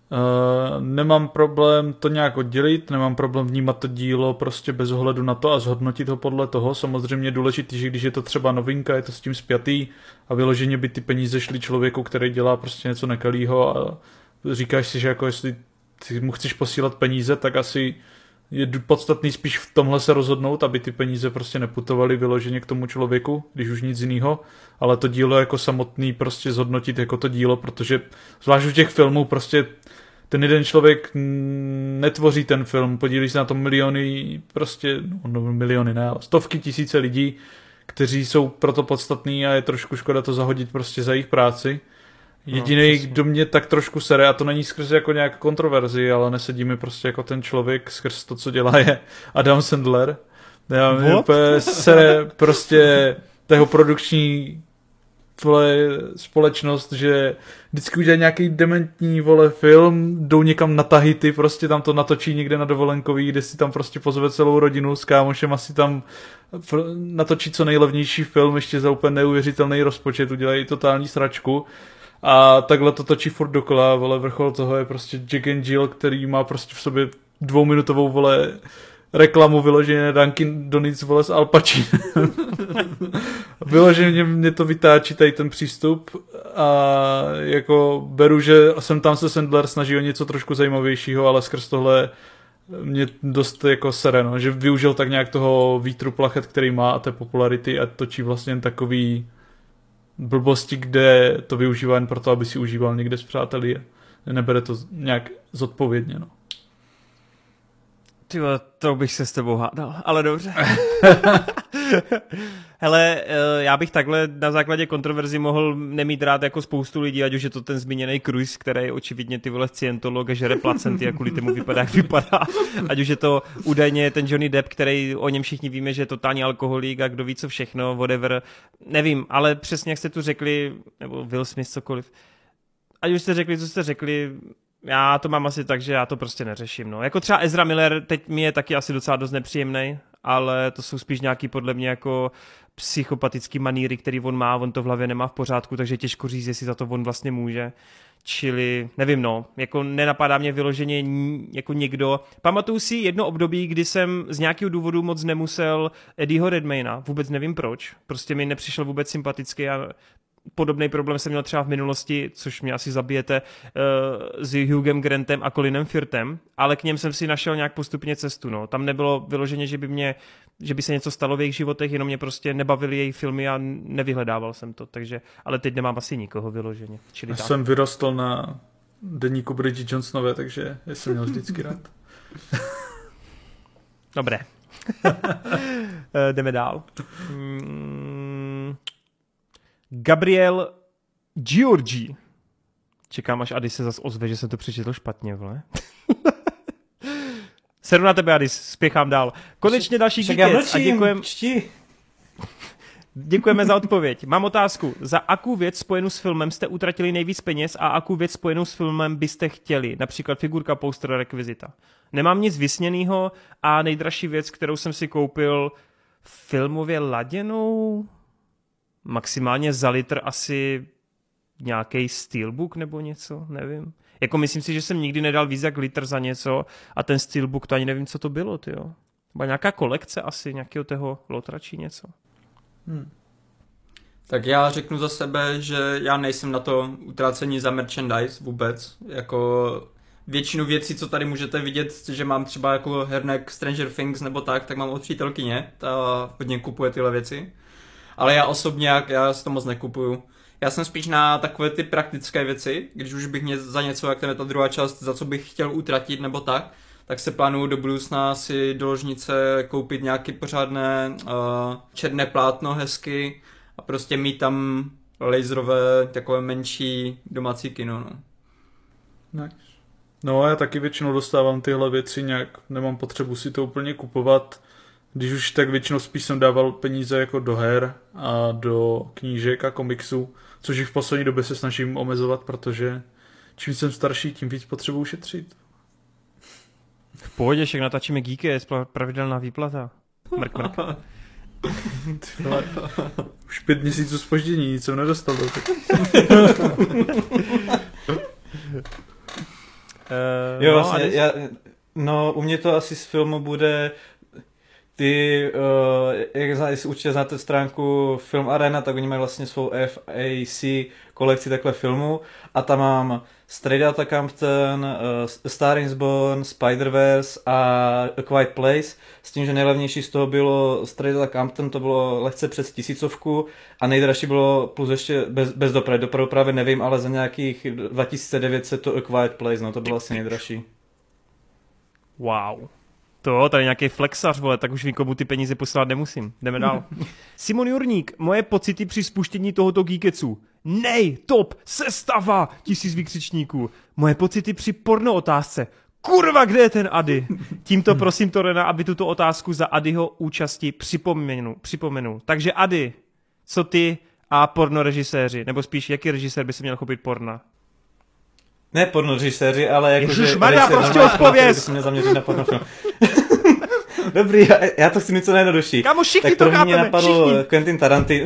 Uh, nemám problém to nějak oddělit, nemám problém vnímat to dílo prostě bez ohledu na to a zhodnotit ho podle toho. Samozřejmě je důležité, že když je to třeba novinka, je to s tím spjatý a vyloženě by ty peníze šly člověku, který dělá prostě něco nekalýho a říkáš si, že jako jestli ty mu chceš posílat peníze, tak asi je podstatný spíš v tomhle se rozhodnout, aby ty peníze prostě neputovaly vyloženě k tomu člověku, když už nic jiného, ale to dílo jako samotný prostě zhodnotit jako to dílo, protože zvlášť u těch filmů prostě ten jeden člověk netvoří ten film, podílí se na tom miliony, prostě, no miliony ne, ale stovky tisíce lidí, kteří jsou proto podstatní a je trošku škoda to zahodit prostě za jejich práci. Jediný, no, kdo mě tak trošku sere, a to není skrz jako nějak kontroverzi, ale nesedí mi prostě jako ten člověk skrz to, co dělá, je Adam Sandler. Já mě úplně sere prostě tého produkční vole, společnost, že vždycky udělají nějaký dementní vole film, jdou někam na Tahiti, prostě tam to natočí někde na dovolenkový, kde si tam prostě pozve celou rodinu s kámošem, asi tam natočí co nejlevnější film, ještě za úplně neuvěřitelný rozpočet, udělají totální sračku. A takhle to točí furt dokola, vole, vrchol toho je prostě Jack and Jill, který má prostě v sobě dvouminutovou, vole, reklamu vyloženě Dunkin' Donuts, vole, s Al Pacinem. Vyloženě mě to vytáčí tady ten přístup a jako beru, že jsem tam se Sandler snaží o něco trošku zajímavějšího, ale skrz tohle mě dost jako sere, no, že využil tak nějak toho vítru plachet, který má a té popularity a točí vlastně jen takový blbosti, kde to využívá jen proto, aby si užíval někde s přáteli. Nebere to nějak zodpovědně, no. Tyjo, to bych se s tebou hádal, ale dobře. Hele, já bych takhle na základě kontroverzí mohl nemít rád jako spoustu lidí, ať už je to ten zmíněný Cruise, který je očividně ty vole scientolog a žere placenty a kvůli tomu vypadá, jak vypadá. Ať už je to údajně ten Johnny Depp, který o něm všichni víme, že je totální alkoholík a kdo ví co všechno, whatever. Nevím, ale přesně jak jste tu řekli, nebo Will Smith, cokoliv. Ať už jste řekli, co jste řekli, já to mám asi tak, že já to prostě neřeším. No. Jako třeba Ezra Miller, teď mi je taky asi docela dost nepříjemnej, ale to jsou spíš nějaký podle mě jako psychopatický maníry, který on má, on to v hlavě nemá v pořádku, takže těžko říct, jestli za to on vlastně může. Čili, nevím no, jako nenapadá mě vyloženě jako někdo. Pamatuju si jedno období, kdy jsem z nějakého důvodu moc nemusel Eddieho Redmayna, vůbec nevím proč, prostě mi nepřišel vůbec sympatický a podobný problém jsem měl třeba v minulosti, což mě asi zabijete, uh, s Hughem Grantem a Colinem Firthem, ale k něm jsem si našel nějak postupně cestu. No. Tam nebylo vyloženě, že by, mě, že by se něco stalo v jejich životech, jenom mě prostě nebavily jejich filmy a nevyhledával jsem to. Takže, ale teď nemám asi nikoho vyloženě. Čili Já tak. jsem vyrostl na deníku Bridget Johnsonové, takže jsem měl vždycky rád. Dobré. Jdeme dál. Hmm. Gabriel Giorgi. Čekám, až Adis se zas ozve, že jsem to přečetl špatně, vole. Sedu na tebe, Adis, spěchám dál. Konečně další Geekec a děkujem... Děkujeme za odpověď. Mám otázku. Za akou věc spojenou s filmem jste utratili nejvíc peněz a akou věc spojenou s filmem byste chtěli? Například figurka, poster, rekvizita. Nemám nic vysněnýho a nejdražší věc, kterou jsem si koupil, filmově laděnou... Maximálně za litr asi nějaký steelbook nebo něco, nevím. Jako myslím si, že jsem nikdy nedal víc jak litr za něco a ten steelbook, to ani nevím, co to bylo, tyjo. Byla nějaká kolekce asi, nějakého toho lotračí něco. Hmm. Tak já řeknu za sebe, že já nejsem na to utrácení za merchandise vůbec. Jako většinu věcí, co tady můžete vidět, že mám třeba jako hernek Stranger Things nebo tak, tak mám od přítelkyně, ta hodně kupuje tyhle věci. Ale já osobně, já si to moc nekupuju. Já jsem spíš na takové ty praktické věci, když už bych mě za něco, jak tam je ta druhá část, za co bych chtěl utratit nebo tak, tak se plánuju do budoucna si do ložnice koupit nějaké pořádné uh, černé plátno, hezky a prostě mít tam laserové, takové menší domácí kino. No. Nice. No a já taky většinou dostávám tyhle věci nějak, nemám potřebu si to úplně kupovat. Když už tak většinou spíš jsem dával peníze jako do her a do knížek a komiksů, což i v poslední době se snažím omezovat, protože čím jsem starší, tím víc potřebuji šetřit. V pohodě, však natáčíme Geeky, je pravidelná výplata. Mrk, mrk. Už pět měsíců zpoždění, nic jsem nedostal. Uh, jo, no, vlastně, já, no, u mě to asi z filmu bude ty, uh, jak zná, jestli určitě znáte stránku Film Arena, tak oni mají vlastně svou F A C kolekci takhle filmů a tam mám Straight Outta Compton, uh, Star is Born, Spider-Verse a A Quiet Place, s tím, že nejlevnější z toho bylo Straight Outta Compton, to bylo lehce přes tisícovku a nejdražší bylo plus ještě bez, bez dopravy, dopravu právě nevím, ale za nějakých dva tisíce devět set to A Quiet Place, no to bylo asi nejdražší. Wow. To, tady nějaký flexař, vole, tak už nikomu ty peníze posílat nemusím. Jdeme dál. Simon Jurník, moje pocity při spuštění tohoto Geeketsu. Nej, top, sestava, tisíc vykřičníků. Moje pocity při porno otázce. Kurva, kde je ten Ady? Tímto prosím Torena, aby tuto otázku za Adyho účasti připomenu. připomenu. Takže Ady, co ty a porno režiséři? Nebo spíš, jaký režisér by se měl chopit porna? Ne porno režiséři, ale jako Ježišmarja, prostě odpověz! By se měl zaměřit na pornofilm. Dobrý, já, já to chci mít co nejjednodušší. Kámo, všichni tak to první chápeme, mě napadl všichni. Quentin Tarantino.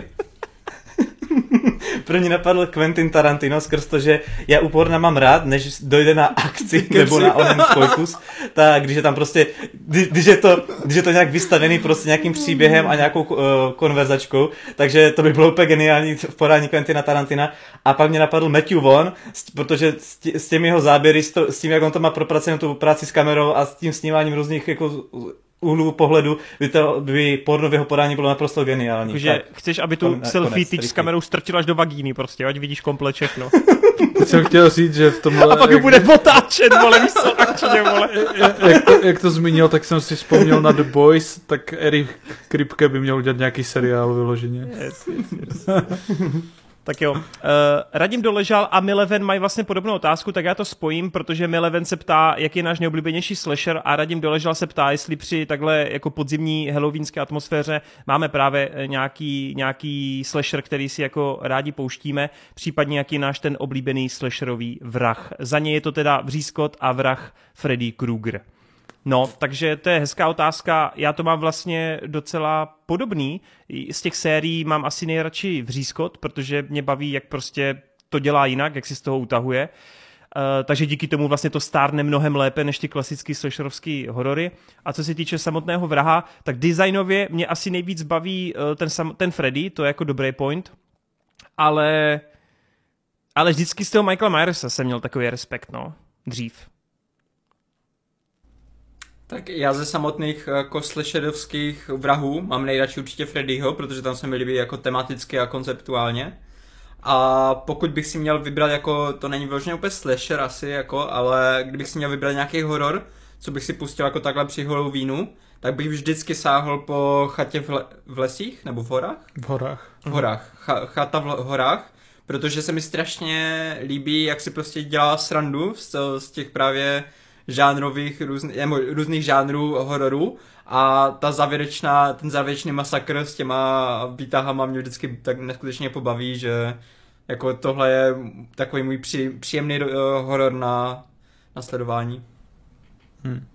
První napadl Quentin Tarantino skrz to, že já u porna mám rád, než dojde na akci nebo na onen spojkus, tak když je tam prostě, když je to, když je to nějak vystavený prostě nějakým příběhem a nějakou uh, konverzačkou, takže to by bylo úplně geniální v podání Quentina Tarantina. A pak mě napadl Matthew Vaughn, protože s těmi jeho záběry, s tím, jak on to má propracovanou tu práci s kamerou a s tím snímáním různých jako úhlu pohledu, by, to, by porno v jeho podání bylo naprosto geniální. Takže tak, chceš, aby tu konec, selfie tyč konec, s kamerou strčil až do vagíny prostě, ať vidíš komplet všechno. Teď jsem chtěl říct, že v tomhle... A pak ho bude otáčet, vole, víš co, akčně, vole. jak, to, jak to zmínil, tak jsem si vzpomněl na The Boys, tak Eric Kripke by měl udělat nějaký seriál vyloženě. Yes, yes, yes. Tak jo, uh, Radim Doležal a Mileven mají vlastně podobnou otázku, tak já to spojím, protože Mileven se ptá, jak je náš neoblíbenější slasher a Radim Doležal se ptá, jestli při takhle jako podzimní halloweenské atmosféře máme právě nějaký, nějaký slasher, který si jako rádi pouštíme, případně jaký je náš ten oblíbený slasherový vrah. Za ně je to teda Vřískot a vrah Freddy Krueger. No, takže to je hezká otázka. Já to mám vlastně docela podobný. Z těch sérií mám asi nejradši Vřískot, protože mě baví, jak prostě to dělá jinak, jak si z toho utahuje. Uh, takže díky tomu vlastně to stárne mnohem lépe než ty klasický slasherovský horory. A co se týče samotného vraha, tak designově mě asi nejvíc baví uh, ten, sam, ten Freddy, to je jako dobrý point. Ale, ale vždycky z toho Michaela Myersa jsem měl takový respekt, no, dřív. Tak já ze samotných jako slasherovských vrahů mám nejradši určitě Freddyho, protože tam se mi líbí jako tematicky a konceptuálně. A pokud bych si měl vybrat jako, to není vyloženě úplně slasher asi jako, ale kdybych si měl vybrat nějaký horor, co bych si pustil jako takhle při Halloweenu, tak bych vždycky sáhl po chatě v, le- v lesích nebo v horách? V horách. V horách. Ch- chata v horách, protože se mi strašně líbí, jak si prostě dělá srandu z, z těch právě žánrových, různých, různých žánrů hororů a ta závěrečná, ten závěrečný masakr s těma výtahama mě vždycky tak neskutečně pobaví, že jako tohle je takový můj při, příjemný uh, horor na, na sledování. Hmm.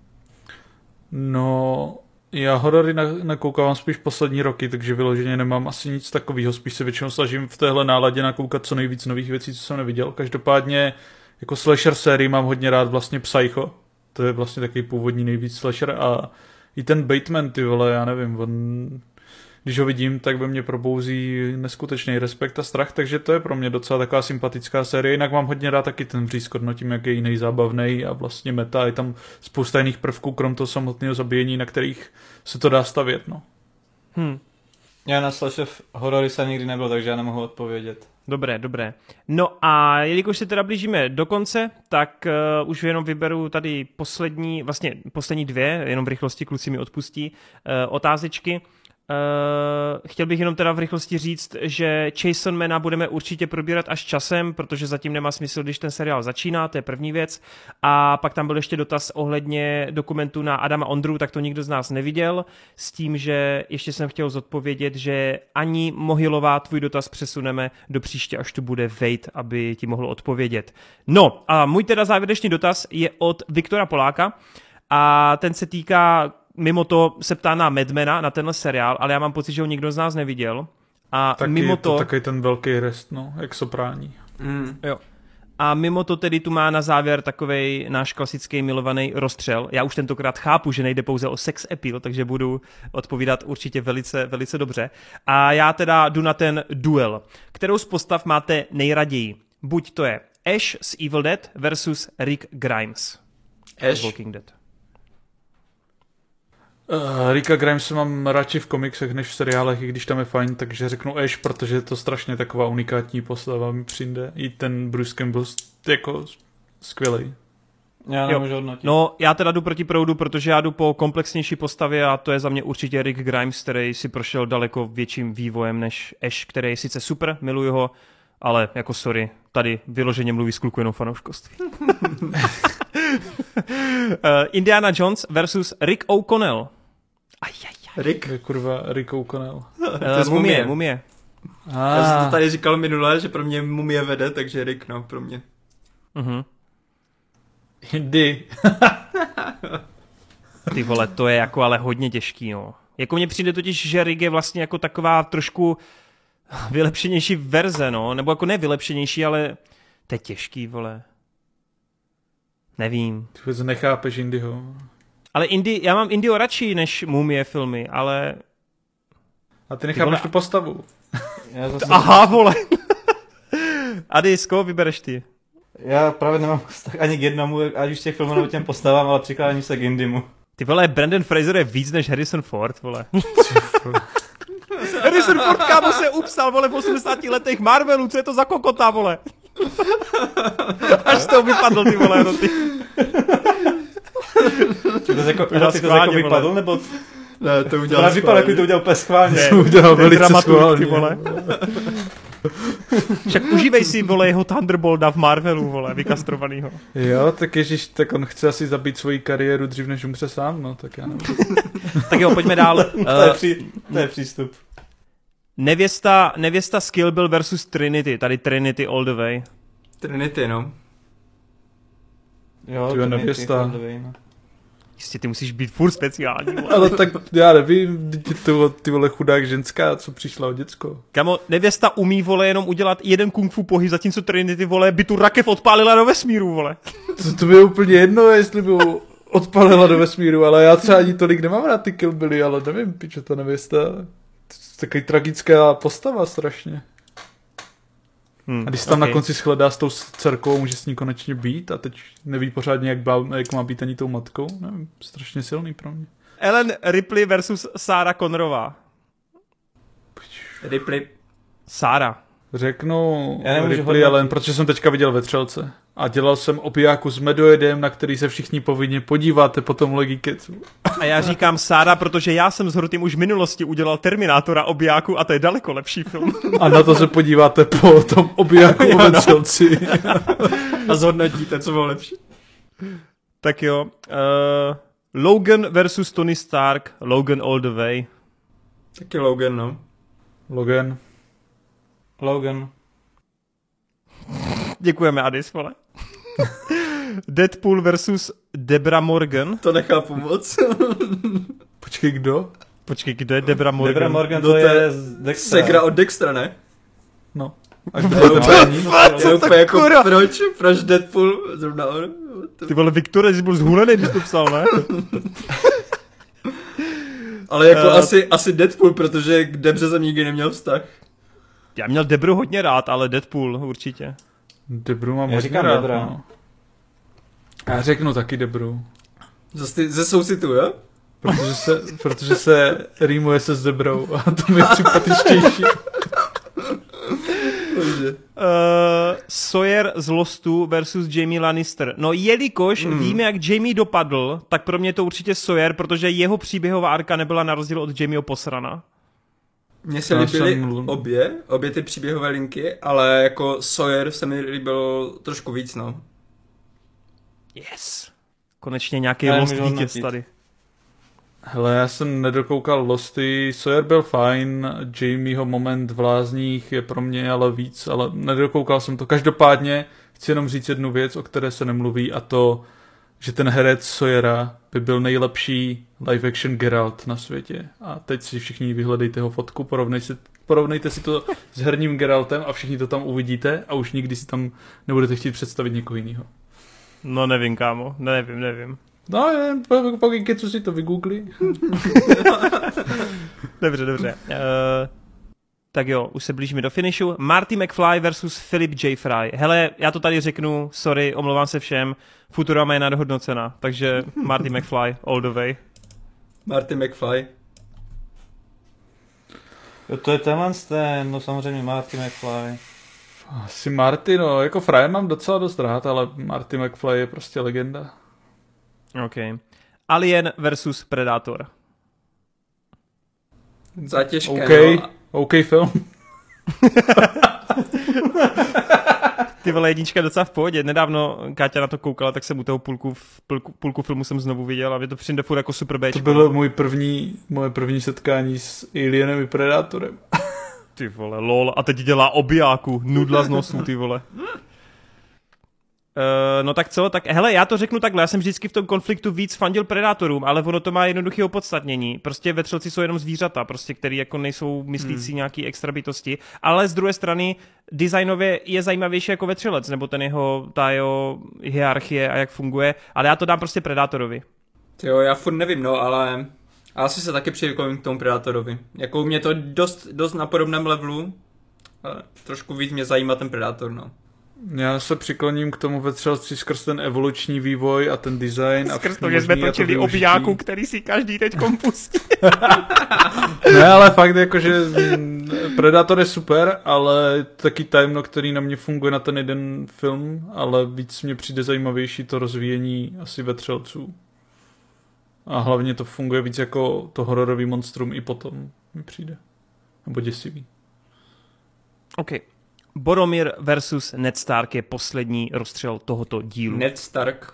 No, já horory nakoukávám spíš poslední roky, takže vyloženě nemám asi nic takového, spíš se většinou snažím v téhle náladě nakoukat co nejvíc nových věcí, co jsem neviděl. Každopádně jako slasher sérii mám hodně rád vlastně Psycho, to je vlastně takový původní nejvíc slasher a i ten Bateman, ty vole, já nevím, on, když ho vidím, tak ve mně probouzí neskutečný respekt a strach, takže to je pro mě docela taková sympatická série, jinak mám hodně rád taky ten Vřískot, no tím, jak je jiný zábavnej a vlastně meta, je tam spousta jiných prvků, krom toho samotného zabíjení, na kterých se to dá stavět, no. Hmm. Já na slasher horory jsem nikdy nebyl, takže já nemohu odpovědět. Dobré, dobré. No a jelikož se teda blížíme do konce, tak uh, už jenom vyberu tady poslední, vlastně poslední dvě, jenom v rychlosti kluci mi odpustí, uh, otázečky. Uh, chtěl bych jenom teda v rychlosti říct, že Chainsaw budeme určitě probírat až časem, protože zatím nemá smysl, když ten seriál začíná, to je první věc. A pak tam byl ještě dotaz ohledně dokumentu na Adama Ondru, tak to nikdo z nás neviděl, s tím, že ještě jsem chtěl zodpovědět, že ani Mohylová tvůj dotaz přesuneme do příště, až tu bude Vejt, aby ti mohl odpovědět. No a můj teda závěrečný dotaz je od Viktora Poláka a ten se týká, mimo to se ptá na Madmana, na tenhle seriál, ale já mám pocit, že ho nikdo z nás neviděl. A taky mimo je to, to takový ten velký rest, no, jak Soprání. Mm. Jo. A mimo to tedy tu má na závěr takovej náš klasický milovaný rozstřel. Já už tentokrát chápu, že nejde pouze o sex appeal, takže budu odpovídat určitě velice, velice dobře. A já teda jdu na ten duel. Kterou z postav máte nejraději? Buď to je Ash z Evil Dead versus Rick Grimes. Ash. Walking Dead. Uh, Ricka Grimese mám radši v komiksech než v seriálech, i když tam je fajn, takže řeknu Ash, protože je to strašně taková unikátní postava, mi přijde. I ten Bruce Campbell jako skvělej. Já nemůžu hodnotit. No, já teda jdu proti proudu, protože já jdu po komplexnější postavě a to je za mě určitě Rick Grimes, který si prošel daleko větším vývojem než Ash, který je sice super, miluju ho, ale jako sorry, tady vyloženě mluví s kluku jenom fanouškoství. uh, Indiana Jones versus Rick O'Connell. Ajajaj. Rick. Je kurva Rick O'Connell. Uh, mumie, mumie. Ah. Já jsem to tady říkal minule, že pro mě mumie vede, takže Rick, no, pro mě. Uh-huh. Indy. Ty vole, to je jako ale hodně těžký, no. Jako mně přijde totiž, že Rick je vlastně jako taková trošku vylepšenější verze, no. Nebo jako ne vylepšenější, ale to je těžký, vole. Nevím. Ty vůbec nechápeš Indyho. Ale Indy, já mám Indyho radši než mumie filmy, ale... A ty nechápeš vole... tu postavu. Já zase... Aha, vole. Ady, z koho vybereš ty? Já právě nemám vztah ani k jednomu, ať už těch filmů nebo těm postavám, ale přikláním se k Indymu. Ty vole, Brandon Fraser je víc než Harrison Ford, vole. Harrison Ford, kámo, se upsal, vole, v osmdesáti letech Marvelu, co je to za kokota, vole? Až z toho vypadl, ty vole, no ty. To je jako, to jako vypadl, nebo... Ne, to udělal to vypadalo, jako to udělal úplně schválně. To udělal velice schválně. Vole. Však užívej si, vole, jeho Thunderbolta v Marvelu, vole, vykastrovanýho. Jo, tak ježiš, tak on chce asi zabít svoji kariéru dřív, než umře sám, no, tak já nevím. Tak jo, pojďme dál. to, je pří, to je přístup. Nevěsta, nevěsta z Kill Bill versus Trinity, tady Trinity all the way. Trinity, no. Jo, to je nevěsta. Way, no. Jistě, ty musíš být furt speciální. Vole. Ale tak já nevím, ty, ty vole chudák ženská, co přišla o děcko. Kamo, nevěsta umí, vole, jenom udělat jeden kung fu pohyb, zatímco Trinity, vole, by tu rakev odpálila do vesmíru, vole. To, to by je úplně jedno, jestli by ho odpálila do vesmíru, ale já třeba ani tolik nemám rád ty Kill Billy, ale nevím, piče, ta nevěsta. Takový tragická postava strašně. Hmm, a když se tam okay. na konci shledá s tou dcerkou, může s ní konečně být a teď neví pořádně, jak, byla, jak má být ani tou matkou. Nevím, strašně silný pro mě. Ellen Ripley versus Sarah Connorová. Ripley. Sarah. Řeknu Ripley, ale protože jsem teďka viděl ve Třelce. A dělal jsem opijáku s medojedem, na který se všichni povinně podíváte po tom Logikecu. A já říkám Sára, protože já jsem s Hortym už v minulosti udělal Terminátora obijáku a to je daleko lepší film. A na to se podíváte po tom obijáku ve Třelci. A zhodnotíte, co bylo lepší. Tak jo. Uh, Logan versus Tony Stark. Logan all the way. Taky Logan, no. Logan. Logan. Děkujeme, Adis, vole. Deadpool versus Debra Morgan. To nechápu moc. Počkej, kdo? Počkej, kdo je Debra Morgan? Debra Morgan, to, to je z Dextra. Segra od Dextra, ne? No. A to je úplně jako, proč? Proč Deadpool? Zrovna on? Ty vole, Viktor, jsi byl zhulený, když to psal, ne? Ale jako uh, asi, asi Deadpool, protože k Debře jsem nikdy neměl vztah. Já měl Debru hodně rád, ale Deadpool určitě. Debru mám Já hodně říkám rád. Debra. No. Já řeknu taky Debru. Zase ze soucitu, jo? Protože se, protože se rýmuje se s Debrou a to mi je sympatičtější. Uh, Sawyer z Lostu versus Jamie Lannister. No jelikož mm. víme, jak Jamie dopadl, tak pro mě to určitě Sawyer, protože jeho příběhová arka nebyla na rozdíl od Jamieho posrana. Mně se líbily obě, obě ty příběhové linky, ale jako Sawyer se mi líbil trošku víc, no. Yes. Konečně nějaký Lost vítěz tady. Hele, já jsem nedokoukal Losty, Sawyer byl fajn, Jamieho moment v Lázních je pro mě ale víc, ale nedokoukal jsem to. Každopádně chci jenom říct jednu věc, o které se nemluví, a to, že ten herec Sawyera by byl nejlepší live action Geralt na světě. A teď si všichni vyhledejte jeho fotku, porovnej si, porovnejte si to s herním Geraltem a všichni to tam uvidíte a už nikdy si tam nebudete chtít představit někoho jiného. No nevím, kámo, nevím, nevím. No, pokud co si to vygoogli. Dobře, dobře. Uh, tak jo, už se blížíme do finishu. Marty McFly versus Philip J. Fry. Hele, já to tady řeknu, sorry, omlouvám se všem, Futurama je nadhodnocena, takže Marty McFly all the way. Marty McFly. Jo, to je tenhle ten, no samozřejmě Marty McFly. Asi Marty, no, jako Fry mám docela dost rád, ale Marty McFly je prostě legenda. OK. Alien versus Predator. Zatěžké, OK, no. OK film. Ty vole, jednička docela v pohodě. Nedávno Káťa na to koukala, tak jsem u toho půlku, půlku, půlku filmu jsem znovu viděl a mě to přijde furt jako super béčko. To bylo můj první, moje první setkání s Alienem i Predátorem. Ty vole, lol. A teď dělá obijáku, nudla z nosů, ty vole. Uh, no tak co, tak hele, já to řeknu takhle, já jsem vždycky v tom konfliktu víc fandil Predátorům, ale ono to má jednoduché opodstatnění. Prostě vetřelci jsou jenom zvířata, prostě, který jako nejsou myslící hmm. nějaký extra bytosti, ale z druhé strany designově je zajímavější jako vetřelec, nebo ten jeho, ta jeho hierarchie a jak funguje, ale já to dám prostě Predátorovi. Jo, já furt nevím, no, ale asi se taky přikloním k tomu Predátorovi. Jako mě to dost, dost na podobném levelu, ale trošku víc mě zajímá ten Predátor, no. Já se přikloním k tomu vetřelci skrz ten evoluční vývoj a ten design. Skrz to, že jsme točili obijáku, který si každý teď pustí. Ne, ale fakt jakože Predator je super, ale taky tajemno, který na mě funguje na ten jeden film, ale víc mě přijde zajímavější to rozvíjení asi vetřelců. A hlavně to funguje víc jako to hororový monstrum i potom mi přijde. Nebo děsivý. OK. Boromir versus Ned Stark je poslední rozstřel tohoto dílu. Ned Stark.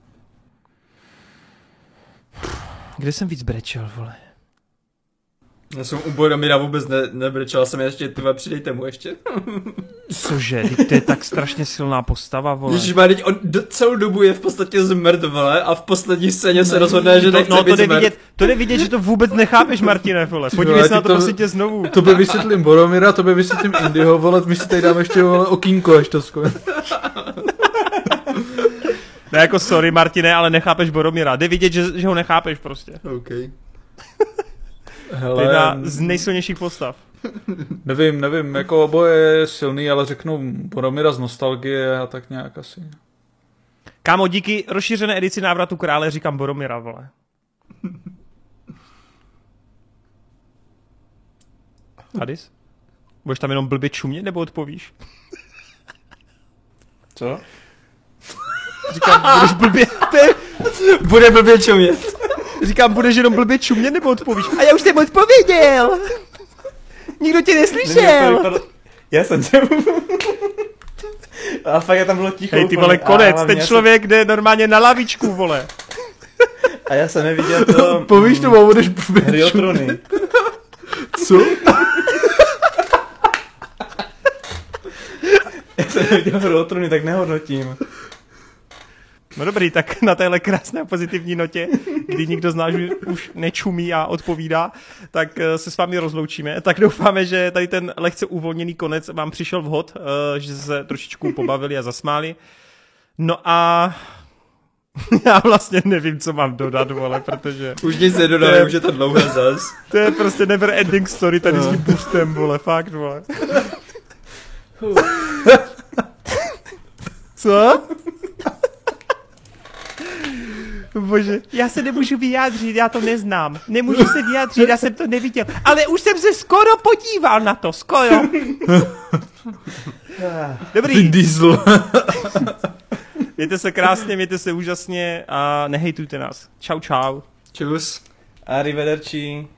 Kde jsem víc brečel, vole? Já jsem u Boromira vůbec ne, nebrečel, jsem ještě, tyhle, přidejte mu ještě. Cože, to je tak strašně silná postava, vole. Ježišmar, teď on do, celou dobu je v podstatě zmrt, vole, a v poslední scéně se rozhodne, že nechce no, být to jde zmrt. vidět, to jde vidět, že to vůbec nechápeš, Martine, vole. Podívej se na to, prosím tě, znovu. To by vysvětlím Boromira, to by vysvětlím Indyho, vole, my si tady dáme ještě, vole, okýnko, až to skvěle. Ne, jako sorry, Martine, ale nechápeš Boromira. Jde vidět, že, že ho nechápeš prostě. OK. Hele, to je jedna z nejsilnějších postav. Nevím, nevím, jako oboje je silný, ale řeknu Boromira z nostalgie a tak nějak asi. Kámo, díky rozšířené edici Návratu krále říkám Boromira, vole. Hadis? Budeš tam jenom blbě čumět, nebo odpovíš? Co? Říkám, budeš blbě... Bude blbě čumět. Říkám, budeš jenom blbě čumět, nebo odpovíš? A já už jsem odpověděl! Nikdo tě neslyšel! Já jsem tě... A fakt je tam bylo ticho. Hej, ty vole, konec, ten člověk jsem... jde normálně na lavičku, vole. A já jsem neviděl to... Povíš to, budeš blbě Hry o trůny. Co? Já jsem neviděl Hry o trůny, tak nehodnotím. No dobrý, tak na téhle krásné pozitivní notě, kdy nikdo z nás už nečumí a odpovídá, tak se s vámi rozloučíme. Tak doufáme, že tady ten lehce uvolněný konec vám přišel vhod, že se trošičku pobavili a zasmáli. No a já vlastně nevím, co mám dodat, vole, protože... Už nic nedodali, už je to dlouhé zas. To je prostě never ending story tady no. S tím boostem, vole, fakt, vole. Co? Bože, já se nemůžu vyjádřit, já to neznám. Nemůžu se vyjádřit, já jsem to neviděl. Ale už jsem se skoro podíval na to, skoro. Dobrý. Diesel. Mějte se krásně, mějte se úžasně a nehejtujte nás. Čau, čau. Čus. Arrivederci.